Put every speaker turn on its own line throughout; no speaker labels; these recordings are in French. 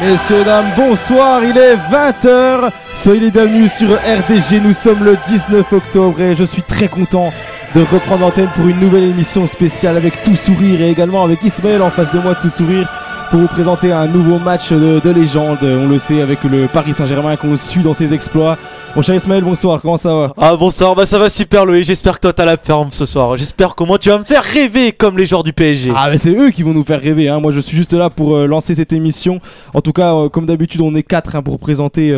Messieurs, dames, bonsoir, il est 20h. Soyez les bienvenus sur RDG, nous sommes le 19 octobre et je suis très content de reprendre l'antenne pour une nouvelle émission spéciale avec Tout Sourire et également avec Ismaël en face de moi, Tout Sourire, pour vous présenter un nouveau match de légende. On le sait, avec le Paris Saint-Germain qu'on suit dans ses exploits. Mon cher Ismaël, bonsoir, comment ça va?
Ah bonsoir, bah ça va super Loïc, j'espère que toi t'as la forme ce soir. J'espère que moi tu vas me faire rêver comme les joueurs du PSG.
Ah mais c'est eux qui vont nous faire rêver, hein. Moi je suis juste là pour lancer cette émission. En tout cas, comme d'habitude on est 4 pour présenter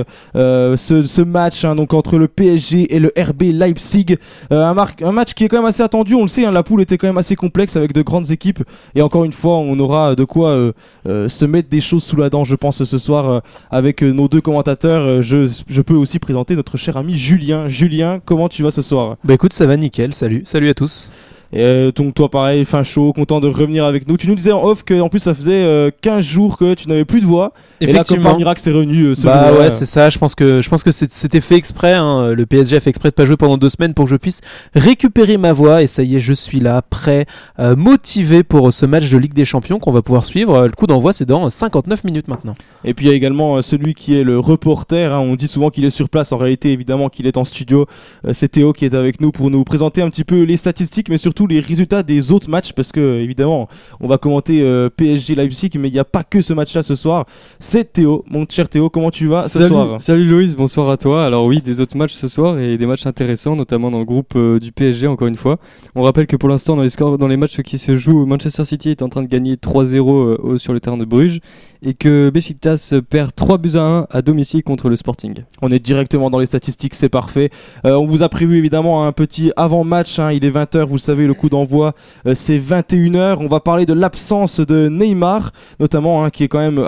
ce match donc entre le PSG et le RB Leipzig. Un match qui est quand même assez attendu, on le sait, la poule était quand même assez complexe avec de grandes équipes. Et encore une fois on aura de quoi se mettre des choses sous la dent, je pense, ce soir avec nos deux commentateurs. Je peux aussi présenter notre cher ami Julien. Julien, comment tu vas ce soir?
Bah écoute, ça va nickel, salut à tous.
Donc toi pareil, fin chaud, content de revenir avec nous. Tu nous disais en off qu'en plus ça faisait 15 jours que tu n'avais plus de voix. Et là comme par miracle c'est revenu.
Bah ouais c'est ça, je pense que c'était fait exprès, le PSG a fait exprès de pas jouer pendant 2 semaines pour que je puisse récupérer ma voix. Et ça y est, je suis là, prêt, motivé pour ce match de Ligue des Champions qu'on va pouvoir suivre. Le coup d'envoi c'est dans 59 minutes maintenant.
Et puis il y a également celui qui est le reporter, on dit souvent qu'il est sur place, en réalité évidemment qu'il est en studio. C'est Théo qui est avec nous pour nous présenter un petit peu les statistiques mais surtout les résultats des autres matchs, parce que évidemment on va commenter PSG Leipzig, mais il n'y a pas que ce match là ce soir. C'est Théo, mon cher Théo, comment tu vas ce soir?
Salut Loïs, bonsoir à toi. Alors oui, des autres matchs ce soir et des matchs intéressants, notamment dans le groupe du PSG encore une fois. On rappelle que pour l'instant dans les matchs qui se jouent, Manchester City est en train de gagner 3-0 sur le terrain de Bruges et que Beşiktaş perd 3-1 à domicile contre le Sporting.
On est directement dans les statistiques, c'est parfait. On vous a prévu évidemment un petit avant-match, il est 20h, vous le savez, le coup d'envoi c'est 21h. On va parler de l'absence de Neymar notamment, qui est quand même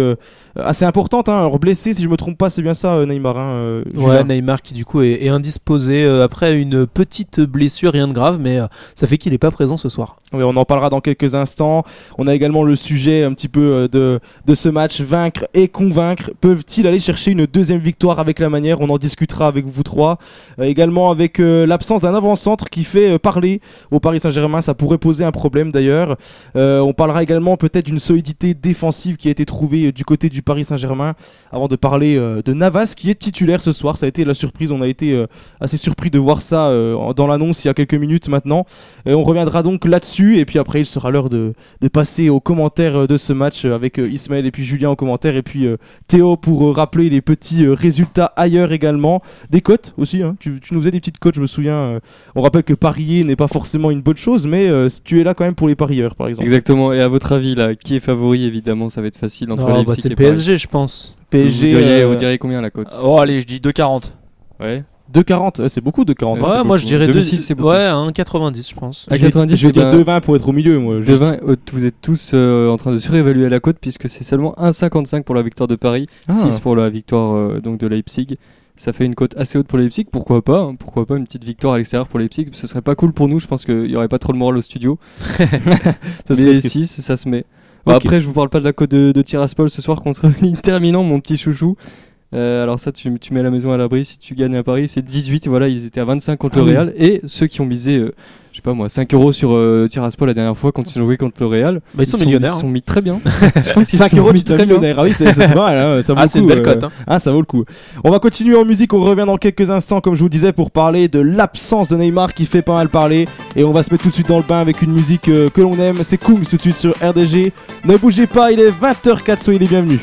assez importante, alors blessé si je me trompe pas, c'est bien ça Neymar,
ouais, Neymar qui du coup est indisposé après une petite blessure, rien de grave, mais ça fait qu'il n'est pas présent ce soir.
Oui, on en parlera dans quelques instants. On a également le sujet un petit peu de ce match, vaincre et convaincre. Peuvent-ils aller chercher une deuxième victoire avec la manière? On en discutera avec vous trois. Également avec l'absence d'un avant-centre qui fait parler au Paris Saint-Germain, ça pourrait poser un problème d'ailleurs. On parlera également peut-être d'une solidité défensive qui a été trouvée du côté du Paris Saint-Germain, avant de parler de Navas qui est titulaire ce soir. Ça a été la surprise, on a été assez surpris de voir ça dans l'annonce il y a quelques minutes maintenant. On reviendra donc là-dessus et puis après il sera l'heure de passer aux commentaires de ce match avec Ismaël et puis Julien aux commentaires et puis Théo pour rappeler les petits résultats ailleurs également. Des cotes aussi, tu nous faisais des petites cotes, je me souviens. On rappelle que parier n'est pas forcément une bonne chose, mais tu es là quand même pour les parieurs par exemple.
Exactement, et à votre avis là, qui est favori? Évidemment ça va être facile entre les
c'est le PSG je pense.
PSG,
vous diriez combien la cote?
Oh allez, je dis 2,40.
Ouais.
2,40, c'est beaucoup 2,40.
Ouais, moi je dirais
2,90
1,90 je pense.
À 90,
je vais dire 2,20 pour être au milieu moi.
2,20, vous êtes tous en train de surévaluer la cote puisque c'est seulement 1,55 pour la victoire de Paris, 6 pour la victoire donc de Leipzig. Ça fait une cote assez haute pour Leipzig, pourquoi pas une petite victoire à l'extérieur pour Leipzig, ce serait pas cool pour nous, je pense qu'il y aurait pas trop le moral au studio. Mais 6, ça se met. Okay. Après je vous parle pas de la cote de Tiraspol ce soir contre l'Inter Milan, mon petit chouchou. Alors ça tu mets la maison à l'abri si tu gagnes à Paris, c'est 18, voilà, ils étaient à 25 contre le Real. Et ceux qui ont misé je sais pas moi 5 € sur Tiraspol la dernière fois quand ils ont joué contre le Real,
ils sont millionnaires,
ils sont mis très bien.
5 €, tu es millionnaire. Ah oui, c'est vrai, ça vaut le coup.
C'est une belle cote.
Ça vaut le coup. On va continuer en musique, on revient dans quelques instants comme je vous disais pour parler de l'absence de Neymar qui fait pas mal parler. Et on va se mettre tout de suite dans le bain avec une musique que l'on aime, c'est Kungs tout de suite sur RDG. Ne bougez pas, il est 20h04, soyez les bienvenus.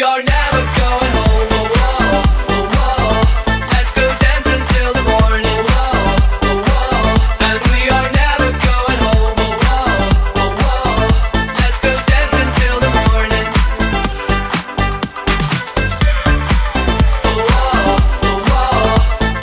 we are never going home. Oh, whoa, oh, whoa. Let's go dance until the morning. Whoa, oh, whoa. And we are never going home. Oh, whoa, oh, whoa. Let's go dance until the morning. Oh, whoa, oh, whoa.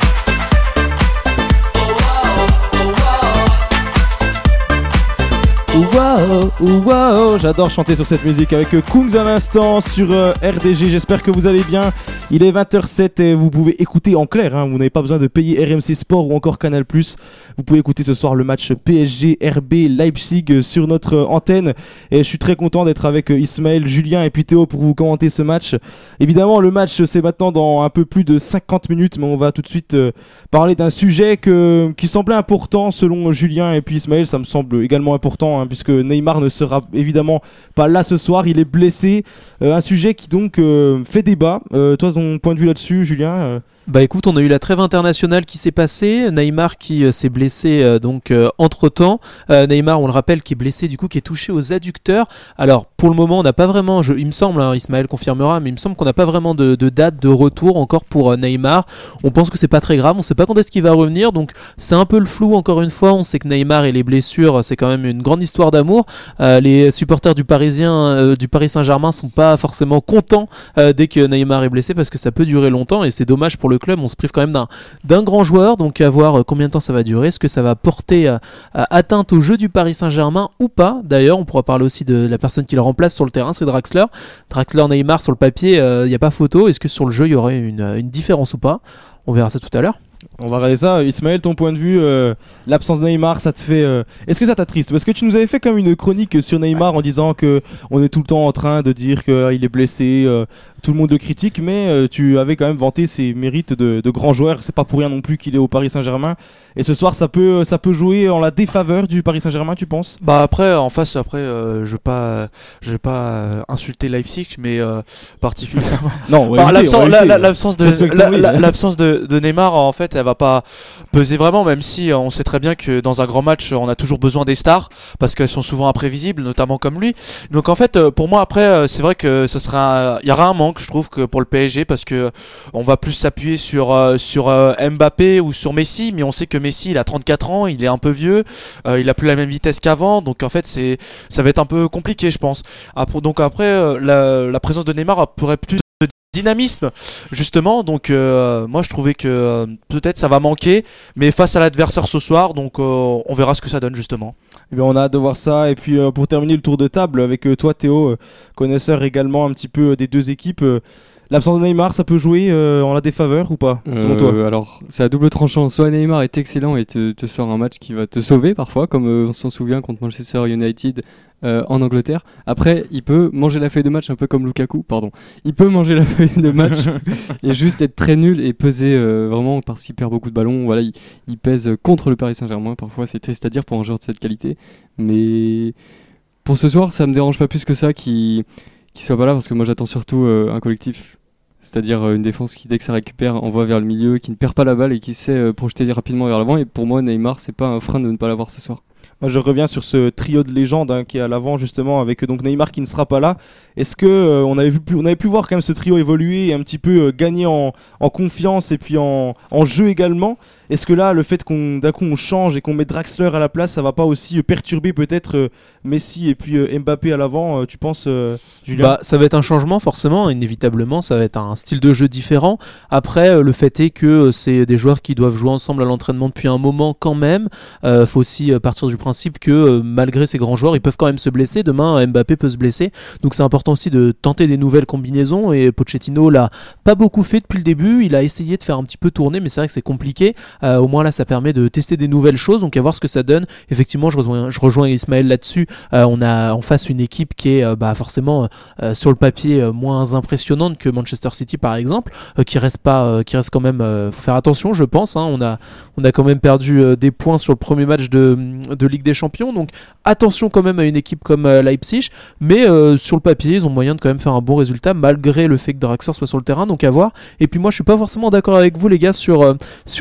Wow, j'adore chanter sur cette musique avec Kungs à l'instant sur RDG. J'espère que vous allez bien. Il est 20h07 et vous pouvez écouter en clair, hein. Vous n'avez pas besoin de payer RMC Sport ou encore Canal+. Vous pouvez écouter ce soir le match PSG RB Leipzig sur notre antenne. Et je suis très content d'être avec Ismaël, Julien et puis Théo pour vous commenter ce match. Évidemment, le match c'est maintenant dans un peu plus de 50 minutes, mais on va tout de suite parler d'un sujet qui semblait important selon Julien et puis Ismaël. Ça me semble également important, hein, puisque Neymar ne sera évidemment pas là ce soir, il est blessé. Un sujet qui donc fait débat. Toi, ton point de vue là-dessus, Julien
Bah écoute, on a eu la trêve internationale qui s'est passée, Neymar qui s'est blessé entre-temps. Neymar, on le rappelle, qui est blessé, du coup, qui est touché aux adducteurs. Alors, pour le moment, on n'a pas vraiment, il me semble, hein, Ismaël confirmera, mais il me semble qu'on n'a pas vraiment de date de retour encore pour Neymar. On pense que c'est pas très grave, on sait pas quand est-ce qu'il va revenir, donc c'est un peu le flou encore une fois. On sait que Neymar et les blessures, c'est quand même une grande histoire d'amour. Les supporters du Paris Saint-Germain sont pas forcément contents dès que Neymar est blessé, parce que ça peut durer longtemps et c'est dommage pour le club. On se prive quand même d'un grand joueur, donc à voir combien de temps ça va durer. Est-ce que ça va porter atteinte au jeu du Paris Saint-Germain ou pas? D'ailleurs, on pourra parler aussi de la personne qui le remplace sur le terrain, c'est Draxler. Neymar, sur le papier, il n'y a pas photo. Est-ce que sur le jeu il y aurait une différence ou pas? On verra ça tout à l'heure.
On va regarder ça. Ismaël, ton point de vue, l'absence de Neymar, ça te fait... Est-ce que ça t'attriste? Parce que tu nous avais fait comme une chronique sur Neymar en disant que on est tout le temps en train de dire qu'il est blessé, tout le monde le critique, mais tu avais quand même vanté ses mérites de grand joueur. C'est pas pour rien non plus qu'il est au Paris Saint-Germain. Et ce soir, ça peut jouer en la défaveur du Paris Saint-Germain, tu penses?
Bah après, en face, je vais pas insulter Leipzig, mais particulièrement.
Non,
bah, l'absence de Neymar, en fait, elle va pas peser vraiment, même si on sait très bien que dans un grand match, on a toujours besoin des stars parce qu'elles sont souvent imprévisibles, notamment comme lui. Donc en fait, pour moi, après, c'est vrai que il y aura un manque, je trouve, que pour le PSG, parce que on va plus s'appuyer sur Mbappé ou sur Messi, mais on sait que Messi, il a 34 ans, il est un peu vieux, il a plus la même vitesse qu'avant, donc en fait, ça va être un peu compliqué, je pense. Donc après, la présence de Neymar pourrait plus dynamisme justement, donc moi je trouvais que peut-être ça va manquer, mais face à l'adversaire ce soir, donc on verra ce que ça donne justement.
Eh bien, on a hâte de voir ça. Et puis pour terminer le tour de table avec toi Théo, connaisseur également un petit peu des deux équipes, l'absence de Neymar, ça peut jouer en la défaveur ou pas, selon toi?
Alors, c'est à double tranchant. Soit Neymar est excellent et te sort un match qui va te sauver parfois, comme on s'en souvient contre Manchester United en Angleterre. Après, il peut manger la feuille de match un peu comme Lukaku, pardon. Il peut manger la feuille de match et juste être très nul et peser vraiment parce qu'il perd beaucoup de ballons. Voilà, il pèse contre le Paris Saint-Germain. Parfois, c'est triste à dire pour un joueur de cette qualité. Mais pour ce soir, ça me dérange pas plus que ça qu'il soit pas là, parce que moi j'attends surtout un collectif. C'est-à-dire une défense qui, dès que ça récupère, envoie vers le milieu, qui ne perd pas la balle et qui sait projeter rapidement vers l'avant. Et pour moi, Neymar, c'est pas un frein de ne pas l'avoir ce soir.
Moi, je reviens sur ce trio de légende, hein, qui est à l'avant justement, avec donc Neymar qui ne sera pas là. Est-ce que on avait pu voir quand même ce trio évoluer et un petit peu gagner en confiance et puis en jeu également? Est-ce que là, le fait d'un coup on change et qu'on met Draxler à la place, ça va pas aussi perturber peut-être Messi et puis Mbappé à l'avant, tu penses, Julien?
Bah, ça va être un changement forcément, inévitablement, ça va être un style de jeu différent. Après, le fait est que c'est des joueurs qui doivent jouer ensemble à l'entraînement depuis un moment quand même. Faut aussi partir du principe que malgré ces grands joueurs, ils peuvent quand même se blesser. Demain, Mbappé peut se blesser, donc c'est important aussi de tenter des nouvelles combinaisons. Et Pochettino l'a pas beaucoup fait depuis le début. Il a essayé de faire un petit peu tourner, mais c'est vrai que c'est compliqué. Au moins là, ça permet de tester des nouvelles choses, donc à voir ce que ça donne. Effectivement, je rejoins Ismaël là-dessus. On a en face une équipe qui est forcément sur le papier moins impressionnante que Manchester City par exemple, qui reste quand même. Faut faire attention, je pense. Hein. On a quand même perdu des points sur le premier match de Ligue des Champions, donc attention quand même à une équipe comme Leipzig. Mais sur le papier, ils ont moyen de quand même faire un bon résultat malgré le fait que Draxler soit sur le terrain, donc à voir. Et puis moi, je suis pas forcément d'accord avec vous les gars sur l'importance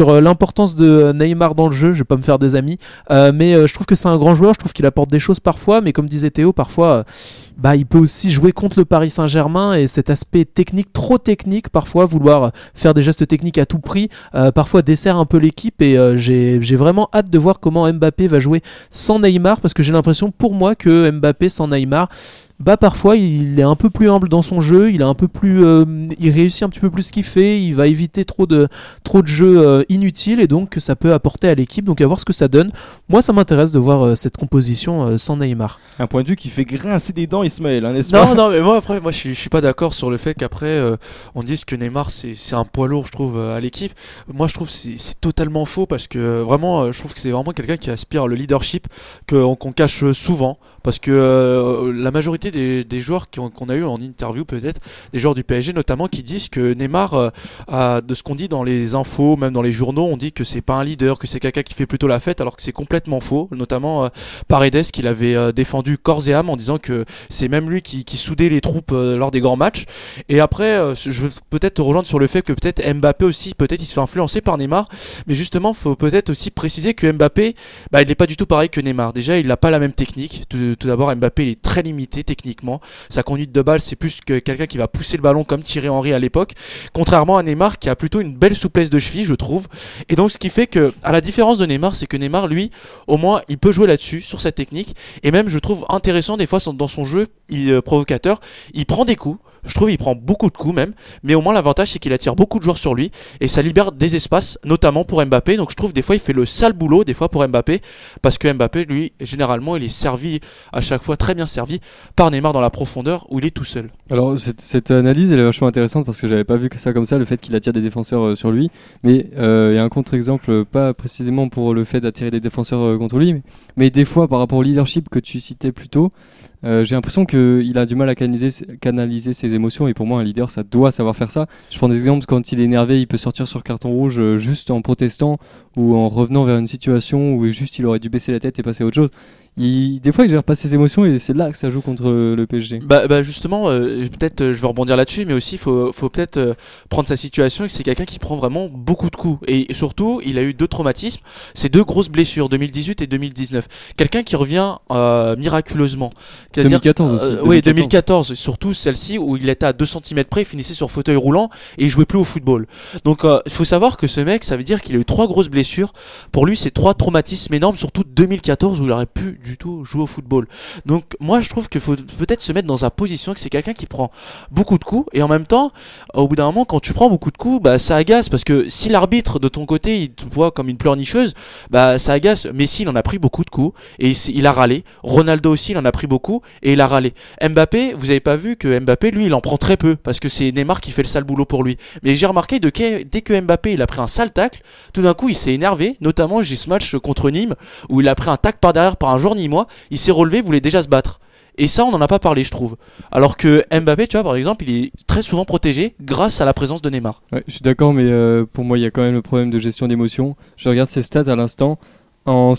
l'importance de Neymar dans le jeu. Je vais pas me faire des amis, mais je trouve que c'est un grand joueur. Je trouve qu'il apporte des choses parfois, mais comme disait Théo, parfois il peut aussi jouer contre le Paris Saint-Germain, et cet aspect technique, trop technique parfois, vouloir faire des gestes techniques à tout prix, parfois dessert un peu l'équipe, et j'ai vraiment hâte de voir comment Mbappé va jouer sans Neymar, parce que j'ai l'impression pour moi que Mbappé sans Neymar, parfois il est un peu plus humble dans son jeu, il est un peu plus, il réussit un petit peu plus ce qu'il fait, il va éviter trop de jeux inutiles, et donc ça peut apporter à l'équipe. Donc à voir ce que ça donne. Moi ça m'intéresse de voir cette composition sans Neymar.
Un point de vue qui fait grincer des dents Ismaël, n'est-ce pas?
Non, mais moi je suis pas d'accord sur le fait qu'après on dise que Neymar c'est un poids lourd, je trouve, à l'équipe. Moi je trouve que c'est totalement faux, parce que vraiment je trouve que c'est vraiment quelqu'un qui aspire le leadership qu'on cache souvent, parce que la majorité des joueurs qu'on a eu en interview, peut-être des joueurs du PSG notamment, qui disent que Neymar, de ce qu'on dit dans les infos, même dans les journaux, on dit que c'est pas un leader, que c'est quelqu'un qui fait plutôt la fête, alors que c'est complètement faux. Notamment Paredes, qui l'avait défendu corps et âme en disant que c'est même lui qui soudait les troupes lors des grands matchs. Et après je veux peut-être te rejoindre sur le fait que peut-être Mbappé aussi, peut-être il se fait influencer par Neymar, mais justement faut peut-être aussi préciser que Mbappé, il n'est pas du tout pareil que Neymar. Déjà il n'a pas la même technique. Tout d'abord, Mbappé il est très limité techniquement. Sa conduite de balle, c'est plus que quelqu'un qui va pousser le ballon comme Thierry Henry à l'époque, contrairement à Neymar qui a plutôt une belle souplesse de cheville, je trouve. Et donc ce qui fait que, à la différence de Neymar, c'est que Neymar, lui, au moins il peut jouer là-dessus, sur cette technique, et même je trouve intéressant des fois dans son jeu provocateur, il prend des coups. Je trouve qu'il prend beaucoup de coups même, mais au moins l'avantage c'est qu'il attire beaucoup de joueurs sur lui, et ça libère des espaces, notamment pour Mbappé. Donc je trouve des fois il fait le sale boulot des fois pour Mbappé, parce que Mbappé lui généralement il est servi à chaque fois, très bien servi par Neymar dans la profondeur où il est tout seul.
Alors cette analyse elle est vachement intéressante, parce que j'avais pas vu que ça comme ça, le fait qu'il attire des défenseurs sur lui, mais il y a un contre-exemple, pas précisément pour le fait d'attirer des défenseurs contre lui, mais des fois par rapport au leadership que tu citais plus tôt, j'ai l'impression qu'il a du mal à canaliser ses émotions, et pour moi un leader ça doit savoir faire ça. Je prends des exemples, quand il est énervé il peut sortir sur carton rouge juste en protestant ou en revenant vers une situation où juste il aurait dû baisser la tête et passer à autre chose. Des fois il gère pas ses émotions, et c'est là que ça joue contre le PSG.
Justement, peut-être je vais rebondir là-dessus, mais aussi faut peut-être prendre sa situation, et que c'est quelqu'un qui prend vraiment beaucoup de coups, et surtout il a eu 2 traumatismes, c'est 2 grosses blessures, 2018 et 2019. Quelqu'un qui revient miraculeusement.
2014 aussi.
Oui, 2014, surtout celle-ci où il était à 2 cm près, il finissait sur fauteuil roulant et il jouait plus au football. Donc il faut savoir que ce mec, ça veut dire qu'il a eu 3 grosses blessures. Pour lui, c'est 3 traumatismes énormes, surtout 2014 où il aurait pu du tout jouer au football. Donc moi je trouve qu'il faut peut-être se mettre dans sa position, que c'est quelqu'un qui prend beaucoup de coups, et en même temps au bout d'un moment quand tu prends beaucoup de coups, ça agace, parce que si l'arbitre de ton côté il te voit comme une pleurnicheuse, ça agace. Messi il en a pris beaucoup de coups et il a râlé, Ronaldo aussi il en a pris beaucoup et il a râlé. Mbappé, vous avez pas vu que Mbappé lui il en prend très peu, parce que c'est Neymar qui fait le sale boulot pour lui, mais j'ai remarqué dès que Mbappé il a pris un sale tacle, tout d'un coup il s'est énervé. Notamment j'ai ce match contre Nîmes où il a pris un tacle par derrière par un joueur nîmois, il s'est relevé, voulait déjà se battre. Et ça, on n'en a pas parlé, je trouve. Alors que Mbappé, tu vois, par exemple, il est très souvent protégé grâce à la présence de Neymar.
Ouais, je suis d'accord, mais pour moi, il y a quand même le problème de gestion d'émotions. Je regarde ses stats à l'instant. En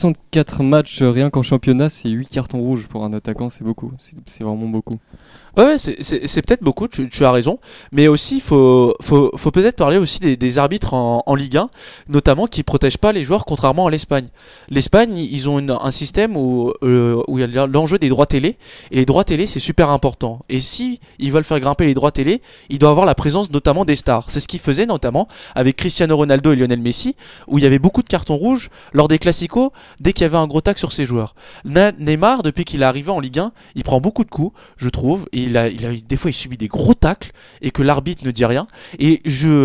164 matchs, rien qu'en championnat, c'est 8 cartons rouges pour un attaquant, c'est beaucoup. C'est vraiment beaucoup.
Ouais, c'est peut-être beaucoup, tu as raison, mais aussi faut peut-être parler aussi des arbitres en Ligue 1, notamment qui protègent pas les joueurs, contrairement à l'Espagne. L'Espagne, ils ont un système où il y a l'enjeu des droits télé, et les droits télé c'est super important. Et si ils veulent faire grimper les droits télé, ils doivent avoir la présence notamment des stars. C'est ce qu'ils faisaient notamment avec Cristiano Ronaldo et Lionel Messi, où il y avait beaucoup de cartons rouges lors des classicos dès qu'il y avait un gros tacle sur ces joueurs. Neymar, depuis qu'il est arrivé en Ligue 1, il prend beaucoup de coups, je trouve. Des fois il subit des gros tacles et que l'arbitre ne dit rien. Et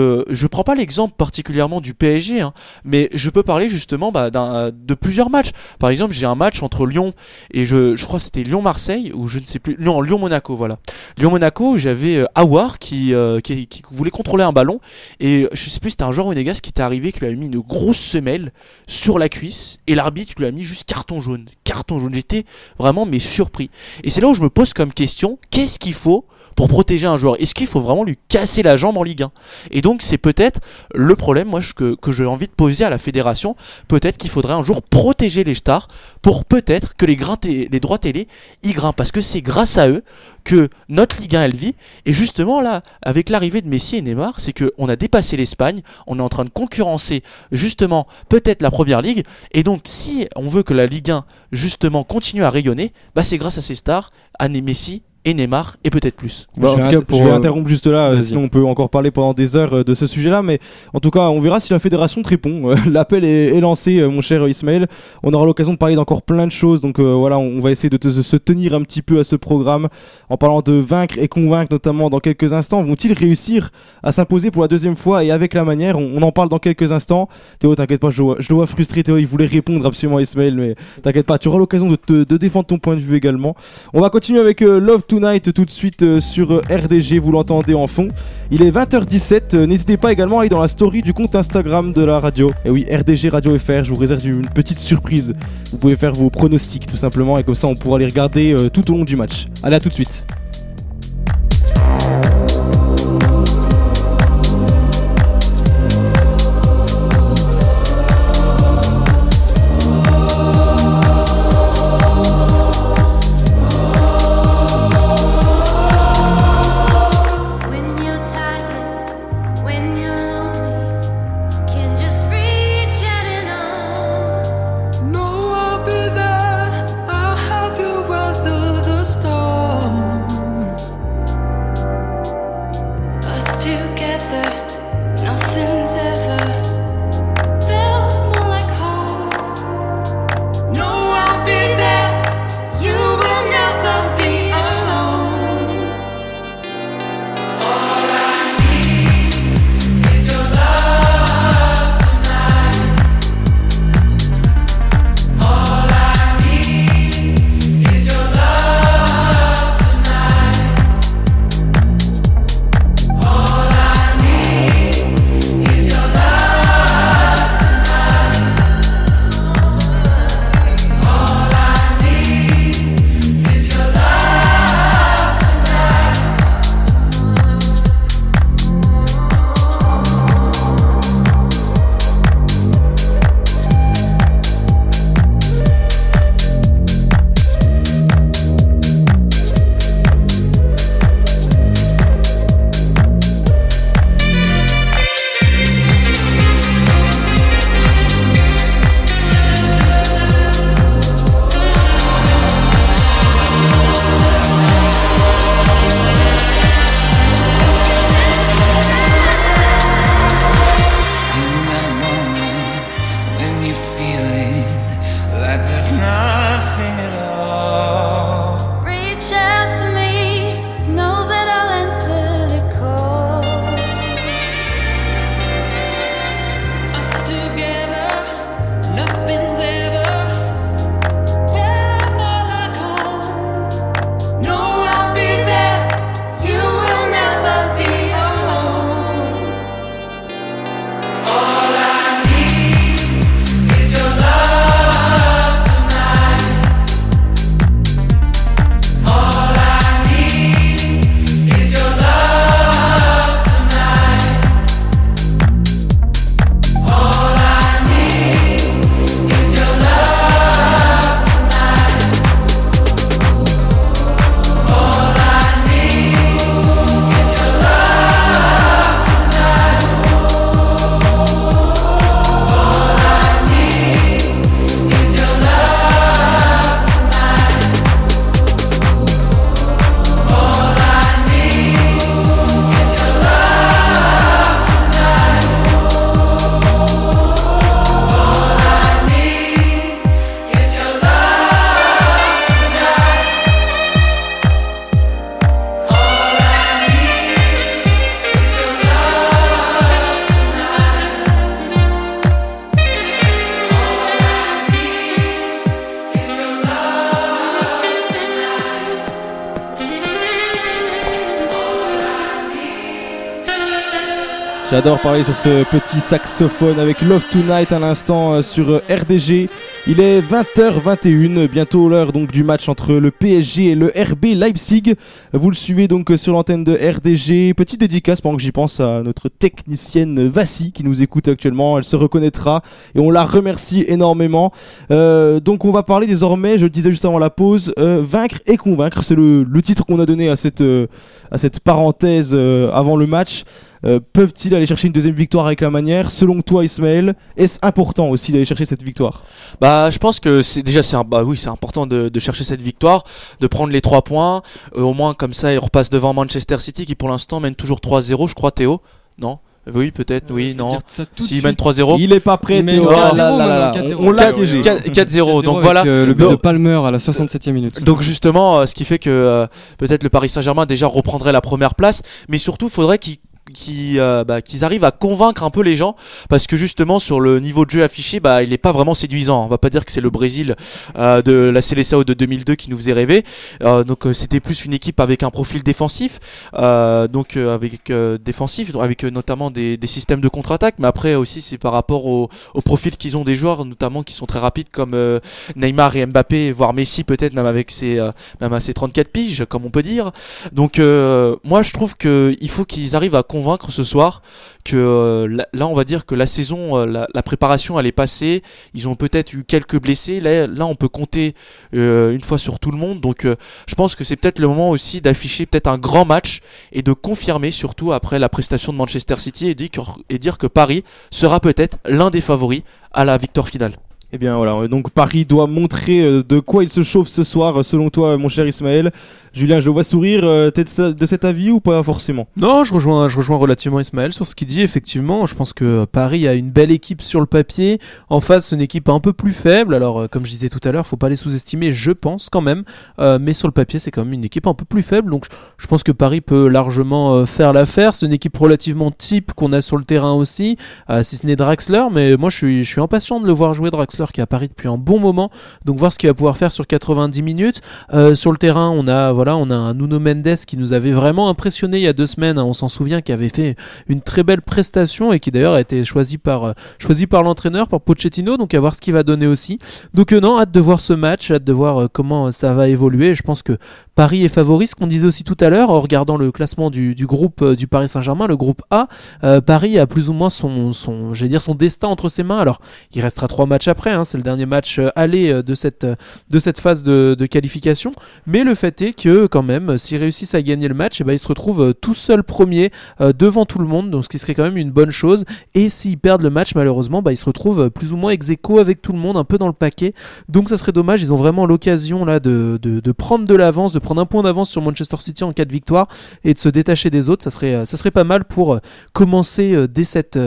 je prends pas l'exemple particulièrement du PSG, mais je peux parler justement de plusieurs matchs. Par exemple, j'ai un match entre Lyon et je crois que c'était Lyon-Marseille, ou je ne sais plus, non, Lyon-Monaco, voilà. Lyon-Monaco, où j'avais Aouar qui voulait contrôler un ballon, et je sais plus c'était un joueur monégasque qui était arrivé, qui lui a mis une grosse semelle sur la cuisse, et l'arbitre lui a mis juste carton jaune. J'étais vraiment surpris. Et c'est là où je me pose comme question, qu'est-ce qu'il faut pour protéger un joueur? Est-ce qu'il faut vraiment lui casser la jambe en Ligue 1? Et donc c'est peut-être le problème moi que j'ai envie de poser à la fédération. Peut-être qu'il faudrait un jour protéger les stars pour peut-être que les droits télé y grimpent, parce que c'est grâce à eux que notre Ligue 1 elle vit. Et justement là, avec l'arrivée de Messi et Neymar, c'est qu'on a dépassé l'Espagne, on est en train de concurrencer justement peut-être la Première Ligue, et donc si on veut que la Ligue 1 justement continue à rayonner, bah c'est grâce à ces stars, à Messi et Neymar et peut-être plus.
Bah, je vais interrompre juste là, sinon on peut encore parler pendant des heures de ce sujet-là, mais en tout cas on verra si la fédération te répond. L'appel est lancé, mon cher Ismaël. On aura l'occasion de parler d'encore plein de choses, donc voilà, on va essayer de se tenir un petit peu à ce programme en parlant de vaincre et convaincre, notamment dans quelques instants. Vont-ils réussir à s'imposer pour la deuxième fois et avec la manière? On en parle dans quelques instants. Théo, t'inquiète pas, je le vois frustré. Théo, il voulait répondre absolument à Ismaël, mais t'inquiète pas, tu auras l'occasion de défendre ton point de vue également. On va continuer avec Love Tonight tout de suite sur RDG, vous l'entendez en fond. Il est 20h17, n'hésitez pas également à aller dans la story du compte Instagram de la radio. Et oui, RDG Radio FR, je vous réserve une petite surprise. Vous pouvez faire vos pronostics tout simplement, et comme ça on pourra les regarder tout au long du match. Allez, à tout de suite. J'adore parler sur ce petit saxophone avec Love Tonight à l'instant sur RDG. Il est 20h21, bientôt l'heure donc du match entre le PSG et le RB Leipzig. Vous le suivez donc sur l'antenne de RDG. Petite dédicace pendant que j'y pense à notre technicienne Vassi qui nous écoute actuellement. Elle se reconnaîtra et on la remercie énormément. Donc on va parler désormais, je le disais juste avant la pause, vaincre et convaincre. C'est le titre qu'on a donné à cette parenthèse avant le match. Peuvent-ils aller chercher une deuxième victoire avec la manière? Selon toi, Ismaël, est-ce important aussi d'aller chercher cette victoire?
Bah, je pense que c'est important de chercher cette victoire, de prendre les 3 points. Au moins, comme ça, ils repassent devant Manchester City qui pour l'instant mène toujours 3-0, je crois, Théo. Non? Oui, peut-être, oui, non. S'il mène 3-0.
Il est pas prêt,
Mais
Théo.
on
l'a piégé.
4-0. Donc voilà.
Le but de Palmer à la 67e minute.
Donc justement, ce qui fait que peut-être le Paris Saint-Germain déjà reprendrait la première place, mais surtout, il faudrait qu'ils arrivent à convaincre un peu les gens, parce que justement sur le niveau de jeu affiché, il est pas vraiment séduisant. On va pas dire que c'est le Brésil de la Seleção de 2002 qui nous faisait rêver. Donc c'était plus une équipe avec un profil défensif, avec notamment des systèmes de contre-attaque, mais après aussi c'est par rapport au profil qu'ils ont des joueurs, notamment qui sont très rapides comme Neymar et Mbappé, voire Messi peut-être même avec même à ses 34 piges comme on peut dire. Donc moi je trouve que il faut qu'ils arrivent à convaincre ce soir que là on va dire que la saison, la préparation elle est passée. Ils ont peut-être eu quelques blessés, là on peut compter une fois sur tout le monde. Donc je pense que c'est peut-être le moment aussi d'afficher peut-être un grand match et de confirmer, surtout après la prestation de Manchester City, et dire que Paris sera peut-être l'un des favoris à la victoire finale.
Eh bien voilà, donc Paris doit montrer de quoi il se chauffe ce soir, selon toi, mon cher Ismaël. Julien, je le vois sourire, t'es de cet avis ou pas forcément?
Non, je rejoins relativement Ismaël sur ce qu'il dit. Effectivement, je pense que Paris a une belle équipe sur le papier. En face, une équipe un peu plus faible. Alors, comme je disais tout à l'heure, faut pas les sous-estimer, je pense quand même. Mais sur le papier, c'est quand même une équipe un peu plus faible. Donc, je pense que Paris peut largement faire l'affaire. C'est une équipe relativement type qu'on a sur le terrain aussi, si ce n'est Draxler. Mais moi, je suis impatient de le voir jouer, Draxler, qui est à Paris depuis un bon moment. Donc, voir ce qu'il va pouvoir faire sur 90 minutes. Sur le terrain, on a un Nuno Mendes qui nous avait vraiment impressionné il y a 2 semaines, on s'en souvient, qui avait fait une très belle prestation et qui d'ailleurs a été choisi par l'entraîneur, par Pochettino, donc à voir ce qu'il va donner aussi. Donc non, hâte de voir ce match, hâte de voir comment ça va évoluer. Je pense que Paris est favori, ce qu'on disait aussi tout à l'heure en regardant le classement du groupe du Paris Saint-Germain, le groupe A. Paris a plus ou moins son destin entre ses mains. Alors il restera 3 matchs après, c'est le dernier match aller de cette phase de qualification, mais le fait est que quand même, s'ils réussissent à gagner le match, ils se retrouvent tout seuls premiers devant tout le monde, donc ce qui serait quand même une bonne chose. Et s'ils perdent le match, malheureusement, ils se retrouvent plus ou moins ex-aequo avec tout le monde, un peu dans le paquet. Donc ça serait dommage. Ils ont vraiment l'occasion là de prendre de l'avance, de prendre un point d'avance sur Manchester City en cas de victoire et de se détacher des autres. Ça serait pas mal pour commencer dès cette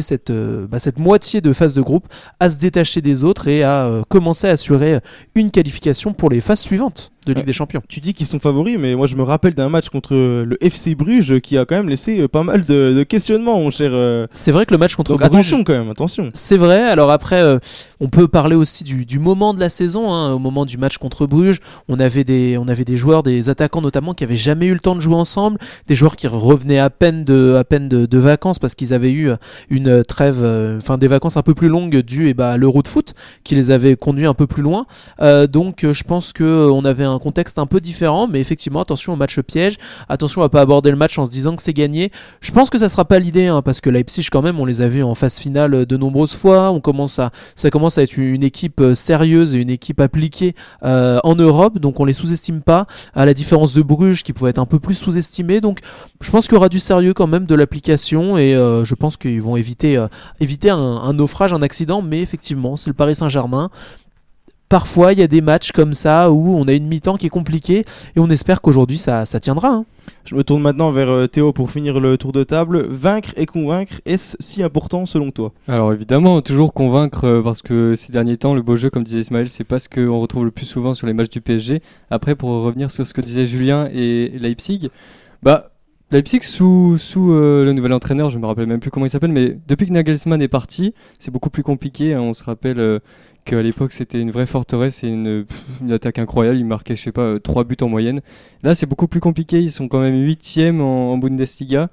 moitié de phase de groupe à se détacher des autres et à commencer à assurer une qualification pour les phases suivantes de Ligue des Champions.
Tu dis qu'ils sont favoris, mais moi je me rappelle d'un match contre le FC Bruges qui a quand même laissé pas mal de questionnements, mon cher.
C'est vrai que le match contre
Donc,
Bruges...
attention quand même, attention.
C'est vrai, alors après, on peut parler aussi du moment de la saison, au moment du match contre Bruges, on avait des joueurs, des attaquants notamment, qui avaient jamais eu le temps de jouer ensemble, des joueurs qui revenaient à peine de vacances parce qu'ils avaient eu une trêve, des vacances un peu plus longues dues à l'Euro de foot, qui les avait conduits un peu plus loin. Donc je pense qu'on avait un contexte un peu différent, mais effectivement attention au match piège, attention à pas aborder le match en se disant que c'est gagné. Je pense que ça sera pas l'idée, parce que Leipzig quand même on les a vus en phase finale de nombreuses fois, ça commence à être une équipe sérieuse et une équipe appliquée en Europe, donc on les sous-estime pas, à la différence de Bruges qui pouvait être un peu plus sous-estimé. Donc je pense qu'il y aura du sérieux quand même de l'application et je pense qu'ils vont éviter un naufrage, un accident, mais effectivement c'est le Paris Saint-Germain. Parfois, il y a des matchs comme ça où on a une mi-temps qui est compliquée et on espère qu'aujourd'hui ça tiendra.
Je me tourne maintenant vers Théo pour finir le tour de table. Vaincre et convaincre, est-ce si important selon toi?
Alors évidemment, toujours convaincre parce que ces derniers temps, le beau jeu, comme disait Ismaël, c'est pas ce qu'on retrouve le plus souvent sur les matchs du PSG. Après, pour revenir sur ce que disait Julien et Leipzig, Leipzig sous le nouvel entraîneur, je me rappelle même plus comment il s'appelle, mais depuis que Nagelsmann est parti, c'est beaucoup plus compliqué. On se rappelle qu'à l'époque c'était une vraie forteresse et une attaque incroyable, il marquait 3 buts en moyenne. Là c'est beaucoup plus compliqué, ils sont quand même 8e en Bundesliga.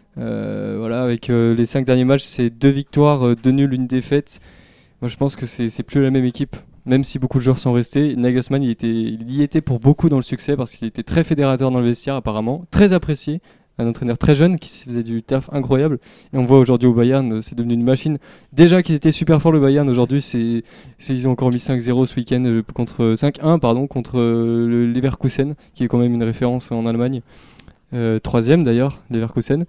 Avec les 5 derniers matchs, c'est 2 victoires, 2 nuls, 1 défaite. Moi je pense que c'est plus la même équipe Même si beaucoup de joueurs sont restés, Nagelsmann il y était pour beaucoup dans le succès parce qu'il était très fédérateur dans le vestiaire apparemment, très apprécié, un entraîneur très jeune qui faisait du taf incroyable. Et on voit aujourd'hui au Bayern, c'est devenu une machine. Déjà qu'ils étaient super forts le Bayern, aujourd'hui ils ont encore mis 5-0 ce week-end contre 5-1 pardon contre le Leverkusen qui est quand même une référence en Allemagne, troisième d'ailleurs Leverkusen.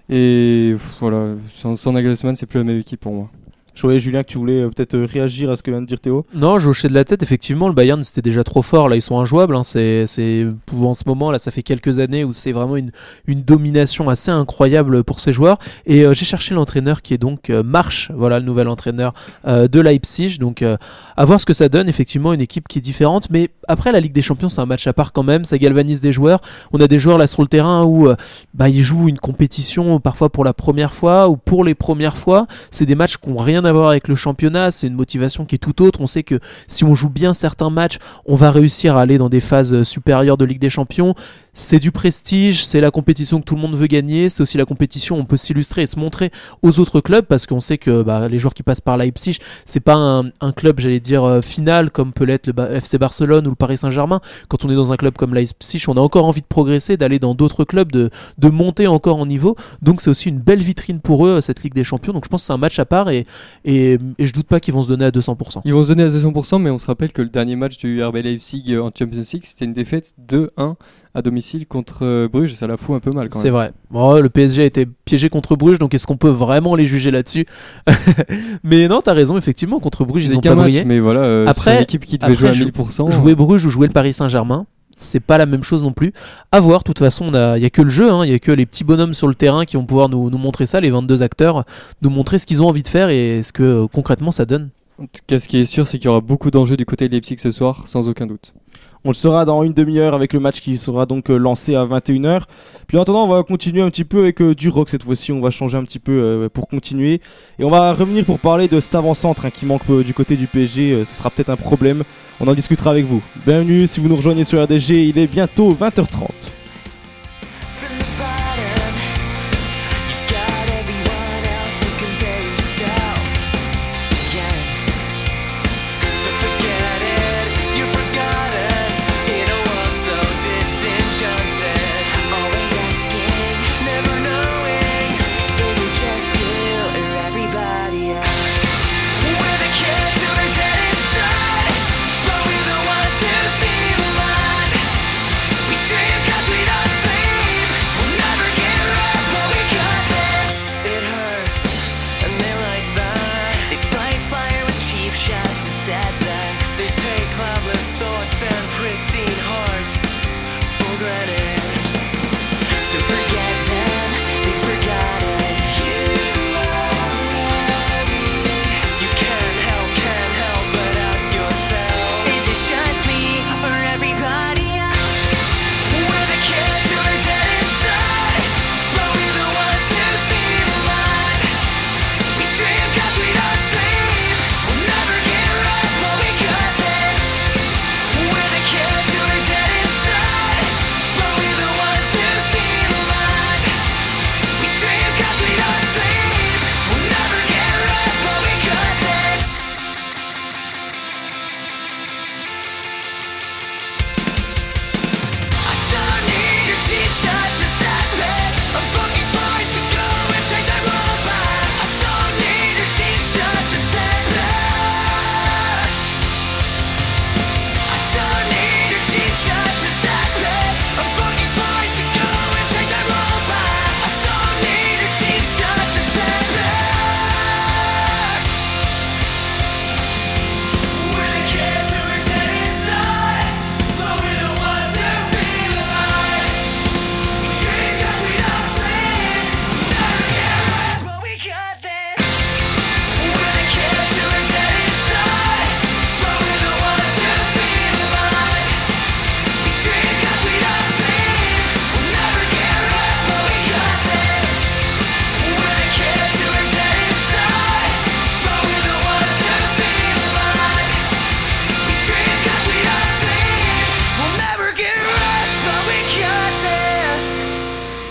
Et voilà, sans Nagelsmann c'est plus la même équipe pour moi.
Je voyais Julien que tu voulais peut-être réagir à ce que vient de dire Théo.
Non, je hochais de la tête. Effectivement, le Bayern c'était déjà trop fort. Là, ils sont injouables. Hein. C'est en ce moment là, ça fait quelques années où c'est vraiment une domination assez incroyable pour ces joueurs. Et j'ai cherché l'entraîneur qui est donc Marsch. Voilà, le nouvel entraîneur de Leipzig. Donc, à voir ce que ça donne. Effectivement, une équipe qui est différente. Mais après, la Ligue des Champions, c'est un match à part quand même. Ça galvanise des joueurs. On a des joueurs là sur le terrain où ils jouent une compétition parfois pour la première fois ou pour les premières fois. C'est des matchs qui n'ont rien à voir avec le championnat, c'est une motivation qui est tout autre. On sait que si on joue bien certains matchs, on va réussir à aller dans des phases supérieures de Ligue des Champions. C'est du prestige, c'est la compétition que tout le monde veut gagner, c'est aussi la compétition où on peut s'illustrer et se montrer aux autres clubs parce qu'on sait que les joueurs qui passent par Leipzig, c'est pas un club, j'allais dire, final comme peut l'être le FC Barcelone ou le Paris Saint-Germain. Quand on est dans un club comme Leipzig, on a encore envie de progresser, d'aller dans d'autres clubs, de monter encore en niveau. Donc c'est aussi une belle vitrine pour eux, cette Ligue des Champions. Donc je pense que c'est un match à part et je doute pas qu'ils vont se donner à 200%.
Ils vont se donner à 200%, mais on se rappelle que le dernier match du RB Leipzig en Champions League, c'était une défaite 2-1 à domicile contre Bruges. Ça la fout un peu mal quand même.
C'est vrai. Bon, le PSG a été piégé contre Bruges, donc est-ce qu'on peut vraiment les juger là-dessus? Mais non, t'as raison, effectivement, contre Bruges, ils ont pas brillé.
Mais voilà,
après,
c'est une équipe qui devait jouer à 1000%.
Jouer Bruges ou jouer le Paris Saint-Germain, c'est pas la même chose non plus. À voir, de toute façon, il y a que le jeu, il y a que les petits bonhommes sur le terrain qui vont pouvoir nous montrer ça, les 22 acteurs, nous montrer ce qu'ils ont envie de faire et ce que concrètement ça donne.
En tout cas, ce qui est sûr, c'est qu'il y aura beaucoup d'enjeux du côté de Leipzig ce soir, sans aucun doute.
On le saura dans une demi-heure avec le match qui sera donc lancé à 21h. Puis en attendant, on va continuer un petit peu avec du rock cette fois-ci. On va changer un petit peu pour continuer. Et on va revenir pour parler de cet avant-centre qui manque du côté du PSG. Ce sera peut-être un problème. On en discutera avec vous. Bienvenue si vous nous rejoignez sur RDG. Il est bientôt 20h30.
From the bottom, you've got everyone else to compare yourself against. So forget it, you've forgotten. In a world so disenchanted, always asking, never knowing, is it just you or everybody else? We're the kids who are dead inside, but we're the ones who feel alive. We dream.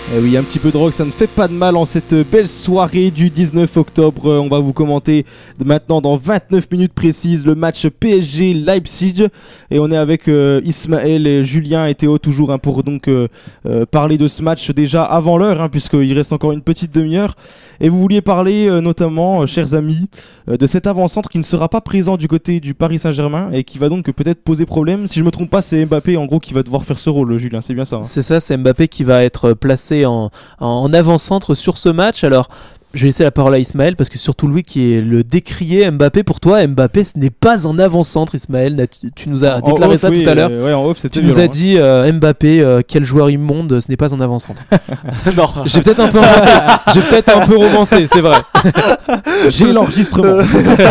Et oui, un petit peu de rock, ça ne fait pas de mal en cette belle soirée du 19 octobre. On va vous commenter maintenant dans 29 minutes précises le match PSG Leipzig. Et on est avec Ismaël et Julien et Théo toujours pour donc parler de ce match déjà avant l'heure, puisqu'il reste encore une petite demi-heure. Et vous vouliez parler notamment, chers amis, de cet avant-centre qui ne sera pas présent du côté du Paris Saint-Germain et qui va donc peut-être poser problème. Si je me trompe pas, c'est Mbappé en gros qui va devoir faire ce rôle, Julien, c'est bien ça.
C'est ça, c'est Mbappé qui va être placé en avant-centre sur ce match. Alors je vais laisser la parole à Ismaël parce que surtout lui qui est le décrié Mbappé. Pour toi, Mbappé ce n'est pas un avant-centre, Ismaël. Tu nous as déclaré ça tout à l'heure.
Ouais, en off, c'était
tu nous as dit Mbappé, quel joueur immonde, ce n'est pas un avant-centre.
Non.
J'ai peut-être un peu romancé, c'est vrai.
J'ai l'enregistrement.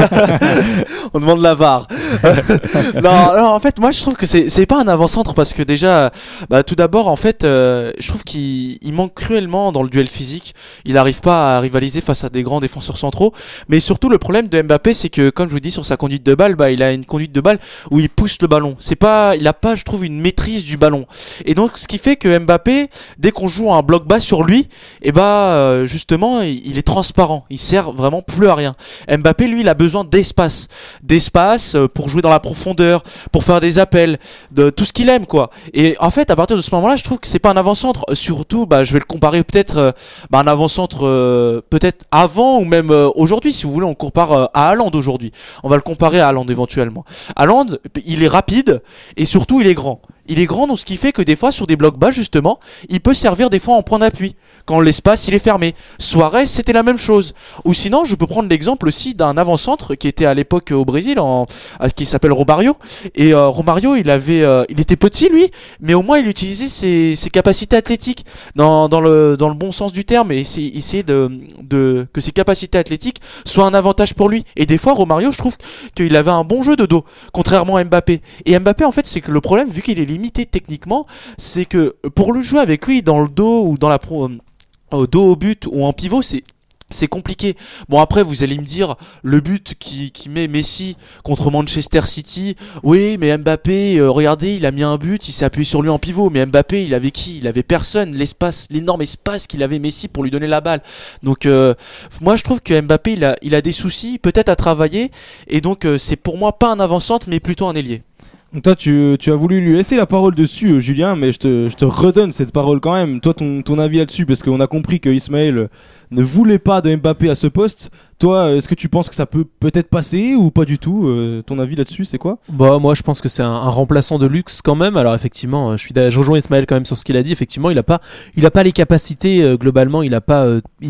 On demande la VAR. non, en fait, moi je trouve que c'est pas un avant-centre parce que déjà, tout d'abord, en fait, je trouve qu'il manque cruellement dans le duel physique. Il n'arrive pas à rivaliser face à des grands défenseurs centraux. Mais surtout, le problème de Mbappé, c'est que, comme je vous dis, sur sa conduite de balle, il a une conduite de balle où il pousse le ballon. Il a pas, je trouve, une maîtrise du ballon. Et donc, ce qui fait que Mbappé, dès qu'on joue un bloc bas sur lui, justement, il est transparent. Il sert vraiment plus à rien. Mbappé, lui, il a besoin d'espace pour jouer dans la profondeur, pour faire des appels, de tout ce qu'il aime, quoi. Et en fait, à partir de ce moment-là, je trouve que c'est pas un avant-centre. Surtout, je vais le comparer peut-être un avant-centre peut-être avant ou même aujourd'hui, si vous voulez, on compare à Haaland aujourd'hui. On va le comparer à Haaland éventuellement. Haaland, il est rapide et surtout il est grand. Il est grand, donc ce qui fait que des fois sur des blocs bas justement, il peut servir des fois en point d'appui quand l'espace il est fermé. Suarez c'était la même chose. Ou sinon je peux prendre l'exemple aussi d'un avant-centre qui était à l'époque au Brésil, qui s'appelle Romario. Et Romario il était petit lui, mais au moins il utilisait ses capacités athlétiques dans le bon sens du terme et essayer que ses capacités athlétiques soient un avantage pour lui. Et des fois Romario je trouve qu'il avait un bon jeu de dos, contrairement à Mbappé. Et Mbappé en fait c'est que le problème vu qu'il est limité techniquement, c'est que pour le jouer avec lui dans le dos ou dans au dos au but ou en pivot, c'est compliqué. Bon après vous allez me dire le but qui met Messi contre Manchester City, oui mais Mbappé regardez il a mis un but, il s'est appuyé sur lui en pivot, mais Mbappé il avait qui? Il avait personne, l'énorme espace qu'il avait Messi pour lui donner la balle. Donc moi je trouve que Mbappé il a des soucis peut-être à travailler et donc c'est pour moi pas un avant-centre mais plutôt un ailier.
Donc toi tu as voulu lui laisser la parole dessus Julien, mais je te redonne cette parole quand même. Toi ton avis là-dessus, parce qu'on a compris que Ismaël ne voulait pas de Mbappé à ce poste. Toi, est-ce que tu penses que ça peut peut-être passer ou pas du tout? Ton avis là-dessus, c'est quoi?
Moi, je pense que c'est un remplaçant de luxe quand même. Alors effectivement, je rejoins Ismaël quand même sur ce qu'il a dit. Effectivement, il a pas les capacités globalement. Il a pas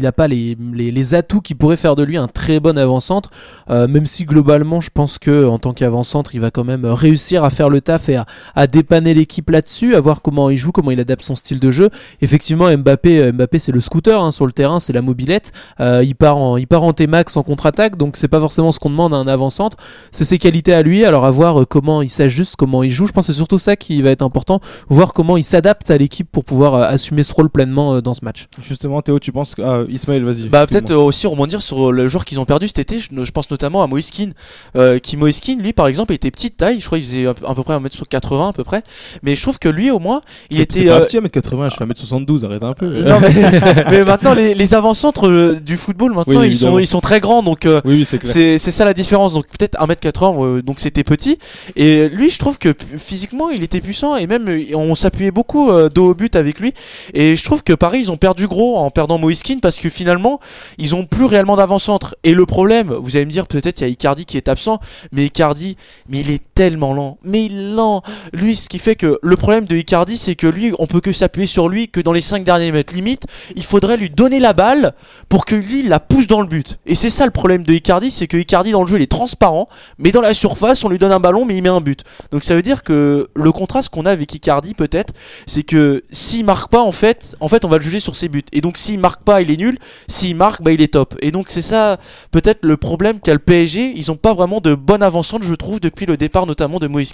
les atouts qui pourraient faire de lui un très bon avant-centre. Même si globalement, je pense que en tant qu'avant-centre, il va quand même réussir à faire le taf et à dépanner l'équipe là-dessus, à voir comment il joue, comment il adapte son style de jeu. Effectivement, Mbappé, c'est le scooter sur le terrain, c'est la mobilette. Il part en T-Max en contre-attaque, donc c'est pas forcément ce qu'on demande à un avant-centre, c'est ses qualités à lui. Alors à voir comment il s'ajuste, comment il joue, je pense que c'est surtout ça qui va être important, voir comment il s'adapte à l'équipe pour pouvoir assumer ce rôle pleinement dans ce match.
Justement Théo, tu penses que... Ismaël, vas-y.
Peut-être aussi rebondir sur le joueur qu'ils ont perdu cet été, je pense notamment à Moïse Kean, Moïse Kean, lui par exemple était petite taille, je crois qu'il faisait à peu près 1m80 à peu près, mais je trouve que lui au moins il était...
C'est pas petit 1m80, je fais 1m72, arrête un peu.
Non mais maintenant les avant-centres du football maintenant ils sont très grands, donc
oui, c'est clair.
C'est ça la différence. Donc peut-être 1m80, donc c'était petit. Et lui, je trouve que physiquement, il était puissant et même on s'appuyait beaucoup dos au but avec lui. Et je trouve que Paris, ils ont perdu gros en perdant Moïse Kean parce que finalement, ils ont plus réellement d'avant-centre. Et le problème, vous allez me dire peut-être il y a Icardi qui est absent, mais Icardi, il est tellement lent. Mais lent. Lui, ce qui fait que le problème de Icardi, c'est que lui, on peut que s'appuyer sur lui que dans les 5 derniers mètres. Limite, il faudrait lui donner la balle pour que lui il la pousse dans le but. Et c'est ça le problème de Icardi, c'est que Icardi dans le jeu il est transparent, mais dans la surface on lui donne un ballon mais il met un but. Donc ça veut dire que le contraste qu'on a avec Icardi peut-être, c'est que s'il marque pas en fait on va le juger sur ses buts. Et donc s'il marque pas il est nul, s'il marque il est top. Et donc c'est ça peut-être le problème qu'a le PSG, ils ont pas vraiment de bonne avant-centre je trouve depuis le départ notamment de Moïse Kean.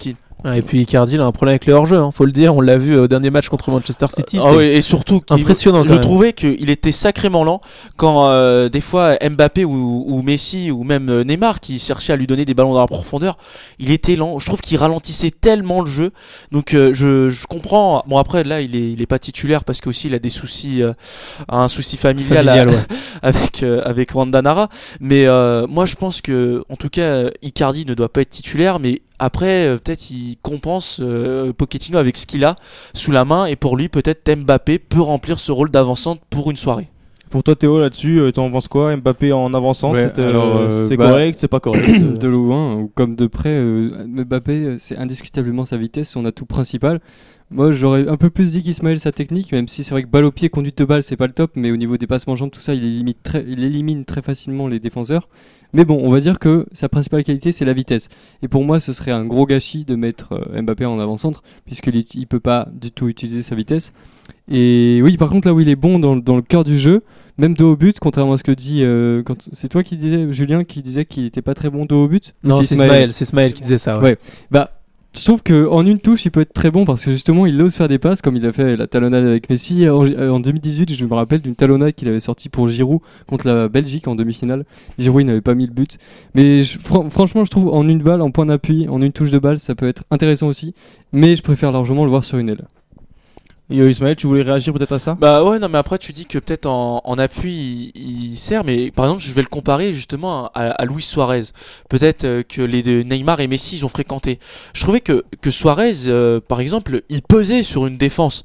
Et puis Icardi il a un problème avec les hors-jeu, faut le dire, on l'a vu au dernier match contre Manchester City.
Ah oui, et surtout
impressionnant.
Je trouvais qu'il était sacrément lent quand des fois Mbappé ou Messi ou même Neymar qui cherchait à lui donner des ballons dans la profondeur, il était lent. Je trouve qu'il ralentissait tellement le jeu. Donc je comprends. Bon après là il est pas titulaire parce qu'aussi il a des soucis, un souci familial ouais. avec Wanda Nara. Mais moi je pense que en tout cas Icardi ne doit pas être titulaire, mais après, peut-être il compense Pochettino avec ce qu'il a sous la main, et pour lui, peut-être Mbappé peut remplir ce rôle d'avancante pour une soirée.
Pour toi, Théo, là-dessus, t'en penses quoi? Mbappé en avançante,
ouais,
c'est correct, c'est pas correct?
De loin ou comme de près, Mbappé, c'est indiscutablement sa vitesse, son atout principal. Moi, j'aurais un peu plus dit qu'Ismaël sa technique, même si c'est vrai que balle au pied, conduite de balle, c'est pas le top, mais au niveau des passements jambes, tout ça, il élimine très facilement les défenseurs. Mais bon, on va dire que sa principale qualité, c'est la vitesse. Et pour moi, ce serait un gros gâchis de mettre Mbappé en avant-centre, puisqu'il peut pas du tout utiliser sa vitesse. Et oui, par contre, là où il est bon dans le cœur du jeu, même dos au but, contrairement à ce que dit... c'est toi qui disais, Julien, qui disait qu'il était pas très bon dos au but?
Non, c'est Ismaël qui disait ça.
Ouais. Bah, je trouve qu'en une touche, il peut être très bon parce que justement, il ose faire des passes comme il a fait la talonnade avec Messi. En 2018, je me rappelle d'une talonnade qu'il avait sortie pour Giroud contre la Belgique en demi-finale. Giroud, il n'avait pas mis le but. Mais franchement, je trouve en une balle, en point d'appui, en une touche de balle, ça peut être intéressant aussi. Mais je préfère largement le voir sur une aile.
Et Ismaël, tu voulais réagir peut-être à ça?
Bah ouais, non mais après tu dis que peut-être en appui il sert, mais par exemple je vais le comparer justement à Luis Suarez. Peut-être que les deux Neymar et Messi ils ont fréquenté. Je trouvais que Suarez par exemple il pesait sur une défense.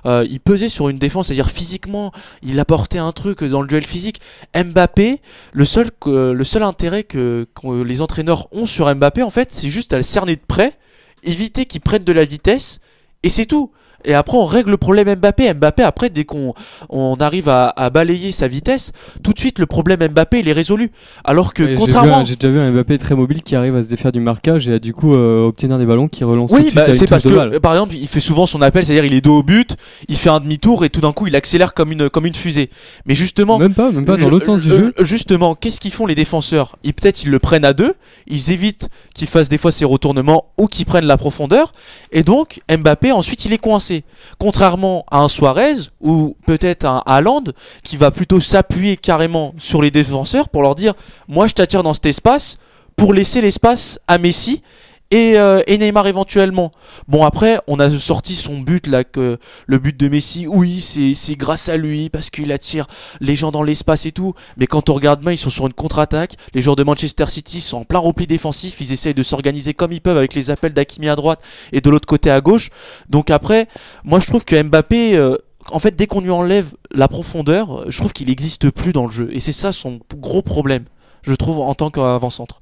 C'est-à-dire physiquement il apportait un truc dans le duel physique. Mbappé, le seul intérêt que les entraîneurs ont sur Mbappé en fait, c'est juste à le cerner de près, éviter qu'il prenne de la vitesse et c'est tout. Et après on règle le problème Mbappé après dès qu'on arrive à balayer sa vitesse, tout de suite le problème Mbappé il est résolu. Alors que contrairement...
J'ai déjà vu un Mbappé très mobile qui arrive à se défaire du marquage et à du coup obtenir des ballons qui relancent tout de suite.
C'est parce que par exemple il fait souvent son appel, c'est-à-dire il est dos au but, il fait un demi-tour et tout d'un coup il accélère comme une fusée. Mais justement...
Même pas dans l'autre sens du jeu.
Justement, qu'est-ce qu'ils font les défenseurs? Peut-être ils le prennent à deux, ils évitent qu'il fasse des fois ses retournements ou qu'ils prennent la profondeur, et donc Mbappé ensuite il est coincé. Contrairement à un Suarez ou peut-être un Haaland qui va plutôt s'appuyer carrément sur les défenseurs pour leur dire moi je t'attire dans cet espace pour laisser l'espace à Messi et Neymar éventuellement. Bon après on a sorti son but là, que le but de Messi, oui c'est grâce à lui parce qu'il attire les gens dans l'espace et tout, mais quand on regarde bien ils sont sur une contre-attaque, les joueurs de Manchester City sont en plein repli défensif, ils essayent de s'organiser comme ils peuvent avec les appels d'Hakimi à droite et de l'autre côté à gauche. Donc après moi je trouve que Mbappé en fait dès qu'on lui enlève la profondeur, je trouve qu'il n'existe plus dans le jeu et c'est ça son gros problème je trouve en tant qu'avant-centre.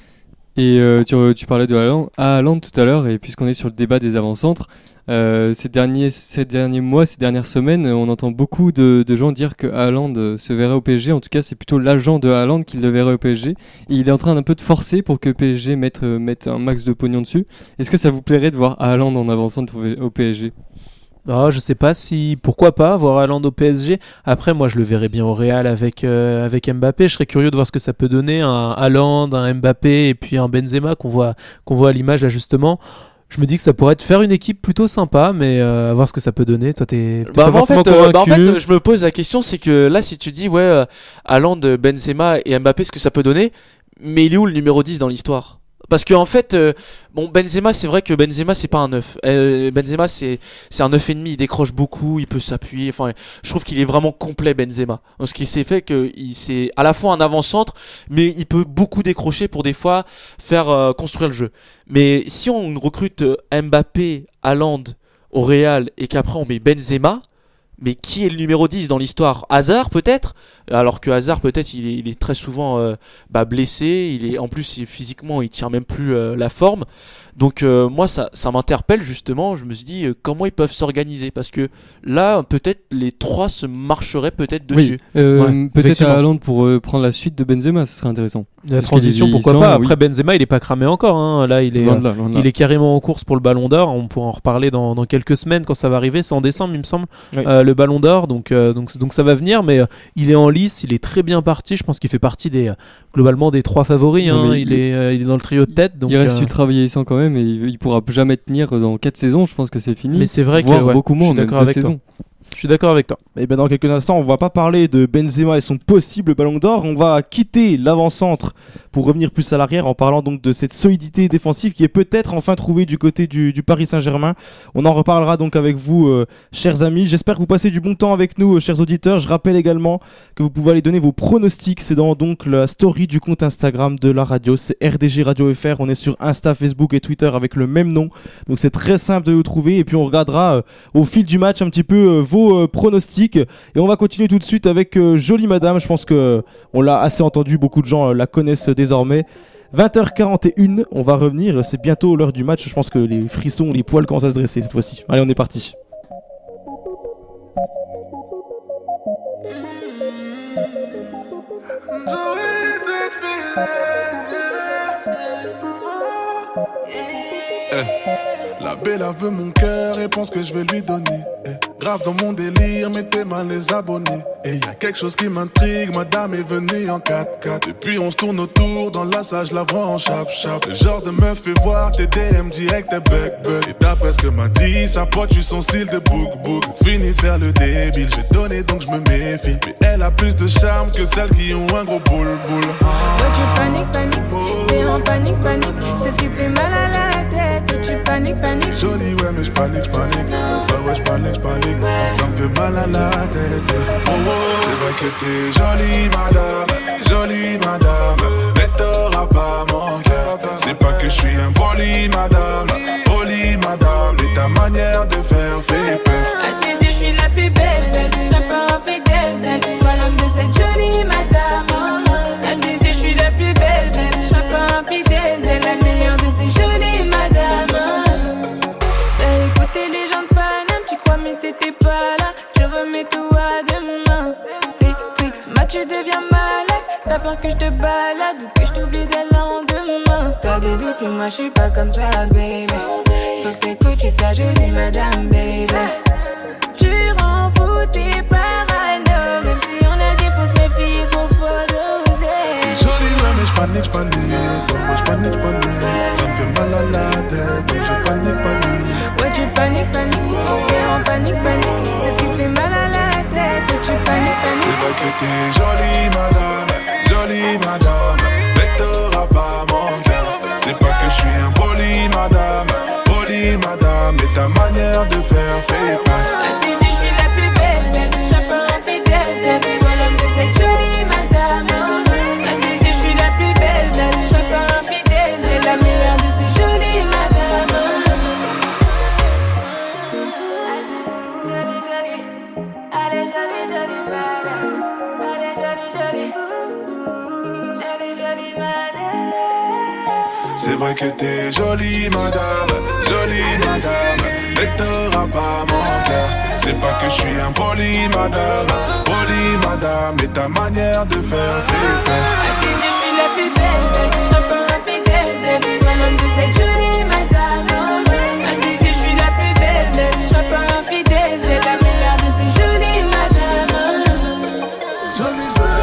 Et tu parlais de Haaland tout à l'heure, et puisqu'on est sur le débat des avant-centres, ces derniers mois, ces dernières semaines, on entend beaucoup de gens dire que Haaland se verrait au PSG. En tout cas, c'est plutôt l'agent de Haaland qui le verrait au PSG. Et il est en train d'un peu de forcer pour que PSG mette un max de pognon dessus. Est-ce que ça vous plairait de voir Haaland en avant-centre au PSG ?
Je sais pas si pourquoi pas voir Haaland au PSG. Après moi je le verrais bien au Real avec Mbappé. Je serais curieux de voir ce que ça peut donner, un Haaland, un Mbappé et puis un Benzema qu'on voit à l'image là justement. Je me dis que ça pourrait faire une équipe plutôt sympa, mais à voir ce que ça peut donner. Toi t'es pas forcément convaincu.
En fait je me pose la question, c'est que là si tu dis Haaland, Benzema et Mbappé, ce que ça peut donner, mais il est où le numéro 10 dans l'histoire? Parce que en fait, Benzema, c'est vrai que Benzema c'est pas un 9. Benzema c'est un 9,5, il décroche beaucoup, il peut s'appuyer. Enfin, je trouve qu'il est vraiment complet Benzema. Donc, ce qui s'est fait que c'est à la fois un avant-centre, mais il peut beaucoup décrocher pour des fois faire construire le jeu. Mais si on recrute Mbappé, Haaland au Real et qu'après on met Benzema, mais qui est le numéro 10 dans l'histoire? Hazard peut-être? Alors que Hazard peut-être il est très souvent blessé, en plus physiquement il tient même plus la forme. Donc moi ça m'interpelle justement, je me suis dit comment ils peuvent s'organiser, parce que là peut-être les trois se marcheraient peut-être dessus.
Oui, peut-être à Haaland pour prendre la suite de Benzema, ce serait intéressant.
La transition pourquoi pas. Après Benzema il est pas cramé encore hein. Là il est carrément en course pour le Ballon d'Or, on pourra en reparler dans quelques semaines quand ça va arriver, c'est en décembre il me semble.
Oui.
le Ballon d'Or, donc ça va venir, mais il est en lice, il est très bien parti. Je pense qu'il fait partie globalement des 3 favoris.
Non,
Il est dans le trio de tête. Donc,
il reste ultra vieillissant quand même et il pourra jamais tenir dans 4 saisons. Je pense que c'est fini.
mais c'est vrai que
Voire beaucoup moins,
je suis d'accord avec toi. Je suis d'accord avec toi.
Et ben dans quelques instants, on va pas parler de Benzema et son possible Ballon d'Or. On va quitter l'avant-centre pour revenir plus à l'arrière en parlant donc de cette solidité défensive qui est peut-être enfin trouvée du côté du Paris Saint-Germain. On en reparlera donc avec vous, chers amis. J'espère que vous passez du bon temps avec nous, chers auditeurs. Je rappelle également que vous pouvez aller donner vos pronostics. C'est dans donc la story du compte Instagram de la radio. C'est RDG Radio FR. On est sur Insta, Facebook et Twitter avec le même nom. Donc c'est très simple de vous trouver. Et puis on regardera au fil du match un petit peu vos pronostics. Et on va continuer tout de suite avec Jolie Madame. Je pense que on l'a assez entendu, beaucoup de gens la connaissent désormais. 20h41, on va revenir, c'est bientôt l'heure du match. Je pense que les frissons, les poils commencent à se dresser cette fois-ci. Allez, on est parti.
La belle elle veut mon cœur et pense que je vais lui donner. Grave dans mon délire, mettez mal les abonnés. Et y a quelque chose qui m'intrigue, madame est venue en 4x4. Et puis on se tourne autour, dans la salle je la vois en chap-chap. Le genre de meuf fait voir tes DM direct, tes bug. Et d'après ce que m'a dit, sa pote, je suis son style de book. Fini de faire le débile, j'ai donné donc je me méfie. Mais elle a plus de charme que celles qui ont un gros boule.
Toi tu paniques, t'es en panique, c'est ce qui te fait mal à la tête. Toi tu paniques.
Jolie ouais mais j'panique. Ouais j'panique. Ça me fait mal à la tête. C'est vrai que t'es jolie madame, mais t'auras pas mon cœur. C'est pas que je suis un poli madame, et ta manière de faire fait peur.
À tes yeux je suis la plus belle, je serai pas infidèle. Sois l'homme de cette jolie madame. À tes yeux je suis la plus belle, je serai pas infidèle. La meilleure de ces jolies madames. T'as écouté les gens de Paname, tu crois mais t'étais pas là. Je remets tout à demain. Tes tricks, tu deviens malade. T'as peur que je te balade ou que je t'oublie dès le lendemain. T'as des doutes mais moi je suis pas comme ça baby. Faut que t'écoutes, je suis ta jolie madame baby. Tu rends fou tes parano. Même si on a dit faut se méfier qu'on faut doser.
T'es jolie ouais mais j'panique. Ouais j'panique. Ça me fait mal à la tête donc je panique.
Ouais tu paniques, t'es en panique. C'est ce qui te fait mal à la tête. Ouais tu paniques.
C'est vrai que t'es jolie madame, mais t'auras pas mon cœur. C'est pas que je suis un poli madame, et ta manière de faire fait peur.
À tes yeux je suis la plus belle, je serai pas infidèle. Sois l'homme de cette jolie madame. À tes yeux je suis la plus belle, je serai pas infidèle. La meilleure de ces jolies madames. Allez jolie madame. Allez jolie madame.
C'est vrai que t'es jolie madame, mais t'auras pas mon cœur. C'est pas que je suis un poli madame, et ta manière de faire fait peur.
À tes yeux je suis la plus belle, je serai pas infidèle. Sois l'homme de cette jolie madame. À tes yeux je suis la plus belle, je serai pas infidèle. La meilleure de ces jolies madames.
Jolie.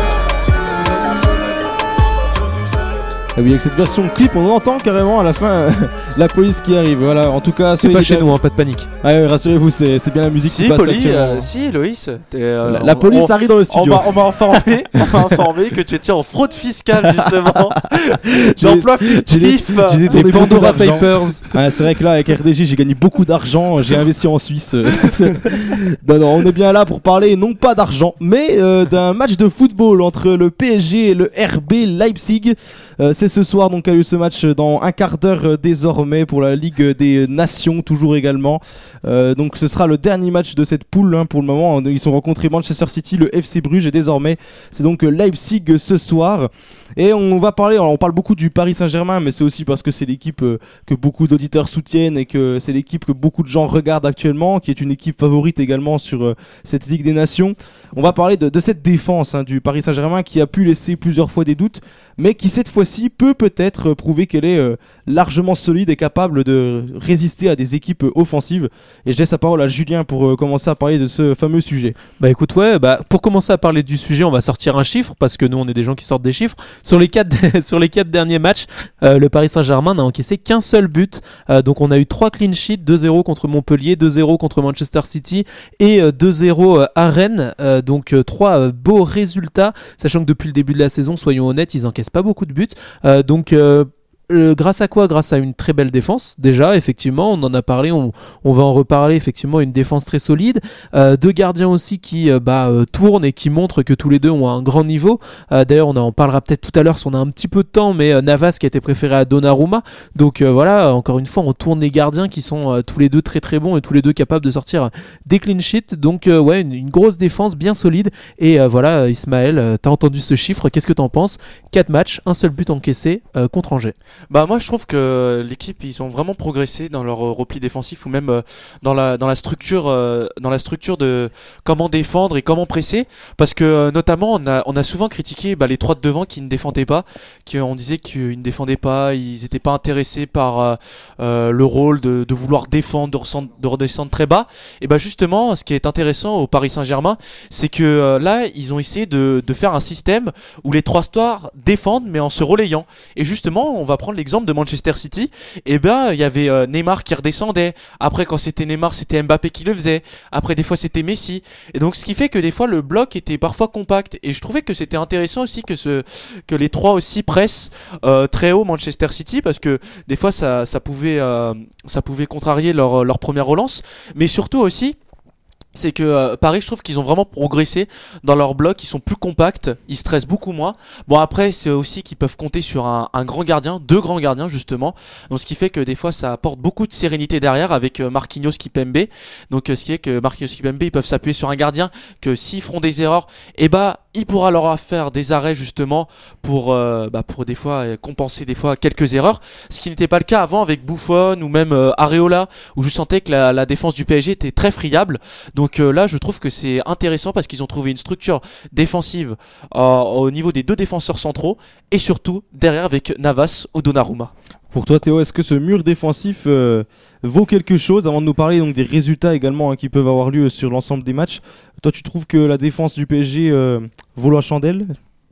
Et oui, avec cette version clip, on entend carrément à la fin la police qui arrive. Voilà, en tout cas,
c'est pas chez nous, pas de panique.
Ah ouais, rassurez-vous, c'est bien la musique qui passe actuellement.
Si, Loïs,
la police arrive dans le studio.
On m'a informé que tu étais en fraude fiscale justement. D'emploi fictif.
J'ai détourné
Les Pandora
beaucoup d'argent.
Papers.
Ah, c'est vrai que là, avec RDG, j'ai gagné beaucoup d'argent. J'ai investi en Suisse. Non, on est bien là pour parler non pas d'argent, mais d'un match de football entre le PSG et le RB Leipzig. C'est ce soir donc a eu ce match dans un quart d'heure désormais pour la Ligue des Nations toujours également. Donc ce sera le dernier match de cette poule pour le moment. Ils sont rencontrés Manchester City, le FC Bruges et désormais c'est donc Leipzig ce soir. Et on va parler, on parle beaucoup du Paris Saint-Germain, mais c'est aussi parce que c'est l'équipe que beaucoup d'auditeurs soutiennent et que c'est l'équipe que beaucoup de gens regardent actuellement, qui est une équipe favorite également sur cette Ligue des Nations. On va parler de cette défense du Paris Saint-Germain qui a pu laisser plusieurs fois des doutes, mais qui cette fois-ci peut peut-être prouver qu'elle est largement solide et capable de résister à des équipes offensives. Et je laisse la parole à Julien pour commencer à parler de ce fameux sujet.
Bah écoute, ouais, pour commencer à parler du sujet, on va sortir un chiffre parce que nous on est des gens qui sortent des chiffres. Sur les 4 derniers matchs, le Paris Saint-Germain n'a encaissé qu'un seul but. Donc on a eu 3 clean sheets, 2-0 contre Montpellier, 2-0 contre Manchester City et 2-0 à Rennes. Donc 3 beaux résultats, sachant que depuis le début de la saison, soyons honnêtes, ils encaissent pas beaucoup de buts. Grâce à quoi ? Grâce à une très belle défense. Déjà, effectivement, on en a parlé, on va en reparler. Effectivement, une défense très solide. 2 gardiens aussi qui tournent et qui montrent que tous les deux ont un grand niveau. D'ailleurs, on en parlera peut-être tout à l'heure si on a un petit peu de temps, mais Navas qui a été préféré à Donnarumma. Donc voilà, encore une fois, on tourne les gardiens qui sont tous les deux très très bons et tous les deux capables de sortir des clean sheets. Donc une grosse défense bien solide. Et voilà, Ismaël, t'as entendu ce chiffre, qu'est-ce que t'en penses ? 4 matchs, un seul but encaissé contre Angers.
Bah moi je trouve que l'équipe ils ont vraiment progressé dans leur repli défensif ou même dans la structure de comment défendre et comment presser, parce que notamment on a souvent critiqué les 3 de devant qui ne défendaient pas, on disait qu'ils ne défendaient pas, ils n'étaient pas intéressés par le rôle de vouloir défendre, de redescendre très bas. Et justement ce qui est intéressant au Paris Saint-Germain, c'est que là ils ont essayé de faire un système où les 3 stars défendent mais en se relayant. Et justement on va prendre l'exemple de Manchester City, il y avait Neymar qui redescendait, après quand c'était Neymar c'était Mbappé qui le faisait, après des fois c'était Messi, et donc ce qui fait que des fois le bloc était parfois compact, et je trouvais que c'était intéressant aussi que les 3 aussi pressent très haut Manchester City, parce que des fois ça pouvait contrarier leur première relance, mais surtout aussi c'est que Paris, je trouve qu'ils ont vraiment progressé dans leur bloc, ils sont plus compacts, ils stressent beaucoup moins. Bon après c'est aussi qu'ils peuvent compter sur un grand gardien, 2 grands gardiens justement, donc ce qui fait que des fois ça apporte beaucoup de sérénité derrière avec Marquinhos Kimpembe, donc ce qui est que Marquinhos Kimpembe ils peuvent s'appuyer sur un gardien que s'ils feront des erreurs, il pourra leur faire des arrêts justement pour des fois compenser des fois quelques erreurs, ce qui n'était pas le cas avant avec Buffon ou même Areola, où je sentais que la défense du PSG était très friable. Donc là je trouve que c'est intéressant parce qu'ils ont trouvé une structure défensive au niveau des 2 défenseurs centraux, et surtout derrière avec Navas ou Donnarumma.
Pour toi Théo, est-ce que ce mur défensif vaut quelque chose, avant de nous parler donc des résultats également qui peuvent avoir lieu sur l'ensemble des matchs? Toi tu trouves que la défense du PSG vaut la chandelle?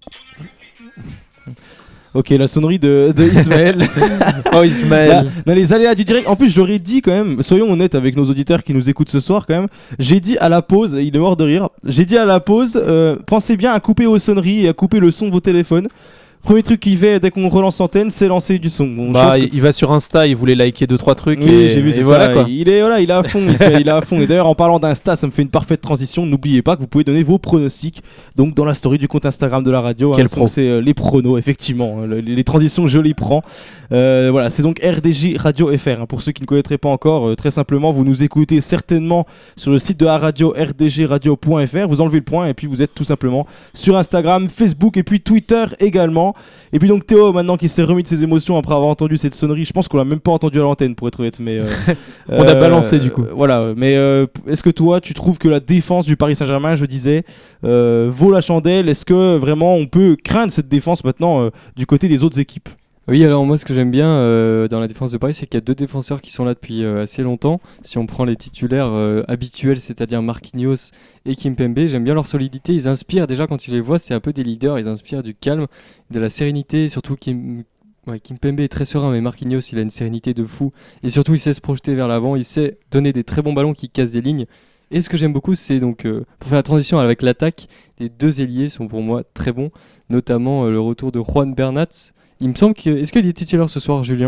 Ok, la sonnerie de Ismaël.
Oh Ismaël.
Dans les aléas du direct. En plus, j'aurais dit quand même, soyons honnêtes avec nos auditeurs qui nous écoutent ce soir quand même. J'ai dit à la pause, il est mort de rire. J'ai dit à la pause, pensez bien à couper vos sonneries et à couper le son de vos téléphones. Premier truc qu'il fait dès qu'on relance l'antenne, c'est lancer du son. Bon,
il va sur Insta, il voulait liker 2-3 trucs.
Oui, j'ai vu, c'est
voilà
ça.
Quoi.
Il est à fond, il est à fond. Et d'ailleurs, en parlant d'Insta, ça me fait une parfaite transition. N'oubliez pas que vous pouvez donner vos pronostics. Donc, dans la story du compte Instagram de la radio.
Quel pro.
C'est les pronos, effectivement. Les transitions, je les prends. Voilà, c'est donc RDJ Radio FR. Pour ceux qui ne connaîtraient pas encore, très simplement, vous nous écoutez certainement sur le site de la radio rdjradio.fr. Vous enlevez le point et puis vous êtes tout simplement sur Instagram, Facebook et puis Twitter également. Et puis donc Théo, maintenant qu'il s'est remis de ses émotions après avoir entendu cette sonnerie, je pense qu'on l'a même pas entendu à l'antenne pour être honnête, mais
on a balancé du coup.
Voilà, mais est-ce que toi tu trouves que la défense du Paris Saint-Germain, je disais, vaut la chandelle? Est-ce que vraiment on peut craindre cette défense maintenant du côté des autres équipes?
Oui, alors moi ce que j'aime bien dans la défense de Paris, c'est qu'il y a 2 défenseurs qui sont là depuis assez longtemps. Si on prend les titulaires habituels, c'est-à-dire Marquinhos et Kimpembe, j'aime bien leur solidité. Ils inspirent déjà quand tu les vois, c'est un peu des leaders, ils inspirent du calme, de la sérénité, surtout Kimpembe est très serein, mais Marquinhos il a une sérénité de fou. Et surtout il sait se projeter vers l'avant, il sait donner des très bons ballons qui cassent des lignes. Et ce que j'aime beaucoup, c'est donc, pour faire la transition avec l'attaque, les 2 ailiers sont pour moi très bons, notamment le retour de Juan Bernat. Il me semble que... Est-ce qu'il est titulaire ce soir, Julien ?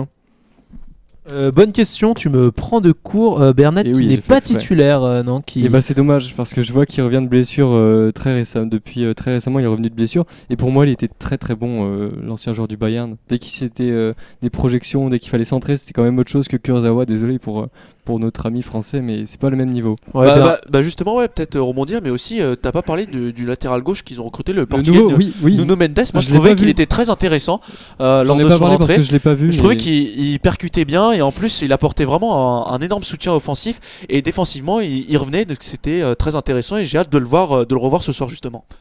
Bonne question, tu me prends de court. Bernat qui n'est pas titulaire, non qui...
Et c'est dommage parce que je vois qu'il revient de blessure très récemment. Depuis très récemment, il est revenu de blessure. Et pour moi, il était très très bon, l'ancien joueur du Bayern. Dès qu'il s'était des projections, dès qu'il fallait centrer, c'était quand même autre chose que Kurzawa. Désolé pour notre ami français, mais c'est pas le même niveau.
Ouais, justement, peut-être rebondir, mais aussi t'as pas parlé du latéral gauche qu'ils ont recruté, le portugais Nuno Mendes. Moi, je trouvais qu'il était très intéressant lors de son entrée.
Parce que je l'ai pas vu.
Je trouvais qu'il percutait bien et en plus il apportait vraiment un énorme soutien offensif et défensivement il revenait, donc c'était très intéressant et j'ai hâte de le revoir ce soir justement.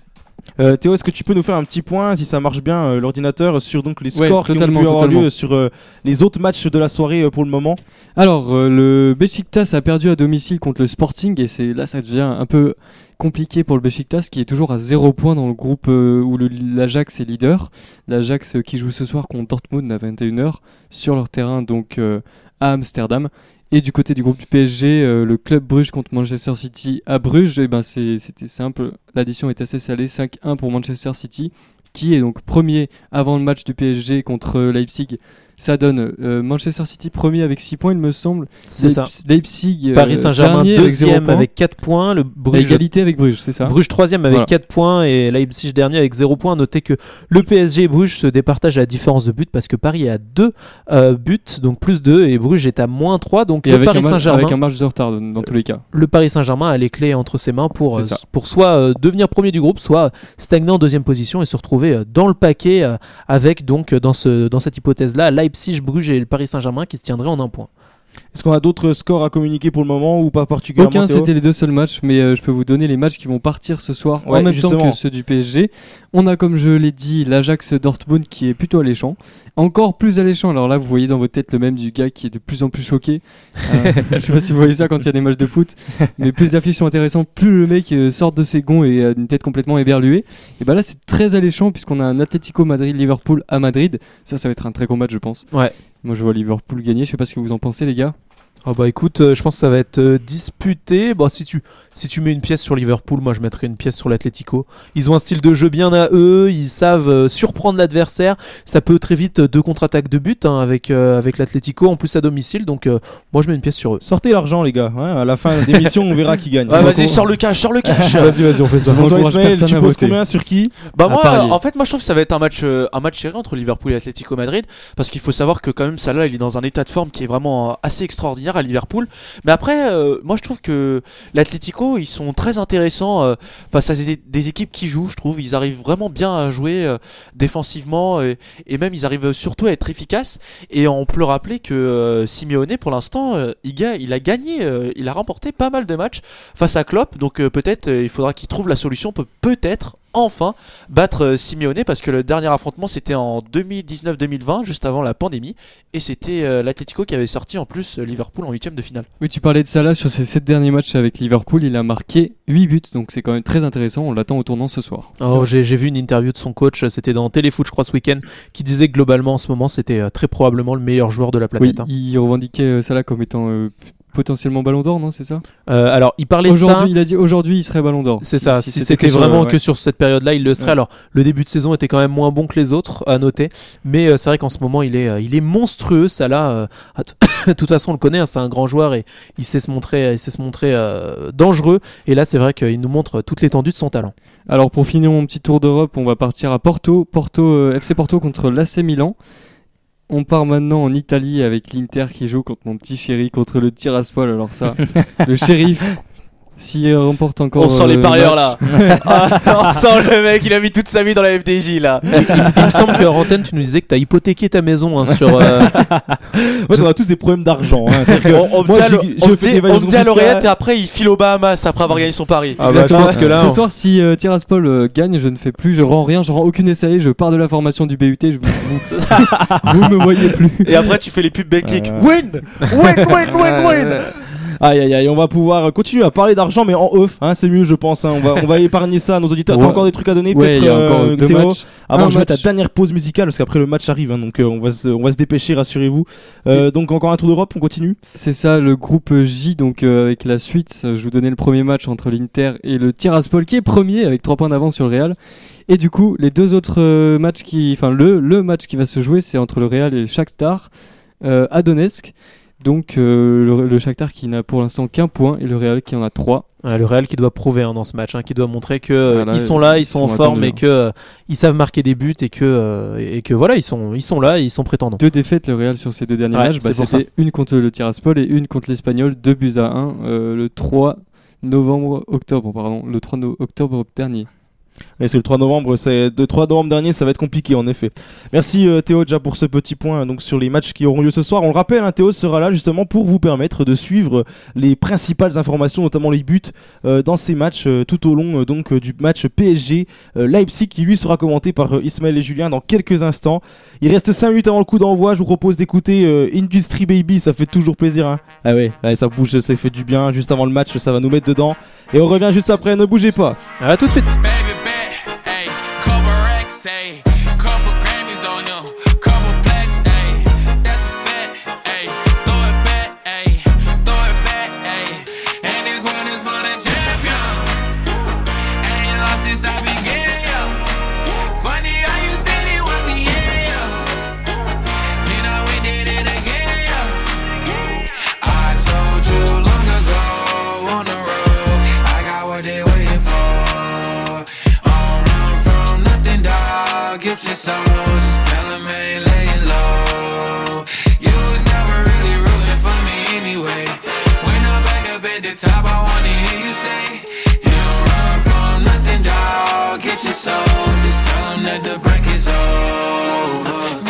Théo, est-ce que tu peux nous faire un petit point, si ça marche bien, l'ordinateur, sur donc les
Ouais,
scores qui ont pu
totalement,
avoir
totalement.
lieu sur les autres matchs de la soirée pour le moment?
Alors, le Beşiktaş a perdu à domicile contre le Sporting et là ça devient un peu compliqué pour le Beşiktaş qui est toujours à 0 points dans le groupe où l'Ajax est leader. L'Ajax qui joue ce soir contre Dortmund à 21h sur leur terrain donc à Amsterdam. Et du côté du groupe du PSG, le club Bruges contre Manchester City à Bruges, et ben c'était simple, l'addition est assez salée, 5-1 pour Manchester City, qui est donc premier avant le match du PSG contre Leipzig. Ça donne Manchester City premier avec 6 points, il me semble.
C'est ça.
Leipzig,
Paris Saint-Germain
dernier avec 0
deuxième
points.
avec 4 points. Le
À
Bruges,
égalité avec Bruges, c'est ça.
Bruges troisième avec
Voilà.
4 points et Leipzig dernier avec 0 points. Notez que le PSG et Bruges se départagent à la différence de but parce que Paris est à 2 buts, donc plus 2, et Bruges est à moins 3. Donc
Et
le
avec
Paris
avec
Saint-Germain,
un match de retard dans tous les cas.
le Paris Saint-Germain a les clés entre ses mains pour
C'est ça.
soit devenir premier du groupe, soit stagner en deuxième position et se retrouver dans le paquet avec donc dans cette hypothèse-là Leipzig, Bruges et le Paris Saint-Germain qui se tiendraient en un point.
Est-ce qu'on a d'autres scores à communiquer pour le moment ou pas particulièrement?
Aucun,
Théo
c'était les deux seuls matchs, mais je peux vous donner les matchs qui vont partir ce soir
Ouais,
en même
justement.
temps que ceux du PSG. On a, comme je l'ai dit, l'Ajax Dortmund qui est plutôt alléchant. Encore plus alléchant, alors là vous voyez dans votre tête le même du gars qui est de plus en plus choqué. Je sais pas si vous voyez ça quand il y a des matchs de foot, mais plus les affiches sont intéressantes, plus le mec sort de ses gonds et a une tête complètement éberluée. Et bah là c'est très alléchant puisqu'on a un Atlético Madrid-Liverpool à Madrid. Ça va être un très gros match je pense.
Ouais.
Moi je vois Liverpool gagner, je sais pas ce que vous en pensez les gars.
Oh bah écoute, je pense que ça va être disputé. Bon, si tu mets une pièce sur Liverpool, moi je mettrais une pièce sur l'Atlético. Ils ont un style de jeu bien à eux, ils savent surprendre l'adversaire. Ça peut très vite deux contre-attaques de but avec l'Atlético, en plus à domicile. Donc moi je mets une pièce sur eux.
Sortez l'argent, les gars. Ouais, à la fin de l'émission, on verra qui gagne.
Ouais,
Donc,
vas-y,
on-
sors le cash.
Vas-y, on fait ça.
Bon, toi,
J'encourage
Ismaël,
personne
tu
à
poses
voter.
combien sur qui?
Bah
À
moi,
parier.
en fait, moi je trouve que ça va être un match serré entre Liverpool et Atlético Madrid, parce qu'il faut savoir que quand même Salah il est dans un état de forme qui est vraiment assez extraordinaire à Liverpool. Mais après, moi je trouve que l'Atlético ils sont très intéressants face à des équipes qui jouent. Je trouve ils arrivent vraiment bien à jouer défensivement et même ils arrivent surtout à être efficaces. Et on peut le rappeler que Simeone pour l'instant il a gagné, il a remporté pas mal de matchs face à Klopp. Donc peut-être il faudra qu'il trouve la solution pour peut-être enfin battre Simeone, parce que le dernier affrontement c'était en 2019-2020 juste avant la pandémie et c'était l'Atlético qui avait sorti en plus Liverpool en 8ème de finale.
Oui, tu parlais de Salah sur ses 7 derniers matchs avec Liverpool, il a marqué 8 buts, donc c'est quand même très intéressant, on l'attend au tournant ce soir.
Oh, j'ai vu une interview de son coach, c'était dans Téléfoot je crois ce week-end, qui disait que globalement en ce moment c'était très probablement le meilleur joueur de la
Oui,
planète. Hein.
il revendiquait Salah comme étant potentiellement Ballon d'Or, non, c'est ça?
Alors il parlait de ça.
Aujourd'hui, il a dit aujourd'hui il serait Ballon d'Or.
C'est ça, si c'était
que sur-
vraiment
ouais.
que sur cette période-là, il le serait.
Ouais.
Alors, le début de saison était quand même moins bon que les autres, à noter. Mais c'est vrai qu'en ce moment, il est monstrueux. Ça là, de toute façon, on le connaît, hein, c'est un grand joueur et il sait se montrer dangereux. Et là, c'est vrai qu'il nous montre toute l'étendue de son talent.
Alors pour finir mon petit tour d'Europe, on va partir à Porto, FC Porto contre l'AC Milan. On part maintenant en Italie avec l'Inter qui joue contre mon petit chéri, contre le Tiraspol. Alors ça, le shérif, s'il remporte encore.
On sent les parieurs
match-
là. On sent le mec, il a mis toute sa vie dans la FDJ là.
Il me semble que Rantaine, tu nous disais que tu as hypothéqué ta maison hein, sur.
En fait, on a tous des problèmes d'argent. Hein. C'est-à-dire que
On me
moi,
dit à
je
on me
fais
dit-
des
on me
évaluations
dit à l'oreillette et
fiscales.
après il file aux Bahamas après avoir gagné son pari.
Ah bah, je pense que là.
Ce soir, si Tiraspol gagne, je ne fais plus, je rends rien, je rends aucune SAE, je pars de la formation du BUT, vous me voyez plus.
Et après tu fais les pubs Betclic.
Ouais.
Win.
Aïe aïe aïe, on va pouvoir continuer à parler d'argent, mais en off, hein, c'est mieux, je pense. Hein. On va épargner ça à nos auditeurs. T'as
Ouais.
encore des trucs à donner,
Ouais,
peut-être,
il y a encore 2
Théo,
matchs.
avant
Un
que je mette la
match.
dernière pause musicale, parce qu'après le match arrive, hein, donc on va se dépêcher, rassurez-vous. Donc encore un tour d'Europe, on continue.
C'est ça, le groupe J, donc avec la suite, je vous donnais le premier match entre l'Inter et le Tiraspol qui est premier avec 3 points d'avance sur le Real. Et du coup, les deux autres matchs le match qui va se jouer, c'est entre le Real et le Shakhtar à Donetsk. Donc le Shakhtar qui n'a pour l'instant qu'un point et le Real qui en a 3.
Le Real qui doit prouver hein, dans ce match, hein, qui doit montrer que
Voilà,
ils sont là, ils
ils
sont
sont
en forme
attendus,
et que ils savent marquer des buts et que voilà, ils sont là, et ils sont prétendants.
2 défaites le Real sur ces 2 derniers
Ouais,
matchs.
c'est pour
C'était une contre le Tiraspol et une contre l'Espagnol, 2-1 le 3 octobre dernier.
Et c'est le 3 novembre, de 3 novembre dernier, ça va être compliqué en effet. Merci Théo déjà pour ce petit point donc sur les matchs qui auront lieu ce soir. On le rappelle, Théo sera là justement pour vous permettre de suivre les principales informations, notamment les buts dans ces matchs tout au long donc du match PSG Leipzig qui lui sera commenté par Ismaël et Julien dans quelques instants. Il reste 5 minutes avant le coup d'envoi, je vous propose d'écouter Industry Baby, ça fait toujours plaisir hein. Ah ouais, ça bouge, ça fait du bien, juste avant le match ça va nous mettre dedans. Et on revient juste après, ne bougez pas.
À tout de suite.
Baby bet, ayy, couple racks, ayy, couple Grammys on him, couple plaques, ayy, that's a fact, ayy, throw it back, ayy, and this one is for the champion, ain't lost since I began, yo, funny how you said it was the end, yo, you know we did it again, yo, I told you long ago on the road, I got what they waiting for. Get your soul, just tell him I ain't laying low. You was never really rooting for me anyway. When I'm back up at the top, I wanna hear you say, you don't run from nothing, dawg. Get your soul, just tell him that the break is over.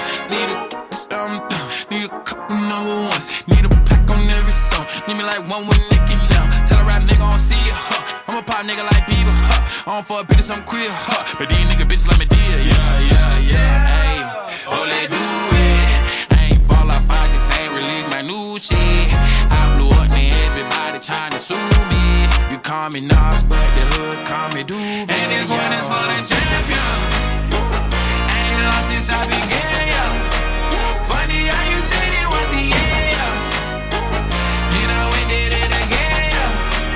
Need a couple number ones. Need a pack on every song. Need me like one with Nicki now. Tell a rap nigga I don't see ya, huh. I'm a pop nigga like Bieber, huh. I don't fuck bitches, I'm queer, huh. But these nigga bitches like me dear, yeah, ayy. Oh, let do it. I ain't fall off, I just ain't release my new shit. I blew up, man, everybody tryna sue me. You call me Nas, but the hood call me Doobie. And this one is for the champion. Ain't lost since I began, yo. Funny how you said it was the end, yo. You know we did it again, yo.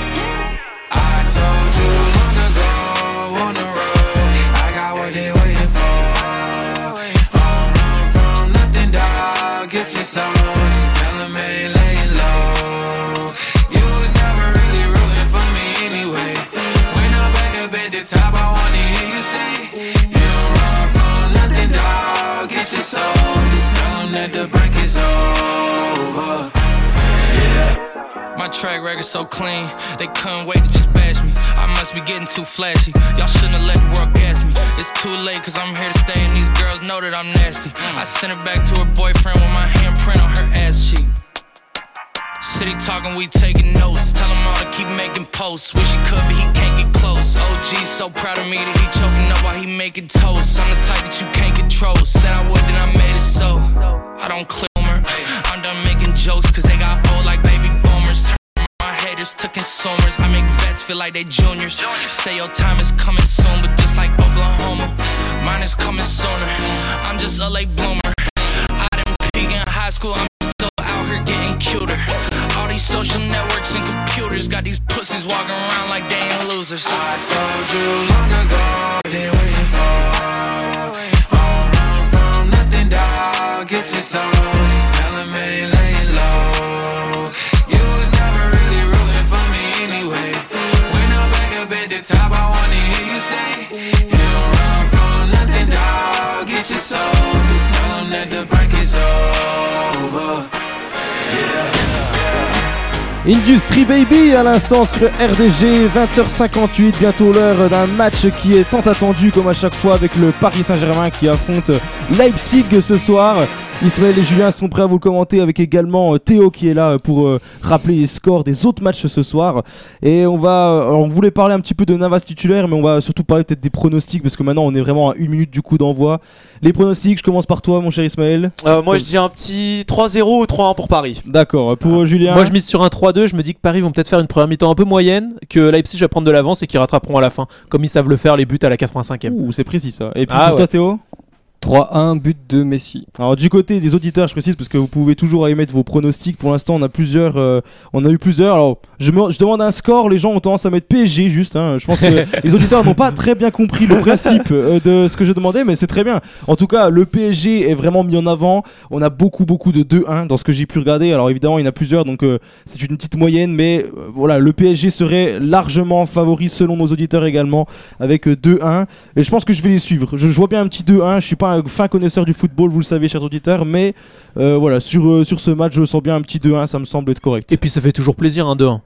I told you long ago on the road, I got what they waiting for. Don't run from nothing, dawg. Get your soul, just tell him I ain't laying low. You was never really rooting for me anyway. When I'm back up at the top, I wanna hear you say, you don't run from nothing, dawg. Get your soul, just tell him that the break is over. My track record so clean, they couldn't wait to just bash me. I must be getting too flashy. Y'all shouldn't have let the world gas me. It's too late cause I'm here to stay and these girls know that I'm nasty. I sent her back to her boyfriend with my handprint on her ass cheek. City talking, we taking notes. Tell him all to keep making posts. Wish he could, but he can't get close. OG so proud of me that he choking up while he making toast. I'm the type that you can't control. Said I would, then I made it so. I don't clear her. I'm done making jokes cause they got old like baby boomers. My haters to consumers. I make vets feel like they juniors. Say your time is coming soon, but just like Oklahoma, mine is coming sooner. I'm just a late bloomer. I didn't peak in high school, I'm still out here getting cuter. All these social networks and computers got these pussies walking around like they ain't losers. I told you long ago, they waiting for. Don't run from nothing, dawg. Get your soul, just tell him I ain't laying low. You was never really rooting for me anyway. When I'm back up at the top, I wanna hear you say, you don't run from nothing, dawg. Get your soul, just tell him that the break is over.
Industry Baby à l'instant sur RDG, 20h58, bientôt l'heure d'un match qui est tant attendu comme à chaque fois avec le Paris Saint-Germain qui affronte Leipzig ce soir. Ismaël et Julien sont prêts à vous le commenter avec également Théo qui est là pour rappeler les scores des autres matchs ce soir. Et on voulait parler un petit peu de Navas titulaire, mais on va surtout parler peut-être des pronostics parce que maintenant on est vraiment à 1 minute du coup d'envoi. Les pronostics, je commence par toi mon cher Ismaël.
Moi je dis un petit 3-0 ou 3-1 pour Paris.
D'accord, pour Julien.
Moi je mise sur un 3-2, je me dis que Paris vont peut-être faire une première mi-temps un peu moyenne, que Leipzig va prendre de l'avance et qu'ils rattraperont à la fin, comme ils savent le faire les buts à la 85e.
Ouh, c'est précis ça. Et puis pour toi Théo
3-1, but de Messi.
Alors du côté des auditeurs, je précise parce que vous pouvez toujours émettre vos pronostics. Pour l'instant, on a eu plusieurs. Alors, je demande un score. Les gens ont tendance à mettre PSG juste. Hein. Je pense que les auditeurs n'ont pas très bien compris le principe de ce que je demandais, mais c'est très bien. En tout cas, le PSG est vraiment mis en avant. On a beaucoup de 2-1 dans ce que j'ai pu regarder. Alors évidemment, il y en a plusieurs, donc c'est une petite moyenne, mais voilà, le PSG serait largement favori selon nos auditeurs également, avec 2-1. Et je pense que je vais les suivre. Je vois bien un petit 2-1. Je suis pas un fin connaisseur du football, vous le savez, chers auditeurs, mais voilà, sur ce match, je sens bien un petit 2-1, ça me semble être correct.
Et puis ça fait toujours plaisir un 2-1.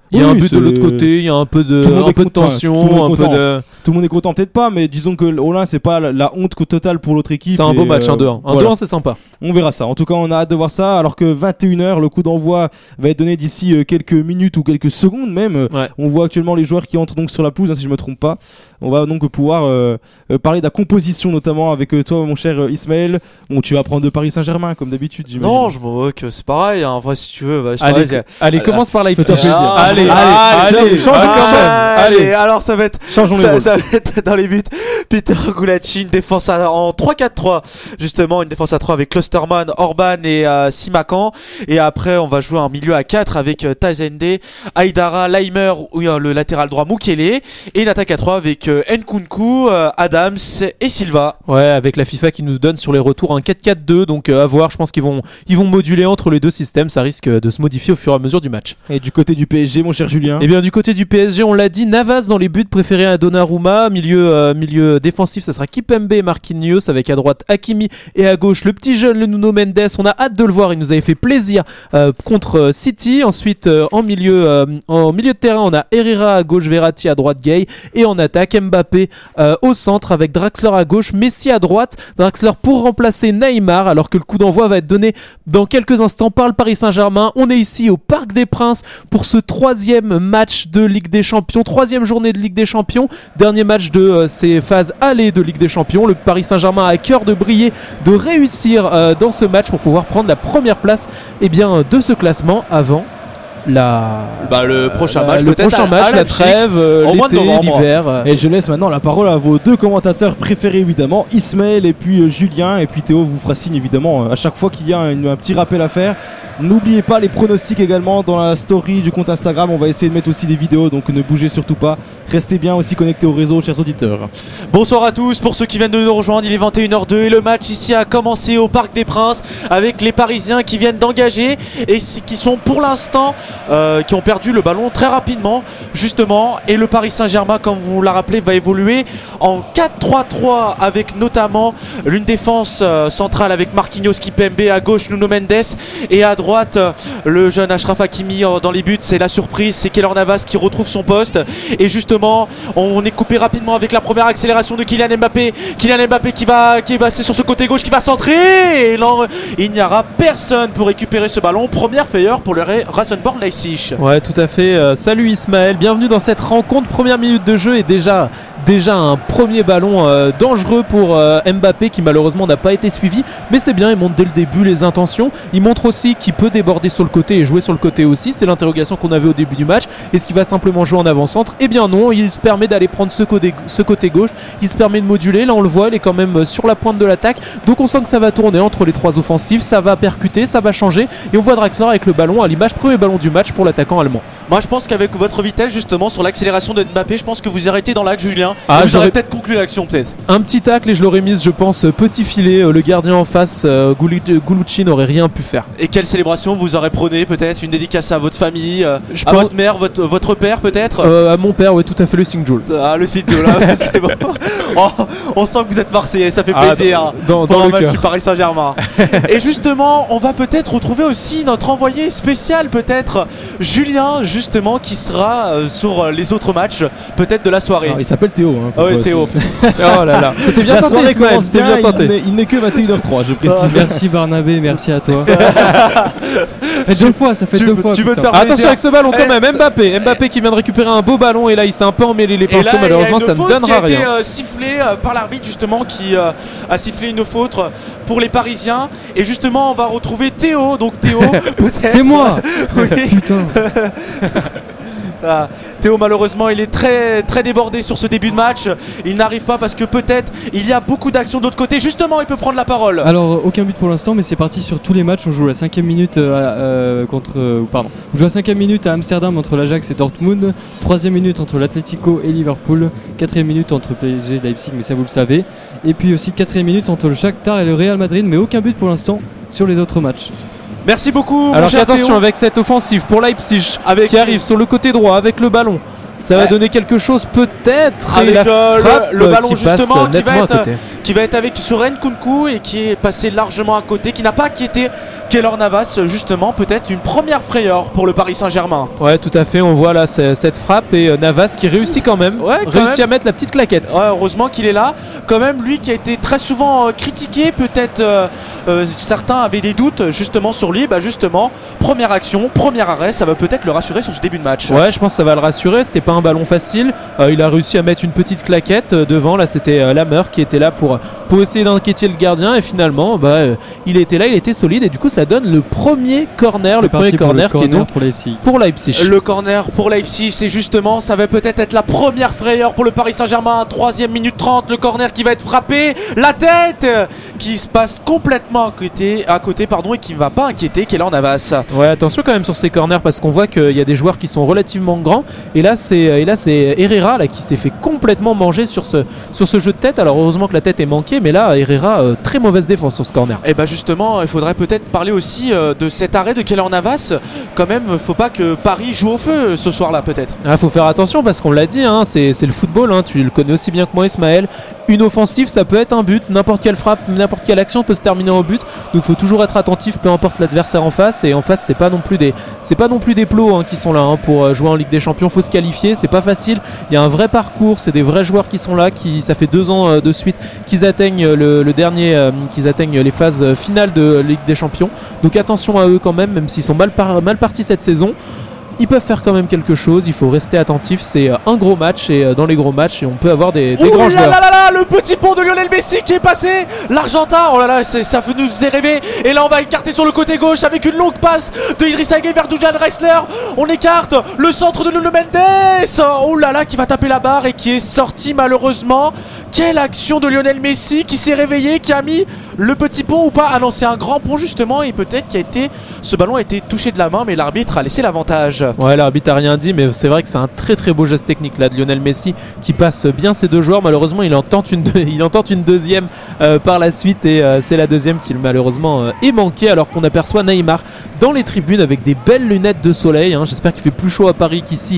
Il y a un
Oui,
but de
c'est-
l'autre côté, il y a un peu de,
Tout le monde
un
est
peu de
content,
tension,
tout le monde est
un peu
content.
de.
Tout le monde est content, peut-être pas, mais disons que Olin, c'est pas la honte totale pour l'autre équipe.
C'est un beau
et,
match, un 2-1. Un
voilà.
2-1, c'est sympa.
On verra ça. En tout cas, on a hâte de voir ça. Alors que 21h, le coup d'envoi va être donné d'ici quelques minutes ou quelques secondes même.
Ouais.
On voit actuellement les joueurs qui entrent donc sur la pelouse, hein, si je me trompe pas. On va donc pouvoir parler de la composition, notamment avec toi, mon cher Ismaël. Bon, tu vas prendre de Paris Saint-Germain, comme d'habitude, j'imagine.
Non, je m'en moque, c'est pareil. En vrai, si tu veux, bah, c'est
Allez,
pareil,
allez, commence par Leipzig.
Fais-toi plaisir.
Allez,
allez, change
quand même.
Allez, alors ça va être
Changeons les rôles.
ça va être dans les buts. Peter Gulacsi, une défense en 3-4-3, justement, une défense à 3 avec Klosterman, Orban et Simakan. Et après, on va jouer un milieu à 4 avec Tazende, Aïdara, Leimer ou le latéral droit Mukele. Et une attaque à 3 avec Nkunku, Adams et Silva.
Ouais, avec la FIFA qui nous donne sur les retours un 4-4-2, donc à voir. Je pense qu'ils vont moduler entre les deux systèmes. Ça risque de se modifier au fur et à mesure du match.
Et du côté du PSG, mon cher Julien.
Et bien du côté du PSG, on l'a dit, Navas dans les buts, préféré à Donnarumma. Milieu défensif, ça sera Kipembe et Marquinhos, avec à droite Hakimi et à gauche le petit jeune, le Nuno Mendes. On a hâte de le voir, il nous avait fait plaisir contre City. Ensuite en milieu de terrain, on a Herrera à gauche, Verratti à droite, Gay, et en attaque Mbappé au centre avec Draxler à gauche, Messi à droite. Draxler pour remplacer Neymar, alors que le coup d'envoi va être donné dans quelques instants par le Paris Saint-Germain. On est ici au Parc des Princes pour ce 3e match de Ligue des Champions, 3e journée de Ligue des Champions, dernier match de ces phases allées de Ligue des Champions. Le Paris Saint-Germain a à cœur de briller, de réussir dans ce match pour pouvoir prendre la première place de ce classement avant
le prochain match,
le
peut-être
prochain
à
match, la
Leipzig,
trêve,
au mois de
l'été,
novembre.
l'hiver.
Et je laisse maintenant la parole à vos deux commentateurs préférés évidemment, Ismaël et puis Julien, et puis Théo vous fera signe évidemment à chaque fois qu'il y a un petit rappel à faire. N'oubliez pas les pronostics également dans la story du compte Instagram, on va essayer de mettre aussi des vidéos, donc ne bougez surtout pas, restez bien aussi connectés au réseau, chers auditeurs.
Bonsoir à tous, pour ceux qui viennent de nous rejoindre, il est 21h02 et le match ici a commencé au Parc des Princes avec les Parisiens qui viennent d'engager et qui sont pour l'instant qui ont perdu le ballon très rapidement justement, et le Paris Saint-Germain, comme vous l'a rappelé, va évoluer en 4-3-3 avec notamment une défense centrale avec Marquinhos, Kipembe à gauche, Nuno Mendes, et à droite le jeune Achraf Hakimi dans les buts. C'est la surprise, c'est Keylor Navas qui retrouve son poste, et justement on est coupé rapidement avec la première accélération de Kylian Mbappé qui est passé sur ce côté gauche, qui va centrer, et là, il n'y aura personne pour récupérer ce ballon. Première frayeur pour le Rasenborg Leipzig.
Ouais, tout à fait. Salut Ismaël, bienvenue dans cette rencontre. Première minute de jeu et déjà un premier ballon dangereux pour Mbappé qui malheureusement n'a pas été suivi, mais c'est bien, il montre dès le début les intentions. Il montre aussi qu'il peut déborder sur le côté et jouer sur le côté aussi. C'est l'interrogation qu'on avait au début du match. Est-ce qu'il va simplement jouer en avant-centre? Eh bien non, il se permet d'aller prendre ce côté gauche, il se permet de moduler. Là on le voit, il est quand même sur la pointe de l'attaque, donc on sent que ça va tourner entre les trois offensifs, ça va percuter, ça va changer, et on voit Draxler avec le ballon à l'image, premier ballon du match pour l'attaquant allemand.
Moi je pense qu'avec votre vitesse justement sur l'accélération de Mbappé, je pense que vous arrêtez dans l'axe, Julien.
Ah,
vous aurez
j'aurais-
peut-être conclu l'action peut-être.
Un petit tacle et je l'aurais mise, je pense, petit filet. Le gardien en face, Gulucci, n'aurait rien pu faire.
Et quelle célébration vous aurez prôné? Peut-être une dédicace à votre famille, à
pense-
votre mère, votre père peut-être.
À mon père, ouais, tout à fait, le Sing Joule.
Ah, le site là, c'est bon. Oh, on sent que vous êtes Marseillais, ça fait plaisir.
Dans
Pour un
le
match
cœur.
du Paris Saint-Germain. Et justement, on va peut-être retrouver aussi notre envoyé spécial, peut-être Julien, justement, qui sera sur les autres matchs, peut-être de la soirée.
Alors, il s'appelle Théo. Hein,
Ah ouais,
pour-
Théo.
Oh là là, c'était bien
La
tenté,
soirée
Ismaël,
commence
c'était
bien,
bien tenté.
il n'est que 21h03, je précise.
Merci Barnabé, merci à toi. Fait deux fois, ça fait
Tu-
deux fois.
tu veux te
putain.
faire
Attention avec ce ballon quand
Eh.
même, Mbappé qui vient de récupérer un beau ballon et là il s'est un peu emmêlé les
Et là,
pinceaux, malheureusement
il y a
ça
une
ne
faute
donnera
qui a
rien.
été sifflée par l'arbitre justement, qui a sifflé une faute pour les Parisiens. Et justement, on va retrouver Théo. Donc Théo, peut-être.
C'est moi.
Oui.
Putain.
Ah, Théo, malheureusement, il est très très débordé sur ce début de match. Il n'arrive pas parce que peut-être il y a beaucoup d'actions de l'autre côté. Justement, il peut prendre la parole.
Alors aucun but pour l'instant, mais c'est parti sur tous les matchs. On joue la 5ème minute on joue la 5ème minute à Amsterdam entre l'Ajax et Dortmund, 3ème minute entre l'Atlético et Liverpool, 4ème minute entre PSG et Leipzig, mais ça vous le savez, et puis aussi 4ème minute entre le Shakhtar et le Real Madrid, mais aucun but pour l'instant sur les autres matchs.
Merci beaucoup. mon
Alors
cher
attention
Théo.
avec cette offensive pour Leipzig
Avec-
qui arrive sur le côté droit avec le ballon. Ça va
Ouais.
donner quelque chose peut-être.
Avec
et la frappe
le ballon
qui passe
justement qui
nettement
va
à
être
côté.
qui va être avec sur Nkunku et qui est passé largement à côté, qui n'a pas été Keylor Navas, justement, peut-être une première frayeur pour le Paris Saint-Germain.
Ouais, tout à fait. On voit là cette frappe et Navas qui réussit quand même. Réussit à mettre la petite claquette.
Ouais, heureusement qu'il est là. Quand même, lui qui a été très souvent critiqué, peut-être certains avaient des doutes justement sur lui. Bah justement, première action, premier arrêt, ça va peut-être le rassurer sur ce début de match.
Ouais, je pense que ça va le rassurer. C'était pas un ballon facile. Il a réussi à mettre une petite claquette devant. Là, c'était Lammer qui était là pour essayer d'inquiéter le gardien. Et finalement, il était là, il était solide. Et du coup, ça donne le premier corner. Le premier corner qui est donc pour Leipzig.
Le corner pour Leipzig, c'est justement, ça va peut-être être la première frayeur pour le Paris Saint-Germain. 3e minute 30, le corner qui va être frappé. La tête qui se passe complètement à côté, et qui ne va pas inquiéter Keylor Navas.
Ouais, attention quand même sur ces corners parce qu'on voit qu'il y a des joueurs qui sont relativement grands. Et là, c'est Herrera là, qui s'est fait complètement manger sur ce jeu de tête. Alors heureusement que la tête est manquée, mais là, Herrera, très mauvaise défense sur ce corner.
Et bah justement, il faudrait peut-être parler aussi de cet arrêt de Keylor Navas. Quand même, faut pas que Paris joue au feu ce soir-là, peut-être.
Ah, faut faire attention parce qu'on l'a dit, hein, c'est le football, hein, tu le connais aussi bien que moi, Ismaël. Une offensive, ça peut être un but, n'importe quelle frappe, n'importe quelle action peut se terminer au but. Donc faut toujours être attentif, peu importe l'adversaire en face. Et en face, c'est pas non plus des plots qui sont là pour jouer en Ligue des Champions. Faut se qualifier, c'est pas facile. Il y a un vrai parcours, c'est des vrais joueurs qui sont là, ça fait 2 ans de suite qu'ils atteignent qu'ils atteignent les phases finales de Ligue des Champions. Donc attention à eux quand même s'ils sont mal partis cette saison. Ils peuvent faire quand même quelque chose, il faut rester attentif, c'est un gros match et dans les gros matchs on peut avoir des grands joueurs.
Le petit pont de Lionel Messi qui est passé, l'Argentin, oh là là, ça nous faisait rêver. Et là on va écarter sur le côté gauche avec une longue passe de Idrissa Gueye vers Dujan Reisler. On écarte le centre de Nuno Mendes, oh là là, qui va taper la barre et qui est sorti malheureusement. Quelle action de Lionel Messi qui s'est réveillé, qui a mis le petit pont ou pas. Ah non, c'est un grand pont justement et peut-être ce ballon a été touché de la main, mais l'arbitre a laissé l'avantage.
Ouais, l'arbitre a rien dit, mais c'est vrai que c'est un très très beau geste technique là de Lionel Messi qui passe bien ces deux joueurs. Malheureusement, il en tente une deuxième par la suite et c'est la deuxième qui malheureusement est manquée, alors qu'on aperçoit Neymar dans les tribunes avec des belles lunettes de soleil. J'espère qu'il fait plus chaud à Paris qu'ici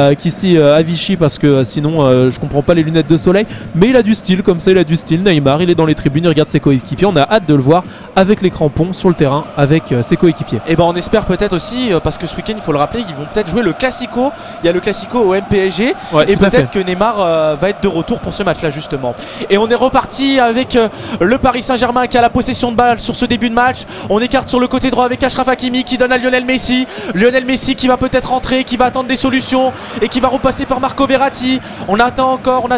à Vichy parce que sinon je comprends pas les lunettes de soleil. Mais il a du style, comme ça il a du style. Neymar, il est dans les tribunes, il regarde ses coéquipiers. On a hâte de le voir avec les crampons sur le terrain avec ses coéquipiers.
Et on espère peut-être aussi parce que ce week-end il faut le rappeler, ils vont peut-être jouer le Classico. Il y a le Classico au MPSG et peut-être que Neymar va être de retour pour ce match-là justement. Et on est reparti avec le Paris Saint-Germain qui a la possession de balle sur ce début de match. On écarte sur le côté droit avec Achraf Hakimi qui donne à Lionel Messi. Lionel Messi qui va peut-être rentrer, qui va attendre des solutions et qui va repasser par Marco Verratti. On attend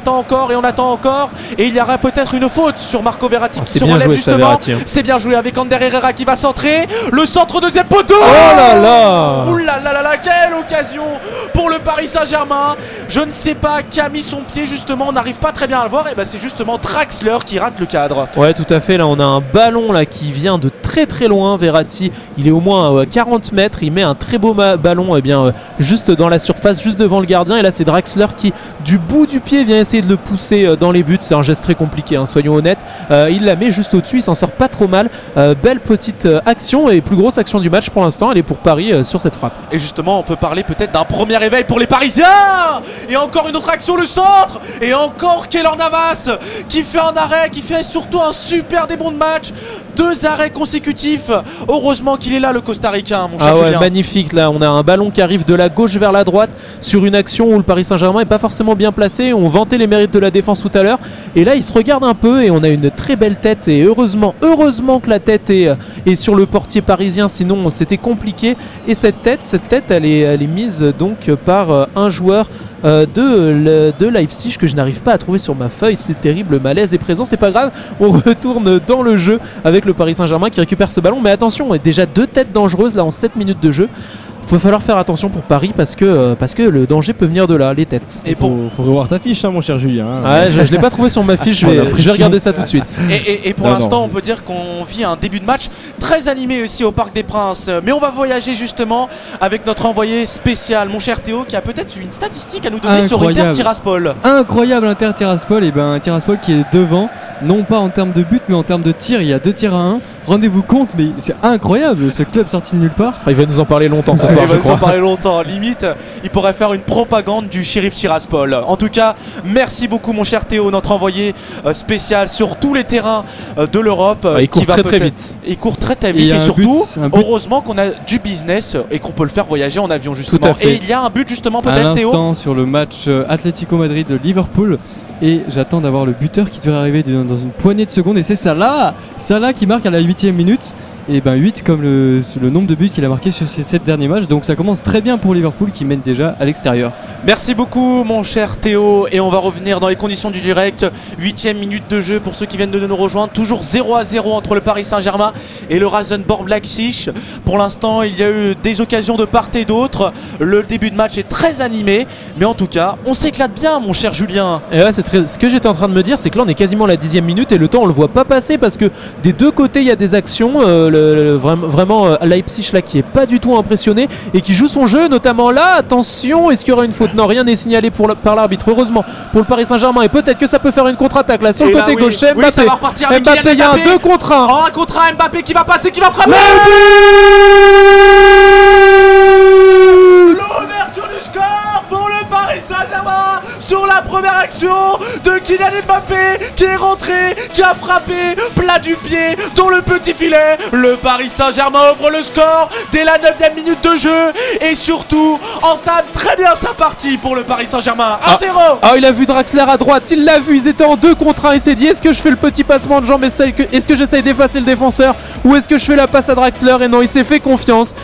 encore et il y aura peut-être une faute sur Marco Verratti qui se relève justement.
Verratti,
C'est bien joué avec Ander Herrera qui va centrer. Le centre deuxième poteau.
Oh là là.
Ouh là là là là, quelle occasion pour le Paris Saint-Germain. Je ne sais pas qui a mis son pied justement, on n'arrive pas très bien à le voir. Et c'est justement Draxler qui rate le cadre.
Ouais, tout à fait. Là on a un ballon là qui vient de très très loin. Verratti, il est au moins à 40 mètres. Il met un très beau ballon juste dans la surface, juste devant le gardien. Et là c'est Draxler qui du bout du pied vient essayer de le pousser dans les buts. C'est un geste très compliqué, soyons honnêtes. Il la met juste au-dessus, il s'en sort pas trop mal. Belle petite action et plus grosse action du match pour l'instant. Elle est pour Paris sur cette frappe.
Et justement on peut parler peut-être d'un premier réveil pour les Parisiens. Et encore une autre action, le centre. Et encore Keylor Navas qui fait un arrêt, qui fait surtout un super début de match. 2 arrêts consécutifs. Heureusement qu'il est là, le Costaricain, mon cher Julien.
Magnifique. Là on a un ballon qui arrive de la gauche vers la droite sur une action où le Paris Saint-Germain est pas forcément bien placé. On vantait les mérites de la défense tout à l'heure et là il se regarde un peu et on a une très belle tête et heureusement que la tête est sur le portier parisien, sinon c'était compliqué. Et cette tête elle est mise donc par un joueur de Leipzig que je n'arrive pas à trouver sur ma feuille. C'est terrible, le malaise est présent, c'est pas grave. On retourne dans le jeu avec le Paris Saint-Germain qui récupère ce ballon, mais attention, on a déjà 2 têtes dangereuses là en 7 minutes de jeu. Il va falloir faire attention pour Paris parce que le danger peut venir de là, les têtes.
Et faut revoir ta fiche, mon cher Julien.
Ouais, je l'ai pas trouvé sur ma fiche, je vais regarder ça tout de suite.
Et pour l'instant, on peut dire qu'on vit un début de match très animé aussi au Parc des Princes. Mais on va voyager justement avec notre envoyé spécial, mon cher Théo, qui a peut-être une statistique à nous donner sur Inter Tiraspol.
Incroyable Inter Tiraspol, et Tiraspol qui est devant, non pas en termes de but, mais en termes de tir. Il y a 2 tirs à 1. rendez-vous compte, mais c'est incroyable ce club sorti de nulle part.
Il va nous en parler longtemps ce soir,
Il
je
va nous en
crois.
parler longtemps. Limite, il pourrait faire une propagande du shérif Tiraspol. En tout cas, merci beaucoup, mon cher Théo, notre envoyé spécial sur tous les terrains de l'Europe.
Il court
qui va
très très
peut-être-
vite.
Il court très très
Et il
vite
y a
et
un
surtout,
but- un but-
heureusement qu'on a du business et qu'on peut le faire voyager en avion justement.
Tout à fait.
Et il y a un but justement
À
peut-être Théo.
l'instant sur le match Atlético Madrid de Liverpool. Et j'attends d'avoir le buteur qui devrait arriver dans une poignée de secondes. Et c'est Salah qui marque à la 8ème minute. Et ben 8 comme le nombre de buts qu'il a marqué sur ces 7 derniers matchs. Donc ça commence très bien pour Liverpool qui mène déjà à l'extérieur.
Merci beaucoup mon cher Théo et on va revenir dans les conditions du direct. 8ème minute de jeu pour ceux qui viennent de nous rejoindre. Toujours 0-0 entre le Paris Saint-Germain et le Rasenborg Leipzig. Pour l'instant il y a eu des occasions de part et d'autre. Le début de match est très animé. Mais en tout cas on s'éclate bien mon cher Julien.
Et ouais, ce que j'étais en train de me dire, c'est que là on est quasiment à la 10ème minute et le temps on le voit pas passer parce que des deux côtés il y a des actions. Vraiment Leipzig là qui est pas du tout impressionné et qui joue son jeu, notamment là. Attention, est-ce qu'il y aura une faute? Non, rien n'est signalé par l'arbitre. Heureusement pour le Paris Saint-Germain et peut-être que ça peut faire une contre-attaque là sur le
Et
côté
bah oui,
gauche.
oui,
Mbappé,
ça va repartir avec
Mbappé,
Kylian
il y a un
Mbappé.
2 contre 1.
En un contre un, Mbappé qui va passer, qui va frapper. L'ouverture du score pour le Paris Saint-Germain sur la première action de Kylian Mbappé qui est rentré, qui a frappé plat du pied dans le petit filet. Le Paris Saint-Germain ouvre le score dès la 9ème minute de jeu et surtout entame très bien sa partie pour le Paris Saint-Germain. 1-0.
Ah, il a vu Draxler à droite, il l'a vu, ils étaient en 2 contre 1. Il s'est dit, est-ce que je fais le petit passement de jambe, est-ce que j'essaye d'effacer le défenseur ou est-ce que je fais la passe à Draxler? Et non, il s'est fait confiance,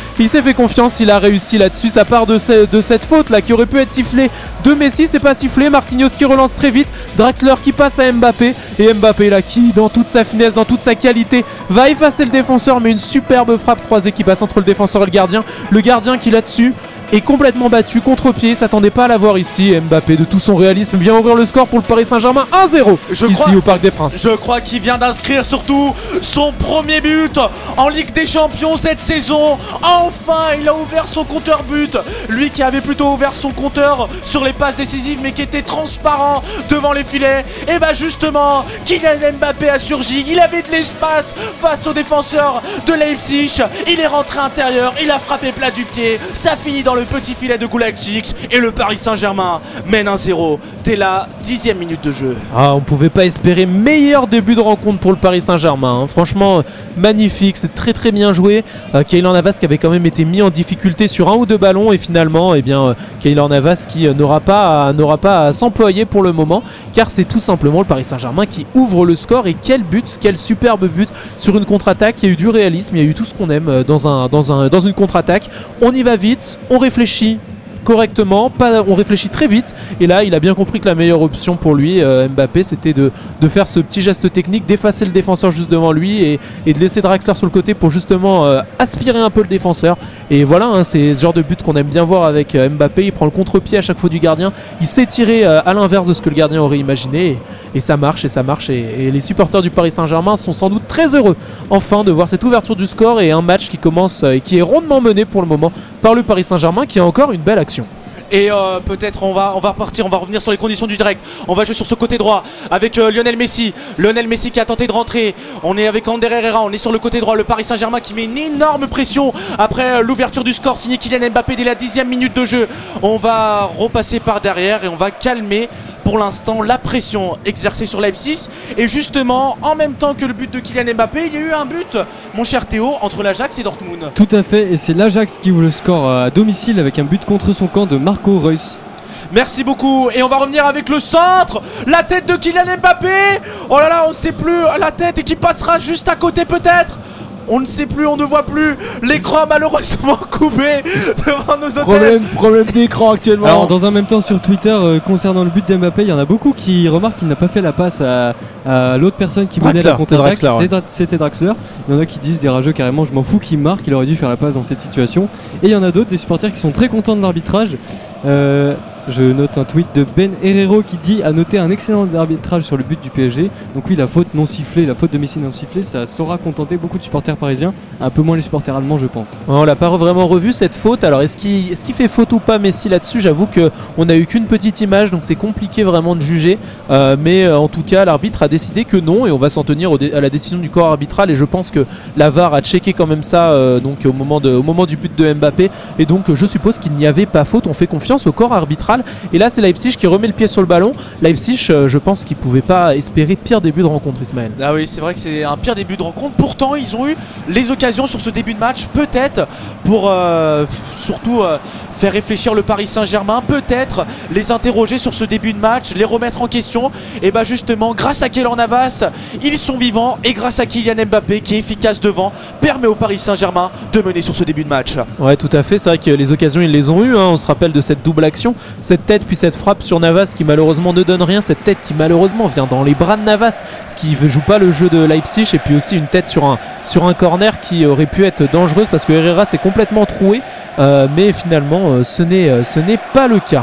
il a réussi là-dessus. Ça part de cette faute là qui aurait pu être sifflée de Messi, c'est pas sifflé. Marquinhos qui relance très vite, Draxler qui passe à Mbappé et Mbappé là qui dans toute sa finesse, dans toute sa qualité va effacer le défenseur, mais une superbe frappe croisée qui passe entre le défenseur et le gardien qui là-dessus est complètement battu, contre-pied, s'attendait pas à l'avoir ici. Mbappé de tout son réalisme vient ouvrir le score pour le Paris Saint-Germain. 1-0 ici au Parc des Princes.
Je crois qu'il vient d'inscrire surtout son premier but en Ligue des Champions cette saison. Enfin, il a ouvert son compteur but. Lui qui avait plutôt ouvert son compteur sur les passes décisives mais qui était transparent devant les filets. Et bah justement, Kylian Mbappé a surgi. Il avait de l'espace face au défenseur de Leipzig. Il est rentré intérieur, il a frappé plat du pied. Ça finit dans le petit filet de Gulagcic et le Paris Saint-Germain mène 1-0 dès la 10ème minute de jeu.
Ah, on pouvait pas espérer meilleur début de rencontre pour le Paris Saint-Germain, hein. Franchement magnifique, c'est très très bien joué. Keylor Navas qui avait quand même été mis en difficulté sur un ou deux ballons et finalement Keylor Navas qui n'aura pas à s'employer pour le moment car c'est tout simplement le Paris Saint-Germain qui ouvre le score. Et quel but, quel superbe but sur une contre-attaque. Il y a eu du réalisme, il y a eu tout ce qu'on aime dans une contre-attaque. On y va vite, on réfléchit correctement, on réfléchit très vite et là il a bien compris que la meilleure option pour lui Mbappé c'était de faire ce petit geste technique, d'effacer le défenseur juste devant lui et de laisser Draxler sur le côté pour justement aspirer un peu le défenseur. Et voilà, hein, c'est ce genre de but qu'on aime bien voir avec Mbappé. Il prend le contre-pied à chaque fois du gardien, il s'est tiré à l'inverse de ce que le gardien aurait imaginé et ça marche et les supporters du Paris Saint-Germain sont sans doute très heureux enfin de voir cette ouverture du score et un match qui commence et qui est rondement mené pour le moment par le Paris Saint-Germain qui a encore une belle action.
Et peut-être on va revenir sur les conditions du direct. On va jouer sur ce côté droit avec Lionel Messi qui a tenté de rentrer. On est avec Ander Herrera, on est sur le côté droit. Le Paris Saint-Germain qui met une énorme pression après l'ouverture du score signé Kylian Mbappé dès la 10ème minute de jeu. On va repasser par derrière et on va calmer pour l'instant la pression exercée sur Leipzig. Et justement, en même temps que le but de Kylian Mbappé, il y a eu un but, mon cher Théo, entre l'Ajax et Dortmund.
Tout à fait, et c'est l'Ajax qui ouvre le score à domicile avec un but contre son camp de Marco Reus.
Merci beaucoup et on va revenir avec le centre, la tête de Kylian Mbappé. Oh là là, on ne sait plus, la tête et qui passera juste à côté peut-être. On ne sait plus, on ne voit plus. L'écran malheureusement coupé devant nos hôtels.
Problème d'écran actuellement.
Alors dans un même temps sur Twitter concernant le but d'Mbappé, il y en a beaucoup qui remarquent qu'il n'a pas fait la passe à l'autre personne qui menait la contre-attaque. C'était Draxler. Il y en a qui disent des rageux carrément, je m'en fous qu'il marque, il aurait dû faire la passe dans cette situation. Et il y en a d'autres, des supporters qui sont très contents de l'arbitrage. Je note un tweet de Ben Herrero qui dit a noté un excellent arbitrage sur le but du PSG. Donc oui, la faute non sifflée, la faute de Messi non sifflée, ça saura contenter beaucoup de supporters parisiens, un peu moins les supporters allemands je pense.
Ouais, on l'a pas vraiment revu cette faute. Alors est-ce qu'il fait faute ou pas Messi là-dessus? J'avoue qu'on a eu qu'une petite image, donc c'est compliqué vraiment de juger. Mais en tout cas, l'arbitre a décidé que non, et on va s'en tenir à la décision du corps arbitral. Et je pense que la VAR a checké quand même ça donc au moment du but de Mbappé. Et donc je suppose qu'il n'y avait pas faute. On fait confiance au corps arbitral. Et là, c'est Leipzig qui remet le pied sur le ballon. Leipzig, je pense qu'ils pouvaient pas espérer pire début de rencontre, Ismaël.
Ah oui, c'est vrai que c'est un pire début de rencontre. Pourtant, ils ont eu les occasions sur ce début de match, peut-être pour surtout faire réfléchir le Paris Saint-Germain, peut-être les interroger sur ce début de match, les remettre en question. Et bah justement, grâce à Keylor Navas, ils sont vivants, et grâce à Kylian Mbappé qui est efficace devant, permet au Paris Saint-Germain de mener sur ce début de match.
Ouais, tout à fait. C'est vrai que les occasions, ils les ont eues. On se rappelle de cette double action, cette tête puis cette frappe sur Navas qui malheureusement ne donne rien, cette tête qui malheureusement vient dans les bras de Navas, ce qui ne joue pas le jeu de Leipzig, et puis aussi une tête sur un corner qui aurait pu être dangereuse parce que Herrera s'est complètement troué, mais finalement ce n'est pas le cas.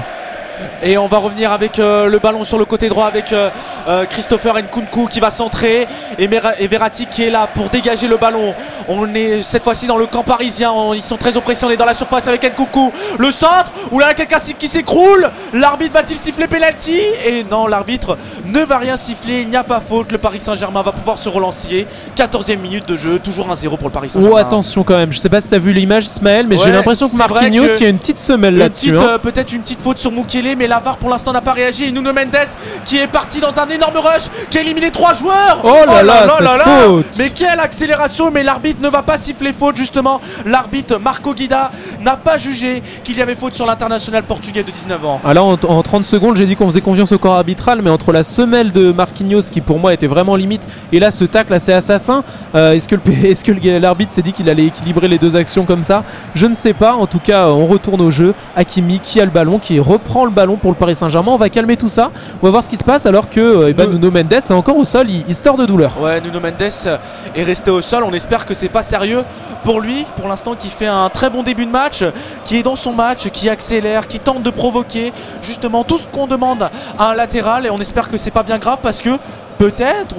Et on va revenir avec le ballon sur le côté droit avec Christopher Nkunku qui va centrer et Verratti qui est là pour dégager le ballon. On est cette fois-ci dans le camp parisien, ils sont très oppressés, on est dans la surface avec Nkunku. Le centre, où là quelqu'un qui s'écroule. L'arbitre va-t-il siffler penalty? Et non, l'arbitre ne va rien siffler, il n'y a pas faute. Le Paris Saint-Germain va pouvoir se relancer. 14e minute de jeu, toujours 1-0 pour le Paris Saint-Germain.
Oh attention quand même, je sais pas si t'as vu l'image Ismaël, mais j'ai l'impression que Marquinhos, il y a une petite semelle là-dessus.
Peut-être une petite faute sur Mukiele, mais la VAR pour l'instant n'a pas réagi. Et Nuno Mendes qui est parti dans un énorme rush, qui a éliminé 3 joueurs.
Oh là là, cette faute.
Mais quelle accélération! Mais l'arbitre ne va pas siffler faute justement. L'arbitre Marco Guida n'a pas jugé qu'il y avait faute sur l'international portugais de 19 ans.
Alors en 30 secondes j'ai dit qu'on faisait confiance au corps arbitral, mais entre la semelle de Marquinhos qui pour moi était vraiment limite et là ce tacle assez assassin, est-ce que l'arbitre s'est dit qu'il allait équilibrer les deux actions comme ça? Je ne sais pas. En tout cas on retourne au jeu. Hakimi qui a le ballon, qui reprend le ballon pour le Paris Saint-Germain. On va calmer tout ça, on va voir ce qui se passe alors que Nuno Mendes est encore au sol, il se tord de douleur.
Ouais, Nuno Mendes est resté au sol, on espère que c'est pas sérieux pour lui pour l'instant, qui fait un très bon début de match, qui est dans son match, qui accélère, qui tente de provoquer justement tout ce qu'on demande à un latéral, et on espère que c'est pas bien grave parce que peut-être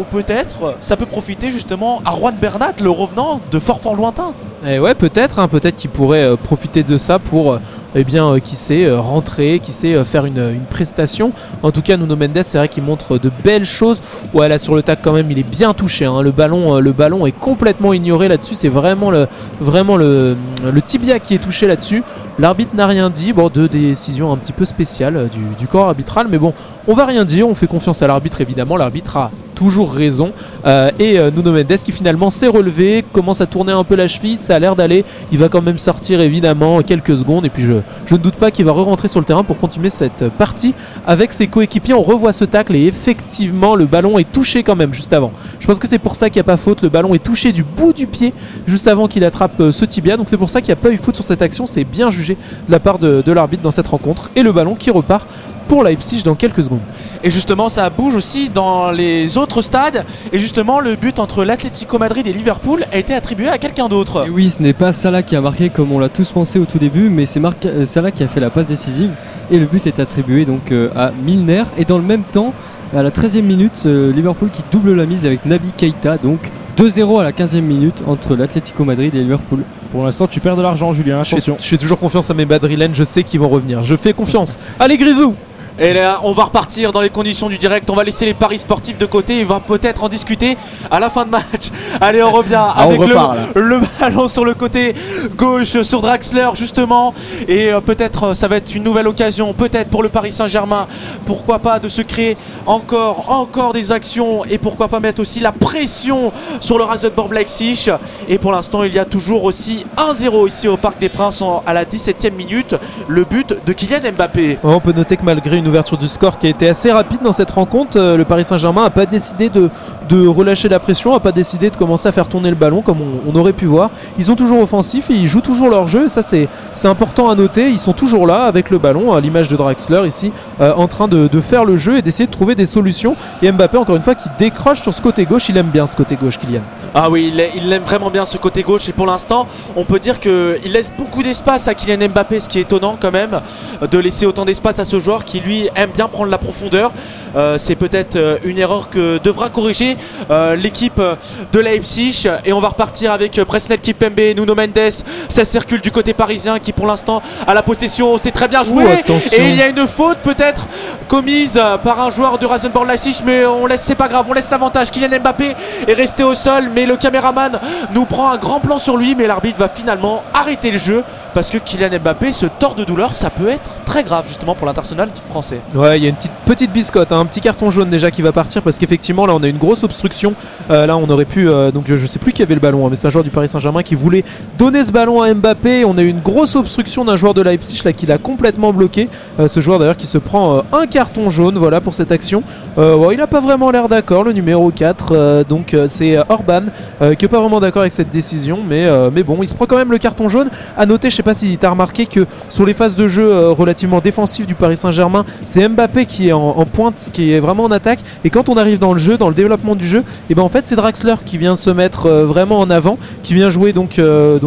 ça peut profiter justement à Juan Bernat, le revenant de fort lointain.
Et ouais, peut-être qu'il pourrait profiter de ça pour qui sait rentrer, qui sait faire une prestation. En tout cas Nuno Mendes, c'est vrai qu'il montre de belles choses. Ouais, là sur le tac quand même il est bien touché, hein. Le ballon est complètement ignoré là-dessus. C'est vraiment le tibia qui est touché là-dessus. L'arbitre n'a rien dit. Bon, deux décisions un petit peu spéciales du corps arbitral, mais bon, on va rien dire, on fait confiance à l'arbitre évidemment. L'arbitre a toujours raison, et Nuno Mendes qui finalement s'est relevé, commence à tourner un peu la cheville, ça a l'air d'aller, il va quand même sortir évidemment quelques secondes, et puis je ne doute pas qu'il va re-rentrer sur le terrain pour continuer cette partie avec ses coéquipiers. On revoit ce tacle et effectivement le ballon est touché quand même juste avant. Je pense que c'est pour ça qu'il n'y a pas faute, le ballon est touché du bout du pied juste avant qu'il attrape ce tibia, donc c'est pour ça qu'il n'y a pas eu faute sur cette action. C'est bien jugé de la part de l'arbitre dans cette rencontre, et le ballon qui repart pour Leipzig dans quelques secondes.
Et justement ça bouge aussi dans les autres stades, et justement le but entre l'Atlético Madrid et Liverpool a été attribué à quelqu'un d'autre.
Et oui, ce n'est pas Salah qui a marqué comme on l'a tous pensé au tout début, mais c'est Salah qui a fait la passe décisive, et le but est attribué donc à Milner. Et dans le même temps, à la 13e minute, Liverpool qui double la mise avec Naby Keita, donc 2-0 à la 15e minute entre l'Atlético Madrid et Liverpool.
Pour l'instant tu perds de l'argent, Julien, attention.
Je fais toujours confiance à mes Madrilènes, je sais qu'ils vont revenir, je fais confiance. Allez Grisou!
Et là, on va repartir dans les conditions du direct. On va laisser les paris sportifs de côté. On va peut-être en discuter à la fin de match. Allez, on revient avec le ballon sur le côté gauche sur Draxler, justement. Et peut-être ça va être une nouvelle occasion, peut-être pour le Paris Saint-Germain. Pourquoi pas de se créer encore des actions. Et pourquoi pas mettre aussi la pression sur le Rasenborg Leipzig. Et pour l'instant, il y a toujours aussi 1-0 ici au Parc des Princes à la 17e minute. Le but de Kylian Mbappé.
On peut noter que malgré une une ouverture du score qui a été assez rapide dans cette rencontre. Le Paris Saint-Germain n'a pas décidé de relâcher la pression, n'a pas décidé de commencer à faire tourner le ballon comme on aurait pu voir. Ils sont toujours offensifs et ils jouent toujours leur jeu, et ça c'est important à noter. Ils sont toujours là avec le ballon, à l'image de Draxler ici, en train de faire le jeu et d'essayer de trouver des solutions. Et Mbappé, encore une fois, qui décroche sur ce côté gauche. Il aime bien ce côté gauche, Kylian.
Ah oui, il aime vraiment bien ce côté gauche, et pour l'instant on peut dire qu'il laisse beaucoup d'espace à Kylian Mbappé, ce qui est étonnant quand même de laisser autant d'espace à ce joueur qui lui aime bien prendre la profondeur. C'est peut-être une erreur que devra corriger l'équipe de Leipzig, et on va repartir avec Presnel Kimpembe, Nuno Mendes. Ça circule du côté parisien qui pour l'instant a la possession. C'est très bien joué, et il y a une faute peut-être commise par un joueur de Rasenborg Leipzig, mais c'est pas grave, on laisse l'avantage. Kylian Mbappé est resté au sol, mais le caméraman nous prend un grand plan sur lui, mais l'arbitre va finalement arrêter le jeu parce que Kylian Mbappé se tord de douleur. Ça peut être très grave justement pour l'international français.
Ouais, il y a une petite biscotte, un petit carton jaune déjà qui va partir, parce qu'effectivement là on a une grosse obstruction. Là on aurait pu, donc je sais plus qui avait le ballon, mais c'est un joueur du Paris Saint-Germain qui voulait donner ce ballon à Mbappé. On a eu une grosse obstruction d'un joueur de Leipzig là qui l'a complètement bloqué. Ce joueur d'ailleurs qui se prend un carton jaune, voilà, pour cette action. Il n'a pas vraiment l'air d'accord, le numéro 4, donc c'est Orban qui n'est pas vraiment d'accord avec cette décision, mais bon, il se prend quand même le carton jaune. À noter, je sais pas si tu as remarqué que sur les phases de jeu relativement défensives du Paris Saint-Germain, c'est Mbappé qui est en pointe, qui est vraiment en attaque, et quand on arrive dans le jeu, dans le développement du jeu, et ben en fait c'est Draxler qui vient se mettre vraiment en avant, qui vient jouer donc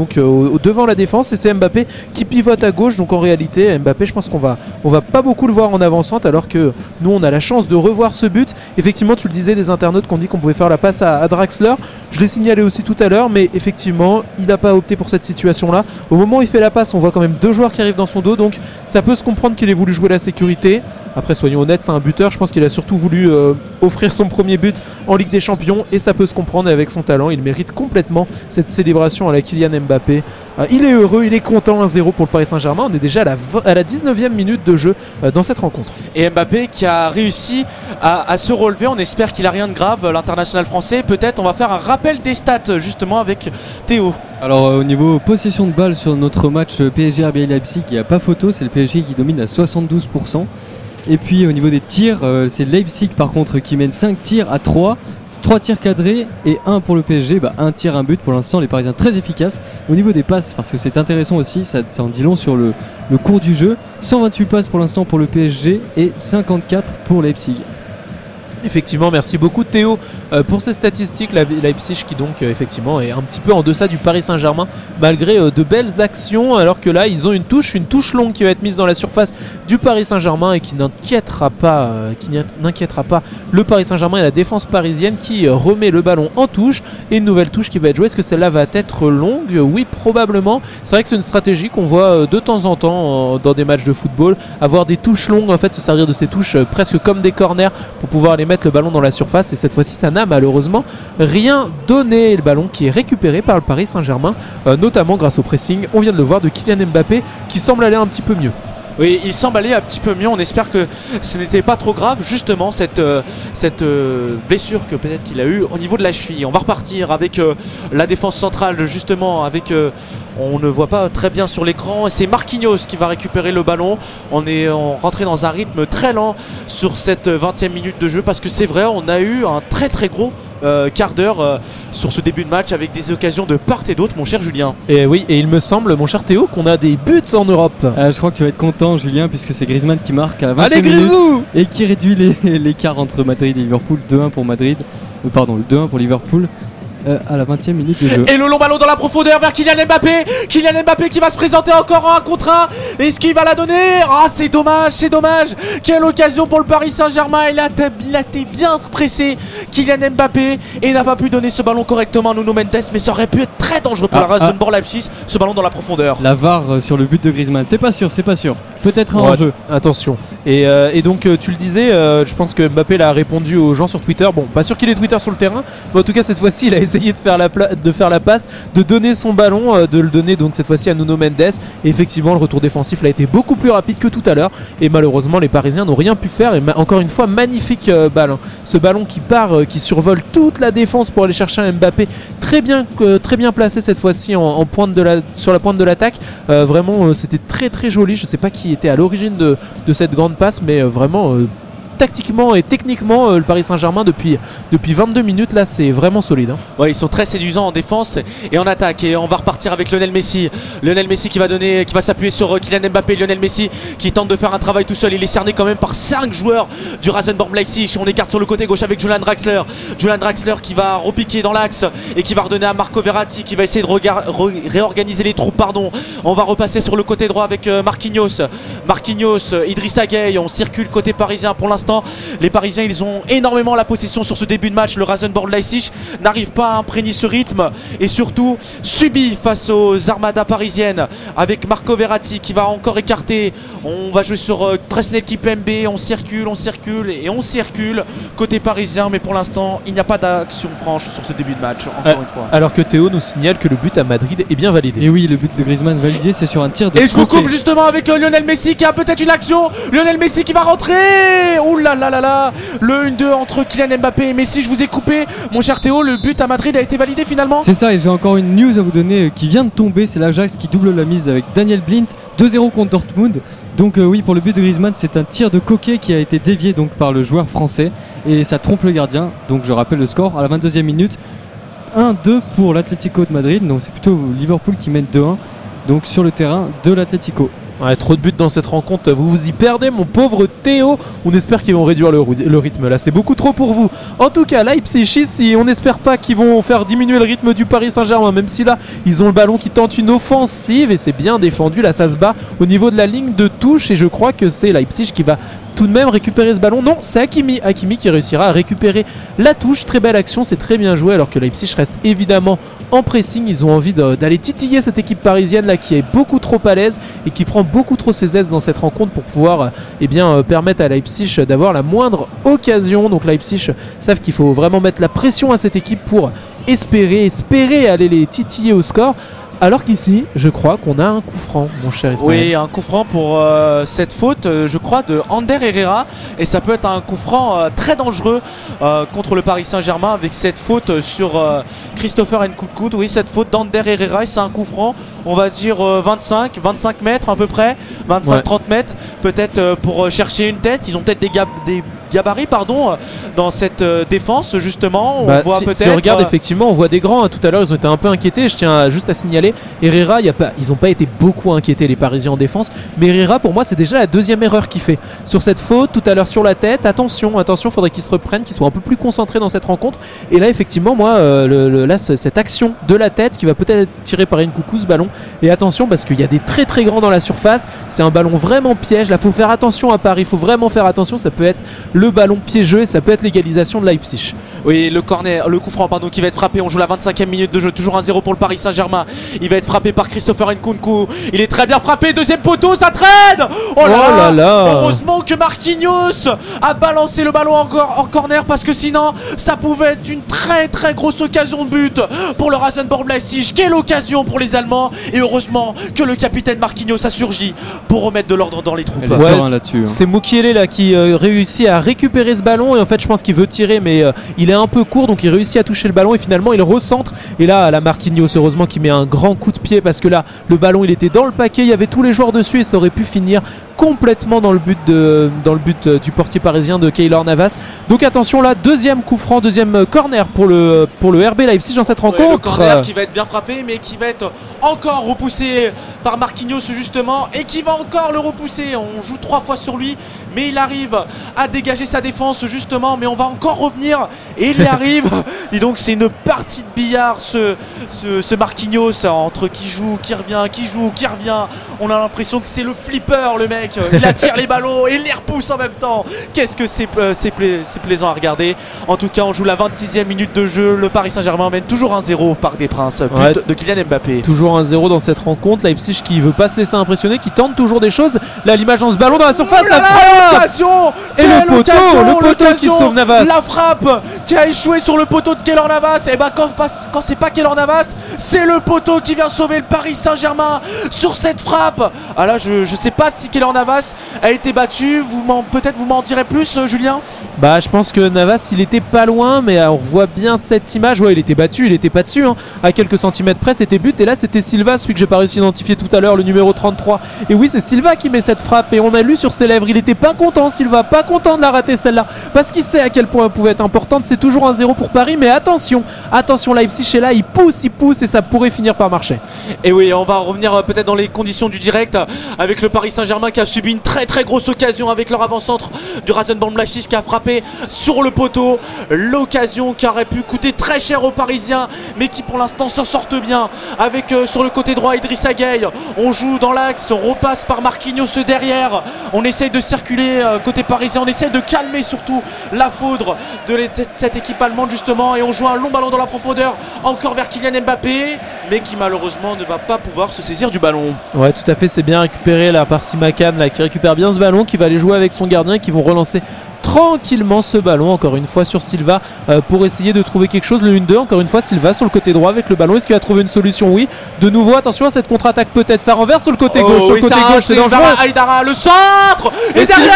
devant la défense, et c'est Mbappé qui pivote à gauche. Donc en réalité Mbappé, je pense qu'on va pas beaucoup le voir en avançante, alors que nous on a la chance de revoir ce but. Effectivement, tu le disais, des internautes qui ont dit qu'on pouvait faire la passe à Draxler, je l'ai signalé aussi tout à l'heure, mais effectivement il n'a pas opté pour cette situation là. Au moment où il fait la passe, on voit quand même deux joueurs qui arrivent dans son dos, donc ça peut se comprendre qu'il ait voulu jouer la sécurité. Après, soyons honnêtes, c'est un buteur. Je pense qu'il a surtout voulu offrir son premier but en Ligue des Champions, et ça peut se comprendre. Et avec son talent, il mérite complètement cette célébration à la Kylian Mbappé. Il est heureux, il est content. 1-0 pour le Paris Saint-Germain. On est déjà à la 19e minute de jeu dans cette rencontre.
Et Mbappé qui a réussi à se relever. On espère qu'il a rien de grave, l'international français. Peut-être on va faire un rappel des stats justement avec Théo.
Alors au niveau possession de balle sur notre match PSG RB Leipzig, il n'y a pas photo, c'est le PSG qui domine à 72%. Et puis au niveau des tirs, c'est Leipzig par contre qui mène 5 tirs à 3. 3 tirs cadrés et 1 pour le PSG, un tir, un but. Pour l'instant les Parisiens très efficaces. Au niveau des passes, parce que c'est intéressant aussi, ça en dit long sur le cours du jeu. 128 passes pour l'instant pour le PSG et 54 pour Leipzig.
Effectivement, merci beaucoup Théo pour ces statistiques. Leipzig qui donc effectivement est un petit peu en deçà du Paris Saint-Germain malgré de belles actions, alors que là ils ont une touche longue qui va être mise dans la surface du Paris Saint-Germain et qui n'inquiétera pas le Paris Saint-Germain et la défense parisienne qui remet le ballon en touche, et une nouvelle touche qui va être jouée. Est-ce que celle-là va être longue? Oui, probablement. C'est vrai que c'est une stratégie qu'on voit de temps en temps dans des matchs de football, avoir des touches longues, en fait se servir de ces touches presque comme des corners pour pouvoir aller mettre le ballon dans la surface, et cette fois-ci ça n'a malheureusement rien donné. Le ballon qui est récupéré par le Paris Saint-Germain, notamment grâce au pressing, on vient de le voir, de Kylian Mbappé, qui semble aller un petit peu mieux.
Oui, il semble aller un petit peu mieux. On espère que ce n'était pas trop grave, justement, cette blessure que peut-être qu'il a eu au niveau de la cheville. On va repartir avec la défense centrale, justement, avec on ne voit pas très bien sur l'écran. C'est Marquinhos qui va récupérer le ballon. On est rentré dans un rythme très lent sur cette 20e minute de jeu, parce que c'est vrai, on a eu un très très gros quart d'heure sur ce début de match, avec des occasions de part et d'autre, mon cher Julien.
Et oui, et il me semble, mon cher Théo, qu'on a des buts en Europe.
Je crois que tu vas être content, Julien, puisque c'est Griezmann qui marque à la 20e minute et qui réduit l'écart entre Madrid et Liverpool. 2-1 pour Madrid, le 2-1 pour Liverpool. À la 20e minute de jeu.
Et le long ballon dans la profondeur vers Kylian Mbappé. Kylian Mbappé qui va se présenter encore en 1 contre 1. Est-ce qu'il va la donner? Ah, c'est dommage. Quelle occasion pour le Paris Saint-Germain. Il a été bien pressé, Kylian Mbappé, et n'a pas pu donner ce ballon correctement à Nuno Mendes, mais ça aurait pu être très dangereux pour la Rasenborg Leipzig, ce ballon dans la profondeur.
La VAR sur le but de Griezmann, c'est pas sûr. Peut-être un enjeu.
Attention. Et donc tu le disais, je pense que Mbappé l'a répondu aux gens sur Twitter. Bon, pas sûr qu'il ait Twitter sur le terrain, mais en tout cas cette fois-ci il a essayé essayer de faire la passe, de donner son ballon, de le donner donc cette fois-ci à Nuno Mendes. Et effectivement, le retour défensif a été beaucoup plus rapide que tout à l'heure. Et malheureusement, les Parisiens n'ont rien pu faire. Et encore une fois, magnifique balle. Ce ballon qui part, qui survole toute la défense pour aller chercher un Mbappé très bien placé cette fois-ci sur la pointe de l'attaque. Vraiment, c'était très très joli. Je sais pas qui était à l'origine de cette grande passe, mais vraiment tactiquement et techniquement, le Paris Saint-Germain depuis 22 minutes là, c'est vraiment solide.
Ouais, ils sont très séduisants en défense et en attaque. Et on va repartir avec Lionel Messi. Lionel Messi qui va s'appuyer sur Kylian Mbappé. Lionel Messi qui tente de faire un travail tout seul. Il est cerné quand même par 5 joueurs du Rasenborg Leipzig. On écarte sur le côté gauche avec Julian Draxler. Julian Draxler qui va repiquer dans l'axe et qui va redonner à Marco Verratti qui va essayer de réorganiser les troupes. On va repasser sur le côté droit avec Marquinhos, Idrissa Gueye. On circule côté parisien pour l'instant. Les Parisiens, ils ont énormément la possession sur ce début de match. Le Rasenborg Leipzig n'arrive pas à imprégner ce rythme et surtout subit face aux armadas parisiennes avec Marco Verratti qui va encore écarter. On va jouer sur Presnel Kimpembe. On circule côté parisien, mais pour l'instant, il n'y a pas d'action franche sur ce début de match. Encore une fois.
Alors que Théo nous signale que le but à Madrid est bien validé.
Et oui, le but de Griezmann validé, c'est sur un tir de.
Et je vous coupe justement avec Lionel Messi qui a peut-être une action. Lionel Messi qui va rentrer. Ouh là là là là. Le 1-2 entre Kylian Mbappé et Messi. Je vous ai coupé, mon cher Théo. Le but à Madrid a été validé finalement.
C'est ça, et j'ai encore une news à vous donner qui vient de tomber. C'est l'Ajax qui double la mise avec Daniel Blind, 2-0 contre Dortmund. Donc oui, pour le but de Griezmann, c'est un tir de Coquet qui a été dévié donc par le joueur français et ça trompe le gardien. Donc je rappelle le score à la 22e minute, 1-2 pour l'Atlético de Madrid. Donc c'est plutôt Liverpool qui mène 2-1 donc sur le terrain de l'Atlético.
Ouais, trop de buts dans cette rencontre, vous vous y perdez mon pauvre Théo. On espère qu'ils vont réduire le rythme là, c'est beaucoup trop pour vous. En tout cas, Leipzig, si on n'espère pas qu'ils vont faire diminuer le rythme du Paris Saint-Germain, même si là ils ont le ballon qui tente une offensive et c'est bien défendu, là ça se bat au niveau de la ligne de touche et je crois que c'est Leipzig qui va tout de même récupérer ce ballon. Non, c'est Hakimi qui réussira à récupérer la touche. Très belle action, c'est très bien joué alors que Leipzig reste évidemment en pressing. Ils ont envie d'aller titiller cette équipe parisienne là qui est beaucoup trop à l'aise et qui prend beaucoup trop ses aises dans cette rencontre pour pouvoir permettre à Leipzig d'avoir la moindre occasion. Donc Leipzig savent qu'il faut vraiment mettre la pression à cette équipe pour espérer aller les titiller au score. Alors qu'ici, je crois qu'on a un coup franc, mon cher Ismaël.
Oui, un coup franc pour cette faute, je crois, de Ander Herrera. Et ça peut être un coup franc très dangereux contre le Paris Saint-Germain avec cette faute sur Christopher Nkunku. Oui, cette faute d'Ander Herrera, et c'est un coup franc, on va dire 25 mètres à peu près, 25-30 mètres, peut-être pour chercher une tête. Ils ont peut-être des gabarits dans cette défense justement. On voit
si on regarde effectivement, on voit des grands. Tout à l'heure, ils ont été un peu inquiétés. Je tiens juste à signaler Herrera, ils n'ont pas été beaucoup inquiétés les Parisiens en défense, mais Herrera pour moi c'est déjà la deuxième erreur qu'il fait sur cette faute tout à l'heure sur la tête. Attention, faudrait qu'il se reprenne, qu'il soit un peu plus concentré dans cette rencontre. Et là effectivement moi cette action de la tête qui va peut-être être tirée par Nkunku, ce ballon. Et attention parce qu'il y a des très très grands dans la surface. C'est un ballon vraiment piège. Là faut faire attention à Paris, faut vraiment faire attention. Ça peut être le ballon piégeux et ça peut être l'égalisation de Leipzig.
Oui, le coup franc qui va être frappé. On joue la 25e minute de jeu, toujours 1-0 pour le Paris Saint-Germain. Il va être frappé par Christopher Nkunku. Il est très bien frappé, deuxième poteau, ça traîne. Oh là là. Heureusement que Marquinhos a balancé le ballon en corner parce que sinon ça pouvait être une très très grosse occasion de but pour le Rasenborg Leipzig. Quelle occasion pour les Allemands, et heureusement que le capitaine Marquinhos a surgi pour remettre de l'ordre dans les troupes.
C'est Mukiele là qui réussit à récupérer ce ballon et en fait je pense qu'il veut tirer mais il est un peu court donc il réussit à toucher le ballon et finalement il recentre. Et là la Marquinhos heureusement qui met un grand coup de pied parce que là le ballon il était dans le paquet, il y avait tous les joueurs dessus et ça aurait pu finir complètement dans le but du portier parisien de Keylor Navas. Donc attention là, deuxième coup franc, deuxième corner pour le RB Leipzig dans cette rencontre.
Le corner qui va être bien frappé mais qui va être encore repoussé par Marquinhos justement et qui va encore le repousser. On joue 3 fois sur lui mais il arrive à dégager sa défense justement, mais on va encore revenir et il y arrive. Et donc c'est une partie de billard ce Marquinhos entre qui joue, qui revient, qui joue, qui revient. On a l'impression que c'est le flipper le mec. mec. Il attire les ballons et il les repousse en même temps. Qu'est-ce que c'est plaisant à regarder. En tout cas, on joue la 26e minute de jeu. Le Paris Saint-Germain mène toujours 1-0 au Parc des Princes. But de Kylian Mbappé.
Toujours 1-0 dans cette rencontre. Leipzig qui veut pas se laisser impressionner, qui tente toujours des choses. Là, l'image dans ce ballon dans la surface. La frappe
l'occasion.
Et le poteau qui sauve Navas.
La frappe qui a échoué sur le poteau de Keylor Navas. Et bah quand c'est pas Keylor Navas, c'est le poteau qui vient sauver le Paris Saint-Germain sur cette frappe. Ah là, je sais pas si Keylor Navas a été battu. Peut-être vous m'en direz plus, Julien.
Bah, je pense que Navas, il était pas loin, mais on revoit bien cette image. Ouais, il était battu, il était pas dessus, hein. À quelques centimètres près, c'était but. Et là, c'était Silva, celui que j'ai pas réussi à identifier tout à l'heure, le numéro 33. Et oui, c'est Silva qui met cette frappe. Et on a lu sur ses lèvres, il était pas content, Silva, pas content de la rater celle-là, parce qu'il sait à quel point elle pouvait être importante. C'est toujours 1-0 pour Paris, mais attention, Leipzig est là, il pousse et ça pourrait finir par marcher.
Et oui, on va revenir peut-être dans les conditions du direct avec le Paris Saint-Germain qui a subi une très très grosse occasion avec leur avant-centre du Rasenball Mlašić qui a frappé sur le poteau. L'occasion qui aurait pu coûter très cher aux Parisiens, mais qui pour l'instant s'en sortent bien avec sur le côté droit Idrissa Gueye. On joue dans l'axe, on repasse par Marquinhos derrière. On essaye de circuler côté parisien, on essaye de calmer surtout la foudre de cette équipe allemande justement, et on joue un long ballon dans la profondeur encore vers Kylian Mbappé, mais qui malheureusement ne va pas pouvoir se saisir du ballon.
Ouais, tout à fait, c'est bien récupéré là par Simakan là, qui récupère bien ce ballon, qui va aller jouer avec son gardien, qui vont relancer tranquillement ce ballon encore une fois sur Silva pour essayer de trouver quelque chose. Le 1-2, encore une fois Silva sur le côté droit avec le ballon. Est-ce qu'il va trouver une solution? Oui. De nouveau, attention à cette contre-attaque, peut-être ça renverse sur le côté gauche. Sur le côté gauche, c'est dangereux.
Aïdara, le centre et derrière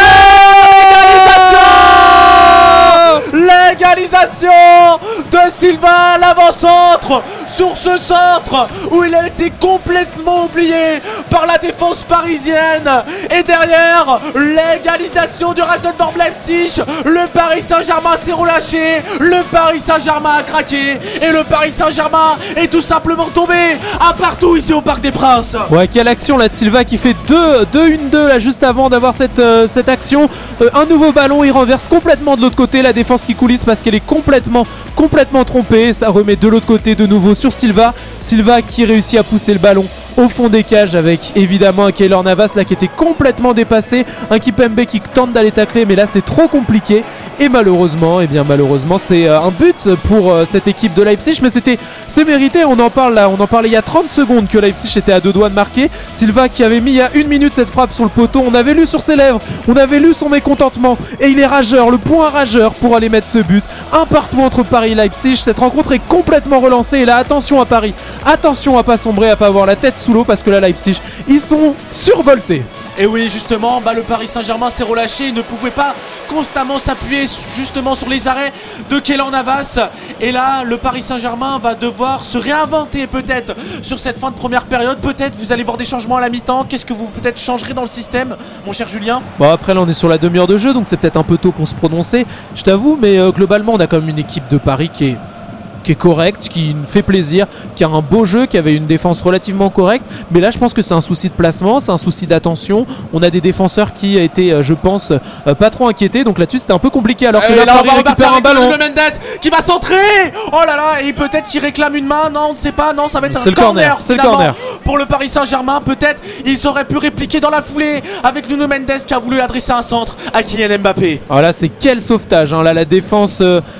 l'égalisation de Silva, l'avant-centre sur ce centre où il a été complètement oublié par la défense parisienne. Et derrière, l'égalisation du Rasenball Leipzig. Le Paris Saint-Germain s'est relâché, le Paris Saint-Germain a craqué et le Paris Saint-Germain est tout simplement tombé à partout ici au Parc des Princes.
Ouais, quelle action là de Silva qui fait 2-1-2 là juste avant d'avoir cette action. Un nouveau ballon, il renverse complètement de l'autre côté, la défense qui coulisse parce qu'elle est complètement trompée. Ça remet de l'autre côté de nouveau sur Silva qui réussit à pousser le ballon au fond des cages avec évidemment un Keylor Navas là qui était complètement dépassé, un Kimpembe qui tente d'aller tacler, mais là c'est trop compliqué et malheureusement c'est un but pour cette équipe de Leipzig, mais c'est mérité. On en parlait il y a 30 secondes que Leipzig était à 2 doigts de marquer. Silva qui avait mis il y a 1 minute cette frappe sur le poteau, on avait lu sur ses lèvres, on avait lu son mécontentement et il est rageur, le point rageur pour aller mettre ce but. Un partout entre Paris et Leipzig. Cette rencontre est complètement relancée et là attention à Paris, attention à pas sombrer, à pas avoir la tête sous l'eau parce que là Leipzig ils sont survoltés.
Et oui, justement, le Paris Saint-Germain s'est relâché. Il ne pouvait pas constamment s'appuyer justement sur les arrêts de Keylor Navas. Et là, le Paris Saint-Germain va devoir se réinventer peut-être sur cette fin de première période. Peut-être vous allez voir des changements à la mi-temps. Qu'est-ce que vous peut-être changerez dans le système, mon cher Julien?
Bon, après là on est sur la demi-heure de jeu, donc c'est peut-être un peu tôt pour se prononcer, je t'avoue, mais globalement on a quand même une équipe de Paris qui est correct, qui fait plaisir, qui a un beau jeu, qui avait une défense relativement correcte, mais là je pense que c'est un souci de placement, c'est un souci d'attention. On a des défenseurs qui a été je pense pas trop inquiétés, donc là-dessus c'était un peu compliqué, alors que là Paris récupère un ballon.
Le Mendes qui va centrer, oh là là, et peut-être qu'il réclame une main, non on ne sait pas, non ça va être
c'est
un
le corner, c'est le corner
pour le Paris Saint-Germain. Peut-être ils auraient pu répliquer dans la foulée avec Nuno Mendes qui a voulu adresser un centre à Kylian Mbappé.
Alors là c'est quel sauvetage, hein. Là la défense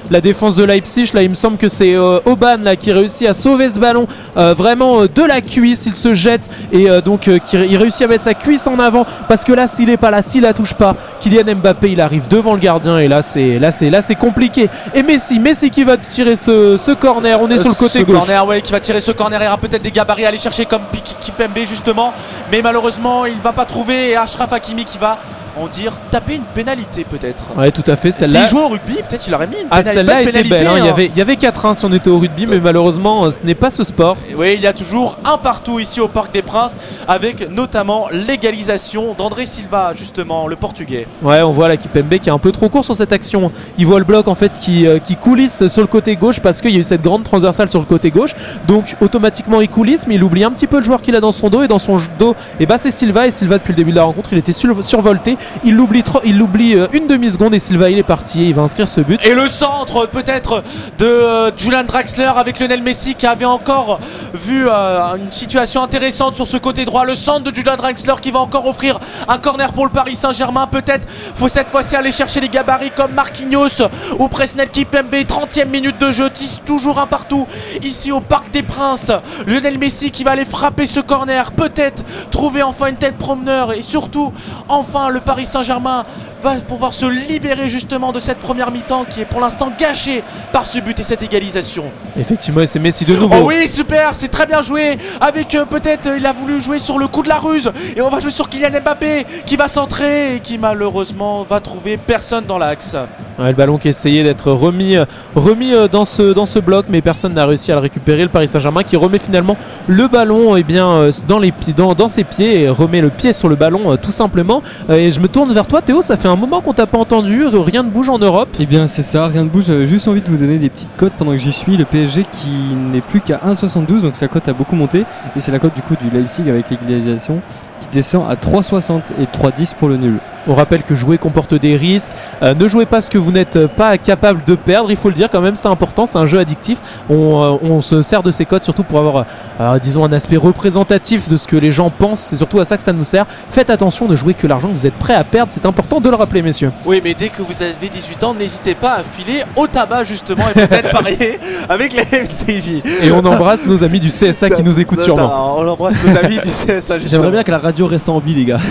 de Leipzig, là il me semble que c'est Oban là qui réussit à sauver ce ballon vraiment de la cuisse. Il se jette et il réussit à mettre sa cuisse en avant parce que là s'il est pas là, s'il la touche pas, Kylian Mbappé il arrive devant le gardien et là c'est compliqué. Et Messi qui va tirer ce corner. On est sur le côté gauche.
Corner, ouais, qui va tirer ce corner. Il y aura peut-être des gabarits à aller chercher comme Kimpembe justement, mais malheureusement il va pas trouver, et Achraf Hakimi qui va taper une pénalité peut-être.
Ouais, tout à fait. Celle-là.
S'il jouait au rugby, peut-être il aurait mis une pénalité.
Celle-là était belle. Hein. Il y avait 4-1 si on était au rugby, mais malheureusement, ce n'est pas ce sport.
Oui, il y a toujours un partout ici au Parc des Princes, avec notamment l'égalisation d'André Silva, justement, le Portugais.
Ouais, on voit là Kimpembe qui est un peu trop court sur cette action. Il voit le bloc en fait qui coulisse sur le côté gauche parce qu'il y a eu cette grande transversale sur le côté gauche. Donc automatiquement il coulisse, mais il oublie un petit peu le joueur qu'il a dans son dos, et dans son dos, c'est Silva. Et Silva depuis le début de la rencontre, il était survolté. Il l'oublie une demi-seconde et Silva il est parti et il va inscrire ce but.
Et le centre peut-être de Julian Draxler avec Lionel Messi qui avait encore vu une situation intéressante sur ce côté droit. Le centre de Julian Draxler qui va encore offrir un corner pour le Paris Saint-Germain. Peut-être faut cette fois-ci aller chercher les gabarits comme Marquinhos ou Presnel Kimpembe. 30e minute de jeu, toujours un partout ici au Parc des Princes. Lionel Messi qui va aller frapper ce corner, peut-être trouver enfin une tête promeneur et surtout enfin le Paris Saint-Germain va pouvoir se libérer justement de cette première mi-temps qui est pour l'instant gâchée par ce but et cette égalisation.
Effectivement, et c'est Messi de nouveau.
Oh oui, super, c'est très bien joué avec peut-être il a voulu jouer sur le coup de la ruse et on va jouer sur Kylian Mbappé qui va centrer et qui malheureusement va trouver personne dans l'axe.
Ouais, le ballon qui essayait d'être remis dans ce bloc, mais personne n'a réussi à le récupérer. Le Paris Saint-Germain qui remet finalement le ballon dans ses pieds et remet le pied sur le ballon tout simplement. Et je me tourne vers toi Théo, ça fait un moment qu'on t'a pas entendu, rien ne bouge en Europe.
Eh bien c'est ça, rien ne bouge, j'avais juste envie de vous donner des petites cotes pendant que j'y suis. Le PSG qui n'est plus qu'à 1,72, donc sa cote a beaucoup monté et c'est la cote du coup du Leipzig avec l'égalisation qui descend à 3,60 et 3,10 pour le nul.
On rappelle que jouer comporte des risques, ne jouez pas ce que vous n'êtes pas capable de perdre, il faut le dire quand même, c'est important, c'est un jeu addictif. On se sert de ces codes surtout pour avoir disons un aspect représentatif de ce que les gens pensent, c'est surtout à ça que ça nous sert. Faites attention, ne jouez que l'argent que vous êtes prêt à perdre, c'est important de le rappeler messieurs.
Oui, mais dès que vous avez 18 ans, n'hésitez pas à filer au tabac justement et peut-être parier avec les FDJ.
Et on embrasse nos amis du CSA qui nous écoutent sûrement.
On embrasse nos amis du CSA justement.
J'aimerais bien que la radio reste en vie les gars.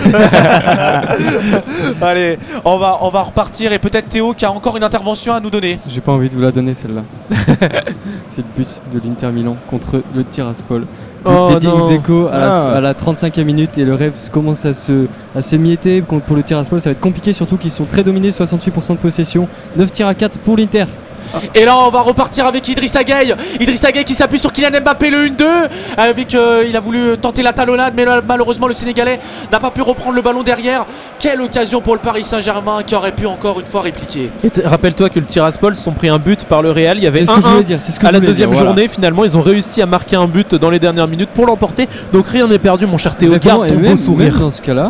Allez, on va repartir et peut-être Théo qui a encore une intervention à nous donner.
J'ai pas envie de vous la donner celle-là. C'est le but de l'Inter Milan contre le Tiraspol. D'Edin Dzeko à la 35e minute et le rêve commence à s'émietter pour le Tiraspol. Ça va être compliqué, surtout qu'ils sont très dominés, 68% de possession, 9 tirs à 4 pour l'Inter.
Et là on va repartir avec Idrissa Gueye qui s'appuie sur Kylian Mbappé, le 1-2 avec il a voulu tenter la talonnade mais malheureusement le Sénégalais n'a pas pu reprendre le ballon derrière. Quelle occasion pour le Paris Saint-Germain qui aurait pu encore une fois répliquer.
Et rappelle-toi que le Tiraspol se sont pris un but par le Real, il y avait
1-1
à la deuxième journée. Finalement ils ont réussi à marquer un but dans les dernières minutes pour l'emporter, donc rien n'est perdu mon cher Théo. Garde ton beau sourire.
Même dans ce cas-là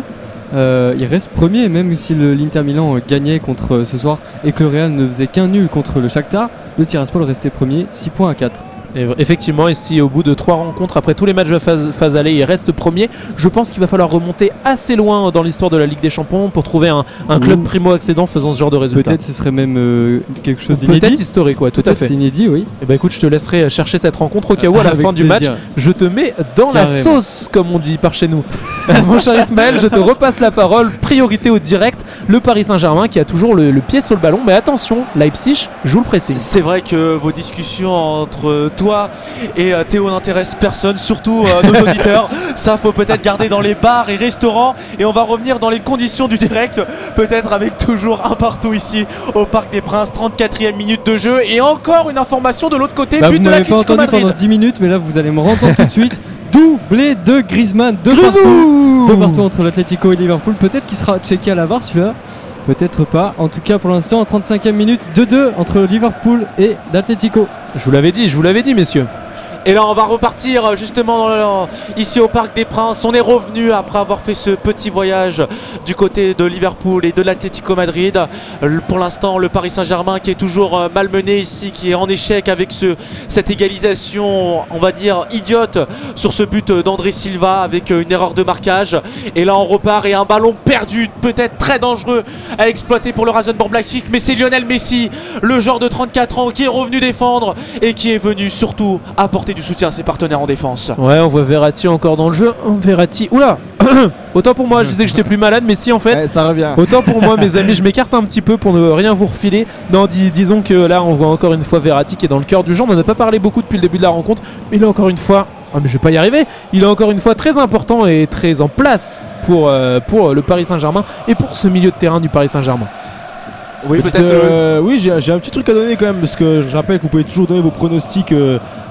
il reste premier, même si l'Inter Milan gagnait contre ce soir et que le Real ne faisait qu'un nul contre le Shakhtar, le Tiraspol restait premier, 6 points à 4.
Et effectivement, ici au bout de 3 rencontres, après tous les matchs de phase aller, il reste premier. Je pense qu'il va falloir remonter assez loin dans l'histoire de la Ligue des Champions pour trouver un club primo-accédant faisant ce genre de résultat.
Peut-être ce serait même quelque chose d'inédit.
Peut-être historique, ouais, tout à fait.
C'est inédit, oui.
Et bah écoute, je te laisserai chercher cette rencontre au cas où à la fin du match, je te mets dans la sauce, comme on dit par chez nous. Mon cher Ismaël, je te repasse la parole. Priorité au direct, le Paris Saint-Germain qui a toujours le pied sur le ballon, mais attention, Leipzig joue le pressing.
C'est vrai que vos discussions entre toi et Théo n'intéressent personne, surtout nos auditeurs. Ça faut peut-être garder dans les bars et restaurants. Et on va revenir dans les conditions du direct, peut-être avec toujours un partout ici au Parc des Princes. 34e minute de jeu et encore une information de l'autre côté. But de l'Atlético Madrid.
Pendant 10 minutes, mais là vous allez me entendre tout de suite. Doublé de Griezmann, deux partout entre l'Atlético et Liverpool. Peut-être qu'il sera checké à la VAR celui-là. Peut-être pas. En tout cas, pour l'instant, en 35e minute, 2-2 entre Liverpool et l'Atlético.
Je vous l'avais dit, messieurs.
Et là on va repartir justement ici au Parc des Princes. On est revenu après avoir fait ce petit voyage du côté de Liverpool et de l'Atlético Madrid. Pour l'instant le Paris Saint-Germain qui est toujours malmené ici, qui est en échec avec cette égalisation on va dire idiote sur ce but d'André Silva avec une erreur de marquage. Et là on repart et un ballon perdu peut-être très dangereux à exploiter pour le Rasenborg Leipzig, mais c'est Lionel Messi, le joueur de 34 ans qui est revenu défendre et qui est venu surtout apporter du soutien à ses partenaires en défense.
Ouais, on voit Verratti encore dans le jeu. Verratti, oula. Autant pour moi, je disais que j'étais plus malade, mais si en fait,
ça revient.
Autant pour moi, mes amis, je m'écarte un petit peu pour ne rien vous refiler. Non, disons que là, on voit encore une fois Verratti qui est dans le cœur du jeu. On n'en a pas parlé beaucoup depuis le début de la rencontre, mais il est encore une fois. Ah mais je vais pas y arriver. Il est encore une fois très important et très en place pour le Paris Saint-Germain et pour ce milieu de terrain du Paris Saint-Germain.
Oui, peut-être. Oui, j'ai un petit truc à donner quand même, parce que je rappelle que vous pouvez toujours donner vos pronostics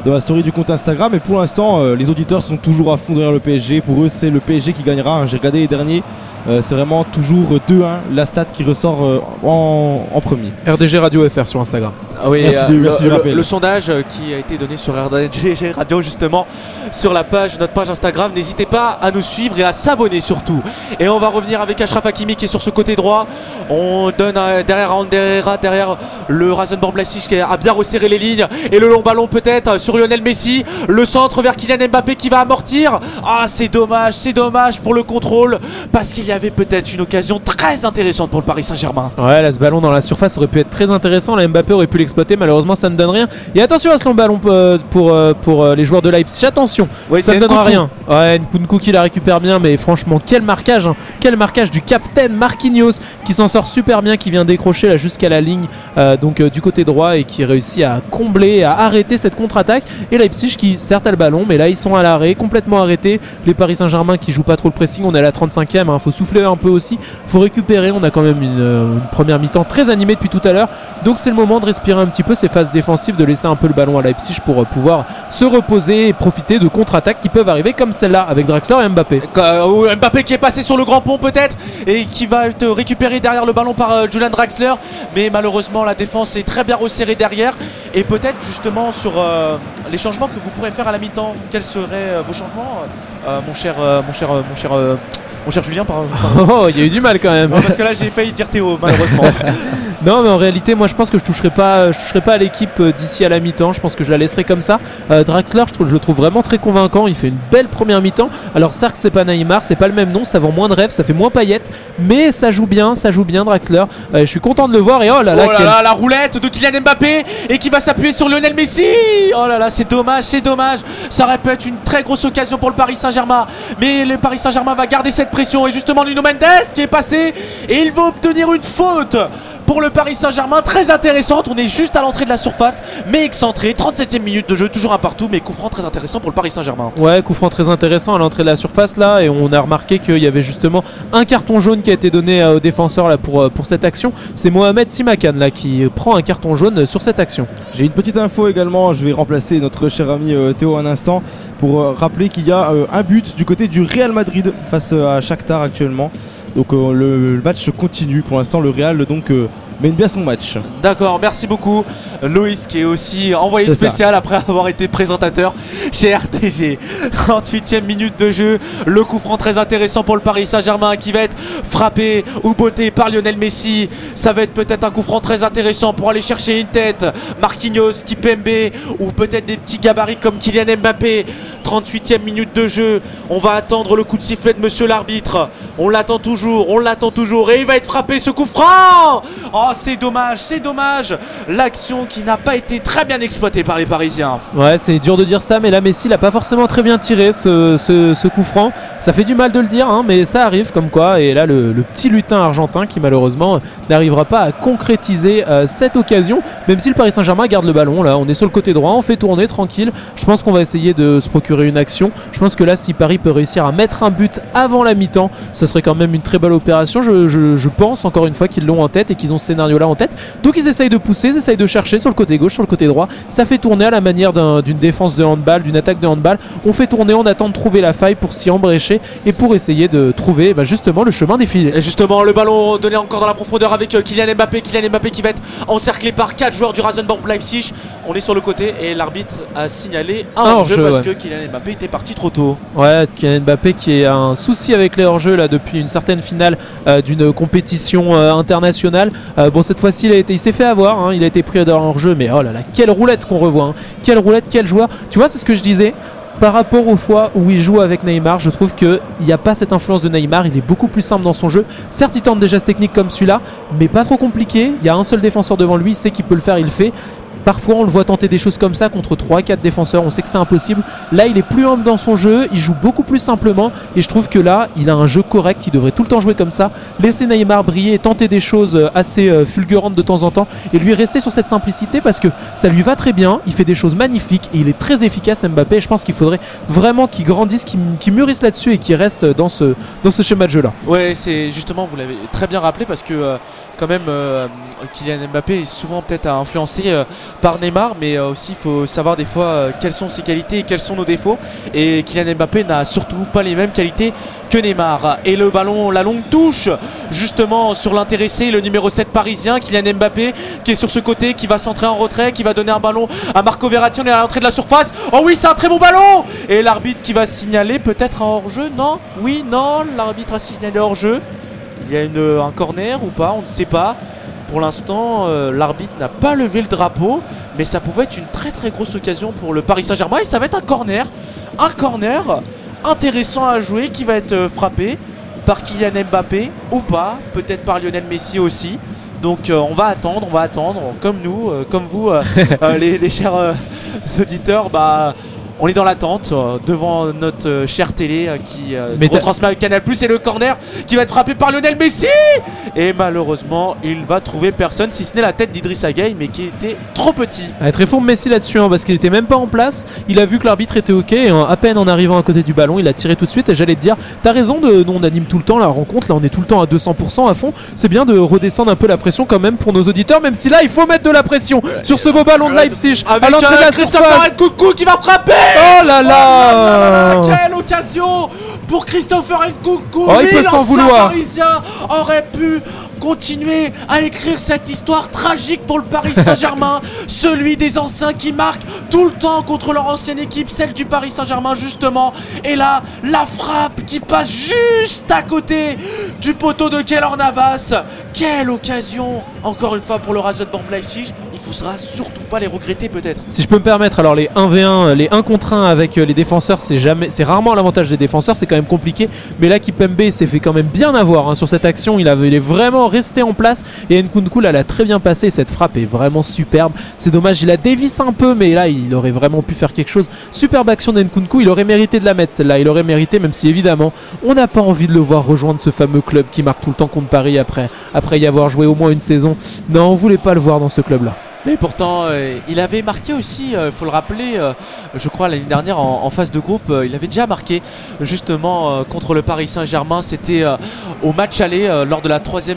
dans la story du compte Instagram. Et pour l'instant, les auditeurs sont toujours à fond derrière le PSG. Pour eux, c'est le PSG qui gagnera, hein. J'ai regardé les derniers, c'est vraiment toujours 2-1 la stat qui ressort en premier.
RDG Radio FR sur Instagram.
Ah oui,
Merci du rappel.
le sondage qui a été donné sur RDG Radio justement sur notre page Instagram. N'hésitez pas à nous suivre et à s'abonner surtout. Et on va revenir avec Achraf Hakimi qui est sur ce côté droit. On donne derrière Andera, derrière le Rasenborg Leipzig qui a bien resserré les lignes. Et le long ballon peut-être sur Lionel Messi. Le centre vers Kylian Mbappé qui va amortir. Ah, c'est dommage pour le contrôle parce qu'il y avait peut-être une occasion très intéressante pour le Paris Saint-Germain.
Ouais, là ce ballon dans la surface aurait pu être très intéressant. Là Mbappé aurait pu l'exploiter, malheureusement ça ne donne rien. Et attention à ce long ballon pour les joueurs de Leipzig. Attention,
Ouais,
ça
c'est
ne donnera
Nkunku.
rien. Ouais, Nkunku qui la récupère bien, mais franchement quel marquage, hein. Quel marquage du capitaine Marquinhos qui s'en sort super bien, qui vient décrocher là jusqu'à la ligne du côté droit et qui réussit à combler, à arrêter cette contre-attaque. Et Leipzig qui certes a le ballon, mais là ils sont à l'arrêt, complètement arrêtés. Les Paris Saint-Germain qui jouent pas trop le pressing, on est à la 35e, hein. Faut souffler un peu aussi, faut récupérer. On a quand même une première mi-temps très animée depuis tout à l'heure, donc c'est le moment de respirer un petit peu ces phases défensives, de laisser un peu le ballon à Leipzig pour pouvoir se reposer et profiter de contre-attaques qui peuvent arriver comme celle-là avec Draxler et Mbappé.
Mbappé qui est passé sur le grand pont peut-être et qui va être récupéré derrière le ballon par Julian Draxler, mais malheureusement la défense est très bien resserrée derrière. Et peut-être justement sur les changements que vous pourrez faire à la mi-temps, quels seraient vos changements, mon cher Julien, pardon.
Oh, il y a eu du mal quand même.
Ouais, parce que là j'ai failli dire Théo malheureusement.
Non, mais en réalité, moi je pense que je toucherai pas à l'équipe d'ici à la mi-temps. Je pense que je la laisserai comme ça. Draxler, je le trouve vraiment très convaincant. Il fait une belle première mi-temps. Alors certes, c'est pas Neymar, c'est pas le même nom, ça vend moins de rêves, ça fait moins paillettes, mais ça joue bien Draxler. Je suis content de le voir et oh là là,
La roulette de Kylian Mbappé et qui va s'appuyer sur Lionel Messi. Oh là là, c'est dommage. Ça aurait pu être une très grosse occasion pour le Paris Saint-Germain, mais le Paris Saint-Germain va garder cette pression et justement Nuno Mendes qui est passé et il va obtenir une faute pour le Paris Saint-Germain, très intéressante. On est juste à l'entrée de la surface, mais excentré. 37e minute de jeu, toujours un partout, mais coup franc très intéressant pour le Paris Saint-Germain.
Ouais, coup franc très intéressant à l'entrée de la surface là, et on a remarqué qu'il y avait justement un carton jaune qui a été donné aux défenseurs là pour cette action. C'est Mohamed Simakan là qui prend un carton jaune sur cette action.
J'ai une petite info également, je vais remplacer notre cher ami Théo un instant pour rappeler qu'il y a un but du côté du Real Madrid face à Shakhtar actuellement. Donc le match continue pour l'instant, le Real donc mène bien son match.
D'accord, merci beaucoup Loïs qui est aussi envoyé
C'est
spécial après avoir été présentateur chez RTG. 38e minute de jeu, le coup franc très intéressant pour le Paris Saint-Germain qui va être frappé ou botté par Lionel Messi. Ça va être peut-être un coup franc très intéressant pour aller chercher une tête, Marquinhos, Kipembe ou peut-être des petits gabarits comme Kylian Mbappé. 38e minute de jeu, on va attendre le coup de sifflet de monsieur l'arbitre. On l'attend toujours et il va être frappé ce coup franc. Oh, c'est dommage. L'action qui n'a pas été très bien exploitée par les Parisiens.
Ouais, c'est dur de dire ça, mais là Messi l'a pas forcément très bien tiré ce coup franc. Ça fait du mal de le dire, hein, mais ça arrive comme quoi. Et là le petit lutin argentin qui malheureusement n'arrivera pas à concrétiser cette occasion, même si le Paris Saint-Germain garde le ballon. Là on est sur le côté droit, on fait tourner tranquille. Je pense qu'on va essayer de se procurer une action. Je pense que là si Paris peut réussir à mettre un but avant la mi-temps, ce serait quand même une très belle opération. Je pense encore une fois qu'ils l'ont en tête et qu'ils ont ce scénario là en tête. Donc ils essayent de pousser, ils essayent de chercher sur le côté gauche, sur le côté droit. Ça fait tourner à la manière d'une défense de handball, d'une attaque de handball. On fait tourner, on attend de trouver la faille pour s'y embrécher et pour essayer de trouver justement le chemin des filets.
Et justement le ballon donné encore dans la profondeur avec Kylian Mbappé qui va être encerclé par 4 joueurs du Rasenborg Leipzig. On est sur le côté et l'arbitre a signalé un hors-jeu parce que Kylian Mbappé était parti trop tôt.
Ouais, Kylian Mbappé qui a un souci avec les hors-jeux là depuis une certaine finale d'une compétition internationale. Bon, cette fois-ci il s'est fait avoir, hein, il a été pris hors-jeu, mais oh là là, quelle roulette qu'on revoit, hein. Quelle roulette, quel joueur. Tu vois, c'est ce que je disais. Par rapport aux fois où il joue avec Neymar, je trouve qu'il n'y a pas cette influence de Neymar. Il est beaucoup plus simple dans son jeu. Certes, il tente des gestes techniques comme celui-là, mais pas trop compliqué. Il y a un seul défenseur devant lui, il sait qu'il peut le faire, il le fait. Parfois on le voit tenter des choses comme ça contre 3-4 défenseurs, on sait que c'est impossible. Là il est plus humble dans son jeu, il joue beaucoup plus simplement et je trouve que là il a un jeu correct, il devrait tout le temps jouer comme ça, laisser Neymar briller et tenter des choses assez fulgurantes de temps en temps et lui rester sur cette simplicité parce que ça lui va très bien, il fait des choses magnifiques et il est très efficace Mbappé et je pense qu'il faudrait vraiment qu'il grandisse, qu'il mûrisse là-dessus et qu'il reste dans ce schéma de jeu là.
Ouais, c'est justement, vous l'avez très bien rappelé parce que quand même Kylian Mbappé est souvent peut-être à influencer par Neymar, mais aussi il faut savoir des fois quelles sont ses qualités et quels sont nos défauts. Et Kylian Mbappé n'a surtout pas les mêmes qualités que Neymar. Et le ballon, la longue touche justement sur l'intéressé, le numéro 7 parisien, Kylian Mbappé, qui est sur ce côté, qui va centrer en retrait, qui va donner un ballon à Marco Verratti. On est à l'entrée de la surface. Oh oui, c'est un très bon ballon. Et l'arbitre qui va signaler peut-être un hors-jeu. Non, oui, non, l'arbitre a signalé hors-jeu. Il y a un corner ou pas, on ne sait pas. Pour l'instant, l'arbitre n'a pas levé le drapeau, mais ça pouvait être une très très grosse occasion pour le Paris Saint-Germain. Et ça va être un corner intéressant à jouer qui va être frappé par Kylian Mbappé ou pas, peut-être par Lionel Messi aussi. Donc on va attendre, comme nous, comme vous, les chers auditeurs, on est dans l'attente devant notre chère télé qui retransmet avec Canal+, et le corner qui va être frappé par Lionel Messi. Et malheureusement, il va trouver personne, si ce n'est la tête d'Idrissa Gueye, mais qui était trop petit.
Très fort Messi là-dessus, parce qu'il était même pas en place. Il a vu que l'arbitre était ok, et à peine en arrivant à côté du ballon, il a tiré tout de suite. Et j'allais te dire, t'as raison, nous on anime tout le temps la rencontre, là on est tout le temps à 200% à fond. C'est bien de redescendre un peu la pression quand même pour nos auditeurs, même si là il faut mettre de la pression sur ce beau ballon de Leipzig.
Avec
l'entrée de la
Christopher Nkunku qui va frapper.
Oh là là,
quelle occasion pour Christopher Nkunku.
Il peut s'en vouloir.
Parisien aurait pu continuer à écrire cette histoire tragique pour le Paris Saint-Germain. Celui des anciens qui marquent tout le temps contre leur ancienne équipe, celle du Paris Saint-Germain justement. Et là, la frappe qui passe juste à côté du poteau de Keylor Navas. Quelle occasion encore une fois pour le Rasenborg Leipzig. Il ne faudra surtout pas les regretter peut-être.
Si je peux me permettre, alors les 1v1, les 1 contre 1 avec les défenseurs, c'est rarement à l'avantage des défenseurs, c'est quand même compliqué. Mais là, Kimpembe s'est fait quand même bien avoir sur cette action. Il est vraiment resté en place et Nkunku là, l'a très bien passé. Cette frappe est vraiment superbe. C'est dommage, il a dévissé un peu, mais là, il aurait vraiment pu faire quelque chose. Superbe action d'Nkunku, il aurait mérité de la mettre celle-là. Il aurait mérité, même si évidemment, on n'a pas envie de le voir rejoindre ce fameux club qui marque tout le temps contre Paris après y avoir joué au moins une saison. Non, on voulait pas le voir dans ce club-là.
Mais pourtant, il avait marqué aussi, faut le rappeler, je crois l'année dernière en phase de groupe, il avait déjà marqué justement contre le Paris Saint-Germain. C'était au match aller lors de la troisième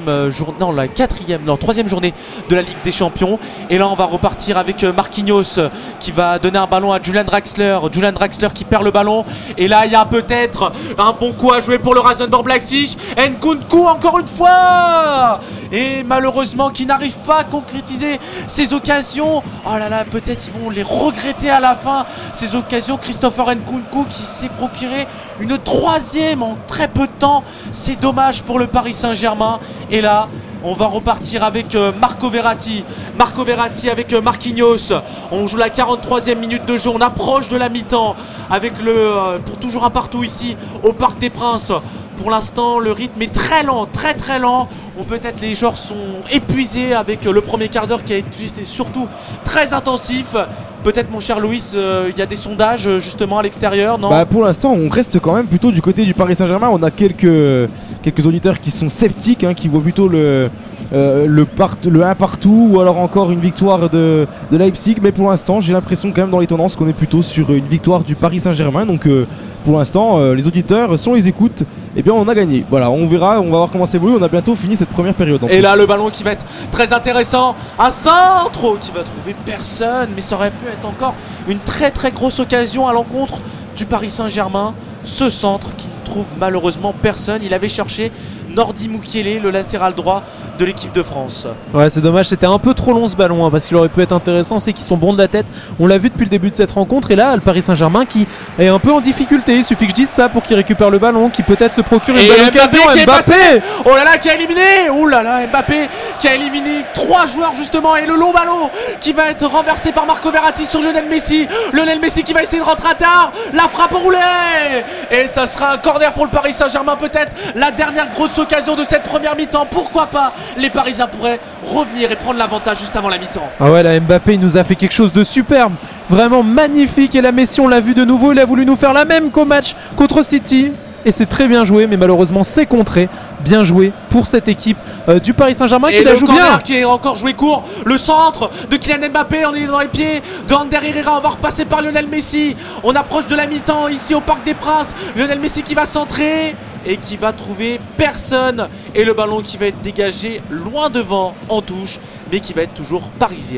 journée de la Ligue des Champions. Et là, on va repartir avec Marquinhos qui va donner un ballon à Julian Draxler. Julian Draxler qui perd le ballon. Et là, il y a peut-être un bon coup à jouer pour le Rasenborg Leipzig. Nkunku encore une fois. Et malheureusement, qui n'arrive pas à concrétiser ses occasions. Oh là là, peut-être ils vont les regretter à la fin, ces occasions. Christopher Nkunku qui s'est procuré une troisième en très peu de temps. C'est dommage pour le Paris Saint-Germain. Et là, on va repartir avec Marco Verratti. Marco Verratti avec Marquinhos. On joue la 43e minute de jeu. On approche de la mi-temps avec pour toujours un partout ici au Parc des Princes. Pour l'instant, le rythme est très lent, très très lent. Peut-être les joueurs sont épuisés avec le premier quart d'heure qui a été surtout très intensif. Peut-être mon cher Louis, il y a des sondages justement à l'extérieur, non ?
Pour l'instant, on reste quand même plutôt du côté du Paris Saint-Germain. On a quelques auditeurs qui sont sceptiques, qui voient plutôt le 1 partout ou alors encore une victoire de Leipzig. Mais pour l'instant, j'ai l'impression quand même dans les tendances qu'on est plutôt sur une victoire du Paris Saint-Germain. Donc pour l'instant, les auditeurs, si on les écoute, eh bien on a gagné. Voilà, on verra, on va voir comment ça évolue. On a bientôt fini cette première période.
Et là, le ballon qui va être très intéressant. Un centre qui va trouver personne, mais ça aurait pu être encore une très très grosse occasion à l'encontre du Paris Saint-Germain. Ce centre qui ne trouve malheureusement personne. Il avait cherché Nordi Mukiele, le latéral droit de l'équipe de France.
Ouais, c'est dommage, c'était un peu trop long ce ballon parce qu'il aurait pu être intéressant. C'est qu'ils sont bons de la tête. On l'a vu depuis le début de cette rencontre. Et là, le Paris Saint-Germain qui est un peu en difficulté. Il suffit que je dise ça pour qu'il récupère le ballon, qui peut-être se procure une belle occasion. Mbappé,
oh là là, qui a éliminé. Oh là là, Mbappé qui a éliminé 3 joueurs justement. Et le long ballon qui va être renversé par Marco Verratti sur Lionel Messi. Lionel Messi qui va essayer de rentrer à tard. La frappe roulée. Et ça sera un corner pour le Paris Saint-Germain. Peut-être la dernière grosse occasion de cette première mi-temps. Pourquoi pas? Les Parisiens pourraient revenir et prendre l'avantage juste avant la mi-temps.
Ah ouais, là Mbappé il nous a fait quelque chose de superbe, vraiment magnifique. Et la Messi, on l'a vu de nouveau, il a voulu nous faire la même qu'au match contre City. Et c'est très bien joué, mais malheureusement c'est contré. Bien joué pour cette équipe du Paris Saint-Germain qui la joue bien.
Qui est encore joué court. Le centre de Kylian Mbappé, on est dans les pieds de Ander Herrera. On va repasser par Lionel Messi. On approche de la mi-temps ici au Parc des Princes. Lionel Messi qui va centrer et qui va trouver personne. Et le ballon qui va être dégagé loin devant en touche, mais qui va être toujours parisienne.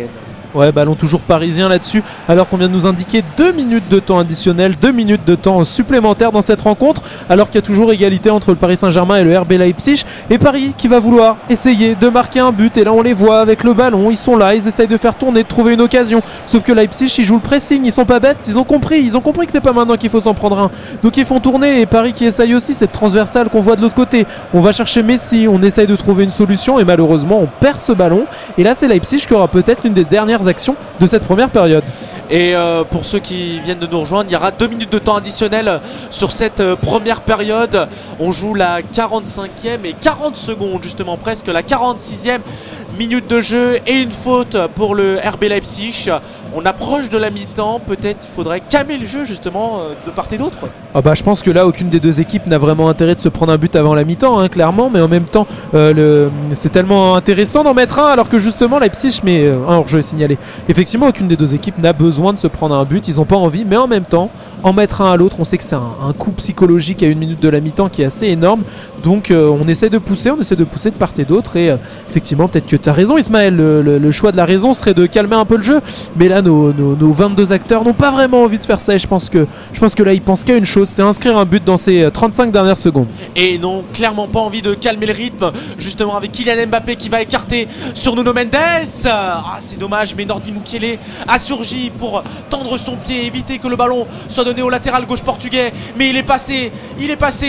Ouais, ballon toujours parisien là-dessus, alors qu'on vient de nous indiquer 2 minutes de temps additionnel, 2 minutes de temps supplémentaire dans cette rencontre, alors qu'il y a toujours égalité entre le Paris Saint-Germain et le RB Leipzig, et Paris qui va vouloir essayer de marquer un but, et là on les voit avec le ballon, ils sont là, ils essayent de faire tourner, de trouver une occasion, sauf que Leipzig ils jouent le pressing, ils sont pas bêtes, ils ont compris que c'est pas maintenant qu'il faut s'en prendre un, donc ils font tourner, et Paris qui essaye aussi cette transversale qu'on voit de l'autre côté, on va chercher Messi, on essaye de trouver une solution, et malheureusement on perd ce ballon, et là c'est Leipzig qui aura peut-être l'une des dernières actions de cette première période.
Et pour ceux qui viennent de nous rejoindre, il y aura 2 minutes de temps additionnel sur cette première période. On joue la 45e et 40 secondes, justement presque la 46e minute de jeu et une faute pour le RB Leipzig. On approche de la mi-temps, peut-être faudrait calmer le jeu justement de part et d'autre.
Ah bah je pense que là aucune des deux équipes n'a vraiment intérêt de se prendre un but avant la mi-temps, hein, clairement, mais en même temps c'est tellement intéressant d'en mettre un alors que justement Leipzig met un hors-jeu est signalé. Effectivement aucune des deux équipes n'a besoin de se prendre un but, ils n'ont pas envie, mais en même temps en mettre un à l'autre, on sait que c'est un coup psychologique à 1 minute de la mi-temps qui est assez énorme, donc on essaie de pousser de part et d'autre, et effectivement peut-être que tu as raison Ismaël, le choix de la raison serait de calmer un peu le jeu, mais là nos 22 acteurs n'ont pas vraiment envie de faire ça, et je pense que là ils pensent qu'à une chose, c'est inscrire un but dans ces 35 dernières secondes.
Et n'ont clairement pas envie de calmer le rythme, justement avec Kylian Mbappé qui va écarter sur Nuno Mendes. Ah c'est dommage, mais Nordi Mukiele a surgi pour tendre son pied, éviter que le ballon soit donné au latéral gauche portugais, mais il est passé, et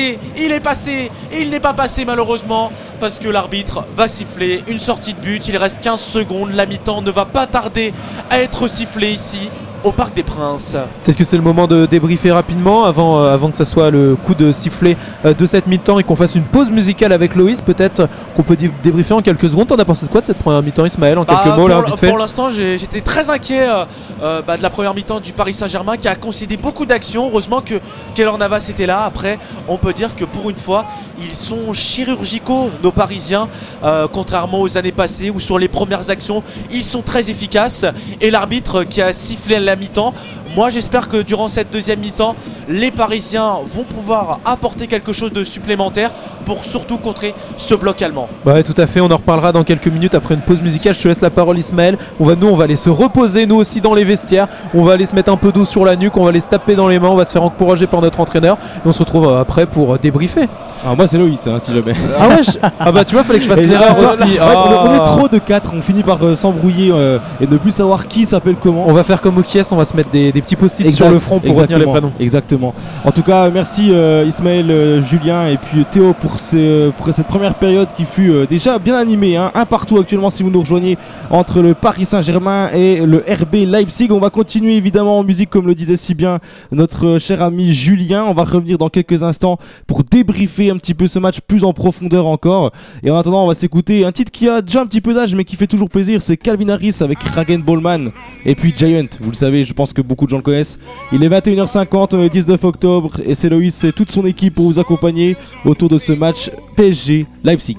il n'est pas passé malheureusement, parce que l'arbitre va siffler une sortie de but. Il reste 15 secondes, la mi-temps ne va pas tarder à être sifflée ici au Parc des Princes.
Est-ce que c'est le moment de débriefer rapidement avant que ça soit le coup de sifflet de cette mi-temps et qu'on fasse une pause musicale avec Loïs? Peut-être qu'on peut débriefer en quelques secondes. T'en as pensé de quoi de cette première mi-temps, Ismaël, en quelques mots là, vite fait?
Pour l'instant j'étais très inquiet de la première mi-temps du Paris Saint-Germain qui a concédé beaucoup d'actions. Heureusement que Keylor Navas était là. Après on peut dire que pour une fois ils sont chirurgicaux nos Parisiens, contrairement aux années passées où sur les premières actions ils sont très efficaces, et l'arbitre qui a sifflé la mi-temps, moi j'espère que durant cette deuxième mi-temps les Parisiens vont pouvoir apporter quelque chose de supplémentaire pour surtout contrer ce bloc allemand.
Ouais, tout à fait, on en reparlera dans quelques minutes après une pause musicale. Je te laisse la parole Ismaël. On va aller se reposer nous aussi dans les vestiaires, on va aller se mettre un peu d'eau sur la nuque, on va aller se taper dans les mains, on va se faire encourager par notre entraîneur et on se retrouve après pour débriefer.
Alors moi c'est Loïs hein, si jamais.
Ah ouais ah bah tu vois, fallait que je fasse l'erreur aussi.
On est trop de 4, on finit par s'embrouiller et ne plus savoir qui s'appelle comment.
On va faire comme au Kies, on va se mettre des petits post-it sur le front pour retenir les prénoms.
Exactement. En tout cas merci Ismaël, Julien et puis Théo pour cette première période qui fut déjà bien animée, hein. Un partout actuellement si vous nous rejoignez entre le Paris Saint-Germain et le RB Leipzig. On va continuer évidemment en musique comme le disait si bien notre cher ami Julien. On va revenir dans quelques instants pour débriefer un petit peu ce match plus en profondeur encore, et en attendant on va s'écouter un titre qui a déjà un petit peu d'âge mais qui fait toujours plaisir. C'est Calvin Harris avec Ragen Ballman et puis Giant, vous le savez, je pense que beaucoup de gens le connaissent. Il est 21h50, le 19 octobre et c'est Loïs et toute son équipe pour vous accompagner autour de ce match PSG Leipzig.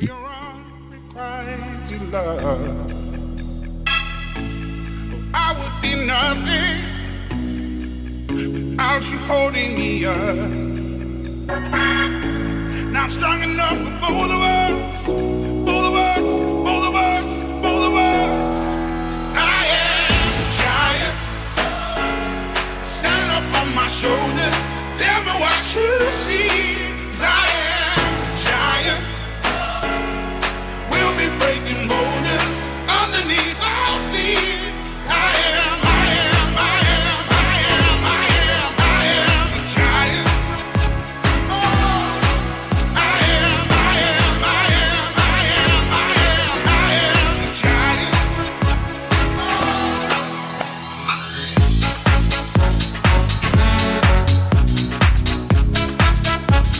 I would be nothing without you holding me up. Now I'm strong enough for both of us, both of us, both of us, both of us. I am a giant, stand up on my shoulders, tell me what you see. 'Cause I am a giant, we'll be breaking boulders underneath our feet. I am a giant. Oh, I am a giant. Oh.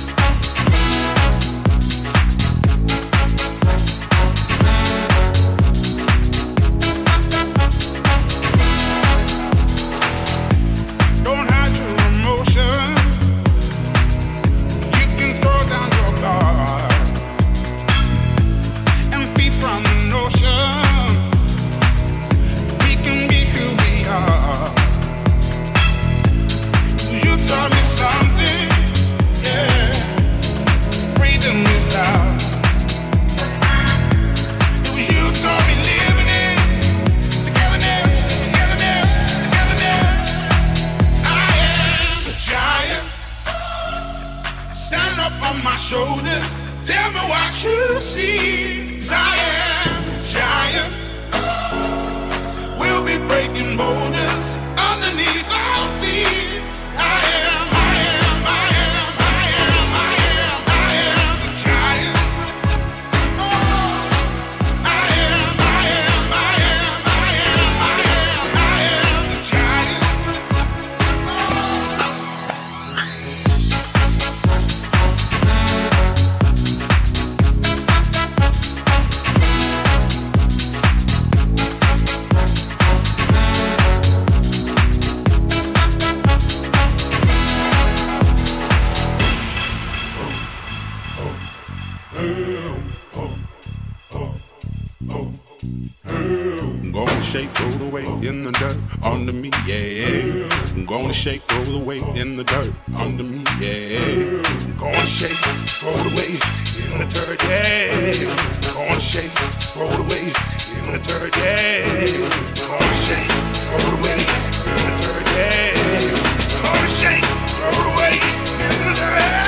shake, roll away in the dirt under me, yeah. I'm gonna shake, roll away in the dirt under me, yeah. I'm gonna shake, throw it away in the dirt, yeah. I'm gonna shake, throw it away in the dirt, yeah. I'm gonna shake, throw it away in the dirt, yeah. I'm gonna shake, throw it away in the dirt.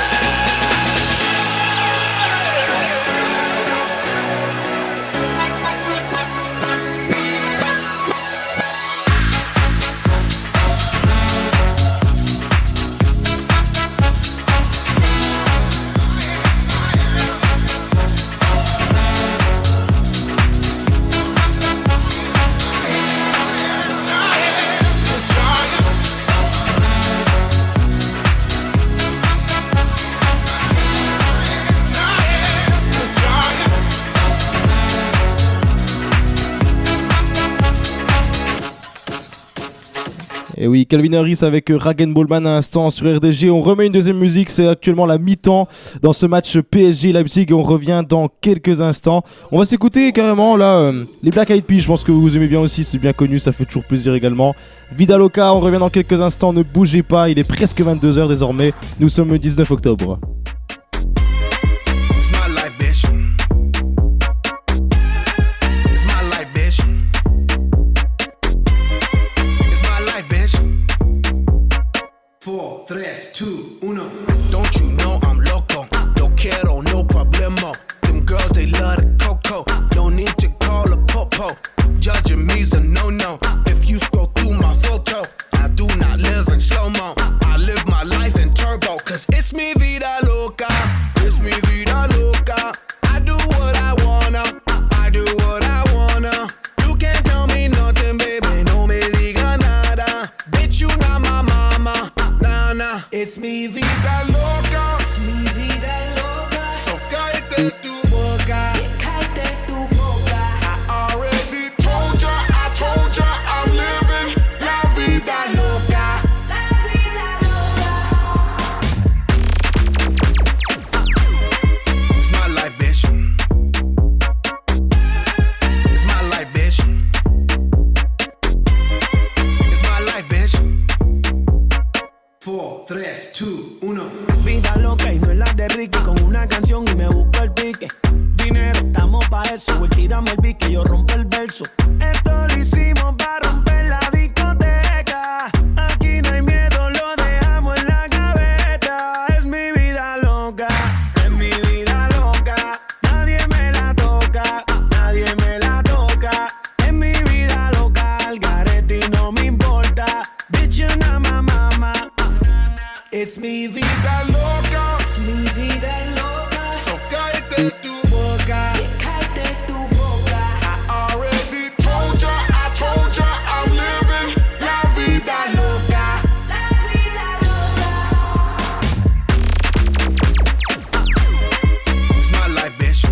Et oui, Calvin Harris avec Rag & Ballman à l'instant sur RDG. On remet une deuxième musique, c'est actuellement la mi-temps dans ce match PSG Leipzig et on revient dans quelques instants. On va s'écouter carrément là les Black Eyed Peas, je pense que vous aimez bien aussi, c'est bien connu, ça fait toujours plaisir également. Vida Loca, on revient dans quelques instants, ne bougez pas, il est presque 22h désormais, nous sommes le 19 octobre.
Don't you know I'm loco? No quiero, no problemo. Them girls, they love the cocoa. No need to call a popo. Judging me's a no-no. If you scroll through my photo, I do not live in slow-mo. I live my life in turbo. Cause it's mi vida loca. It's mi vida loca. I do what I wanna. I do what I wanna. You can't tell me nothing, baby. No me diga nada. Bitch, you not my mama. Nah. It's mi vida loca. It's mi vida loca. So cállate tu boca. Cállate tu boca. I already told ya, I'm living la vida loca. La vida loca. It's my life, bitch. It's my life, bitch. It's my life, bitch. 4, 3, 2, 1. Vida loca y no es la de Ricky. Con una canción y me busco el pique. Dinero, estamos pa' eso. Güey, tírame el pique, yo rompo el verso. Esto lo hicimos pa' romper la discoteca. Aquí no hay miedo, lo dejamos en la gaveta. Es mi vida loca, es mi vida loca. Nadie me la toca, nadie me la toca. Es mi vida loca, al garete y no me importa. Bitch, you're not my mama. It's mi vida loca. It's mi vida loca. So cállate tu boca. Cállate tu boca. I already told ya, I'm living la vida loca. La vida loca. It's my life, bitch.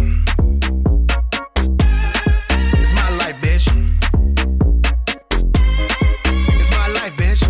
It's my life, bitch. It's my life, bitch.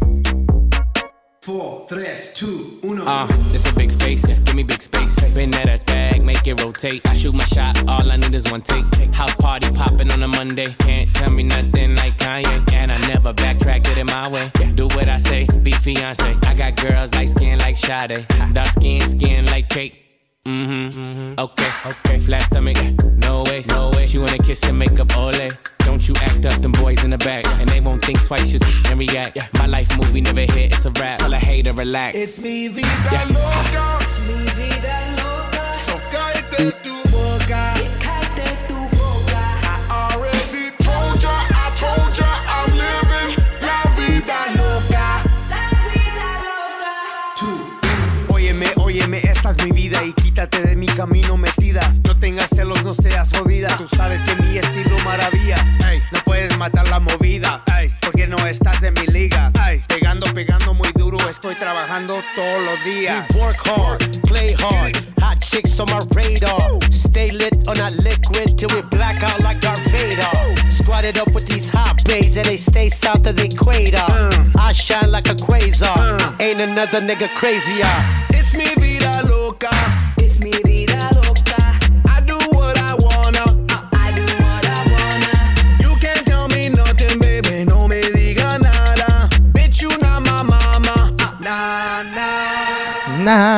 4, 3, 2, 1.
It's a big face, give me big space. Spin that ass bag, make it rotate. I shoot my shot, all I need is one take. House party popping on a Monday. Can't tell me nothing like Kanye. And I never backtrack, did it my way. Do what I say, be fiance. I got girls light skin like Sade. Dark skin like cake. Okay. Flat stomach, no way. She wanna kiss and make up ole. Don't you act up, them boys in the back. And they won't think twice, just and react. My life movie never hit, it's a rap. Tell a hater, relax.
It's mi vida loca. It's mi vida loca. So cállate tu boca. Cállate tu boca. I already told ya, I'm living la vida loca. La vida loca. Óyeme, esta es mi vida y quítate de mi camino metida. No tengas celos, no seas jodida. Tú sabes que mi estilo maravilla. Ey, no puedes matar la movida. Ey, porque no estás en mi liga. Ey, pegando muy duro, estoy trabajando todos los días. We work hard, play hard. Hot chicks on my radar. Stay lit on that liquid till we black out like Darth Vader. Squatted up with these hot bays and they stay south of the equator. I shine like a quasar. Ain't another nigga crazier. It's mi vida loca. It's mi vida loca. I do what I wanna. I do what I wanna. You can't tell me no.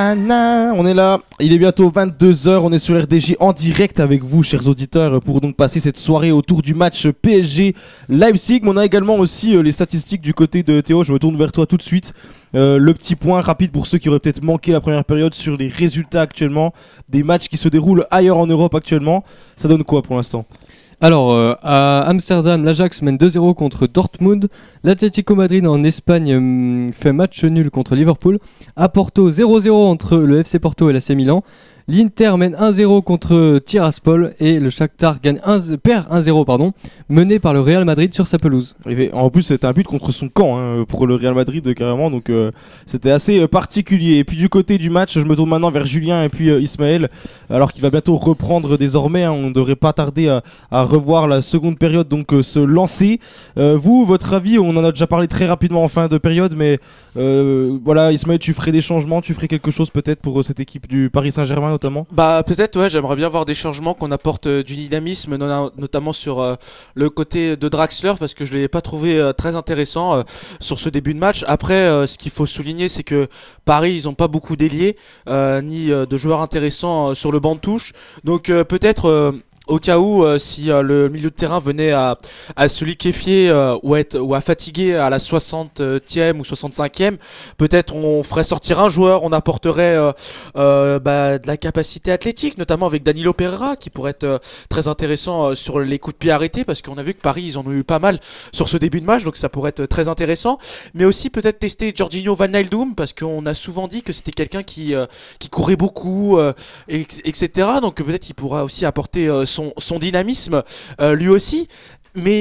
On est là, il est bientôt 22h, on est sur RDJ en direct avec vous chers auditeurs pour donc passer cette soirée autour du match PSG Leipzig. Mais on a également aussi les statistiques du côté de Théo, je me tourne vers toi tout de suite. Le petit point rapide pour ceux qui auraient peut-être manqué la première période sur les résultats actuellement des matchs qui se déroulent ailleurs en Europe actuellement. Ça donne quoi pour l'instant ?
Alors, à Amsterdam, l'Ajax mène 2-0 contre Dortmund. L'Atlético Madrid en Espagne fait match nul contre Liverpool. À Porto, 0-0 entre le FC Porto et l'AC Milan. L'Inter mène 1-0 contre Tiraspol et le Shakhtar perd 1-0 mené par le Real Madrid sur sa pelouse.
En plus c'était un but contre son camp pour le Real Madrid carrément, donc c'était assez particulier. Et puis du côté du match, je me tourne maintenant vers Julien et puis Ismaël, alors qu'il va bientôt reprendre désormais, on ne devrait pas tarder à revoir la seconde période donc se lancer. Vous, votre avis, on en a déjà parlé très rapidement en fin de période, mais voilà, Ismaël, tu ferais des changements, tu ferais quelque chose peut-être pour cette équipe du Paris Saint-Germain notamment?
Bah peut-être, ouais, j'aimerais bien voir des changements, qu'on apporte du dynamisme, notamment sur le côté de Draxler, parce que je l'ai pas trouvé très intéressant sur ce début de match. Après, ce qu'il faut souligner, c'est que Paris, ils ont pas beaucoup d'ailiers ni de joueurs intéressants sur le banc de touche, donc peut-être au cas où si le milieu de terrain venait à se liquéfier ou à fatiguer à la 60e ou 65e, peut-être on ferait sortir un joueur, on apporterait de la capacité athlétique, notamment avec Danilo Pereira, qui pourrait être très intéressant sur les coups de pied arrêtés, parce qu'on a vu que Paris, ils en ont eu pas mal sur ce début de match, donc ça pourrait être très intéressant. Mais aussi peut-être tester Jorginho Wijnaldum, parce qu'on a souvent dit que c'était quelqu'un qui courait beaucoup, etc. Donc peut-être il pourra aussi apporter son dynamisme lui aussi. Mais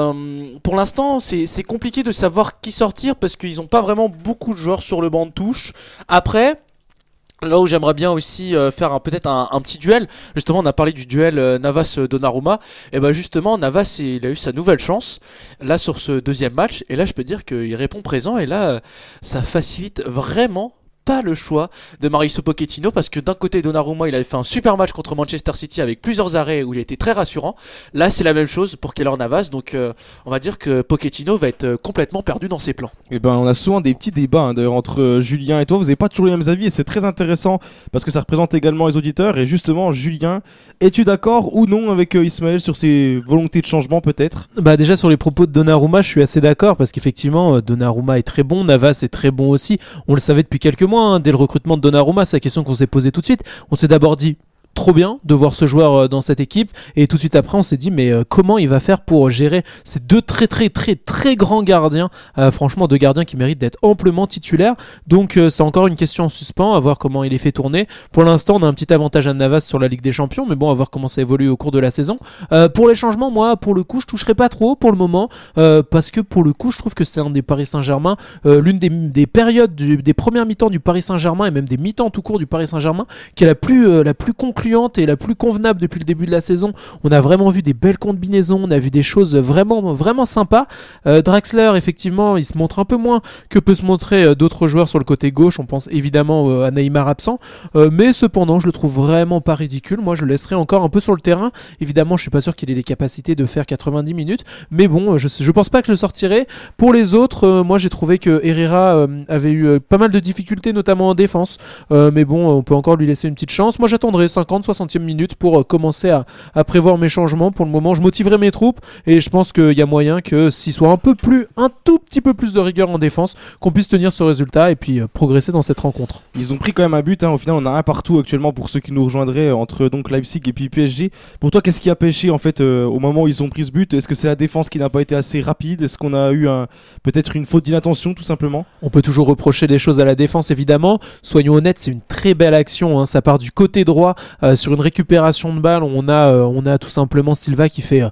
pour l'instant c'est compliqué de savoir qui sortir, parce qu'ils n'ont pas vraiment beaucoup de joueurs sur le banc de touche. Après, là où j'aimerais bien aussi faire peut-être un petit duel, justement on a parlé du duel Navas-Donnarumma, et ben justement Navas il a eu sa nouvelle chance là sur ce deuxième match, et là je peux dire qu'il répond présent, et là ça facilite vraiment pas le choix de Mauricio Pochettino, parce que d'un côté Donnarumma il avait fait un super match contre Manchester City avec plusieurs arrêts où il était très rassurant. Là c'est la même chose pour Keylor Navas, donc on va dire que Pochettino va être complètement perdu dans ses plans.
Et ben on a souvent des petits débats d'ailleurs entre Julien et toi, vous n'avez pas toujours les mêmes avis et c'est très intéressant parce que ça représente également les auditeurs. Et justement Julien, es-tu d'accord ou non avec Ismaël sur ses volontés de changement peut-être?
Bah déjà sur les propos de Donnarumma je suis assez d'accord, parce qu'effectivement Donnarumma est très bon, Navas est très bon aussi, on le savait depuis quelques mois. Dès le recrutement de Donnarumma, c'est la question qu'on s'est posée tout de suite. On s'est d'abord dit trop bien de voir ce joueur dans cette équipe, et tout de suite après on s'est dit mais comment il va faire pour gérer ces deux très grands gardiens, franchement deux gardiens qui méritent d'être amplement titulaires. Donc c'est encore une question en suspens, à voir comment il les fait tourner. Pour l'instant on a un petit avantage à Navas sur la Ligue des Champions, mais bon, à voir comment ça évolue au cours de la saison. Pour les changements, moi pour le coup je toucherai pas trop pour le moment, parce que pour le coup je trouve que c'est un des Paris Saint-Germain, l'une des périodes des premières mi-temps du Paris Saint-Germain, et même des mi-temps tout court du Paris Saint-Germain, qui est la plus concluante et la plus convenable depuis le début de la saison. On a vraiment vu des belles combinaisons, on a vu des choses vraiment sympas. Draxler, effectivement, il se montre un peu moins que peut se montrer d'autres joueurs sur le côté gauche. On pense évidemment à Neymar absent, mais cependant je le trouve vraiment pas ridicule. Moi je le laisserai encore un peu sur le terrain. Évidemment je suis pas sûr qu'il ait les capacités de faire 90 minutes, mais bon, je pense pas que je le sortirai. Pour les autres, moi j'ai trouvé que Herrera avait eu pas mal de difficultés, notamment en défense, mais bon, on peut encore lui laisser une petite chance. Moi j'attendrai 60e minute pour commencer à prévoir mes changements. Pour le moment je motiverai mes troupes, et je pense qu'il y a moyen que s'il soit un tout petit peu plus de rigueur en défense, qu'on puisse tenir ce résultat et puis progresser dans cette rencontre.
Ils ont pris quand même un but, au final on a un partout actuellement pour ceux qui nous rejoindraient entre donc Leipzig et puis PSG. Pour toi, qu'est-ce qui a pêché en fait au moment où ils ont pris ce but? Est-ce que c'est la défense qui n'a pas été assez rapide? Est-ce qu'on a eu peut-être une faute d'inattention tout simplement?
On peut toujours reprocher des choses à la défense évidemment, soyons honnêtes, c'est une très belle action, ça part du côté droit sur une récupération de balle. On a tout simplement Silva qui fait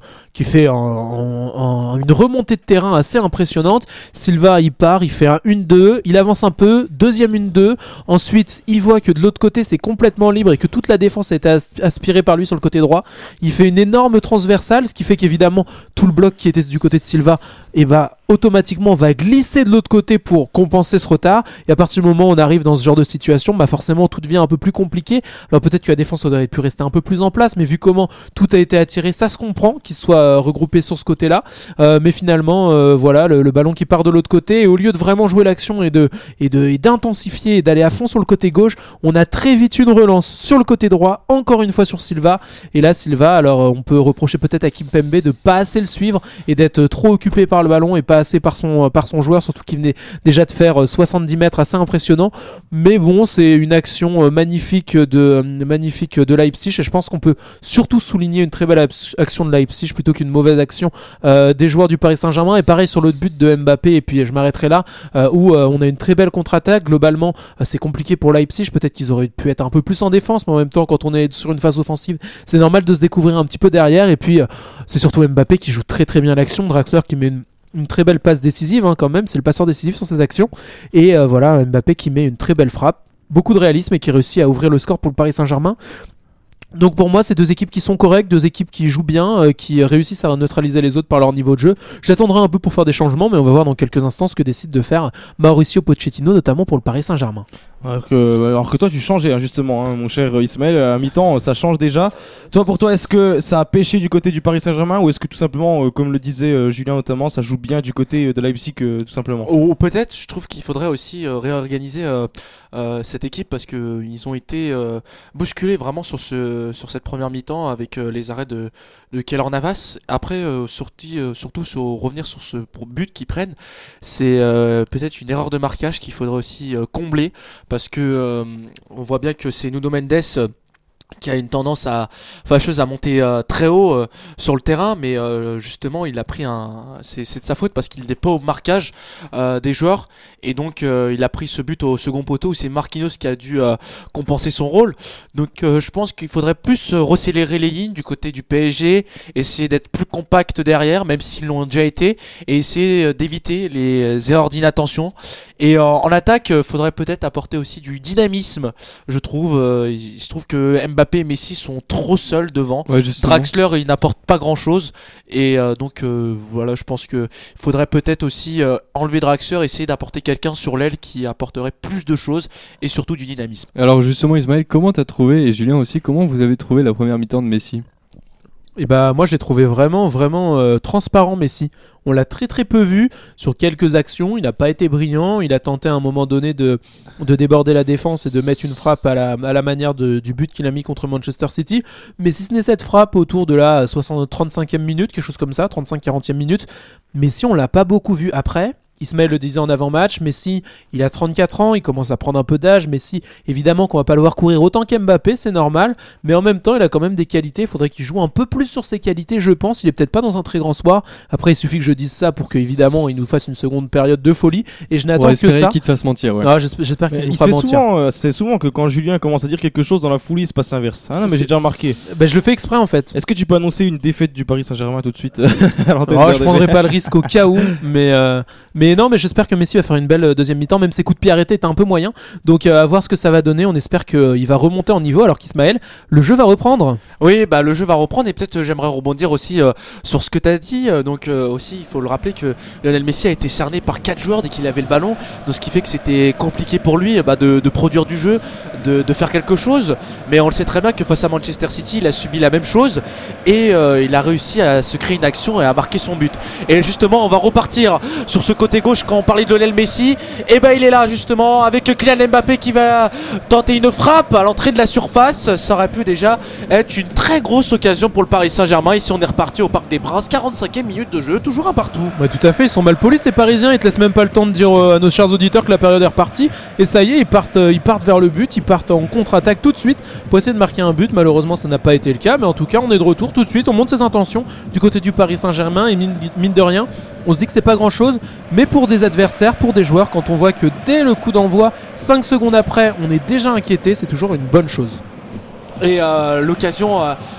une remontée de terrain assez impressionnante. Silva il part, il fait un 1-2, il avance un peu, deuxième 1-2, ensuite il voit que de l'autre côté c'est complètement libre et que toute la défense a été aspirée par lui sur le côté droit. Il fait une énorme transversale, ce qui fait qu'évidemment tout le bloc qui était du côté de Silva automatiquement va glisser de l'autre côté pour compenser ce retard, et à partir du moment où on arrive dans ce genre de situation, bah forcément tout devient un peu plus compliqué. Alors peut-être que la défense aurait pu rester un peu plus en place, mais vu comment tout a été attiré, ça se comprend qu'il soit regroupé sur ce côté-là, mais finalement voilà, le ballon qui part de l'autre côté, et au lieu de vraiment jouer l'action et d'intensifier et d'aller à fond sur le côté gauche, on a très vite une relance sur le côté droit, encore une fois sur Silva, et là Silva, alors on peut reprocher peut-être à Kimpembe de pas assez le suivre et d'être trop occupé par le ballon et pas assez par son joueur, surtout qu'il venait déjà de faire 70 mètres, assez impressionnant. Mais bon, c'est une action magnifique de Leipzig, et je pense qu'on peut surtout souligner une très belle action de Leipzig plutôt qu'une mauvaise action des joueurs du Paris Saint-Germain. Et pareil sur l'autre but de Mbappé, et puis je m'arrêterai là, où on a une très belle contre-attaque. Globalement c'est compliqué pour Leipzig, peut-être qu'ils auraient pu être un peu plus en défense, mais en même temps quand on est sur une phase offensive, c'est normal de se découvrir un petit peu derrière. Et puis c'est surtout Mbappé qui joue très très bien l'action, Draxler qui met une très belle passe décisive, hein, quand même, c'est le passeur décisif sur cette action, et voilà, Mbappé qui met une très belle frappe, beaucoup de réalisme, et qui réussit à ouvrir le score pour le Paris Saint-Germain. Donc pour moi, c'est deux équipes qui sont correctes, deux équipes qui jouent bien, qui réussissent à neutraliser les autres par leur niveau de jeu. J'attendrai un peu pour faire des changements, mais on va voir dans quelques instants ce que décide de faire Mauricio Pochettino, notamment pour le Paris Saint-Germain.
Alors que toi tu changeais, hein, justement, hein, mon cher Ismaël, à mi-temps ça change déjà. Pour toi, est-ce que ça a pêché du côté du Paris Saint-Germain, ou est-ce que tout simplement, comme le disait Julien notamment, ça joue bien du côté de Leipzig tout simplement?
Ou peut-être, je trouve qu'il faudrait aussi réorganiser cette équipe, parce que ils ont été bousculés vraiment sur cette première mi-temps avec les arrêts de Keylor Navas. Après, surtout revenir sur ce but qu'ils prennent, c'est peut-être une erreur de marquage qu'il faudrait aussi combler, parce que on voit bien que c'est Nuno Mendes qui a une tendance fâcheuse à monter très haut sur le terrain, mais justement il a pris c'est de sa faute, parce qu'il n'est pas au marquage des joueurs, et donc il a pris ce but au second poteau où c'est Marquinhos qui a dû compenser son rôle. Donc je pense qu'il faudrait plus resserrer les lignes du côté du PSG, essayer d'être plus compact derrière, même s'ils l'ont déjà été, et essayer d'éviter les erreurs d'inattention. Et en attaque, faudrait peut-être apporter aussi du dynamisme, je trouve. Il se trouve que Mbappé et Messi sont trop seuls devant.
Ouais,
Draxler, il n'apporte pas grand-chose. Et donc voilà, je pense qu'il faudrait peut-être aussi enlever Draxler, essayer d'apporter quelqu'un sur l'aile qui apporterait plus de choses et surtout du dynamisme.
Alors justement, Ismaël, comment t'as trouvé, et Julien aussi, comment vous avez trouvé la première mi-temps de Messi?
Et bah moi j'ai trouvé vraiment transparent Messi. On l'a très très peu vu sur quelques actions, il n'a pas été brillant, il a tenté à un moment donné de déborder la défense et de mettre une frappe à la manière du but qu'il a mis contre Manchester City, mais si ce n'est cette frappe autour de la 35e minute, quelque chose comme ça, 35-40e minute, Messi on l'a pas beaucoup vu. Après, Ismaël le disait en avant-match, Messi, il a 34 ans, il commence à prendre un peu d'âge. Messi, évidemment qu'on va pas le voir courir autant qu'Mbappé, c'est normal, mais en même temps, il a quand même des qualités. Il faudrait qu'il joue un peu plus sur ses qualités, je pense. Il est peut-être pas dans un très grand soir. Après, il suffit que je dise ça pour qu'évidemment, il nous fasse une seconde période de folie. Et je n'attends que ça.
Qu'il te fasse mentir, ouais.
Ah, j'espère qu'il nous fera mentir.
C'est souvent que quand Julien commence à dire quelque chose dans la folie, il se passe l'inverse. Ah non, mais j'ai déjà remarqué.
Je le fais exprès en fait.
Est-ce que tu peux annoncer une défaite du Paris Saint-Germain tout de suite?
Je prendrai pas le risque au cas où, mais non, mais j'espère que Messi va faire une belle deuxième mi-temps, même ses coups de pied arrêtés étaient un peu moyens, donc à voir ce que ça va donner. On espère qu'il va remonter en niveau, alors qu'Ismaël, le jeu va reprendre.
Oui, le jeu va reprendre, et peut-être j'aimerais rebondir aussi sur ce que tu as dit. Donc aussi, il faut le rappeler que Lionel Messi a été cerné par 4 joueurs dès qu'il avait le ballon, donc ce qui fait que c'était compliqué pour lui de produire du jeu, de faire quelque chose. Mais on le sait très bien que face à Manchester City, il a subi la même chose, et il a réussi à se créer une action et à marquer son but. Et justement, on va repartir sur ce côté gauche quand on parlait de Lionel Messi. Et il est là justement avec Kylian Mbappé qui va tenter une frappe à l'entrée de la surface. Ça aurait pu déjà être une très grosse occasion pour le Paris Saint-Germain. Ici on est reparti au Parc des Princes, 45e minute de jeu, toujours un partout.
Ouais, tout à fait, ils sont mal polis ces Parisiens, ils te laissent même pas le temps de dire à nos chers auditeurs que la période est repartie. Et ça y est, ils partent vers le but, ils partent en contre-attaque tout de suite pour essayer de marquer un but. Malheureusement ça n'a pas été le cas, mais en tout cas on est de retour tout de suite, on monte ses intentions du côté du Paris Saint-Germain, et mine de rien, on se dit que c'est pas grand chose, mais pour des adversaires, pour des joueurs, quand on voit que dès le coup d'envoi, 5 secondes après, on est déjà inquiété, c'est toujours une bonne chose.
Et l'occasion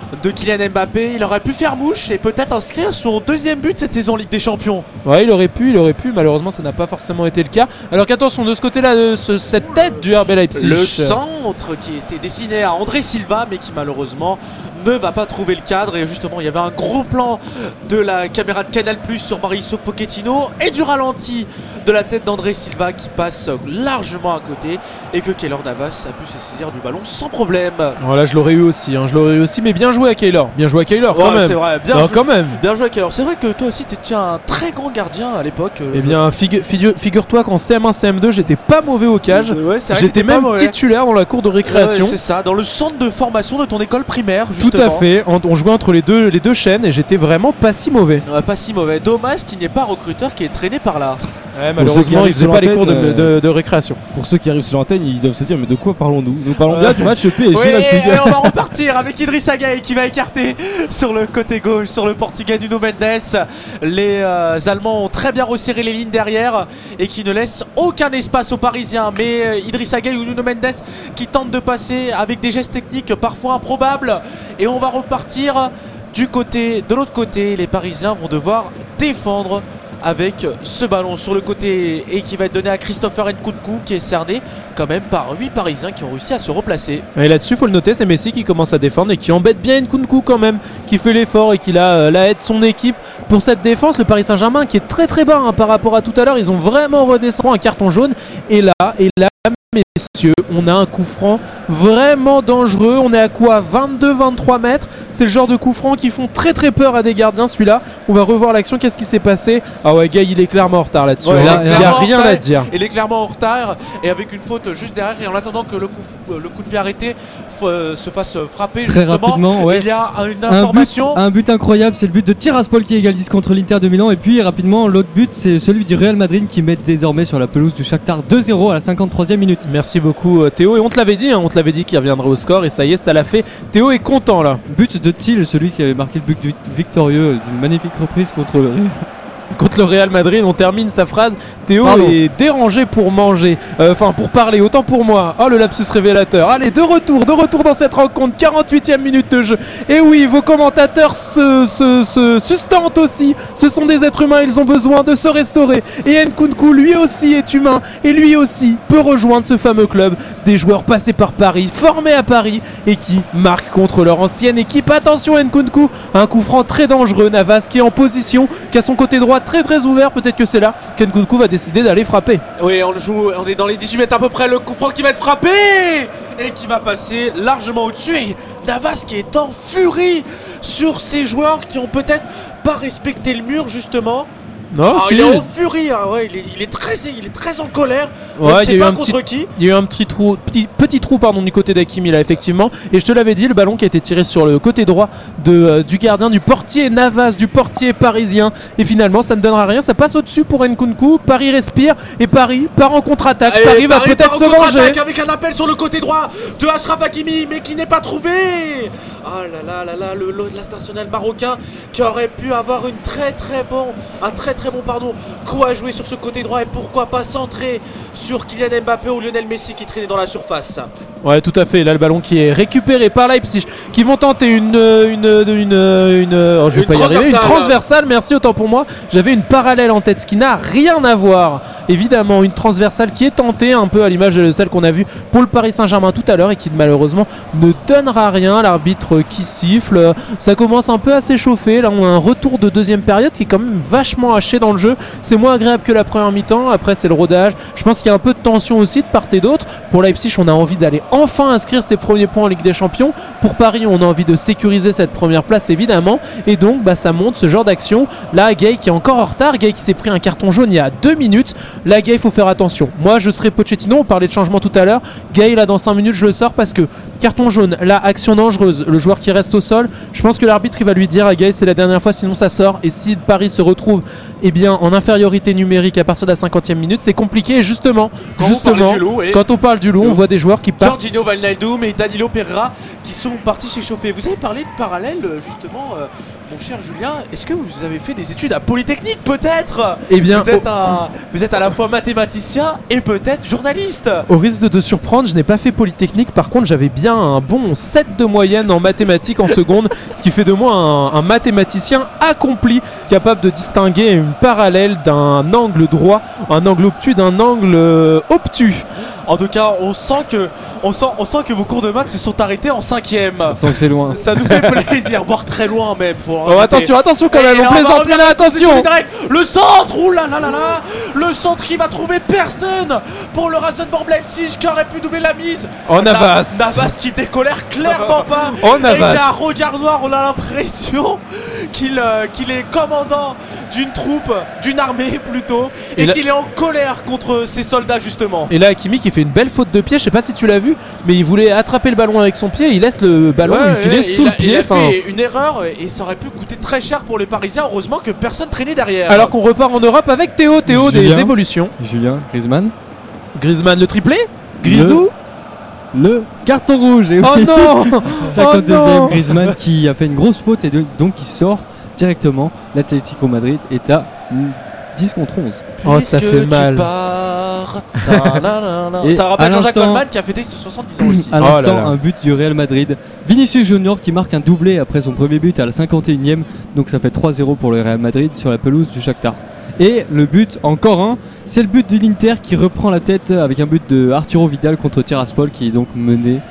de Kylian Mbappé. Il aurait pu faire mouche et peut-être inscrire son deuxième but cette saison en Ligue des Champions.
Ouais, il aurait pu. Malheureusement, ça n'a pas forcément été le cas. Alors qu'attention, de ce côté-là, cette tête du RB Leipzig.
Le centre qui était destiné à André Silva, mais qui malheureusement ne va pas trouver le cadre. Et justement, il y avait un gros plan de la caméra de Canal+ sur Mauricio Pochettino et du ralenti de la tête d'André Silva qui passe largement à côté et que Keylor Navas a pu se saisir du ballon sans problème.
Voilà, je l'aurais eu aussi, mais bien joué à Keylor. Quand même.
C'est vrai,
quand même.
Bien joué à Keylor. C'est vrai que toi aussi, tu étais un très grand gardien à l'époque.
Eh bien, figure-toi qu'en CM1, CM2, j'étais pas mauvais au cage.
Ouais, c'est vrai,
j'étais même titulaire dans la cour de récréation.
Ouais, c'est ça, dans le centre de formation de ton école primaire.
Tout à fait. On jouait entre les deux chaînes et j'étais vraiment pas si mauvais.
Ouais, pas si mauvais. Dommage qu'il n'y ait pas un recruteur qui est traîné par là.
Ouais, malheureusement, il faisait pas les cours de récréation.
Pour ceux qui arrivent sur l'antenne, ils doivent se dire mais de quoi parlons-nous? Nous parlons bien du match PSG.
Oui, et on va repartir avec Idrissa Gueye qui va écarter sur le côté gauche, sur le portugais Nuno Mendes. Les Allemands ont très bien resserré les lignes derrière et qui ne laissent aucun espace aux Parisiens. Mais Idrissa Gueye ou Nuno Mendes qui tentent de passer avec des gestes techniques parfois improbables. Et on va repartir de l'autre côté. Les Parisiens vont devoir défendre avec ce ballon sur le côté et qui va être donné à Christopher Nkunku qui est cerné quand même par 8 Parisiens qui ont réussi à se replacer.
Et là-dessus, faut le noter, c'est Messi qui commence à défendre et qui embête bien Nkunku quand même, qui fait l'effort et qui la aide son équipe pour cette défense. Le Paris Saint-Germain qui est très très bas par rapport à tout à l'heure, ils ont vraiment redescendu un carton jaune et là messieurs, on a un coup franc vraiment dangereux. On est à quoi, 22-23 mètres. C'est le genre de coup franc qui font très très peur à des gardiens. Celui-là, on va revoir l'action. Qu'est-ce qui s'est passé? Ah ouais, Gueye, il est clairement en retard là-dessus.
Ouais,
il n'y a rien à dire.
Il est clairement en retard et avec une faute juste derrière. Et en attendant que le coup de pied arrêté se fasse frapper
très
justement,
rapidement, ouais.
Il y a une information.
Un but incroyable, c'est le but de Tiraspol qui égalise contre l'Inter de Milan. Et puis rapidement, l'autre but, c'est celui du Real Madrid qui met désormais sur la pelouse du Shakhtar 2-0 à la 53e minute.
Merci beaucoup Théo, et on te l'avait dit qu'il reviendrait au score et ça y est, ça l'a fait. Théo est content là.
But de Thiel, celui qui avait marqué le but victorieux d'une magnifique reprise contre
le Real Madrid. On termine sa phrase. Théo est dérangé pour manger, pour parler, autant pour moi. Oh, le lapsus révélateur. Allez, de retour dans cette rencontre, 48e minute de jeu. Et oui, vos commentateurs se sustentent aussi. Ce sont des êtres humains, ils ont besoin de se restaurer. Et Nkunku, lui aussi est humain et lui aussi peut rejoindre ce fameux club des joueurs passés par Paris, formés à Paris et qui marquent contre leur ancienne équipe. Attention Nkunku, un coup franc très dangereux. Navas qui est en position, qui a son côté droit très très ouvert. Peut-être que c'est là qu'Nkunku va décider d'aller frapper.
Oui, on est dans les 18 mètres à peu près. Le coup franc qui va être frappé et qui va passer largement au-dessus. Et Navas qui est en furie sur ces joueurs qui ont peut-être pas respecté le mur justement.
Non,
il est en furie, hein, ouais, il est très en colère.
Ouais,
il y a eu
un petit trou du côté d'Hakimi là effectivement. Et je te l'avais dit, le ballon qui a été tiré sur le côté droit du gardien, du portier Navas, du portier parisien. Et finalement, ça ne donnera rien. Ça passe au-dessus pour Nkunku. Paris respire et Paris part en contre-attaque. Paris va peut-être se venger
avec un appel sur le côté droit de Achraf Hakimi, mais qui n'est pas trouvé. Ah là là, l'international marocain qui aurait pu avoir un très bon coup à jouer sur ce côté droit et pourquoi pas centrer sur Kylian Mbappé ou Lionel Messi qui traînait dans la surface.
Ouais, tout à fait. Là, le ballon qui est récupéré par Leipzig, qui vont tenter une transversale. Merci, autant pour moi. J'avais une parallèle en tête, ce qui n'a rien à voir. Évidemment, une transversale qui est tentée un peu à l'image de celle qu'on a vue pour le Paris Saint-Germain tout à l'heure et qui malheureusement ne donnera rien. L'arbitre qui siffle, ça commence un peu à s'échauffer. Là, on a un retour de deuxième période qui est quand même vachement haché dans le jeu. C'est moins agréable que la première mi-temps. Après, c'est le rodage. Je pense qu'il y a un peu de tension aussi de part et d'autre. Pour Leipzig, on a envie d'aller enfin inscrire ses premiers points en Ligue des Champions. Pour Paris, on a envie de sécuriser cette première place évidemment. Et donc, ça montre ce genre d'action. Là, Gueye qui est encore en retard. Gueye qui s'est pris un carton jaune il y a 2 minutes. Là, Gueye, il faut faire attention. Moi, je serais Pochettino. On parlait de changement tout à l'heure. Gueye, là, dans 5 minutes, je le sors parce que carton jaune, là, action dangereuse. Le joueur qui reste au sol. Je pense que l'arbitre, il va lui dire à Gueye, c'est la dernière fois, sinon ça sort. Et si Paris se retrouve en infériorité numérique à partir de la 50e minute, c'est compliqué. Et justement, quand on parle du loup, on voit des joueurs qui partent.
Jorginho Wijnaldum et Danilo Pereira qui sont partis s'échauffer. Vous avez parlé de parallèle, justement, mon cher Julien. Est-ce que vous avez fait des études à Polytechnique, peut-être?
Eh bien,
vous êtes à la fois mathématicien et peut-être journaliste.
Au risque de te surprendre, je n'ai pas fait Polytechnique. Par contre, j'avais bien un bon 7 de moyenne en mathématiques en seconde, ce qui fait de moi un mathématicien accompli, capable de distinguer une parallèle d'un angle droit, un angle obtus d'un angle obtus.
En tout cas, on sent que vos cours de maths se sont arrêtés en 5ème.
On sent que c'est loin.
Ça nous fait plaisir, voire très loin même.
Oh, attention quand même, on plaisante, mais là, attention.
Le centre, oulalalala, le centre qui va trouver personne pour le Rasenborg Leipzig qui aurait pu doubler la mise.
Oh, Navas.
Navas qui décolère clairement pas.
Oh, Navas.
Et qui a un regard noir, on a l'impression qu'il est commandant d'une troupe, d'une armée plutôt, et qu'il est en colère contre ses soldats justement.
Et là, Hakimi qui fait une belle faute de pied, je sais pas si tu l'as vu, mais il voulait attraper le ballon avec son pied, il laisse le ballon lui filer sous le pied.
Il a fait une erreur et ça aurait pu coûter très cher pour les Parisiens. Heureusement que personne traînait derrière.
Alors qu'on repart en Europe avec Théo,
Julien,
des évolutions.
Julien, Griezmann
Le triplé, Grisou.
Le carton rouge. Et
Oh
oui.
non
52e Griezmann qui a fait une grosse faute et donc il sort directement. L'Atlético Madrid est à 10 contre 11.
Oh, ça fait mal.
Et ça rappelle Jean-Jacques Goldman qui a fêté ses 70 ans aussi.
À l'instant, un but du Real Madrid. Vinicius Junior qui marque un doublé après son premier but à la 51e. Donc ça fait 3-0 pour le Real Madrid sur la pelouse du Shakhtar. Et le but, encore un, c'est le but de l'Inter qui reprend la tête avec un but de Arturo Vidal contre Tiraspol qui est donc mené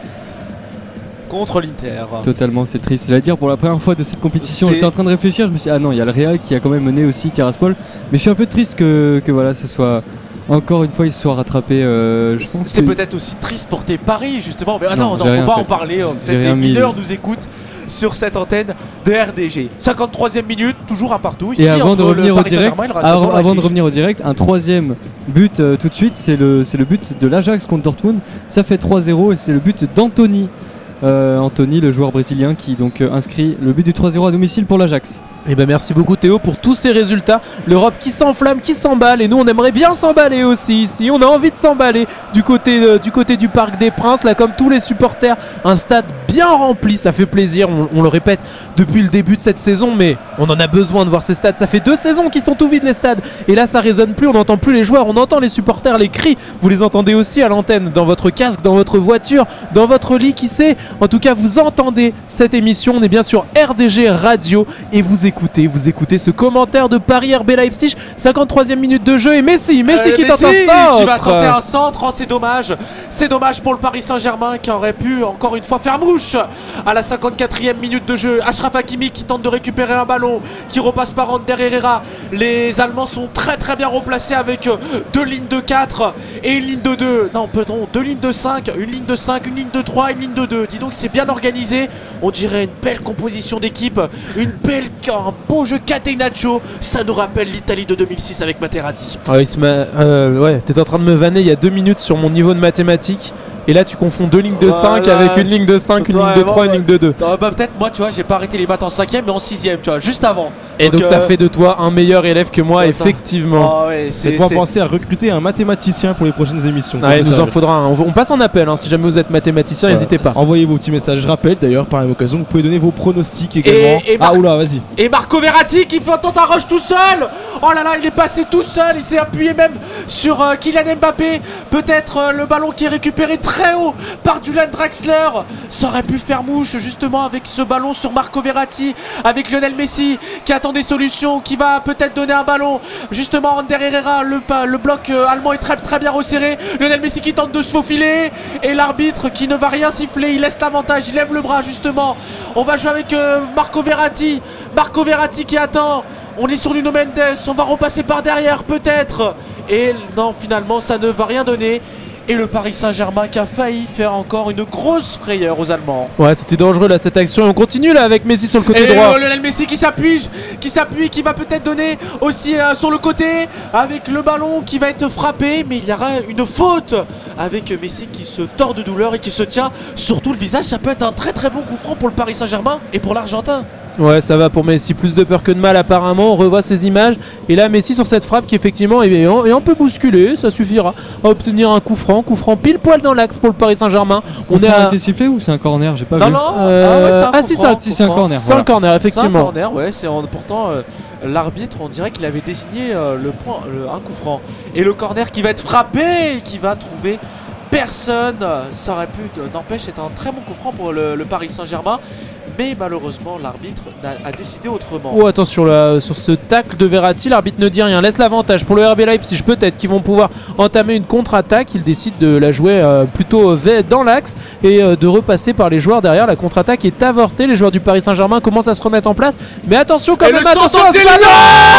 contre l'Inter.
Totalement, c'est triste. Je vais dire pour la première fois de cette compétition, j'étais en train de réfléchir, je me suis dit, ah non, il y a le Real qui a quand même mené aussi Tiraspol. Mais je suis un peu triste que voilà, ce soit encore une fois, il se soit rattrapé.
C'est peut-être aussi triste pour tes paris justement. Mais
non,
faut pas en parler. Peut-être des mineurs nous écoutent sur cette antenne de RDG. 53e minute, toujours un partout. Ici,
et avant de revenir au direct,
avant
de revenir au direct, un troisième but tout de suite, c'est le but de l'Ajax contre Dortmund. Ça fait 3-0 et c'est le but d'Anthony. Anthony, le joueur brésilien qui donc inscrit le but du 3-0 à domicile pour l'Ajax.
Et ben merci beaucoup Théo pour tous ces résultats. L'Europe qui s'enflamme, qui s'emballe, et nous on aimerait bien s'emballer aussi ici. On a envie de s'emballer du côté du Parc des Princes, là comme tous les supporters. Un stade bien rempli, ça fait plaisir. On le répète depuis le début de cette saison, mais on en a besoin de voir ces stades. Ça fait 2 saisons qu'ils sont tout vides les stades, et là ça résonne plus. On n'entend plus les joueurs, on entend les supporters, les cris. Vous les entendez aussi à l'antenne, dans votre casque, dans votre voiture, dans votre lit, qui sait. En tout cas, vous entendez cette émission. On est bien sur RDG Radio et vous écoutez ce commentaire de Paris RB Leipzig. 53e minute de jeu et Messi qui tente un centre.
Qui va tenter un centre. Oh, c'est dommage pour le Paris Saint-Germain qui aurait pu encore une fois faire mouche à la 54e minute de jeu. Achraf Hakimi qui tente de récupérer un ballon, qui repasse par Ander Herrera. Les Allemands sont très très bien replacés avec 2 lignes de 4 et une ligne de 2. Non, pardon, 2 lignes de 5, une ligne de 5, une ligne de 3, une ligne de 2. Dis donc, c'est bien organisé. On dirait une belle composition d'équipe, un beau jeu catenaccio. Ça nous rappelle l'Italie de 2006 avec Materazzi.
Ouais, t'étais en train de me vanner il y a 2 minutes sur mon niveau de mathématiques. Et là, tu confonds 2 lignes de 5 avec une ligne de 5, une ligne de 3, une ligne de 2.
Peut-être, moi, tu vois, j'ai pas arrêté les maths en 5ème, mais en 6ème, tu vois, juste avant.
Et donc ça fait de toi un meilleur élève que moi, effectivement.
Faites-moi penser à recruter un mathématicien pour les prochaines émissions.
Il nous en faudra un. On passe en appel, si jamais vous êtes mathématicien, n'hésitez pas.
Envoyez vos petits messages. Je rappelle d'ailleurs, par la même occasion, vous pouvez donner vos pronostics également. Oula, vas-y.
Et Marco Verratti qui fait un tente à rush tout seul. Oh là là, il est passé tout seul. Il s'est appuyé même sur Kylian Mbappé. Peut-être le ballon qui est récupéré très haut par Julian Draxler. Ça aurait pu faire mouche justement avec ce ballon sur Marco Verratti, avec Lionel Messi qui attend des solutions, qui va peut-être donner un ballon justement à Ander Herrera. Le bloc allemand est très très bien resserré. Lionel Messi qui tente de se faufiler et l'arbitre qui ne va rien siffler. Il laisse l'avantage, il lève le bras justement. On va jouer avec Marco Verratti qui attend. On est sur Nuno Mendes, on va repasser par derrière peut-être. Et non, finalement ça ne va rien donner. Et le Paris Saint-Germain qui a failli faire encore une grosse frayeur aux Allemands.
Ouais, c'était dangereux là cette action. Et on continue là avec Messi sur le côté droit.
Lionel Messi qui s'appuie, qui va peut-être donner aussi sur le côté avec le ballon qui va être frappé. Mais il y aura une faute avec Messi qui se tord de douleur et qui se tient surtout le visage. Ça peut être un très très bon coup franc pour le Paris Saint-Germain et pour l'Argentin.
Ouais, ça va pour Messi, plus de peur que de mal apparemment, on revoit ces images, et là Messi sur cette frappe qui effectivement est un peu bousculée, ça suffira à obtenir un coup franc pile poil dans l'axe pour le Paris Saint-Germain.
On a été sifflé ou c'est un corner? J'ai pas vu.
Non,
c'est un corner. C'est un corner, effectivement.
C'est un corner, ouais, pourtant l'arbitre, on dirait qu'il avait désigné un coup franc. Et le corner qui va être frappé et qui va trouver personne. Ça aurait pu, n'empêche, c'est un très bon coup franc pour le Paris Saint-Germain. Mais malheureusement, l'arbitre a décidé autrement.
Oh, attention sur ce tacle de Verratti, l'arbitre ne dit rien. Laisse l'avantage pour le RB Leipzig, peut-être qu'ils vont pouvoir entamer une contre-attaque. Il décide de la jouer plutôt dans l'axe et de repasser par les joueurs derrière. La contre-attaque est avortée. Les joueurs du Paris Saint-Germain commencent à se remettre en place. Mais attention quand même, attention à ce ballon!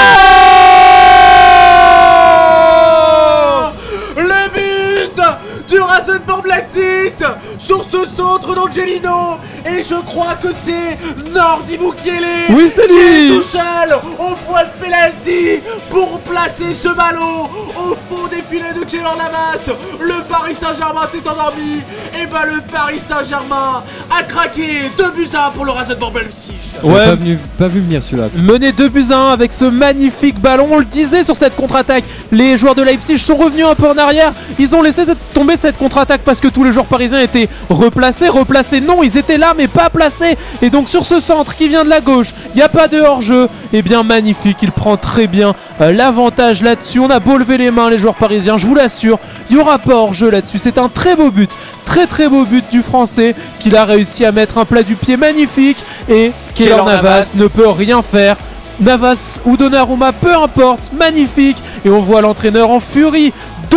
Le but du Rasenborg Leipzig sur ce centre d'Angelino, et je crois que c'est Nordi Mukiele
qui est
tout seul au point de penalty pour placer ce ballon au fond des filets de Keylor Navas. Le Paris Saint-Germain s'est endormi, et le Paris Saint-Germain a craqué. 2-1 pour le Rasenborg Leipzig.
Ouais,
pas vu venir celui-là.
Mené 2-1 avec ce magnifique ballon. On le disait sur cette contre-attaque, les joueurs de Leipzig sont revenus un peu en arrière. Ils ont laissé tomber cette contre-attaque parce que tous les joueurs parisiens étaient replacés. Non, ils étaient là mais pas placés. Et donc sur ce centre qui vient de la gauche, il n'y a pas de hors-jeu. Et bien magnifique, il prend très bien l'avantage là-dessus. On a beau lever les mains les joueurs parisiens, je vous l'assure, il n'y aura pas hors-jeu là-dessus. C'est un très beau but. Très beau but du français qu'il a réussi à mettre un plat du pied magnifique, et Keylor Navas ne peut rien faire. Navas ou Donnarumma, peu importe, magnifique, et on voit l'entraîneur en furie.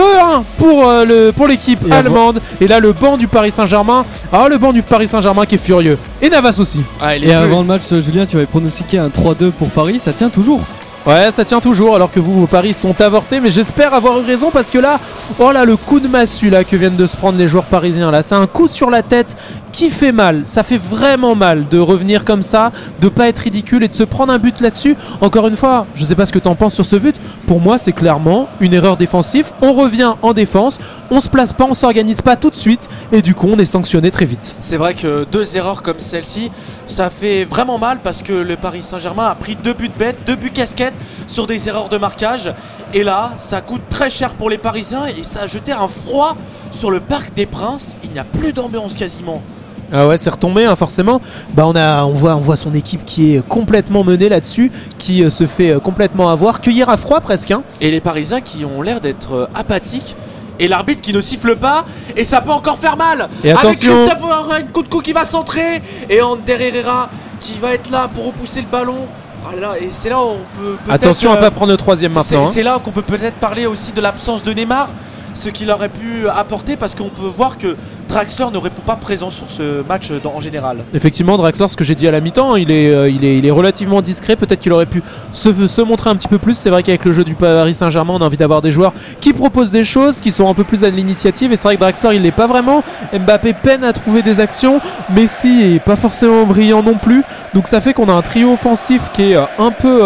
2-1 pour l'équipe allemande. Et là le banc du Paris Saint-Germain, qui est furieux, et Navas aussi.
Et avant le match, Julien, tu avais pronostiqué un 3-2 pour Paris, ça tient toujours?
Ouais, ça tient toujours, alors que vos paris sont avortés, mais j'espère avoir eu raison, parce que là, le coup de massue là que viennent de se prendre les joueurs parisiens là, c'est un coup sur la tête qui fait mal. Ça fait vraiment mal de revenir comme ça, de pas être ridicule et de se prendre un but là-dessus. Encore une fois, je sais pas ce que t'en penses sur ce but. Pour moi, c'est clairement une erreur défensive. On revient en défense, on se place pas, on s'organise pas tout de suite, et du coup, on est sanctionné très vite.
C'est vrai que 2 erreurs comme celle-ci, ça fait vraiment mal, parce que le Paris Saint-Germain a pris 2 buts bêtes, 2 buts casquettes sur des erreurs de marquage, et là ça coûte très cher pour les Parisiens, et ça a jeté un froid sur le Parc des Princes. Il n'y a plus d'ambiance quasiment.
Ah ouais, c'est retombé forcément. On voit son équipe qui est complètement menée là-dessus, qui se fait complètement avoir, cueillir à froid presque.
Et les Parisiens qui ont l'air d'être apathiques. Et l'arbitre qui ne siffle pas, et ça peut encore faire mal.
Et attention,
avec Christophe Nkunku qui va centrer, et Ander Herrera qui va être là pour repousser le ballon. Et c'est là où on peut
attention à pas prendre le troisième maintenant.
C'est là qu'on peut peut-être parler aussi de l'absence de Neymar, ce qu'il aurait pu apporter, parce qu'on peut voir que Draxler ne répond pas présent sur ce match en général.
Effectivement, Draxler, ce que j'ai dit à la mi-temps, il est relativement discret. Peut-être qu'il aurait pu se montrer un petit peu plus. C'est vrai qu'avec le jeu du Paris Saint-Germain, on a envie d'avoir des joueurs qui proposent des choses, qui sont un peu plus à l'initiative, et c'est vrai que Draxler, il l'est pas vraiment. Mbappé peine à trouver des actions, Messi est pas forcément brillant non plus, donc ça fait qu'on a un trio offensif qui est un peu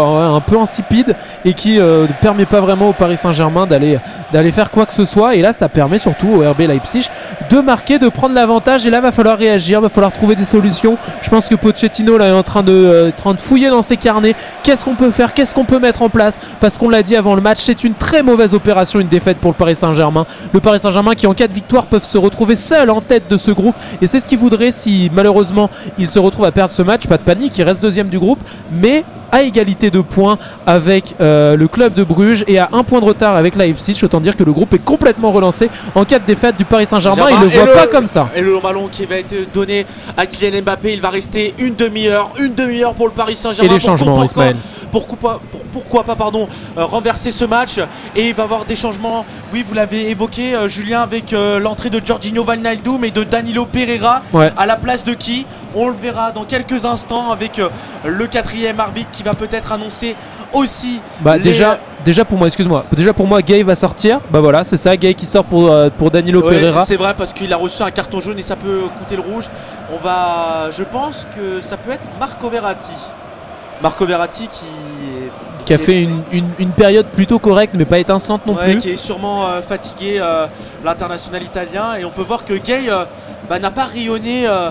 insipide, et qui ne permet pas vraiment au Paris Saint-Germain d'aller faire quoi que ce soit. Et là, ça permet surtout au RB Leipzig de marquer, de prendre l'avantage, et là va falloir réagir, va falloir trouver des solutions. Je pense que Pochettino là est en train de fouiller dans ses carnets. Qu'est-ce qu'on peut faire, qu'est-ce qu'on peut mettre en place, parce qu'on l'a dit avant le match, c'est une très mauvaise opération, une défaite pour le Paris Saint-Germain. Le Paris Saint-Germain qui en cas de victoire peuvent se retrouver seul en tête de ce groupe, et c'est ce qu'il voudrait si malheureusement il se retrouve à perdre ce match. Pas de panique, il reste deuxième du groupe, mais à égalité de points avec le club de Bruges, et à 1 point de retard avec Leipzig. Autant dire que le groupe est complètement relancé en cas de défaite du Paris Saint-Germain. Il ne le voit pas comme ça.
Et le long ballon qui va être donné à Kylian Mbappé, il va rester une demi-heure pour le Paris Saint-Germain.
Et les changements, Ismaël.
Pourquoi pas renverser ce match, et il va y avoir des changements. Oui, vous l'avez évoqué, Julien, avec l'entrée de Jorginho Wijnaldum et de Danilo Pereira.
Ouais.
À la place de qui? On le verra dans quelques instants, avec le 4e arbitre qui va peut-être annoncer aussi.
Déjà pour moi, Gay va sortir. Voilà, c'est ça, Gay qui sort pour Danilo Pereira.
C'est vrai, parce qu'il a reçu un carton jaune et ça peut coûter le rouge. Je pense que ça peut être Marco Verratti
qui a fait une période plutôt correcte, mais pas étincelante non plus.
Qui est sûrement fatigué, l'international italien. Et on peut voir que Gay n'a pas rayonné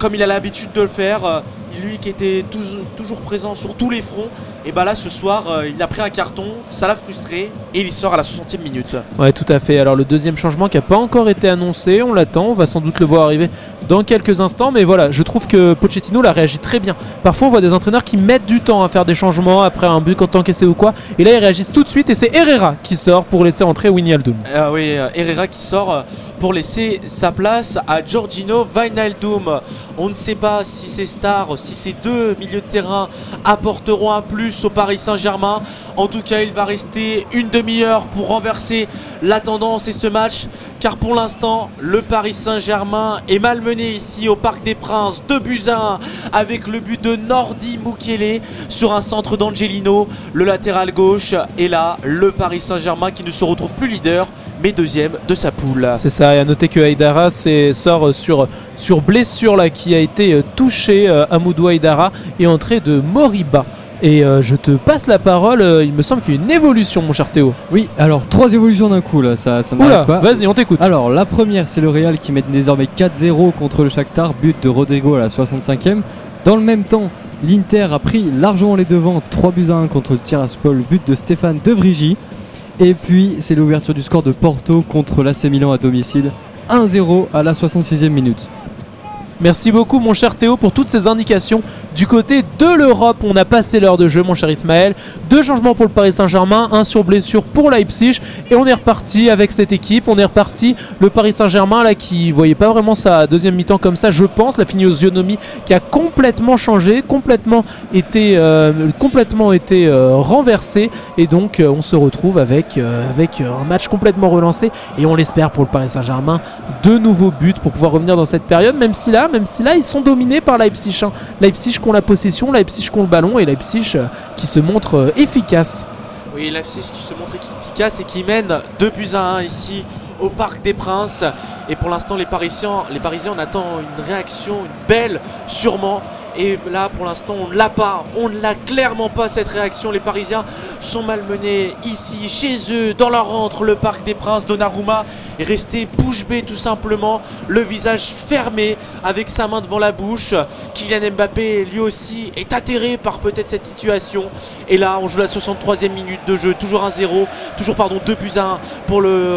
comme il a l'habitude de le faire, lui qui était toujours présent sur tous les fronts, et bah là ce soir il a pris un carton, ça l'a frustré et il sort à la 60e minute.
Ouais, tout à fait. Alors le deuxième changement qui n'a pas encore été annoncé, on l'attend, on va sans doute le voir arriver dans quelques instants, mais voilà, je trouve que Pochettino l'a réagi très bien. Parfois on voit des entraîneurs qui mettent du temps à faire des changements après un but quand encaissé ou quoi, et là ils réagissent tout de suite et c'est Herrera qui sort pour laisser entrer Wijnaldum.
Oui, Herrera qui sort pour laisser sa place à Georginio Wijnaldum. On ne sait pas si ces stars, si ces deux milieux de terrain apporteront un plus au Paris Saint-Germain. En tout cas, il va rester une demi-heure pour renverser la tendance et ce match, car pour l'instant, le Paris Saint-Germain est malmené ici au Parc des Princes, 2-1 avec le but de Nordi Mukiele sur un centre d'Angelino, le latéral gauche. Et là, le Paris Saint-Germain qui ne se retrouve plus leader, mais deuxième de sa poule.
C'est ça, et à noter que Haïdara sort sur blessure là, qui a été touché. Amadou Haïdara est entré de Moriba. Et je te passe la parole, il me semble qu'il y a une évolution, mon cher Théo.
Oui, alors 3 évolutions d'un coup là, ça
Oula,
n'arrête pas.
vas-y, on t'écoute.
Alors la première, c'est le Real qui mène désormais 4-0 contre le Shakhtar, but de Rodrigo à la 65e. Dans le même temps, l'Inter a pris largement les devants, 3-1 contre le Tiraspol, but de Stéphane De Vrij. Et puis c'est l'ouverture du score de Porto contre l'AC Milan à domicile, 1-0 à la 66e minute.
Merci beaucoup mon cher Théo pour toutes ces indications. Du côté de l'Europe, on a passé l'heure de jeu mon cher Ismaël. 2 changements pour le Paris Saint-Germain, 1 sur blessure pour Leipzig. Et on est reparti avec cette équipe, on est reparti. Le Paris Saint-Germain là qui voyait pas vraiment sa deuxième mi-temps comme ça, je pense. La physionomie qui a complètement changé, complètement été renversée. Et donc on se retrouve avec un match complètement relancé. Et on l'espère pour le Paris Saint-Germain, 2 nouveaux buts pour pouvoir revenir dans cette période, même si là ils sont dominés par Leipzig. Leipzig qui ont la possession, Leipzig qui ont le ballon et Leipzig qui se montre efficace.
Oui, Leipzig qui se montre efficace et qui mène 2-1 ici au Parc des Princes. Et pour l'instant, les Parisiens, on attend une réaction, une belle sûrement. Et là, pour l'instant, on ne l'a pas. On ne l'a clairement pas, cette réaction. Les Parisiens sont malmenés ici, chez eux, dans leur rentre, le Parc des Princes. Donnarumma est resté bouche bée, tout simplement, le visage fermé, avec sa main devant la bouche. Kylian Mbappé, lui aussi, est atterré par peut-être cette situation. Et là, on joue la 63e minute de jeu. Toujours 1-0. Toujours, 2-1 pour le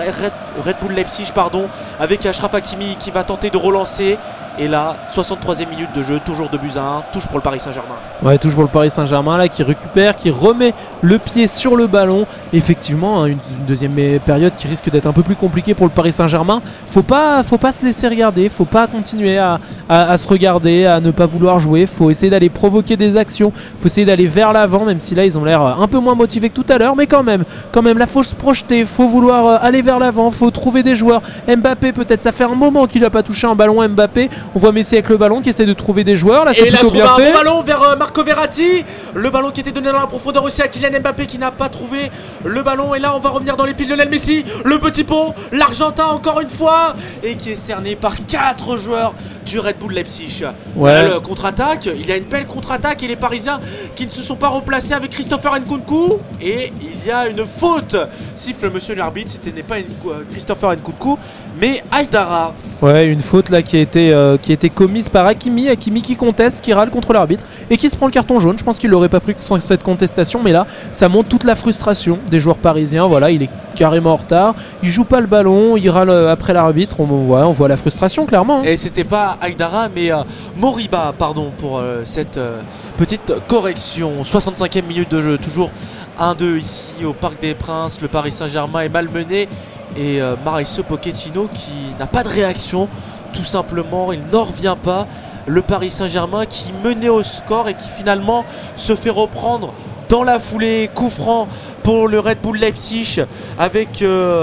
Red Bull Leipzig, avec Achraf Hakimi qui va tenter de relancer. Et là, 63e minute de jeu, toujours 2-1, touche pour le Paris Saint-Germain.
Ouais, touche pour le Paris Saint-Germain là qui récupère, qui remet le pied sur le ballon. Effectivement, une deuxième période qui risque d'être un peu plus compliquée pour le Paris Saint-Germain. Faut pas se laisser regarder, faut pas continuer à se regarder, à ne pas vouloir jouer. Faut essayer d'aller provoquer des actions, faut essayer d'aller vers l'avant, même si là ils ont l'air un peu moins motivés que tout à l'heure, mais quand même là faut se projeter, faut vouloir aller vers l'avant, faut trouver des joueurs. Mbappé peut-être, ça fait un moment qu'il n'a pas touché un ballon. Mbappé, on voit Messi avec le ballon qui essaie de trouver des joueurs. Là, c'est plutôt bien fait.
Et il a trouvé un bon ballon vers Marco Verratti. Le ballon qui était donné dans la profondeur aussi à Kylian Mbappé qui n'a pas trouvé le ballon. Et là, on va revenir dans les pieds de Lionel Messi. Le petit pot, l'Argentin encore une fois. Et qui est cerné par 4 joueurs du Red Bull Leipzig.
Ouais.
Là, le contre-attaque. Il y a une belle contre-attaque. Et les Parisiens qui ne se sont pas remplacés avec Christopher Nkunku. Et il y a une faute. Siffle monsieur l'arbitre. C'était n'est pas Christopher Nkunku, mais Haïdara.
Ouais, une faute là qui a été commise par Hakimi qui conteste, qui râle contre l'arbitre et qui se prend le carton jaune. Je pense qu'il l'aurait pas pris sans cette contestation, mais là ça montre toute la frustration des joueurs parisiens. Voilà, il est carrément en retard, il joue pas le ballon, il râle après l'arbitre. On voit la frustration clairement.
Et c'était pas Haïdara mais Moriba, pour cette petite correction. 65e minute de jeu, toujours 1-2 ici au Parc des Princes. Le Paris Saint-Germain est malmené et Mauricio Pochettino qui n'a pas de réaction. Tout simplement, il n'en revient pas. Le Paris Saint-Germain qui menait au score et qui finalement se fait reprendre dans la foulée. Coup franc pour le Red Bull Leipzig avec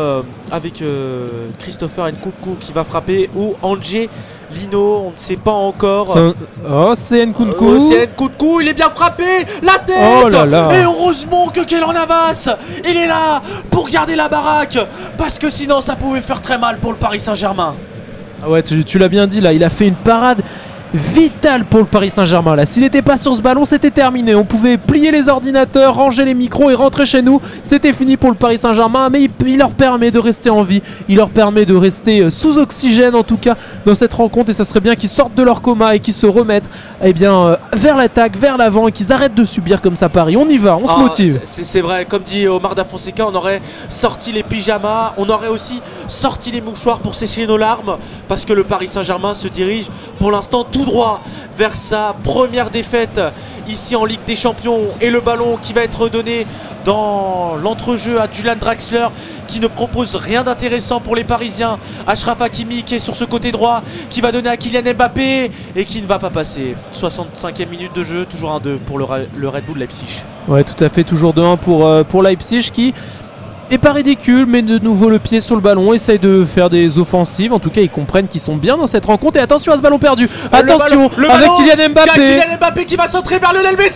Christopher Nkunku qui va frapper ou Angelino, on ne sait pas encore.
C'est Nkunku.
C'est Nkunku, il est bien frappé, la tête.
Oh là là.
Et heureusement que Keylor Navas, il est là pour garder la baraque parce que sinon ça pouvait faire très mal pour le Paris Saint-Germain.
Ah ouais, tu l'as bien dit là, il a fait une parade. vital pour le Paris Saint-Germain. Là, s'il n'était pas sur ce ballon, c'était terminé. On pouvait plier les ordinateurs, ranger les micros et rentrer chez nous. C'était fini pour le Paris Saint-Germain, mais il leur permet de rester en vie. Il leur permet de rester sous oxygène, en tout cas, dans cette rencontre. Et ça serait bien qu'ils sortent de leur coma et qu'ils se remettent vers l'attaque, vers l'avant et qu'ils arrêtent de subir comme ça Paris. On y va, on se motive.
C'est vrai, comme dit Omar Da Fonseca, on aurait sorti les pyjamas, on aurait aussi sorti les mouchoirs pour sécher nos larmes, parce que le Paris Saint-Germain se dirige pour l'instant tout droit vers sa première défaite ici en Ligue des Champions, et le ballon qui va être donné dans l'entrejeu à Julian Draxler, qui ne propose rien d'intéressant pour les Parisiens. Achraf Hakimi qui est sur ce côté droit, qui va donner à Kylian Mbappé et qui ne va pas passer. 65e minute de jeu, toujours 1-2 pour le Red Bull Leipzig.
Ouais, tout à fait, toujours 2-1 pour Leipzig, qui est pas ridicule, mais de nouveau le pied sur le ballon, essaye de faire des offensives. En tout cas, ils comprennent qu'ils sont bien dans cette rencontre. Et attention à ce ballon perdu. Attention avec Kylian Mbappé.
Kylian Mbappé qui va centrer vers Lionel Messi.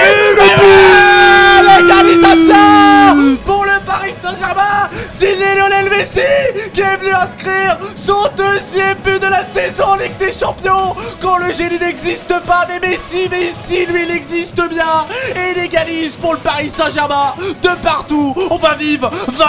L'égalisation pour le Paris Saint-Germain. C'est Lionel Messi qui est venu inscrire son deuxième but de la saison en Ligue des Champions. Quand le génie n'existe pas, mais Messi, lui, il existe bien. Et il égalise pour le Paris Saint-Germain. De partout, on va vivre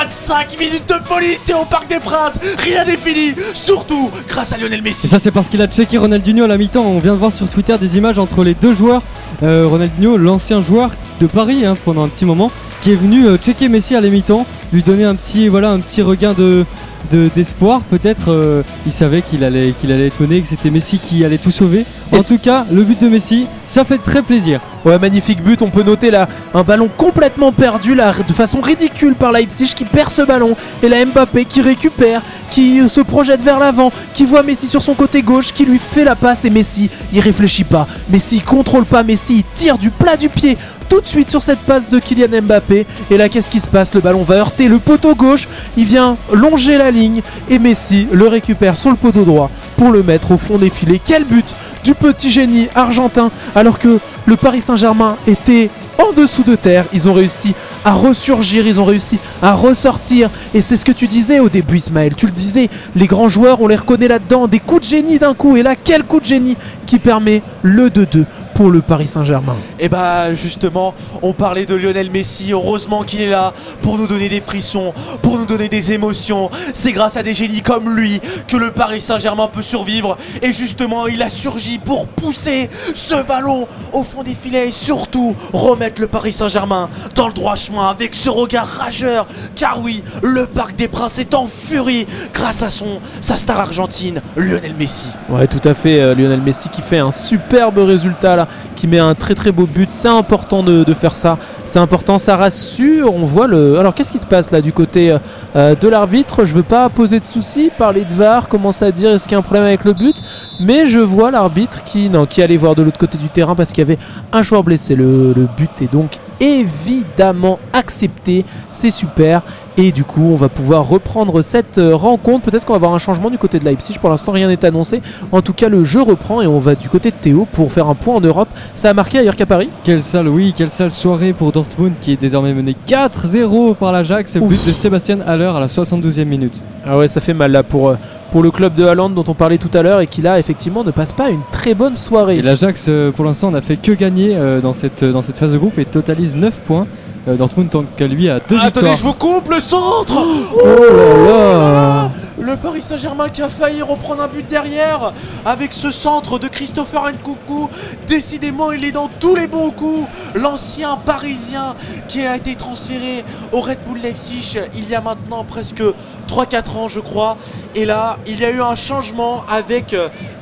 25 minutes de folie ici au Parc des Princes. Rien n'est fini, surtout grâce à Lionel Messi.
Et ça, c'est parce qu'il a checké Ronaldinho à la mi-temps. On vient de voir sur Twitter des images entre les deux joueurs. Ronaldinho, l'ancien joueur de Paris pendant un petit moment, qui est venu checker Messi à la mi-temps, lui donner un petit regain d'espoir peut-être. Il savait qu'il allait être mené, que c'était Messi qui allait tout sauver. En tout cas, le but de Messi, ça fait très plaisir.
Ouais, magnifique but. On peut noter là un ballon complètement perdu là, de façon ridicule par Leipzig, qui perd ce ballon. Et là Mbappé qui récupère, qui se projette vers l'avant, qui voit Messi sur son côté gauche, qui lui fait la passe. Et Messi, il réfléchit pas. Messi, il contrôle pas. Messi, il tire du plat du pied tout de suite sur cette passe de Kylian Mbappé. Et là, qu'est-ce qui se passe? Le ballon va heurter le poteau gauche. Il vient longer la ligne. Et Messi le récupère sur le poteau droit pour le mettre au fond des filets. Quel but du petit génie argentin, alors que le Paris Saint-Germain était en dessous de terre. Ils ont réussi à ressurgir, ils ont réussi à ressortir. Et c'est ce que tu disais au début, Ismaël. Tu le disais, les grands joueurs, on les reconnaît là-dedans. Des coups de génie d'un coup. Et là, quel coup de génie qui permet le 2-2 pour le Paris Saint-Germain.
Et bah justement, on parlait de Lionel Messi. Heureusement qu'il est là pour nous donner des frissons, pour nous donner des émotions. C'est grâce à des génies comme lui que le Paris Saint-Germain peut survivre. Et justement, il a surgi pour pousser ce ballon au fond des filets et surtout remettre le Paris Saint-Germain dans le droit chemin avec ce regard rageur. Car oui, le Parc des Princes est en furie grâce à sa star argentine, Lionel Messi.
Ouais, tout à fait, Lionel Messi qui fait un superbe résultat là, qui met un très très beau but. C'est important de faire ça, c'est important, ça rassure. On voit alors qu'est-ce qui se passe là du côté de l'arbitre? Je veux pas poser de soucis, parler de VAR, commencer à dire est-ce qu'il y a un problème avec le but, mais je vois l'arbitre qui allait voir de l'autre côté du terrain parce qu'il y avait un joueur blessé. Le but est donc évidemment accepté, c'est super. Et du coup on va pouvoir reprendre cette rencontre. Peut-être qu'on va avoir un changement du côté de Leipzig. Pour l'instant rien n'est annoncé. En tout cas le jeu reprend et on va du côté de Théo pour faire un point en Europe. Ça a marqué ailleurs qu'à Paris.
Quelle sale soirée pour Dortmund qui est désormais mené 4-0 par l'Ajax. But de Sébastien Haller à la 72e minute.
Ah ouais, ça fait mal là pour le club de Haaland dont on parlait tout à l'heure et qui là effectivement ne passe pas une très bonne soirée.
Et l'Ajax pour l'instant n'a fait que gagner dans cette phase de groupe et totalise 9 points. Dortmund tant qu'à lui a 2 victoires.
Attendez, je vous coupe le centre.
Oh là là.
Le Paris Saint-Germain qui a failli reprendre un but derrière avec ce centre de Christopher Nkunku. Décidément, il est dans tous les bons coups. L'ancien Parisien qui a été transféré au Red Bull Leipzig il y a maintenant presque 3-4 ans, je crois. Et là, il y a eu un changement avec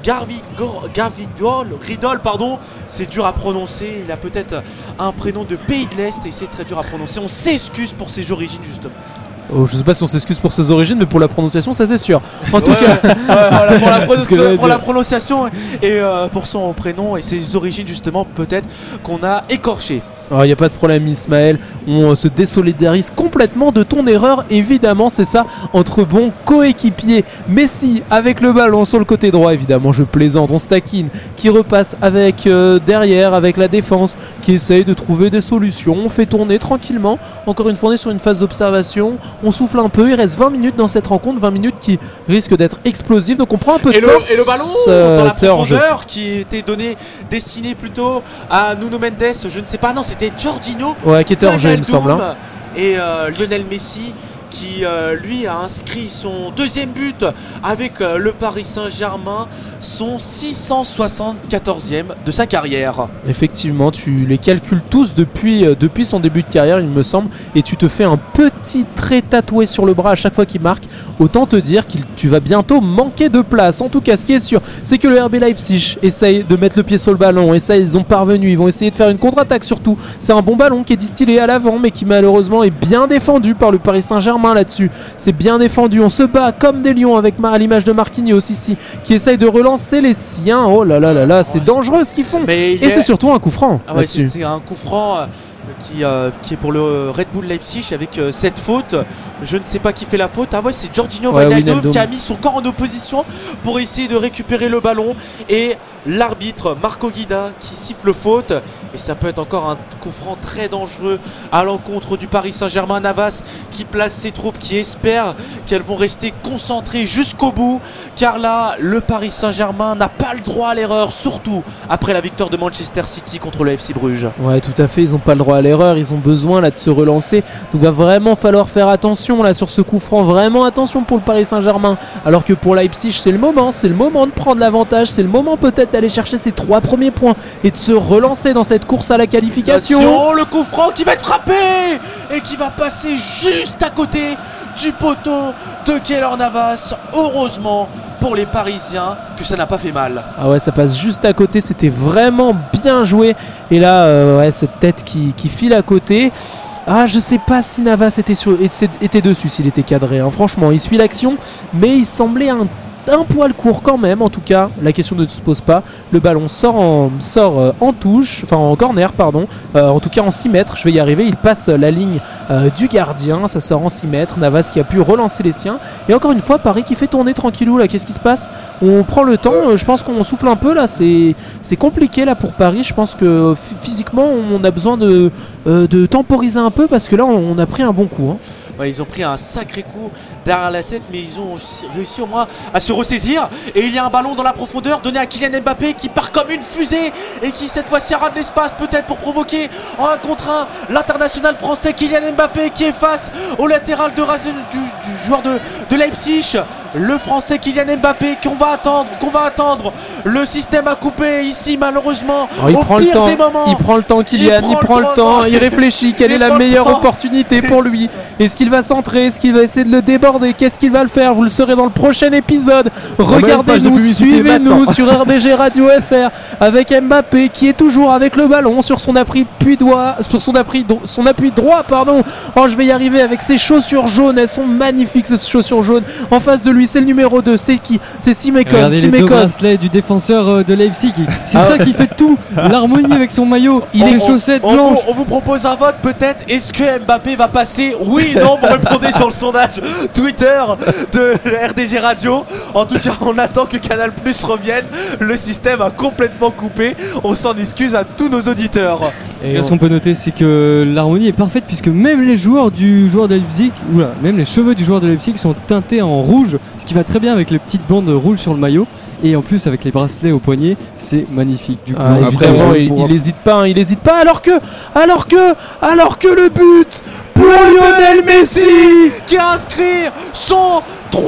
Ridol, pardon. C'est dur à prononcer. Il a peut-être un prénom de pays de l'Est et c'est très dur à prononcer. On s'excuse pour ses origines, justement.
Oh, je sais pas si on s'excuse pour ses origines, mais pour la prononciation, ça c'est sûr. En tout cas,
pour la prononciation et pour son prénom et ses origines, justement, peut-être qu'on a écorché.
Alors il n'y a pas de problème Ismaël, on se désolidarise complètement de ton erreur, évidemment c'est ça, entre bons coéquipiers. Messi avec le ballon sur le côté droit, évidemment je plaisante, on se taquine, qui repasse avec derrière, avec la défense, qui essaye de trouver des solutions, on fait tourner tranquillement, encore une fois on est sur une phase d'observation, on souffle un peu, il reste 20 minutes dans cette rencontre, 20 minutes qui risquent d'être explosives, donc on prend un peu de force.
Et le ballon dans la profondeur qui était destiné plutôt à Nuno Mendes, je ne sais pas, non c'était Jorginho,
ouais, qui était hors jeu il me semble.
Et Lionel Messi qui lui a inscrit son deuxième but avec le Paris Saint-Germain, son 674e de sa carrière.
Effectivement, tu les calcules tous depuis son début de carrière, il me semble, et tu te fais un petit trait tatoué sur le bras à chaque fois qu'il marque. Autant te dire que tu vas bientôt manquer de place. En tout cas, ce qui est sûr, c'est que le RB Leipzig essaye de mettre le pied sur le ballon, et ça, ils ont parvenu. Ils vont essayer de faire une contre-attaque surtout. C'est un bon ballon qui est distillé à l'avant, mais qui malheureusement est bien défendu par le Paris Saint-Germain là-dessus. C'est bien défendu, on se bat comme des lions avec à l'image de Marquinhos ici, qui essaye de relancer les siens. Oh là là là là, c'est dangereux ce qu'ils font. Et c'est surtout un coup franc.
Ah ouais, c'est un coup franc qui est pour le Red Bull Leipzig avec cette faute. Je ne sais pas qui fait la faute. Ah ouais, c'est Jorginho Wijnaldum qui a mis son corps en opposition pour essayer de récupérer le ballon. Et l'arbitre Marco Guida qui siffle faute. Et ça peut être encore un coup franc très dangereux à l'encontre du Paris Saint-Germain. Navas qui place ses troupes, qui espère qu'elles vont rester concentrées jusqu'au bout. Car là, le Paris Saint-Germain n'a pas le droit à l'erreur, surtout après la victoire de Manchester City contre le FC Bruges.
Ouais, tout à fait, ils n'ont pas le droit à l'erreur, ils ont besoin là de se relancer. Donc va vraiment falloir faire attention là sur ce coup franc, vraiment attention pour le Paris Saint-Germain. Alors que pour Leipzig, c'est le moment de prendre l'avantage, c'est le moment peut-être d'aller chercher ses 3 premiers points et de se relancer dans cette course à la qualification.
Attention, le coup franc qui va être frappé et qui va passer juste à côté du poteau de Keylor Navas. Heureusement pour les Parisiens que ça n'a pas fait mal.
Ah ouais, ça passe juste à côté, c'était vraiment bien joué. Et là, ouais, cette tête qui file à côté. Ah, je sais pas si Navas était dessus, s'il était cadré. Hein. Franchement, il suit l'action, mais il semblait un poil court quand même. En tout cas, la question ne se pose pas. Le ballon sort en touche, enfin en corner, pardon. En tout cas en 6 mètres, je vais y arriver. Il passe la ligne du gardien, ça sort en 6 mètres. Navas qui a pu relancer les siens. Et encore une fois, Paris qui fait tourner tranquillou là. Qu'est-ce qui se passe? On prend le temps, je pense qu'on souffle un peu là. C'est compliqué là pour Paris. Je pense que physiquement, on a besoin de temporiser un peu parce que là, on a pris un bon coup. Hein.
Ouais, ils ont pris un sacré coup derrière la tête, mais ils ont réussi au moins à se ressaisir. Et il y a un ballon dans la profondeur donné à Kylian Mbappé qui part comme une fusée et qui cette fois-ci rate l'espace peut-être pour provoquer en 1 contre 1 l'international français Kylian Mbappé qui est face au latéral du joueur de Leipzig. Le français Kylian Mbappé qu'on va attendre. Le système a coupé ici malheureusement.
Alors, il prend le temps Kylian, il prend le temps, il réfléchit quelle est la meilleure opportunité pour lui. Est-ce qu'il va centrer, est-ce qu'il va essayer de le déborder, qu'est-ce qu'il va le faire? Vous le saurez dans le prochain épisode. Regardez-nous, suivez-nous sur RDG Radio FR avec Mbappé qui est toujours avec le ballon sur son appui droit, pardon. Oh, je vais y arriver avec ses chaussures jaunes, elles sont magnifiques ces chaussures jaunes. En face de lui, c'est le numéro 2, c'est qui? C'est Simekon.
Regardez les 2 bracelets du défenseur de Leipzig. C'est ça qui fait tout, l'harmonie avec son maillot, ses chaussettes blanches.
On vous propose un vote peut-être. Est-ce que Mbappé va passer? Oui, non, vous répondez sur le sondage Twitter de RDG Radio. En tout cas, on attend que Canal Plus revienne. Le système a complètement coupé. On s'en excuse à tous nos auditeurs.
Et ce qu'on peut noter, c'est que l'harmonie est parfaite puisque même les joueurs de Leipzig, même les cheveux du joueur de Leipzig sont teintés en rouge, ce qui va très bien avec les petites bandes rouges sur le maillot. Et en plus avec les bracelets au poignet, c'est magnifique. Du coup,
évidemment, il n'hésite pas, alors que le but pour Lionel Messi
qui a inscrit son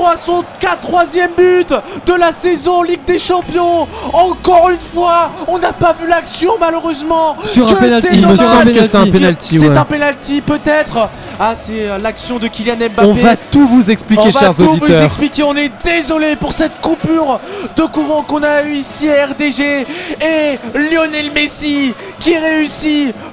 4e but de la saison Ligue des Champions. Encore une fois, on n'a pas vu l'action malheureusement.
Sur un penalty,
il me semble que c'est un penalty.
C'est un penalty peut-être. Ah, c'est l'action de Kylian Mbappé.
On va tout vous expliquer, chers auditeurs.
On est désolé pour cette coupure de courant qu'on a eu ici à RDG. Et Lionel Messi qui réussit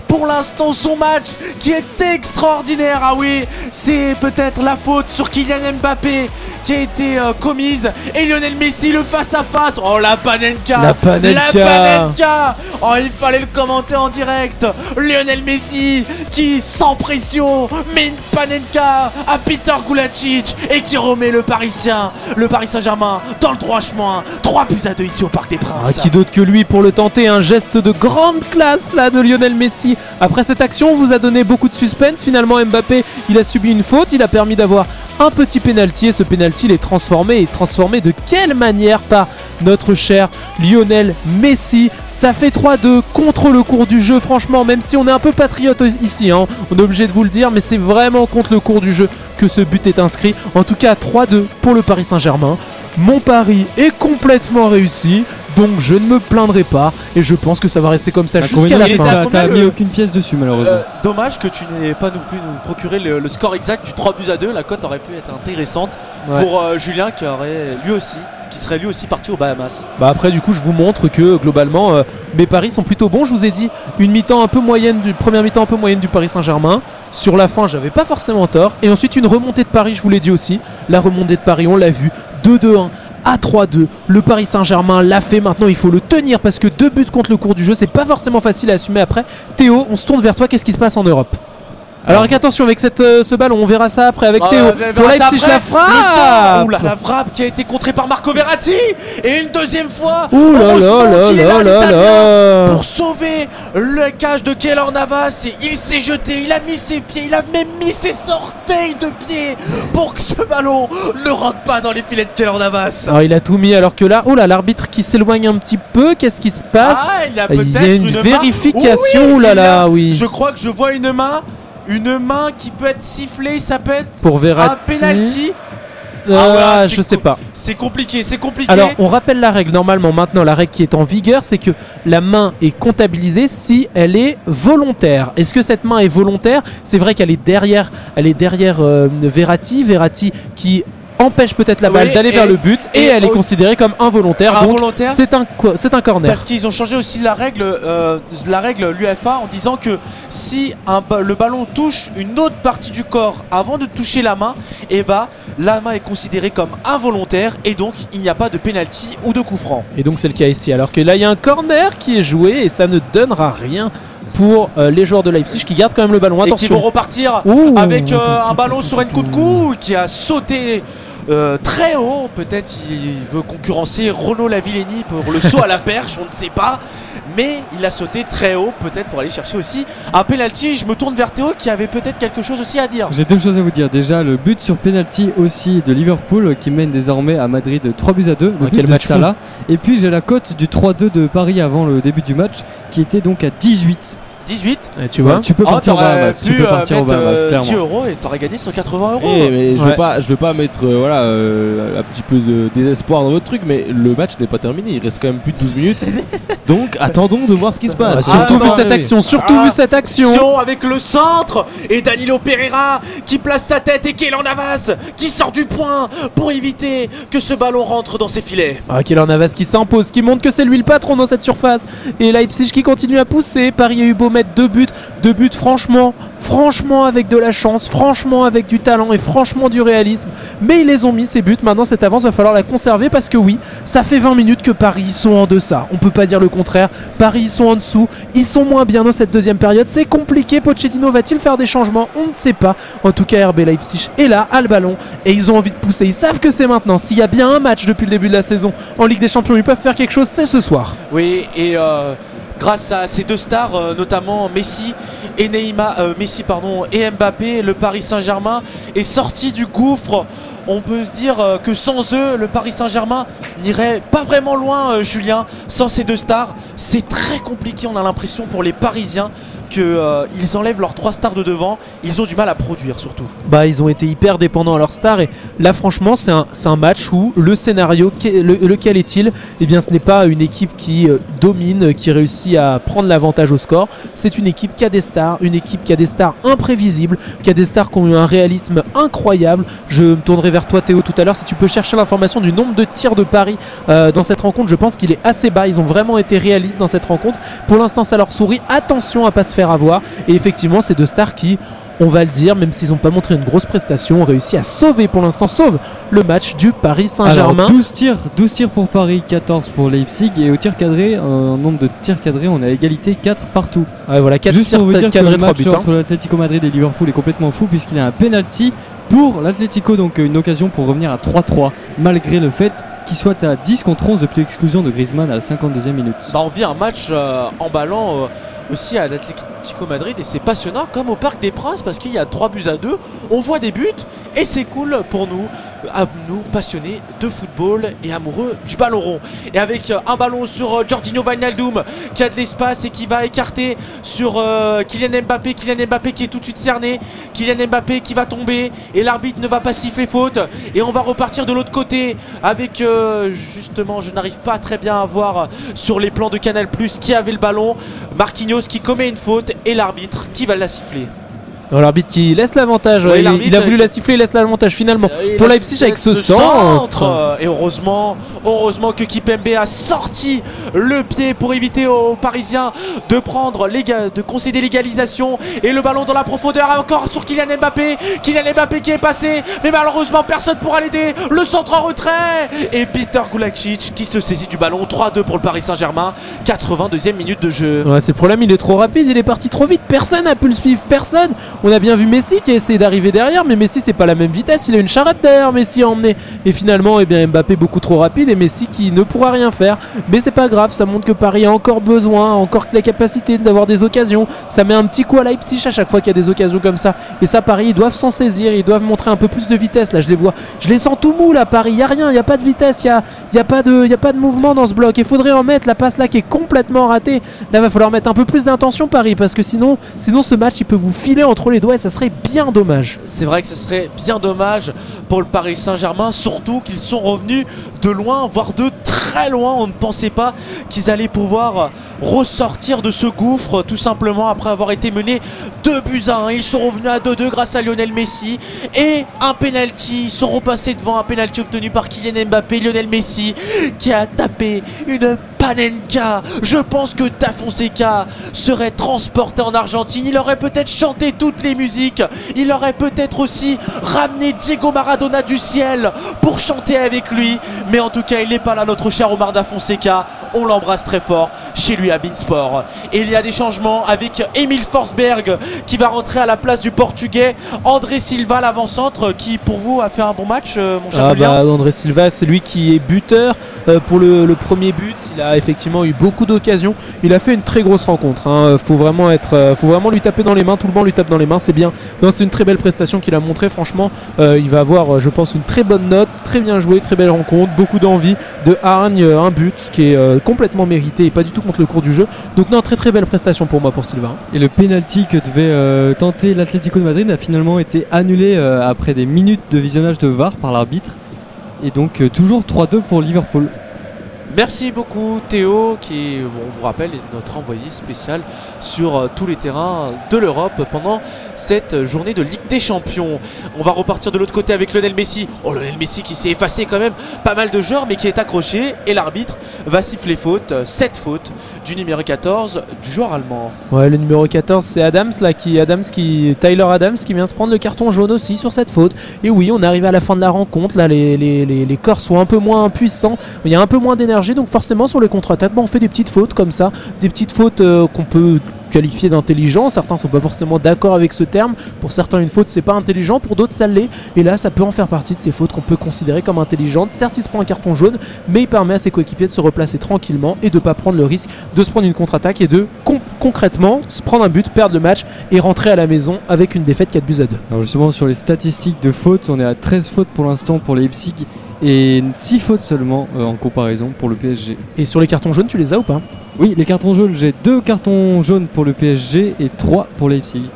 pour l'instant son match qui est extraordinaire. Ah oui, c'est peut-être la faute sur Kylian Mbappé qui a été commise, et Lionel Messi le face à face. Oh la Panenka,
La Panenka.
Oh, il fallait le commenter en direct. Lionel Messi qui sans pression met une Panenka à Peter Gulacic et qui remet le Paris Saint-Germain dans le droit chemin. 3-2 ici au Parc des Princes.
Qui d'autre que lui pour le tenter, un geste de grande classe là de Lionel Messi. Après cette action, on vous a donné beaucoup de suspense. Finalement, Mbappé, il a subi une faute, il a permis d'avoir un petit penalty, et ce penalty il est transformé de quelle manière par notre cher Lionel Messi. Ça fait 3-2 contre le cours du jeu. Franchement, même si on est un peu patriote ici, on est obligé de vous le dire, mais c'est vraiment contre le cours du jeu que ce but est inscrit. En tout cas, 3-2 pour le Paris Saint-Germain. Mon pari est complètement réussi, donc je ne me plaindrai pas, et je pense que ça va rester comme ça jusqu'à la fin.
T'as mis aucune pièce dessus malheureusement.
Dommage que tu n'aies pas non plus nous procurer le score exact du 3-2. La cote aurait pu être intéressante pour Julien qui serait lui aussi parti aux Bahamas.
Bah après du coup je vous montre que globalement mes paris sont plutôt bons. Je vous ai dit une mi-temps un peu moyenne première mi-temps un peu moyenne du Paris Saint-Germain. Sur la fin j'avais pas forcément tort, et ensuite une remontée de Paris, je vous l'ai dit aussi. La remontée de Paris on l'a vu, 2-2-1 à 3-2, le Paris Saint-Germain l'a fait. Maintenant il faut le tenir parce que 2 buts contre le cours du jeu, c'est pas forcément facile à assumer après. Théo, on se tourne vers toi, qu'est-ce qui se passe en Europe? Alors attention avec ce ballon, on verra ça après avec Théo. Pour Leipzig, la frappe.
La frappe qui a été contrée par Marco Verratti, et une deuxième fois. Pour sauver le cage de Keylor Navas, et il s'est jeté, il a mis ses pieds, il a même mis ses orteils de pied pour que ce ballon ne rentre pas dans les filets de Keylor Navas.
Alors il a tout mis, alors que là, l'arbitre qui s'éloigne un petit peu, qu'est-ce qui se passe?
Il y a peut-être
une vérification. Oui.
Je crois que je vois une main. Une main qui peut être sifflée, ça peut être
pour Verratti.
Un penalty.
Je sais pas.
C'est compliqué.
Alors on rappelle la règle. Normalement maintenant la règle qui est en vigueur, c'est que la main est comptabilisée si elle est volontaire. Est-ce que cette main est volontaire? C'est vrai qu'elle est derrière Verratti qui empêche peut-être la balle d'aller vers le but, et elle est considérée comme involontaire. Donc c'est un corner.
Parce qu'ils ont changé aussi la règle l'UEFA, en disant que si le ballon touche une autre partie du corps avant de toucher la main, la main est considérée comme involontaire, et donc il n'y a pas de penalty ou de coup franc.
Et donc c'est le cas ici. Alors que là il y a un corner qui est joué, et ça ne donnera rien pour les joueurs de Leipzig qui gardent quand même le ballon. Attention.
Et qui vont repartir avec un ballon sur Nkunku qui a sauté très haut. Peut-être il veut concurrencer Renaud Lavillenie pour le saut à la perche, on ne sait pas, mais il a sauté très haut, peut-être pour aller chercher aussi un penalty. Je me tourne vers Théo qui avait peut-être quelque chose aussi à dire.
J'ai 2 choses à vous dire. Déjà, le but sur penalty aussi de Liverpool qui mène désormais à Madrid 3-2, le but de Salah. Et puis j'ai la cote du 3-2 de Paris avant le début du match qui était donc à 18.
Et tu vois,
tu peux partir au Bahamas. Tu peux partir au Bahamas, clairement.
10 € et t'aurais gagné 180 €.
Mais je veux pas mettre un petit peu de désespoir dans votre truc, mais le match n'est pas terminé. Il reste quand même plus de 12 minutes. Donc attendons de voir ce qui se passe.
Surtout vu cette action.
Avec le centre et Danilo Pereira qui place sa tête, et Keylor Navas qui sort du point pour éviter que ce ballon rentre dans ses filets.
Keylor Navas qui s'impose, qui montre que c'est lui le patron dans cette surface, et Leipzig qui continue à pousser. Paris a eu beau mettre 2 buts franchement avec de la chance, franchement avec du talent et franchement du réalisme, mais ils les ont mis ces buts. Maintenant cette avance va falloir la conserver, parce que oui, ça fait 20 minutes que Paris sont en deçà, on peut pas dire le contraire. Paris ils sont en dessous, ils sont moins bien dans cette deuxième période, c'est compliqué. Pochettino va-t-il faire des changements? On ne sait pas. En tout cas RB Leipzig est là, a le ballon, et ils ont envie de pousser, ils savent que c'est maintenant. S'il y a bien un match depuis le début de la saison en Ligue des Champions, ils peuvent faire quelque chose, c'est ce soir.
Oui, et grâce à ces 2 stars, notamment Messi et Mbappé, le Paris Saint-Germain est sorti du gouffre. On peut se dire que sans eux, le Paris Saint-Germain n'irait pas vraiment loin, Julien. Sans ces 2 stars, c'est très compliqué. On a l'impression pour les Parisiens qu'ils enlèvent leurs 3 stars de devant. Ils ont du mal à produire surtout.
Ils ont été hyper dépendants à leurs stars, et là franchement c'est un match où le scénario, lequel est-il? Ce n'est pas une équipe qui domine, qui réussit à prendre l'avantage au score. C'est une équipe qui a des stars, imprévisibles, qui a des stars qui ont eu un réalisme incroyable. Je me tournerai vers toi Théo tout à l'heure si tu peux chercher l'information du nombre de tirs de Paris Paris dans cette rencontre. Je pense qu'il est assez bas. Ils ont vraiment été réalistes dans cette rencontre. Pour l'instant, ça leur sourit. Attention à pas se faire avoir. Et effectivement, ces deux stars qui, on va le dire, même s'ils n'ont pas montré une grosse prestation, ont réussi à sauver pour l'instant, sauve le match du Paris Saint-Germain.
Alors, 12 tirs pour Paris, 14 pour Leipzig, et au tir cadré, en nombre de tirs cadrés, on a égalité 4 partout.
Ouais, voilà, 4
Juste
tirs
pour vous dire que
cadrés,
le
3
match
buts.
entre l'Atlético Madrid et Liverpool est complètement fou puisqu'il y a un penalty pour l'Atlético, donc une occasion pour revenir à 3-3 malgré le fait qu'il soit à 10 contre 11 depuis l'exclusion de Griezmann à la 52e minute.
On vit un match emballant aussi à l'Atlético Madrid et c'est passionnant comme au Parc des Princes parce qu'il y a 3-2, on voit des buts et c'est cool pour nous passionnés de football et amoureux du ballon rond. Et avec un ballon sur Jorginho Wijnaldum qui a de l'espace et qui va écarter sur Kylian Mbappé qui est tout de suite cerné, Kylian Mbappé qui va tomber et l'arbitre ne va pas siffler faute et on va repartir de l'autre côté avec justement, je n'arrive pas très bien à voir sur les plans de Canal+ qui avait le ballon, Marquinhos qui commet une faute et l'arbitre qui va la siffler.
Non, l'arbitre qui laisse l'avantage,
Oui,
il a voulu la siffler, il laisse l'avantage finalement pour Leipzig avec ce centre.
Et heureusement que Kipembe a sorti le pied pour éviter aux Parisiens de prendre de concéder l'égalisation et le ballon dans la profondeur encore sur Kylian Mbappé qui est passé mais malheureusement personne pourra l'aider, le centre en retrait et Peter Gulakcic qui se saisit du ballon. 3-2 pour le Paris Saint-Germain, 82e minute de jeu.
Ouais, c'est le problème, il est trop rapide, il est parti trop vite, personne n'a pu le suivre, personne. On a bien vu Messi qui a essayé d'arriver derrière, mais Messi c'est pas la même vitesse, il a une charrette derrière Messi à emmener. Et finalement, Mbappé beaucoup trop rapide et Messi qui ne pourra rien faire. Mais c'est pas grave, ça montre que Paris a encore besoin, encore la capacité d'avoir des occasions. Ça met un petit coup à Leipzig à chaque fois qu'il y a des occasions comme ça. Et ça, Paris, ils doivent s'en saisir, ils doivent montrer un peu plus de vitesse. Là, je les sens tout mou là, Paris. Il y a rien, il y a pas de vitesse, il y a pas de mouvement dans ce bloc. Il faudrait en mettre. La passe là qui est complètement ratée. Là, va falloir mettre un peu plus d'intention, Paris, parce que sinon ce match il peut vous filer entre les doigts. Ça serait bien dommage.
C'est vrai que ce serait bien dommage pour le Paris Saint-Germain, surtout qu'ils sont revenus de loin, voire de très loin. On ne pensait pas qu'ils allaient pouvoir ressortir de ce gouffre, tout simplement après avoir été menés 2-1. Ils sont revenus à 2-2 grâce à Lionel Messi et un penalty. Ils sont repassés devant un penalty obtenu par Kylian Mbappé. Lionel Messi qui a tapé une Panenka. Je pense que Da Fonseca serait transporté en Argentine. Il aurait peut-être chanté toutes les musiques. Il aurait peut-être aussi ramené Diego Maradona du ciel pour chanter avec lui. Mais en tout cas, il n'est pas là, notre cher Omar Da Fonseca. On l'embrasse très fort chez lui à Beansport. Et il y a des changements avec Emil Forsberg qui va rentrer à la place du Portugais André Silva, l'avant-centre, qui pour vous a fait un bon match, mon cher Julien.
André Silva, c'est lui qui est buteur pour le premier but. Il a effectivement eu beaucoup d'occasions. Il a fait une très grosse rencontre. Faut vraiment lui taper dans les mains. Tout le banc lui tape dans les mains. C'est bien. Non, c'est une très belle prestation qu'il a montré. Franchement, il va avoir, je pense, une très bonne note. Très bien joué, très belle rencontre. Beaucoup d'envie, de hargne, un but qui est complètement mérité et pas du tout contre le cours du jeu. Donc non, très très belle prestation pour moi, pour Silva.
Et le penalty que devait tenter l'Atlético de Madrid a finalement été annulé après des minutes de visionnage de VAR par l'arbitre. Et donc toujours 3-2 pour Liverpool.
Merci beaucoup Théo qui, on vous rappelle, est notre envoyé spécial sur tous les terrains de l'Europe pendant cette journée de Ligue des Champions. On va repartir de l'autre côté avec Lionel Messi. Lionel Messi qui s'est effacé quand même pas mal de joueurs mais qui est accroché et l'arbitre va siffler faute, 7 fautes du numéro 14 du joueur allemand.
Ouais, le numéro 14 c'est Tyler Adams qui vient se prendre le carton jaune aussi sur cette faute. Et oui, on arrive à la fin de la rencontre, là les corps sont un peu moins puissants, il y a un peu moins d'énergie. Donc forcément sur les contre-attaques, on fait des petites fautes comme ça, des petites fautes qu'on peut qualifié d'intelligent. Certains sont pas forcément d'accord avec ce terme. Pour certains, une faute c'est pas intelligent, pour d'autres ça l'est. Et là, ça peut en faire partie de ces fautes qu'on peut considérer comme intelligentes. Certes, il se prend un carton jaune, mais il permet à ses coéquipiers de se replacer tranquillement et de pas prendre le risque de se prendre une contre-attaque et de concrètement se prendre un but, perdre le match et rentrer à la maison avec une défaite 4-2.
Alors justement, sur les statistiques de fautes, on est à 13 fautes pour l'instant pour Leipzig et 6 fautes seulement en comparaison pour le PSG.
Et sur les cartons jaunes, tu les as ou pas ?
Oui, les cartons jaunes, j'ai 2 cartons jaunes pour le PSG et 3 pour Leipzig.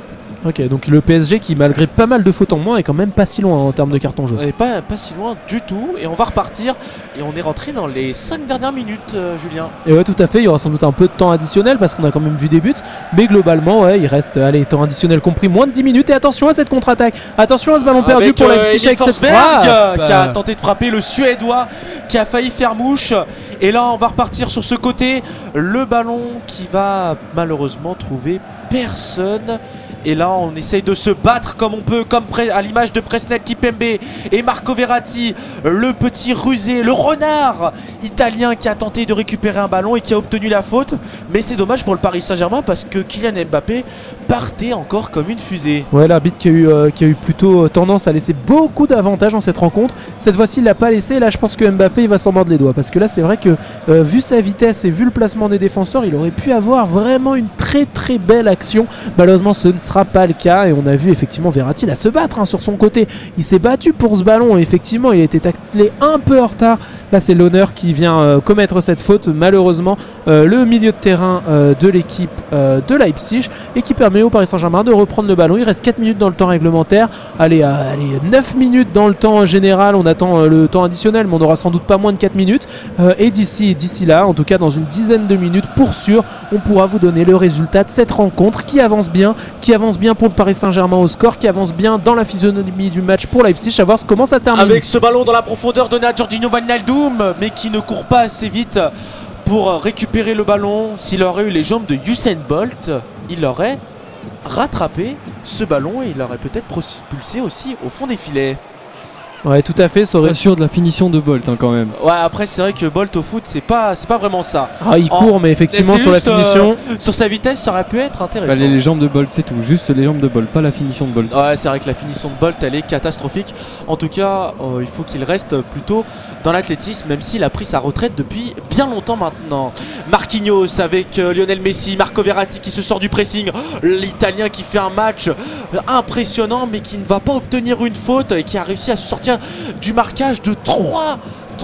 Ok, donc le PSG qui, malgré pas mal de fautes en moins, est quand même pas si loin en termes de carton jaune.
On n'est pas si loin du tout. Et on va repartir. Et on est rentré dans les 5 dernières minutes, Julien.
Et ouais, tout à fait, il y aura sans doute un peu de temps additionnel parce qu'on a quand même vu des buts. Mais globalement, ouais, il reste, temps additionnel compris, moins de 10 minutes. Et attention à cette contre-attaque. Attention à ce ballon perdu pour Leipzig avec cette frappe.
Qui a tenté de frapper le Suédois, qui a failli faire mouche. Et là, on va repartir sur ce côté. Le ballon qui va malheureusement trouver personne. Et là, on essaye de se battre comme on peut, comme à l'image de Presnel Kimpembe et Marco Verratti, le petit rusé, le renard italien qui a tenté de récupérer un ballon et qui a obtenu la faute. Mais c'est dommage pour le Paris Saint-Germain parce que Kylian Mbappé partait encore comme une fusée.
Ouais, l'arbitre qui a eu plutôt tendance à laisser beaucoup d'avantages dans cette rencontre. Cette fois-ci, il l'a pas laissé. Et là, je pense que Mbappé il va s'en mordre les doigts parce que là, c'est vrai que vu sa vitesse et vu le placement des défenseurs, il aurait pu avoir vraiment une très très belle action. Malheureusement, ce ne sera pas le cas et on a vu effectivement Verratti là se battre sur son côté. Il s'est battu pour ce ballon et effectivement il a été taclé un peu en retard. Là c'est l'honneur qui vient commettre cette faute. Malheureusement le milieu de terrain de l'équipe de Leipzig et qui permet au Paris Saint-Germain de reprendre le ballon. Il reste 4 minutes dans le temps réglementaire. Allez 9 minutes dans le temps général. On attend le temps additionnel mais on aura sans doute pas moins de 4 minutes et d'ici là, en tout cas dans une dizaine de minutes pour sûr, on pourra vous donner le résultat de cette rencontre qui avance bien pour le Paris Saint-Germain au score, qui avance bien dans la physionomie du match pour Leipzig, à voir comment ça termine.
Avec ce ballon dans la profondeur donné à Jorginho Wijnaldum, mais qui ne court pas assez vite pour récupérer le ballon. S'il aurait eu les jambes de Usain Bolt, il aurait rattrapé ce ballon et il aurait peut-être propulsé aussi au fond des filets.
Ouais, tout à fait, ça aurait...
Pas sûr de la finition de Bolt quand même.
Ouais, après c'est vrai que Bolt au foot c'est pas vraiment ça.
Ah, il court mais effectivement sur
juste,
la finition
sur sa vitesse ça aurait pu être intéressant.
Les jambes de Bolt c'est tout, juste les jambes de Bolt, pas la finition de Bolt.
Ouais, c'est vrai que la finition de Bolt elle est catastrophique. En tout cas, il faut qu'il reste plutôt dans l'athlétisme, même s'il a pris sa retraite depuis bien longtemps maintenant. Marquinhos avec Lionel Messi, Marco Verratti qui se sort du pressing, l'Italien qui fait un match impressionnant mais qui ne va pas obtenir une faute et qui a réussi à se sortir du marquage de 3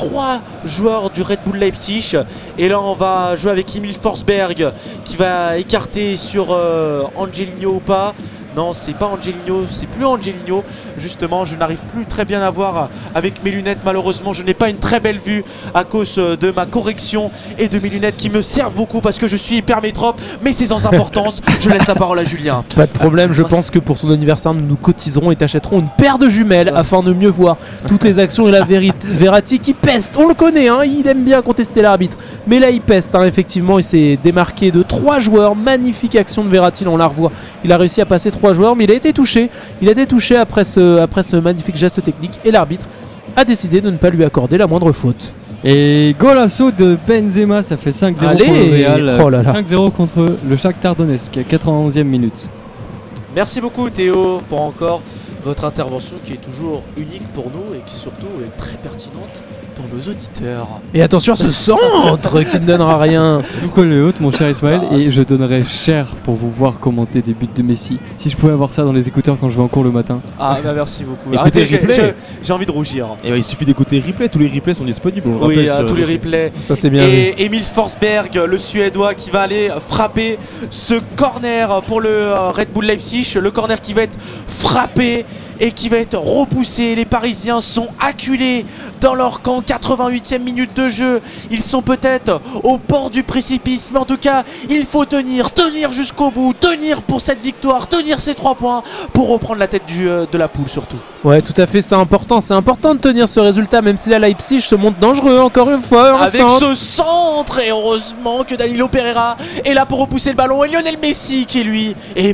joueurs du Red Bull Leipzig. Et là on va jouer avec Emil Forsberg qui va écarter sur Angelino ou pas. Non, c'est pas Angelino, c'est plus Angelino. Justement, je n'arrive plus très bien à voir avec mes lunettes. Malheureusement, je n'ai pas une très belle vue à cause de ma correction et de mes lunettes qui me servent beaucoup parce que je suis hyper métrope. Mais c'est sans importance. Je laisse la parole à Julien.
Pas de problème, je pense que pour ton anniversaire, nous nous cotiserons et t'achèterons une paire de jumelles afin de mieux voir toutes les actions. Et la Verratti qui peste, on le connaît, il aime bien contester l'arbitre. Mais là, il peste, effectivement, il s'est démarqué de 3 joueurs. Magnifique action de Verratti, là, on la revoit. Il a réussi à passer 3 joueurs, mais il a été touché. Il a été touché après ce magnifique geste technique et l'arbitre a décidé de ne pas lui accorder la moindre faute.
Et golasso de Benzema, ça fait 5-0
Allez,
pour le Real.
oh là là.
5-0 contre le Shakhtar Donetsk à 91e minute.
Merci beaucoup Théo pour encore votre intervention qui est toujours unique pour nous et qui surtout est très pertinente pour nos auditeurs.
Et attention à ce centre qui ne donnera rien.
Tout colle les hautes, mon cher Ismaël, et je donnerais cher pour vous voir commenter des buts de Messi. Si je pouvais avoir ça dans les écouteurs quand je vais en cours le matin.
Ah bah merci beaucoup.
Écoutez,
j'ai envie de rougir.
Et il suffit d'écouter replay, tous les replays sont disponibles.
Oui, tous les replays.
Ça c'est bien.
Et Emil Forsberg, le Suédois, qui va aller frapper ce corner pour le Red Bull Leipzig. Le corner qui va être frappé et qui va être repoussé. Les Parisiens sont acculés dans leur camp. 88e minute de jeu. Ils sont peut-être au bord du précipice, mais en tout cas, il faut tenir jusqu'au bout, tenir pour cette victoire, tenir ces 3 points pour reprendre la tête de la poule surtout.
Ouais, tout à fait, c'est important de tenir ce résultat, même si la Leipzig se montre dangereux encore une fois.
Avec ce centre, et heureusement que Danilo Pereira est là pour repousser le ballon, et Lionel Messi qui lui est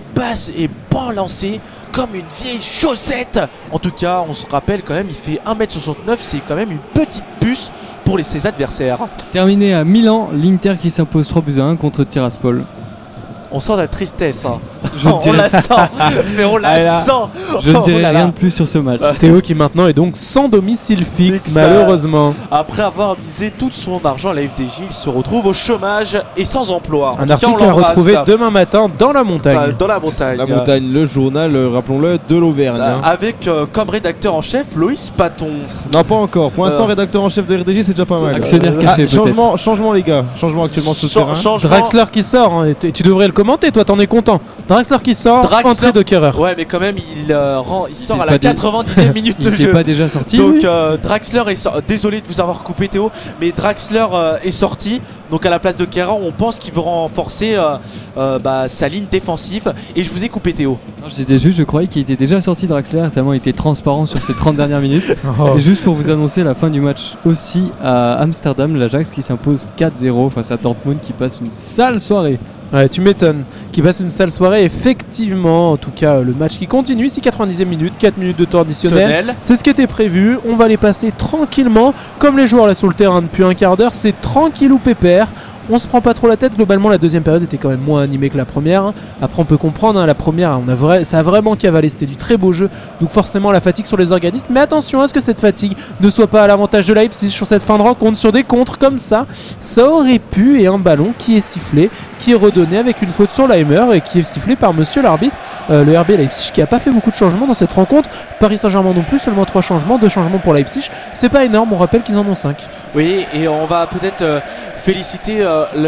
bon lancé comme une vieille chaussette. En tout cas, on se rappelle quand même, il fait 1m69, c'est quand même une petite puce pour ses adversaires.
Terminé à Milan, l'Inter qui s'impose 3-1 contre Tiraspol.
On sent la tristesse, on la sent, mais on la sent.
Je ne dirai rien de plus sur ce match.
Théo qui maintenant est donc sans domicile fixe, malheureusement.
Après avoir misé tout son argent à la FDJ, il se retrouve au chômage et sans emploi.
Un article à retrouver demain matin dans la montagne.
Dans la montagne.
La montagne, le journal, rappelons-le, de l'Auvergne.
Avec comme rédacteur en chef Loïs Paton.
Non, pas encore. Pour l'instant, rédacteur en chef de RDG, c'est déjà pas mal.
Actionnaire caché peut-être.
Changement les gars. Changement actuellement sur le terrain.
Draxler qui sort, et tu devrais le commenter, toi t'en es content. Draxler qui sort, entrée de Kehrer.
Ouais, mais quand même, il sort
Il
à
est
la
pas
90e minute de
Il
jeu.
n'est pas déjà sorti.
Donc
lui
Draxler est sorti. Désolé de vous avoir coupé Théo, mais Draxler est sorti. Donc à la place de Kehrer, on pense qu'il veut renforcer sa ligne défensive. Et je vous ai coupé Théo.
Non, je disais juste, je croyais qu'il était déjà sorti Draxler tellement il était transparent sur ces 30 dernières minutes. Et juste pour vous annoncer la fin du match aussi à Amsterdam, l'Ajax qui s'impose 4-0 face à Dortmund qui passe une sale soirée.
Ouais, tu m'étonnes. Qui passe une sale soirée, effectivement. En tout cas, le match qui continue, c'est 90e minute, 4 minutes de temps additionnel. C'est ce qui était prévu. On va les passer tranquillement. Comme les joueurs là sur le terrain depuis un quart d'heure, c'est tranquille ou pépère. On se prend pas trop la tête. Globalement, la deuxième période était quand même moins animée que la première. Après, on peut comprendre, la première, ça a vraiment cavalé. C'était du très beau jeu. Donc, forcément, la fatigue sur les organismes. Mais attention à ce que cette fatigue ne soit pas à l'avantage de Leipzig sur cette fin de rencontre. Sur des contres comme ça, ça aurait pu. Et un ballon qui est sifflé, qui est redonné avec une faute sur Leimer et qui est sifflé par monsieur l'arbitre. Le RB Leipzig qui a pas fait beaucoup de changements dans cette rencontre. Paris Saint-Germain non plus, seulement 3 changements, 2 changements pour Leipzig. C'est pas énorme, on rappelle qu'ils en ont 5.
Oui, et on va peut-être féliciter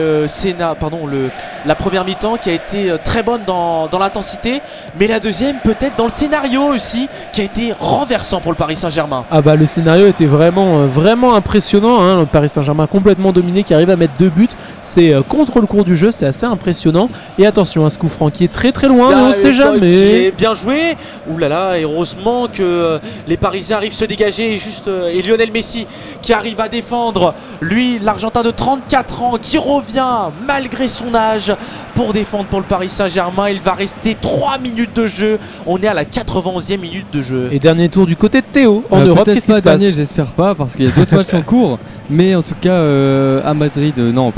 la première mi-temps qui a été très bonne dans l'intensité, mais la deuxième peut-être dans le scénario aussi qui a été renversant pour le Paris Saint-Germain.
Ah bah le scénario était vraiment impressionnant, hein. Le Paris Saint-Germain complètement dominé qui arrive à mettre 2 buts, c'est contre le cours du jeu, c'est assez impressionnant. Et attention à ce coup franc qui est très très loin, mais on sait jamais.
Qui est bien joué. Ouh là là, heureusement que les Parisiens arrivent à se dégager et Lionel Messi qui arrive à défendre, lui l'Argentin de 34 ans qui revient malgré son âge pour défendre pour le Paris Saint-Germain. Il va rester 3 minutes de jeu. On est à la 91e minute de jeu.
Et dernier tour du côté de Théo en Europe, qu'est-ce qui se passe?
J'espère pas parce qu'il y a d'autres matchs en cours. Mais en tout cas à Madrid,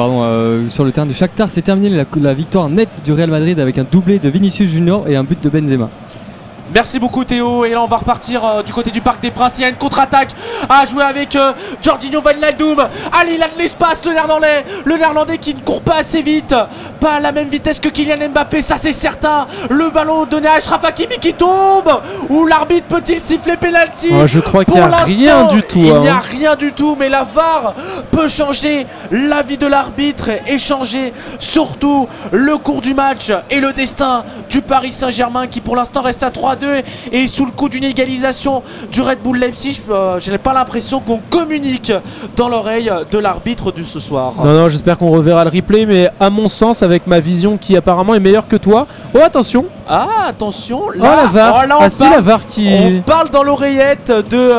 sur le terrain du Shakhtar, c'est terminé la victoire nette du Real Madrid avec un doublé de Vinicius Junior et un but de Benzema.
Merci beaucoup Théo, et là on va repartir du côté du Parc des Princes. Il y a une contre-attaque à jouer avec Jorginho Wijnaldum. Allez, il a de l'espace le Néerlandais qui ne court pas assez vite, pas à la même vitesse que Kylian Mbappé, ça c'est certain. Le ballon donné à Achraf Hakimi qui tombe. Ou l'arbitre peut-il siffler penalty?
Je crois qu'il n'y a rien du tout.
Il n'y a rien du tout, mais la VAR peut changer l'avis de l'arbitre et changer surtout le cours du match et le destin du Paris Saint-Germain qui pour l'instant reste à 3-2 et sous le coup d'une égalisation du Red Bull Leipzig. Je n'ai pas l'impression qu'on communique dans l'oreille de l'arbitre de ce soir.
Non, j'espère qu'on reverra le replay, mais à mon sens, avec ma vision qui apparemment est meilleure que toi. Oh, attention!
Ah, attention!
Là, la VAR! La VAR qui.
On parle dans l'oreillette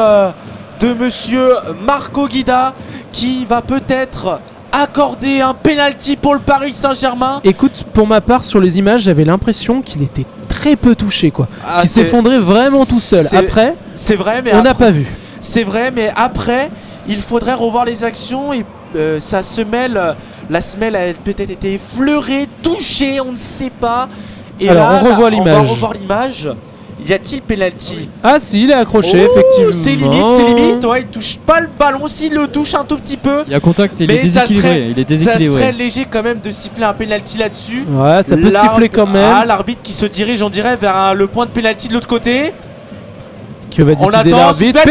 de monsieur Marco Guida qui va peut-être accorder un penalty pour le Paris Saint-Germain.
Écoute, pour ma part, sur les images, j'avais l'impression qu'il était très peu touché, qu'il s'effondrait vraiment tout seul. Après,
c'est vrai, mais
on n'a pas vu.
C'est vrai, mais après, il faudrait revoir les actions et ça se mêle. La semelle a peut-être été effleurée, touchée, on ne sait pas. Et
alors,
là,
on revoit l'image.
On va revoir l'image. Y a-t-il penalty?
Ah si, il est accroché, effectivement.
C'est limite, ouais, il touche pas le ballon. S'il le touche un tout petit peu,
il y a contact, il est déséquilibré.
Ça serait léger quand même de siffler un penalty là-dessus.
Ouais, ça peut siffler quand même.
Ah, l'arbitre qui se dirige, on dirait, vers le point de penalty de l'autre côté.
Que va décider l'arbitre?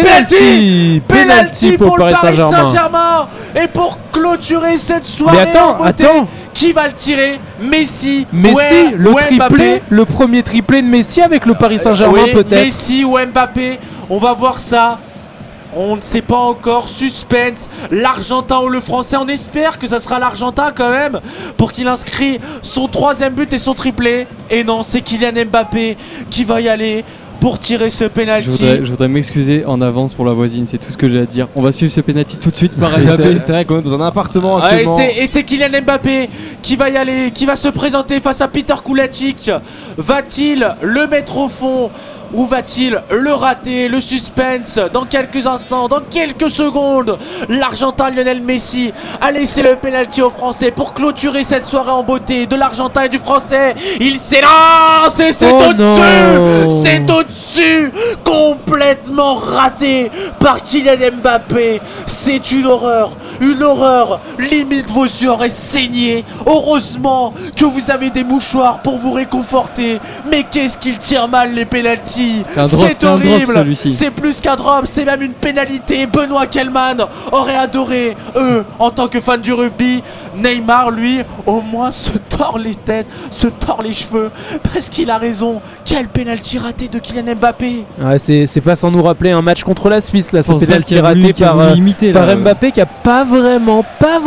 Penalty pour le Paris Saint-Germain.
Et pour clôturer cette soirée,
mais attends,
qui va le tirer? Messi,
le triplé,
Mbappé.
Le premier triplé de Messi avec le Paris Saint-Germain peut-être.
Messi ou Mbappé, on va voir ça. On ne sait pas encore, suspense. L'Argentin ou le Français, on espère que ça sera l'Argentin quand même pour qu'il inscrit son 3e but et son triplé. Et non, c'est Kylian Mbappé qui va y aller pour tirer ce penalty.
Je voudrais m'excuser en avance pour la voisine, c'est tout ce que j'ai à dire. On va suivre ce penalty tout de suite par
Mbappé. C'est vrai qu'on est dans un appartement actuellement.
Et c'est Kylian Mbappé qui va y aller, qui va se présenter face à Peter Koulačić. Va-t-il le mettre au fond ou va-t-il le rater? Le suspense dans quelques instants, dans quelques secondes. L'Argentin Lionel Messi a laissé le penalty aux Français pour clôturer cette soirée en beauté de l'Argentin et du Français. Il s'élance et c'est au-dessus. C'est au-dessus, complètement raté par Kylian Mbappé. C'est une horreur. une horreur. Limite vos yeux auraient saigné. Heureusement que vous avez des mouchoirs pour vous réconforter. Mais qu'est-ce qu'il tire mal les pénaltys.
C'est un drop,
C'est
c'est un drop,
horrible.
celui-ci.
C'est plus qu'un drop, c'est même une pénalité. Benoît Kellman aurait adoré, en tant que fan du rugby. Neymar, lui, au moins se tord les têtes, se tord les cheveux, parce qu'il a raison. Quel pénalty raté de Kylian Mbappé.
Ouais, c'est pas sans nous rappeler un match contre la Suisse là, ce
Pense
pénalty
qu'il a voulu-
raté
qu'il a voulu imiter,
par
là.
Mbappé qui a pas vraiment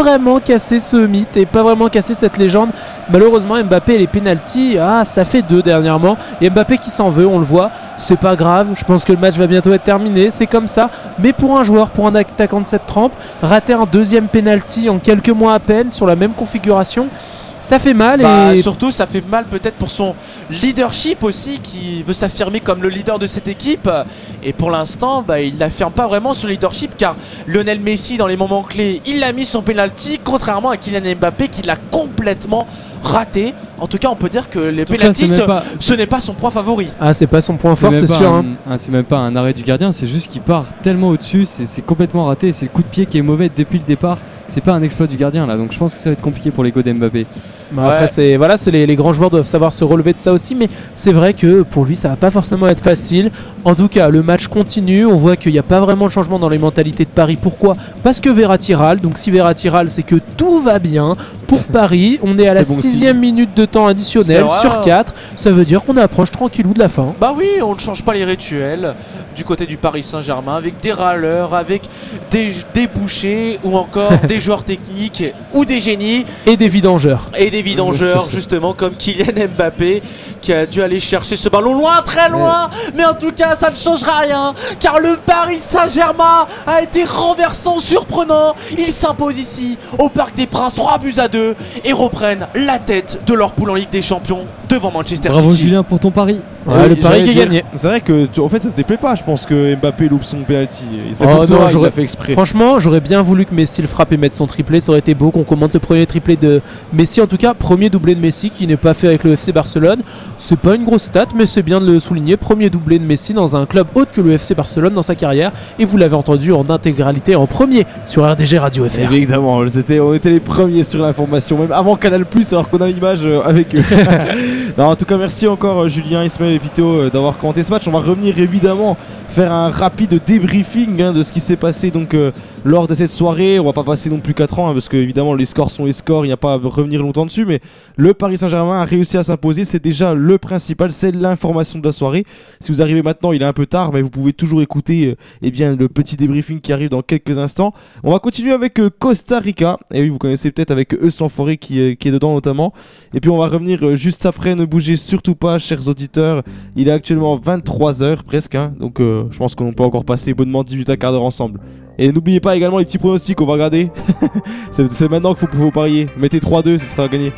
cassé ce mythe et pas vraiment cassé cette légende. Malheureusement Mbappé et les pénaltys, ça fait 2 dernièrement et Mbappé qui s'en veut, on le voit, c'est pas grave, je pense que le match va bientôt être terminé, c'est comme ça, mais pour un joueur, pour un attaquant de cette trempe, rater un deuxième pénalty en quelques mois à peine sur la même configuration, ça fait mal. Et
surtout ça fait mal peut-être pour son leadership aussi, qui veut s'affirmer comme le leader de cette équipe, et pour l'instant il n'affirme pas vraiment son leadership, car Lionel Messi dans les moments clés il a mis son penalty, contrairement à Kylian Mbappé qui l'a complètement raté. En tout cas on peut dire que les penalties ce n'est pas son point favori.
c'est pas son point fort, c'est sûr.
C'est même pas un arrêt du gardien, c'est juste qu'il part tellement au-dessus, c'est complètement raté, c'est le coup de pied qui est mauvais depuis le départ, c'est pas un exploit du gardien là, donc je pense que ça va être compliqué pour l'ego d'Mbappé.
Après c'est les grands joueurs doivent savoir se relever de ça aussi, mais c'est vrai que pour lui ça va pas forcément être facile. En tout cas le match continue, on voit qu'il n'y a pas vraiment de changement dans les mentalités de Paris. Pourquoi ? Parce que Verratti râle, donc si Verratti râle c'est que tout va bien pour Paris. On est à la 6e minute de temps additionnel sur 4, ça veut dire qu'on approche tranquillou de la fin.
Bah oui, on ne change pas les rituels du côté du Paris Saint-Germain, avec des râleurs, avec des bouchers ou encore des joueurs techniques ou des génies.
Et des vidangeurs.
Justement comme Kylian Mbappé qui a dû aller chercher ce ballon loin, très loin. Mais en tout cas ça ne changera rien, car le Paris Saint-Germain a été renversant, surprenant. Ils s'imposent ici au Parc des Princes 3-2 et reprennent la tête de leur poule en Ligue des Champions devant Manchester
Bravo
City.
Julien pour ton pari.
Le Paris qui a gagné.
C'est vrai que en fait ça te déplaît pas, je pense que Mbappé loupe son penalty. Il a fait exprès.
Franchement, j'aurais bien voulu que Messi le frappe et mette son triplé, ça aurait été beau qu'on commente le premier triplé de Messi, en tout cas premier doublé de Messi qui n'est pas fait avec le FC Barcelone. C'est pas une grosse stat, mais c'est bien de le souligner, premier doublé de Messi dans un club autre que le FC Barcelone dans sa carrière, et vous l'avez entendu en intégralité en premier sur RDG Radio FR.
Évidemment, on était les premiers sur l'information, même avant Canal+, alors qu'on a l'image avec eux. Non, en tout cas merci encore Julien, Ismaël et Pito d'avoir commenté ce match. On va revenir évidemment faire un rapide débriefing de ce qui s'est passé donc lors de cette soirée. On va pas passer non plus 4 ans parce que évidemment les scores sont les scores, il n'y a pas à revenir longtemps dessus, mais le Paris Saint-Germain a réussi à s'imposer, c'est déjà le principal, c'est l'information de la soirée. Si vous arrivez maintenant, il est un peu tard, mais vous pouvez toujours écouter le petit débriefing qui arrive dans quelques instants. On va continuer avec Costa Rica, et oui vous connaissez peut-être avec Eus l'Enfoiré qui est dedans notamment, et puis on va revenir juste après. Ne bougez surtout pas chers auditeurs, il est actuellement 23h presque, donc je pense qu'on peut encore passer bonnement 10 minutes à quart d'heure ensemble. Et n'oubliez pas également les petits pronostics, on va regarder. c'est maintenant qu'il faut parier, mettez 3-2, ce sera gagné.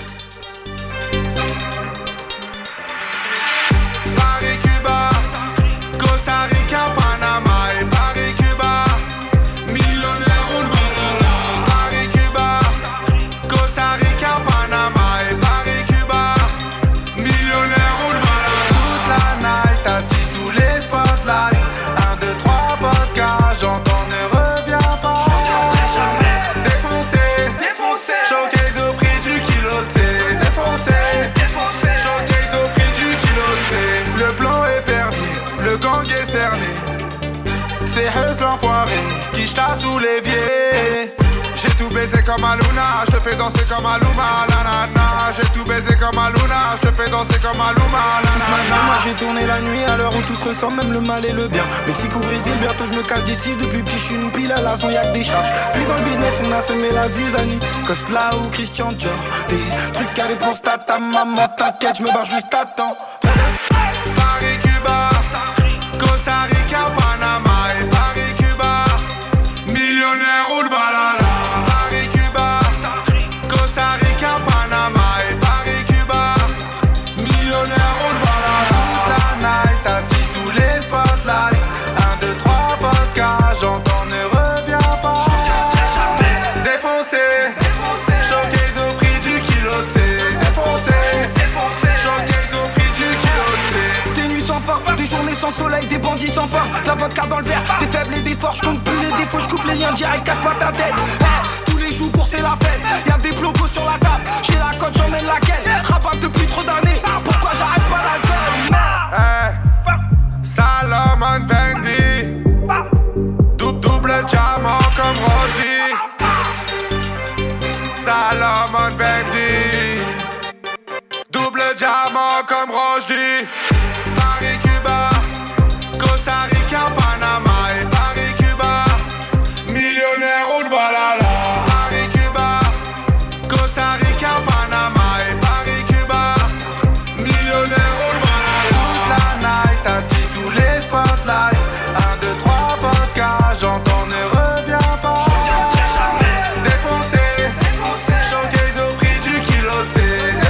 Paris, Cuba, Costa Rica, Panama et Paris, Cuba. Millionnaire ou le banana. Paris, Cuba, Costa Rica, Panama et Paris, Cuba. Millionnaire ou le banana. Toute la night assis sous les spotlights. 1, 2, 3 vodka, j'entends ne reviens pas. Défoncé, showcase au prix du kilo, c'est défoncé. Showcase au prix du kilo, c'est. Le plan est perdu, le gang est cerné. C'est Heus l'enfoiré qui jeta sous l'évier. J'ai tout baisé comme Aluna, je te fais danser comme Aluma, la na. J'ai tout baisé comme Aluna, je te fais danser comme Aluma, la na. Moi j'ai tourné la nuit à l'heure où tout se ressemble, même le mal et le bien. Mexique ou Brésil, bientôt je me cache d'ici. Depuis petit je suis une pile à la son, y'a que des charges. Puis dans le business on a semé la zizanie. Costla ou Christian Dior, des trucs calés pour ta maman. T'inquiète, je me barre juste à temps. Paris, Cuba, Costa Rica, Panama et Paris, Cuba. Millionnaire ou le balala. Paris, Cuba, Costa Rica, Panama et Paris, Cuba. Millionnaire ou le balala. Toute la night assis sous les spotlights. 1, 2, 3 vodka, j'entends ne reviens pas. Défoncé, showcase au prix du kilo, c'est défoncé. Showcase au prix du kilo, c'est. Des nuits sans fin, des journées sans soleil, des bandits sans fin. De la vodka dans le verre, des faibles et des forts, je compte plus les défauts, je coupe les liens direct, casse pas ta tête.
c'est la fête. Y'a des blocos sur la table, j'ai la cote, j'emmène laquelle. Rabat depuis trop d'années, pourquoi j'arrête pas l'alcool?
Salomon Vendy, double diamant comme Rochely. Salomon Vendy, double diamant comme Rochely. Paris, Cuba, Costa Rica, Panama et Paris, Cuba. Millionnaire, on voilà là. Paris, Cuba, Costa Rica, Panama et Paris, Cuba. Millionnaire, on voilà là. Toute la night, assis sous les spotlights. 1, 2, 3, vodka, j'entends ne reviens pas. Défoncé, showcase au prix du kilo de C.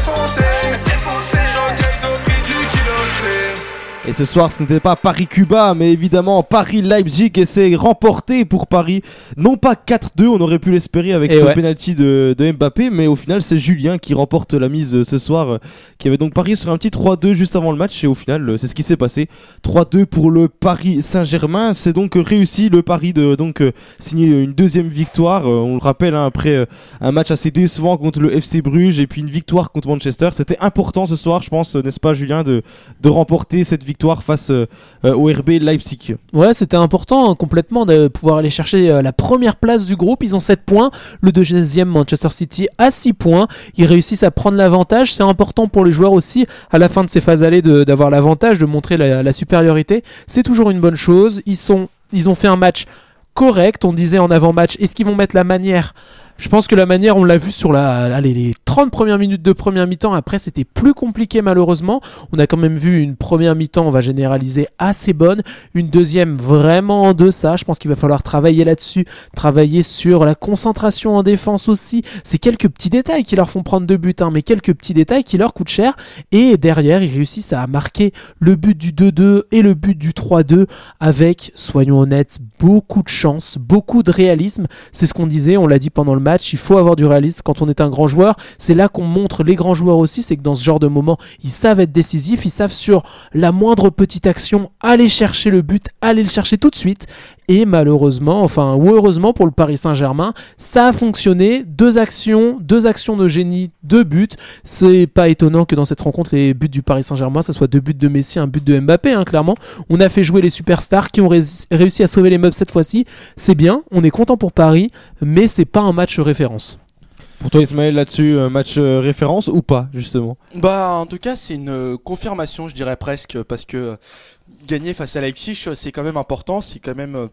Défoncé, showcase au prix du kilo de C.
Et ce soir, ce n'était pas Paris-Cuba, mais évidemment Paris-Leipzig, et c'est remporté pour Paris. Non pas 4-2, on aurait pu l'espérer avec ce penalty de Mbappé, mais au final, c'est Julien qui remporte la mise ce soir, qui avait donc parié sur un petit 3-2 juste avant le match, et au final, c'est ce qui s'est passé. 3-2 pour le Paris Saint-Germain. C'est donc réussi le pari de signer une deuxième victoire. On le rappelle, après un match assez décevant contre le FC Bruges, et puis une victoire contre Manchester. C'était important ce soir, je pense, n'est-ce pas Julien, de remporter cette victoire face au RB Leipzig.
Ouais, c'était important complètement de pouvoir aller chercher la première place du groupe. Ils ont 7 points, le deuxième Manchester City a 6 points. Ils réussissent à prendre l'avantage. C'est important pour les joueurs aussi à la fin de ces phases allées d'avoir l'avantage, de montrer la supériorité. C'est toujours une bonne chose. Ils ont fait un match correct. On disait en avant-match, est-ce qu'ils vont mettre la manière ? Je pense que la manière, on l'a vu sur les 30 premières minutes de première mi-temps. Après, c'était plus compliqué malheureusement. On a quand même vu une première mi-temps, on va généraliser, assez bonne. Une deuxième vraiment en deçà. Je pense qu'il va falloir travailler là-dessus. Travailler sur la concentration en défense aussi. C'est quelques petits détails qui leur font prendre 2 buts, mais quelques petits détails qui leur coûtent cher. Et derrière, ils réussissent à marquer le but du 2-2 et le but du 3-2 avec, soyons honnêtes, beaucoup de chance, beaucoup de réalisme. C'est ce qu'on disait, on l'a dit pendant le match, il faut avoir du réalisme quand on est un grand joueur. C'est là qu'on montre les grands joueurs aussi, c'est que dans ce genre de moment, ils savent être décisifs, ils savent sur la moindre petite action aller chercher le but, aller le chercher tout de suite. Et malheureusement, ou heureusement pour le Paris Saint-Germain, ça a fonctionné. 2 actions de génie, 2 buts. C'est pas étonnant que dans cette rencontre, les buts du Paris Saint-Germain, ça soit 2 buts de Messi, un but de Mbappé, clairement. On a fait jouer les superstars qui ont réussi à sauver les meubles cette fois-ci. C'est bien, on est content pour Paris, mais c'est pas un match référence.
Pour toi Ismaël, là-dessus, match référence ou pas, justement ?
En tout cas, c'est une confirmation, je dirais presque, parce que gagner face à Leipzig, c'est quand même important, c'est quand même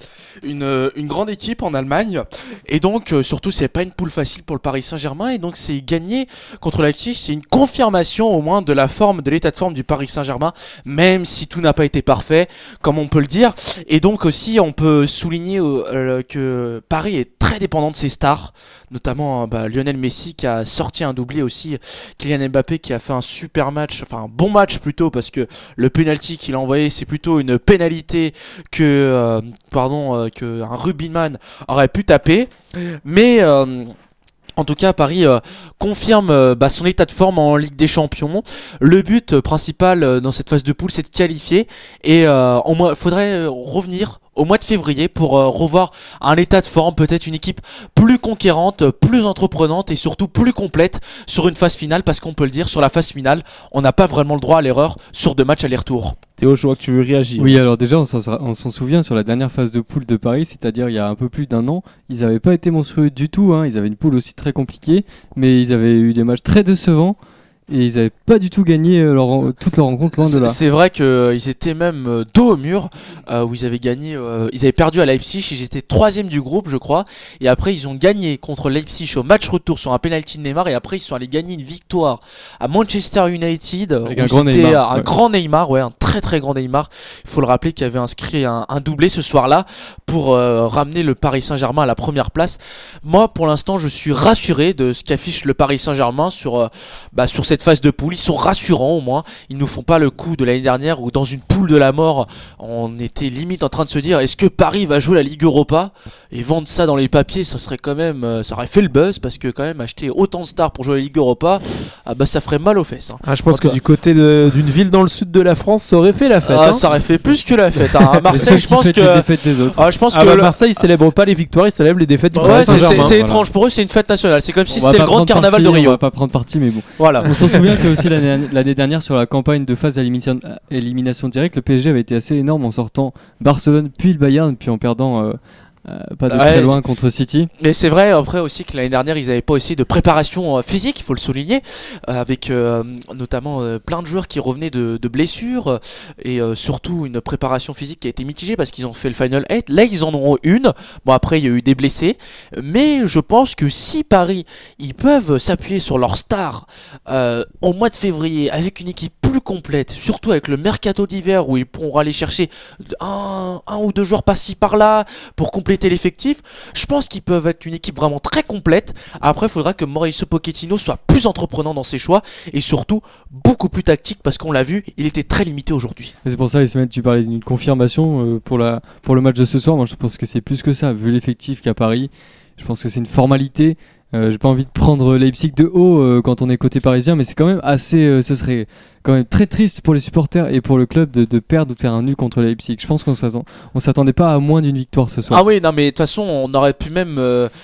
une grande équipe en Allemagne, et donc surtout c'est pas une poule facile pour le Paris Saint-Germain, et donc c'est gagner contre Leipzig, c'est une confirmation au moins de l'état de forme du Paris Saint-Germain, même si tout n'a pas été parfait, comme on peut le dire. Et donc aussi on peut souligner que Paris est très dépendant de ses stars, notamment Lionel Messi qui a sorti un doublé, aussi Kylian Mbappé qui a fait un super match, un bon match plutôt, parce que le penalty qu'il a envoyé, c'est plutôt une pénalité que un rugbyman aurait pu taper, mais en tout cas, Paris confirme son état de forme en Ligue des Champions. Le but principal dans cette phase de poule, c'est de qualifier, et faudrait revenir au mois de février pour revoir un état de forme, peut-être une équipe plus conquérante, plus entreprenante et surtout plus complète sur une phase finale, parce qu'on peut le dire, sur la phase finale, on n'a pas vraiment le droit à l'erreur sur 2 matchs aller-retour.
Théo, je vois que tu veux réagir.
Oui, alors déjà, on s'en souvient sur la dernière phase de poule de Paris, c'est-à-dire il y a un peu plus d'1 an, ils n'avaient pas été monstrueux du tout, ils avaient une poule aussi très compliquée, mais ils avaient eu des matchs très décevants. Et ils n'avaient pas du tout gagné toute leur rencontre, loin de là.
C'est vrai qu'ils étaient même dos au mur, où ils avaient gagné, ils avaient perdu à Leipzig, ils étaient 3e du groupe, je crois, et après ils ont gagné contre Leipzig au match retour sur un penalty de Neymar, et après ils sont allés gagner une victoire à Manchester United,
avec
où
un grand Neymar,
grand Neymar, un très très grand Neymar. Il faut le rappeler, qui avait inscrit un doublé ce soir-là pour ramener le Paris Saint-Germain à la première place. Moi, pour l'instant, je suis rassuré de ce qu'affiche le Paris Saint-Germain sur cette cette phase de poule. Ils sont rassurants au moins. Ils nous font pas le coup de l'année dernière où dans une poule de la mort, on était limite en train de se dire est-ce que Paris va jouer la Ligue Europa et vendre ça dans les papiers, ça serait quand même, ça aurait fait le buzz parce que quand même acheter autant de stars pour jouer la Ligue Europa, ça ferait mal aux fesses.
Je pense que du côté d'une ville dans le sud de la France, ça aurait fait la fête.
Ça aurait fait plus que la fête. À Marseille, je pense que
les défaites des autres.
je pense que
Marseille, ils célèbrent pas les victoires, ils célèbrent les défaites du
ouais,
Paris Saint-Germain.
c'est étrange pour eux, c'est une fête nationale. C'est comme si
On va
c'était le
pas
grand
prendre
carnaval
parti,
de Rio.
On va pas prendre parti, mais bon.
Voilà.
On s'en souvient que aussi l'année dernière sur la campagne de phase élimination directe, le PSG avait été assez énorme en sortant Barcelone puis le Bayern puis en perdant pas de très loin contre City.
Mais c'est vrai après aussi que l'année dernière ils n'avaient pas aussi de préparation physique, il faut le souligner, avec notamment plein de joueurs qui revenaient de blessures et surtout une préparation physique qui a été mitigée parce qu'ils ont fait le Final 8. Là ils en ont une. Bon après il y a eu des blessés, mais je pense que si Paris ils peuvent s'appuyer sur leurs stars au mois de février avec une équipe plus complète, surtout avec le mercato d'hiver où ils pourront aller chercher un ou deux joueurs par-ci par-là pour compléter l'effectif, je pense qu'ils peuvent être une équipe vraiment très complète. Après il faudra que Mauricio Pochettino soit plus entreprenant dans ses choix et surtout beaucoup plus tactique parce qu'on l'a vu, il était très limité aujourd'hui.
Et c'est pour ça les semaines tu parlais d'une confirmation pour le match de ce soir. Moi je pense que c'est plus que ça vu l'effectif qu'à Paris. Je pense que c'est une formalité. J'ai pas envie de prendre Leipzig de haut quand on est côté parisien, mais c'est quand même assez. Ce serait quand même très triste pour les supporters et pour le club de perdre ou de faire un nul contre Leipzig. Je pense qu'on s'attendait pas à moins d'une victoire ce soir.
Ah oui, non mais de toute façon on aurait pu même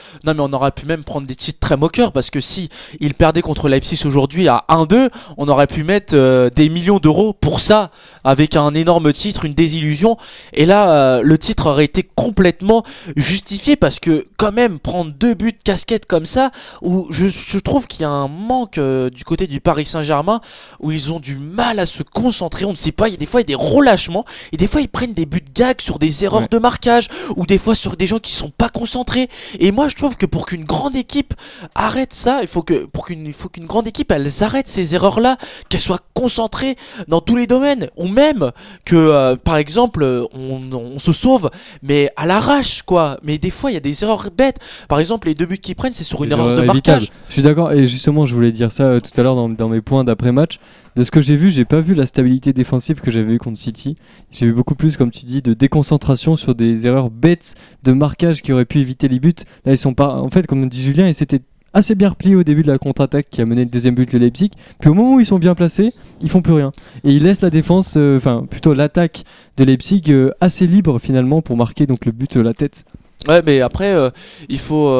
prendre des titres très moqueurs parce que si ils perdaient contre Leipzig aujourd'hui à 1-2, on aurait pu mettre des millions d'euros pour ça avec un énorme titre, une désillusion. Et là le titre aurait été complètement justifié parce que quand même prendre 2 buts de casquette comme ça, où je trouve qu'il y a un manque du côté du Paris Saint-Germain où ils ont du mal à se concentrer, on ne sait pas, il y a des fois il y a des relâchements et des fois ils prennent des buts de gag sur des erreurs de marquage ou des fois sur des gens qui sont pas concentrés. Et moi je trouve que pour qu'une grande équipe arrête ça, il faut qu'une grande équipe elle arrête ces erreurs là, qu'elle soit concentrée dans tous les domaines, ou même que par exemple on se sauve mais à l'arrache quoi, mais des fois il y a des erreurs bêtes, par exemple les 2 buts qu'ils prennent c'est sur une erreur de marquage.
Je suis d'accord et justement je voulais dire ça tout à l'heure dans mes points d'après-match. De ce que j'ai vu, j'ai pas vu la stabilité défensive que j'avais eu contre City. J'ai vu beaucoup plus, comme tu dis, de déconcentration sur des erreurs bêtes de marquage qui auraient pu éviter les buts. Là, ils sont pas. En fait, comme dit Julien, ils s'étaient assez bien repliés au début de la contre-attaque qui a mené le deuxième but de Leipzig. Puis au moment où ils sont bien placés, ils font plus rien. Et ils laissent la défense, plutôt l'attaque de Leipzig assez libre finalement pour marquer donc le but la tête.
Ouais, mais après, il faut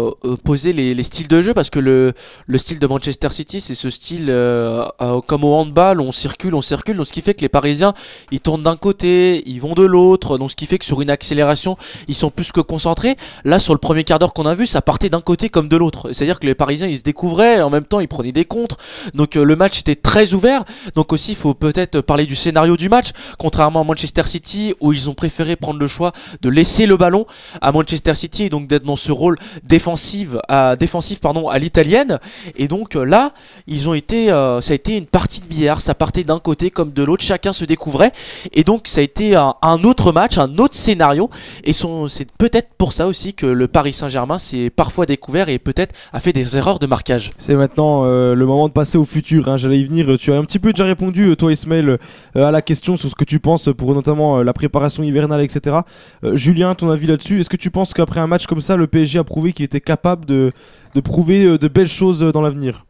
poser les styles de jeu parce que le style de Manchester City, c'est ce style comme au handball, on circule, donc ce qui fait que les Parisiens, ils tournent d'un côté, ils vont de l'autre, donc ce qui fait que sur une accélération, ils sont plus que concentrés. Là, sur le premier quart d'heure qu'on a vu, ça partait d'un côté comme de l'autre. C'est-à-dire que les Parisiens, ils se découvraient, et en même temps, ils prenaient des contres. Donc le match était très ouvert. Donc aussi, il faut peut-être parler du scénario du match, contrairement à Manchester City où ils ont préféré prendre le choix de laisser le ballon à Manchester City et donc d'être dans ce rôle défensif à l'italienne. Et donc là ils ont été ça a été une partie de billard, ça partait d'un côté comme de l'autre, chacun se découvrait et donc ça a été un autre match, un autre scénario et c'est peut-être pour ça aussi que le Paris Saint-Germain s'est parfois découvert et peut-être a fait des erreurs de marquage.
C'est maintenant le moment de passer au futur, hein. J'allais y venir, tu as un petit peu déjà répondu toi Ismaël à la question sur ce que tu penses pour notamment la préparation hivernale etc. Julien, ton avis là-dessus, est-ce que tu penses qu'après un match comme ça, le PSG a prouvé qu'il était capable de prouver de belles choses dans l'avenir?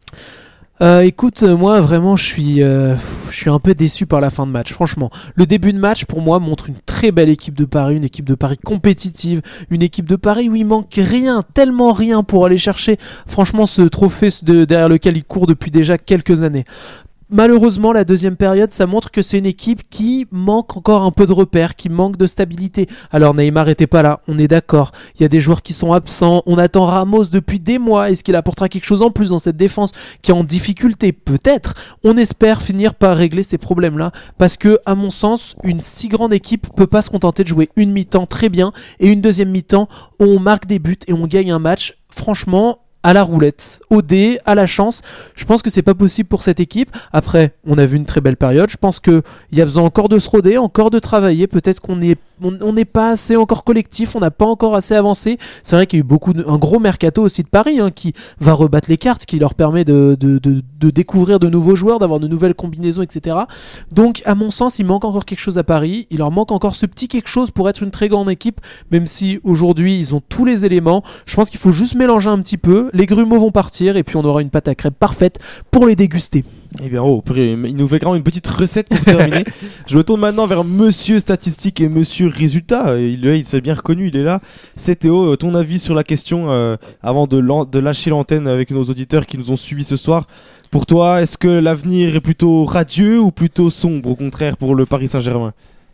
Écoute, moi vraiment je suis un peu déçu par la fin de match. Franchement, le début de match pour moi montre une très belle équipe de Paris, une équipe de Paris compétitive, une équipe de Paris où il manque rien, tellement rien pour aller chercher franchement ce trophée derrière lequel il court depuis déjà quelques années. Malheureusement, la deuxième période, ça montre que c'est une équipe qui manque encore un peu de repères, qui manque de stabilité. Alors Neymar était pas là, on est d'accord. Il y a des joueurs qui sont absents. On attend Ramos depuis des mois. Est-ce qu'il apportera quelque chose en plus dans cette défense qui est en difficulté? Peut-être. On espère finir par régler ces problèmes-là parce que, à mon sens, une si grande équipe peut pas se contenter de jouer une mi-temps très bien et une deuxième mi-temps où on marque des buts et on gagne un match. Franchement, à la roulette, au dé, à la chance. Je pense que c'est pas possible pour cette équipe. Après, on a vu une très belle période. Je pense qu'il y a besoin encore de se roder, encore de travailler. Peut-être qu'on n'est pas assez encore collectif, on n'a pas encore assez avancé. C'est vrai qu'il y a eu un gros mercato aussi de Paris qui va rebattre les cartes, qui leur permet de découvrir de nouveaux joueurs, d'avoir de nouvelles combinaisons, etc. Donc, à mon sens, il manque encore quelque chose à Paris. Il leur manque encore ce petit quelque chose pour être une très grande équipe, même si aujourd'hui ils ont tous les éléments. Je pense qu'il faut juste mélanger un petit peu. Les grumeaux vont partir et puis on aura une pâte à crêpes parfaite pour les déguster.
Eh bien, il nous fait quand même une petite recette pour terminer. Je me tourne maintenant vers Monsieur Statistique et Monsieur Résultat. Il s'est bien reconnu, il est là. C'est Théo, ton avis sur la question avant de lâcher l'antenne avec nos auditeurs qui nous ont suivis ce soir. Pour toi, est-ce que l'avenir est plutôt radieux ou plutôt sombre, au contraire, pour le Paris Saint-Germain ?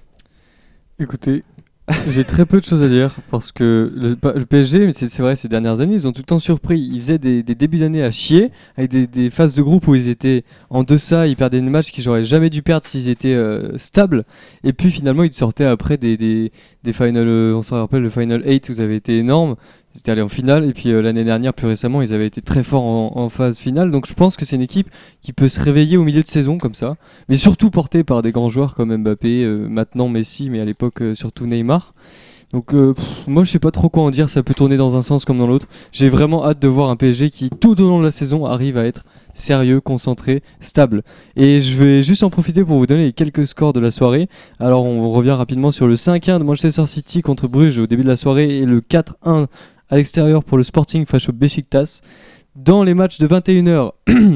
Écoutez, j'ai très peu de choses à dire parce que le PSG, c'est vrai, ces dernières années, ils ont tout le temps surpris. Ils faisaient des débuts d'année à chier, avec des phases de groupe où ils étaient en deçà, ils perdaient des matchs qu'ils n'auraient jamais dû perdre s'ils étaient stables. Et puis finalement, ils sortaient après des final, on se rappelle le Final 8 où ils avaient été énormes. Ils étaient allés en finale et puis l'année dernière, plus récemment, ils avaient été très forts en phase finale. Donc je pense que c'est une équipe qui peut se réveiller au milieu de saison comme ça, mais surtout portée par des grands joueurs comme Mbappé, maintenant Messi, mais à l'époque surtout Neymar. Donc moi je sais pas trop quoi en dire, ça peut tourner dans un sens comme dans l'autre. J'ai vraiment hâte de voir un PSG qui tout au long de la saison arrive à être sérieux, concentré, stable. Et je vais juste en profiter pour vous donner les quelques scores de la soirée. Alors on revient rapidement sur le 5-1 de Manchester City contre Bruges au début de la soirée et le 4-1 à l'extérieur pour le Sporting face au Beşiktaş. Dans les matchs de 21h,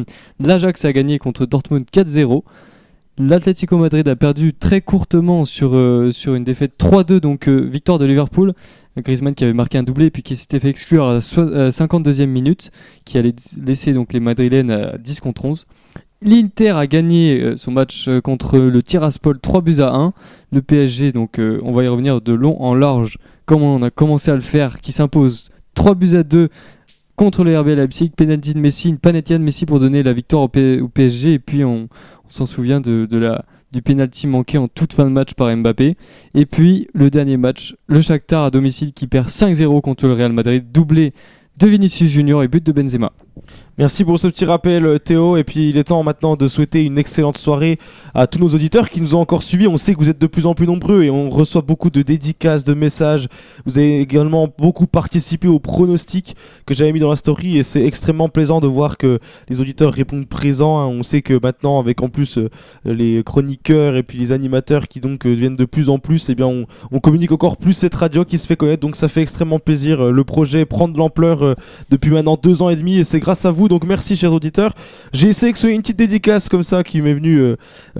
l'Ajax a gagné contre Dortmund 4-0. L'Atlético Madrid a perdu très courtement sur une défaite 3-2, donc victoire de Liverpool. Griezmann qui avait marqué un doublé puis qui s'était fait exclure à la 52e minute, qui allait laisser donc les Madrilènes à 10 contre 11. L'Inter a gagné son match contre le Tiraspol 3-1. Le PSG, donc on va y revenir de long en large, comme on a commencé à le faire, qui s'impose 3-2 contre le RB Leipzig. Penalty de Messi, une panettia de Messi pour donner la victoire au PSG. Et puis on s'en souvient du penalty manqué en toute fin de match par Mbappé. Et puis le dernier match, le Shakhtar à domicile qui perd 5-0 contre le Real Madrid, doublé de Vinicius Junior et but de Benzema.
Merci pour ce petit rappel Théo, et puis il est temps maintenant de souhaiter une excellente soirée à tous nos auditeurs qui nous ont encore suivis. On sait que vous êtes de plus en plus nombreux et on reçoit beaucoup de dédicaces, de messages. Vous avez également beaucoup participé aux pronostics que j'avais mis dans la story et c'est extrêmement plaisant de voir que les auditeurs répondent présents. On sait que maintenant avec en plus les chroniqueurs et puis les animateurs qui donc deviennent de plus en plus, eh bien on communique encore plus cette radio qui se fait connaître, donc ça fait extrêmement plaisir. Le projet prend de l'ampleur depuis maintenant 2 ans et demi et c'est grâce à vous, donc merci chers auditeurs. J'ai sélectionné une petite dédicace comme ça qui m'est venue,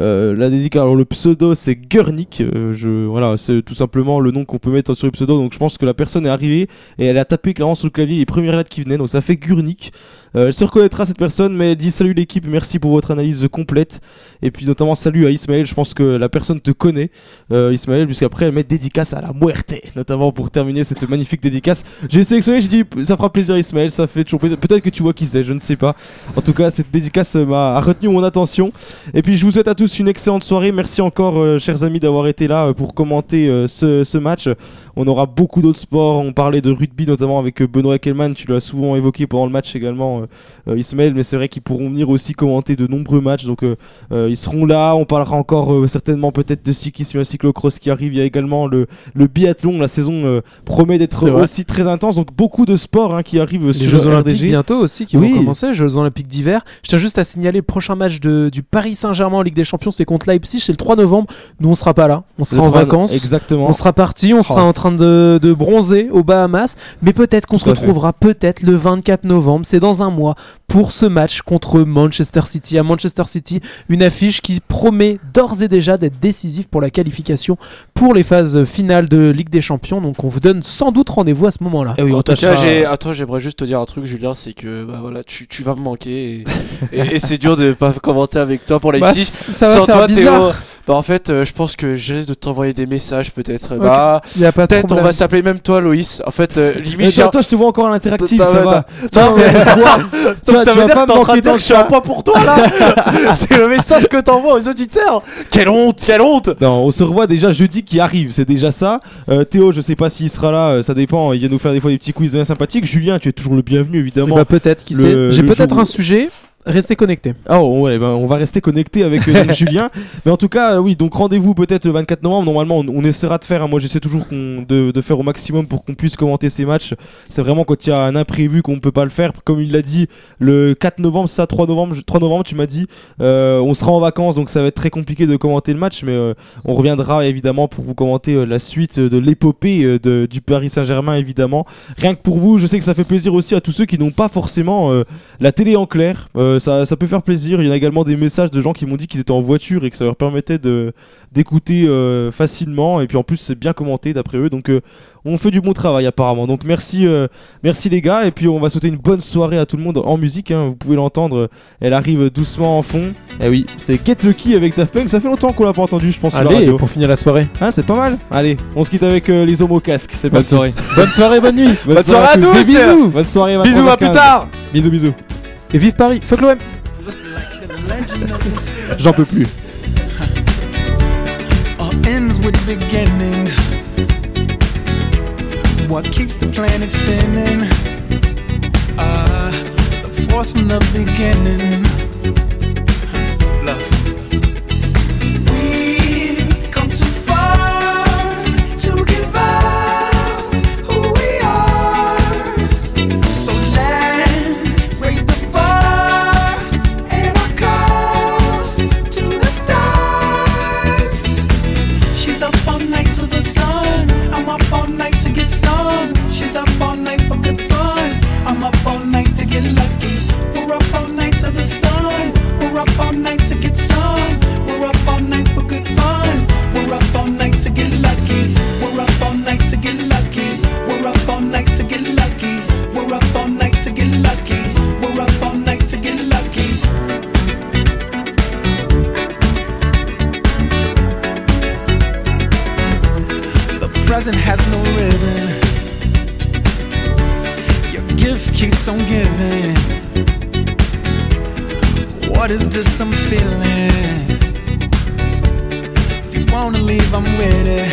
la dédicace, alors le pseudo c'est Gurnik, voilà, c'est tout simplement le nom qu'on peut mettre sur le pseudo, donc je pense que la personne est arrivée et elle a tapé clairement sur le clavier les premières lettres qui venaient, donc ça fait Gurnik. Elle se reconnaîtra cette personne, mais elle dit salut l'équipe, merci pour votre analyse complète, et puis notamment salut à Ismaël, je pense que la personne te connaît Ismaël, puisqu'après elle met dédicace à la muerte, notamment pour terminer cette magnifique dédicace. J'ai sélectionné, j'ai dit ça fera plaisir Ismaël, ça fait toujours plaisir, peut-être que tu vois qui c'est, je ne sais pas. En tout cas cette dédicace a retenu mon attention, et puis je vous souhaite à tous une excellente soirée. Merci encore chers amis d'avoir été là pour commenter ce match. On aura beaucoup d'autres sports, on parlait de rugby notamment avec Benoît Eckelmann, tu l'as souvent évoqué pendant le match également Ismaël, mais c'est vrai qu'ils pourront venir aussi commenter de nombreux matchs, donc ils seront là. On parlera encore certainement peut-être de cyclisme et cyclocross qui arrive. Il y a également le biathlon, la saison promet d'être aussi très intense, donc beaucoup de sports qui arrivent sur
les Jeux Olympiques
RDG.
bientôt aussi qui vont commencer, Jeux Olympiques d'hiver. Je tiens juste à signaler le prochain match du Paris Saint-Germain en Ligue des Champions, c'est contre Leipzig, c'est le 3 novembre. Nous on sera pas là, on sera en vacances.
Exactement.
On sera parti, on sera en train de bronzer aux Bahamas, mais peut-être qu'on se retrouvera peut-être le 24 novembre, c'est dans un mois, pour ce match contre Manchester City à Manchester City, une affiche qui promet d'ores et déjà d'être décisive pour la qualification pour les phases finales de Ligue des Champions. Donc on vous donne sans doute rendez-vous à ce moment-là.
Et oui, en tout cas, j'aimerais juste te dire un truc, Julien, c'est que voilà, tu vas me manquer et c'est dur de pas commenter avec toi pour les 6
ça va faire
toi,
bizarre.
Théo. Bah en fait, je pense que je risque de t'envoyer des messages peut-être.
Ok.
Bah
Y a pas de
peut-être on
problème.
va s'appeler même toi Loïs. En fait, limite
Mais toi, je te vois encore à l'interactif,
T'as-
ça
t'as-
va.
Non, mais
Tu
donc
vas-
ça
tu
veut
vas
dire
pas
que t'es en train de
manquer
dire
tant
que je suis un poids pour toi là. C'est le message que t'envoies aux auditeurs. Quelle honte, quelle honte.
Non, on se revoit déjà jeudi qui arrive, c'est déjà ça. Théo, je sais pas s'il sera là, ça dépend. Il vient nous faire des fois des petits quiz bien sympathiques. Julien, tu es toujours le bienvenu évidemment.
Bah, peut-être, qui sait. J'ai
le
peut-être
jour-
un sujet. Restez connectés.
Oh ouais, ben, on va rester connecté avec donc, Julien. Mais en tout cas, oui, donc rendez-vous peut-être le 24 novembre. Normalement, on essaiera de faire. Hein, moi, j'essaie toujours de faire au maximum pour qu'on puisse commenter ces matchs. C'est vraiment quand il y a un imprévu qu'on ne peut pas le faire. Comme il l'a dit, le 4 novembre, ça, 3 novembre, tu m'as dit. On sera en vacances, donc ça va être très compliqué de commenter le match. Mais on reviendra évidemment pour vous commenter la suite de l'épopée du Paris Saint-Germain, évidemment. Rien que pour vous, je sais que ça fait plaisir aussi à tous ceux qui n'ont pas forcément la télé en clair. Ça peut faire plaisir. Il y en a également des messages de gens qui m'ont dit qu'ils étaient en voiture et que ça leur permettait d'écouter facilement. Et puis en plus, c'est bien commenté d'après eux. Donc on fait du bon travail apparemment. Donc merci les gars. Et puis on va souhaiter une bonne soirée à tout le monde en musique. Hein. Vous pouvez l'entendre. Elle arrive doucement en fond. Et oui, c'est Get Lucky avec Daft Punk. Ça fait longtemps qu'on l'a pas entendu, je pense. sur la
Allez,
radio.
pour finir la soirée.
Ah, c'est pas mal. Allez, on se quitte avec les homos au casque. C'est
Bonne
parti.
soirée.
Bonne soirée, bonne nuit.
Bonne soirée à tous.
Et bisous.
Bonne soirée.
Bisous, à plus
23h15.
tard.
Bisous, bisous.
Et vive Paris. Fuck l'OM.
J'en peux plus.
All ends with beginnings. What keeps the planet spinning? The force from the beginning. Love. We've come too far to give up who we are. So let's raise the bar and our cups to the stars. She's up all night to the sun. I'm up all night to get some. She's up all night for good fun. I'm up all night to get lucky. We're up all night to the sun. We're up all night to get some. We're up all night for good fun. We're up all night to get lucky. We're up all night to get lucky. We're up all night to get lucky. We're up all night to get lucky. We're up all night to get lucky. The present has no ribbon. Your gift keeps on giving. What is this I'm feeling? If you wanna leave, I'm with it.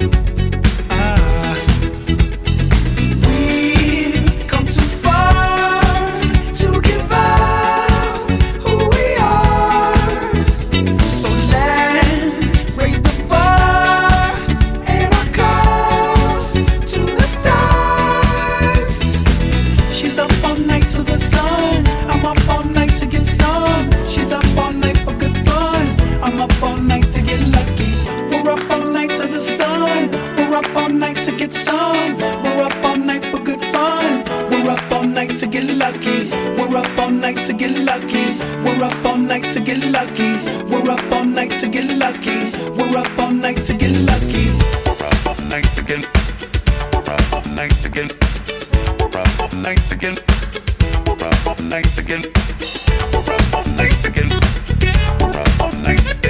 We've come too far to give up who we are. So let's raise the bar and our cups to the stars. She's up all night to the sun. I'm up all night to get some. She's up all night for good fun. I'm up all night to get lucky. We're up all night to the sun. We're up all night to get some. We're up all night for good fun. We're up all night to get lucky. We're up all night to get lucky. We're up all night to get lucky. We're up all night to get lucky. We're up all night to get lucky.
We're up all night to get. We're up all night to get. We're up all night to get. We're up all night to get. We're up all night to get. We're up all night to get.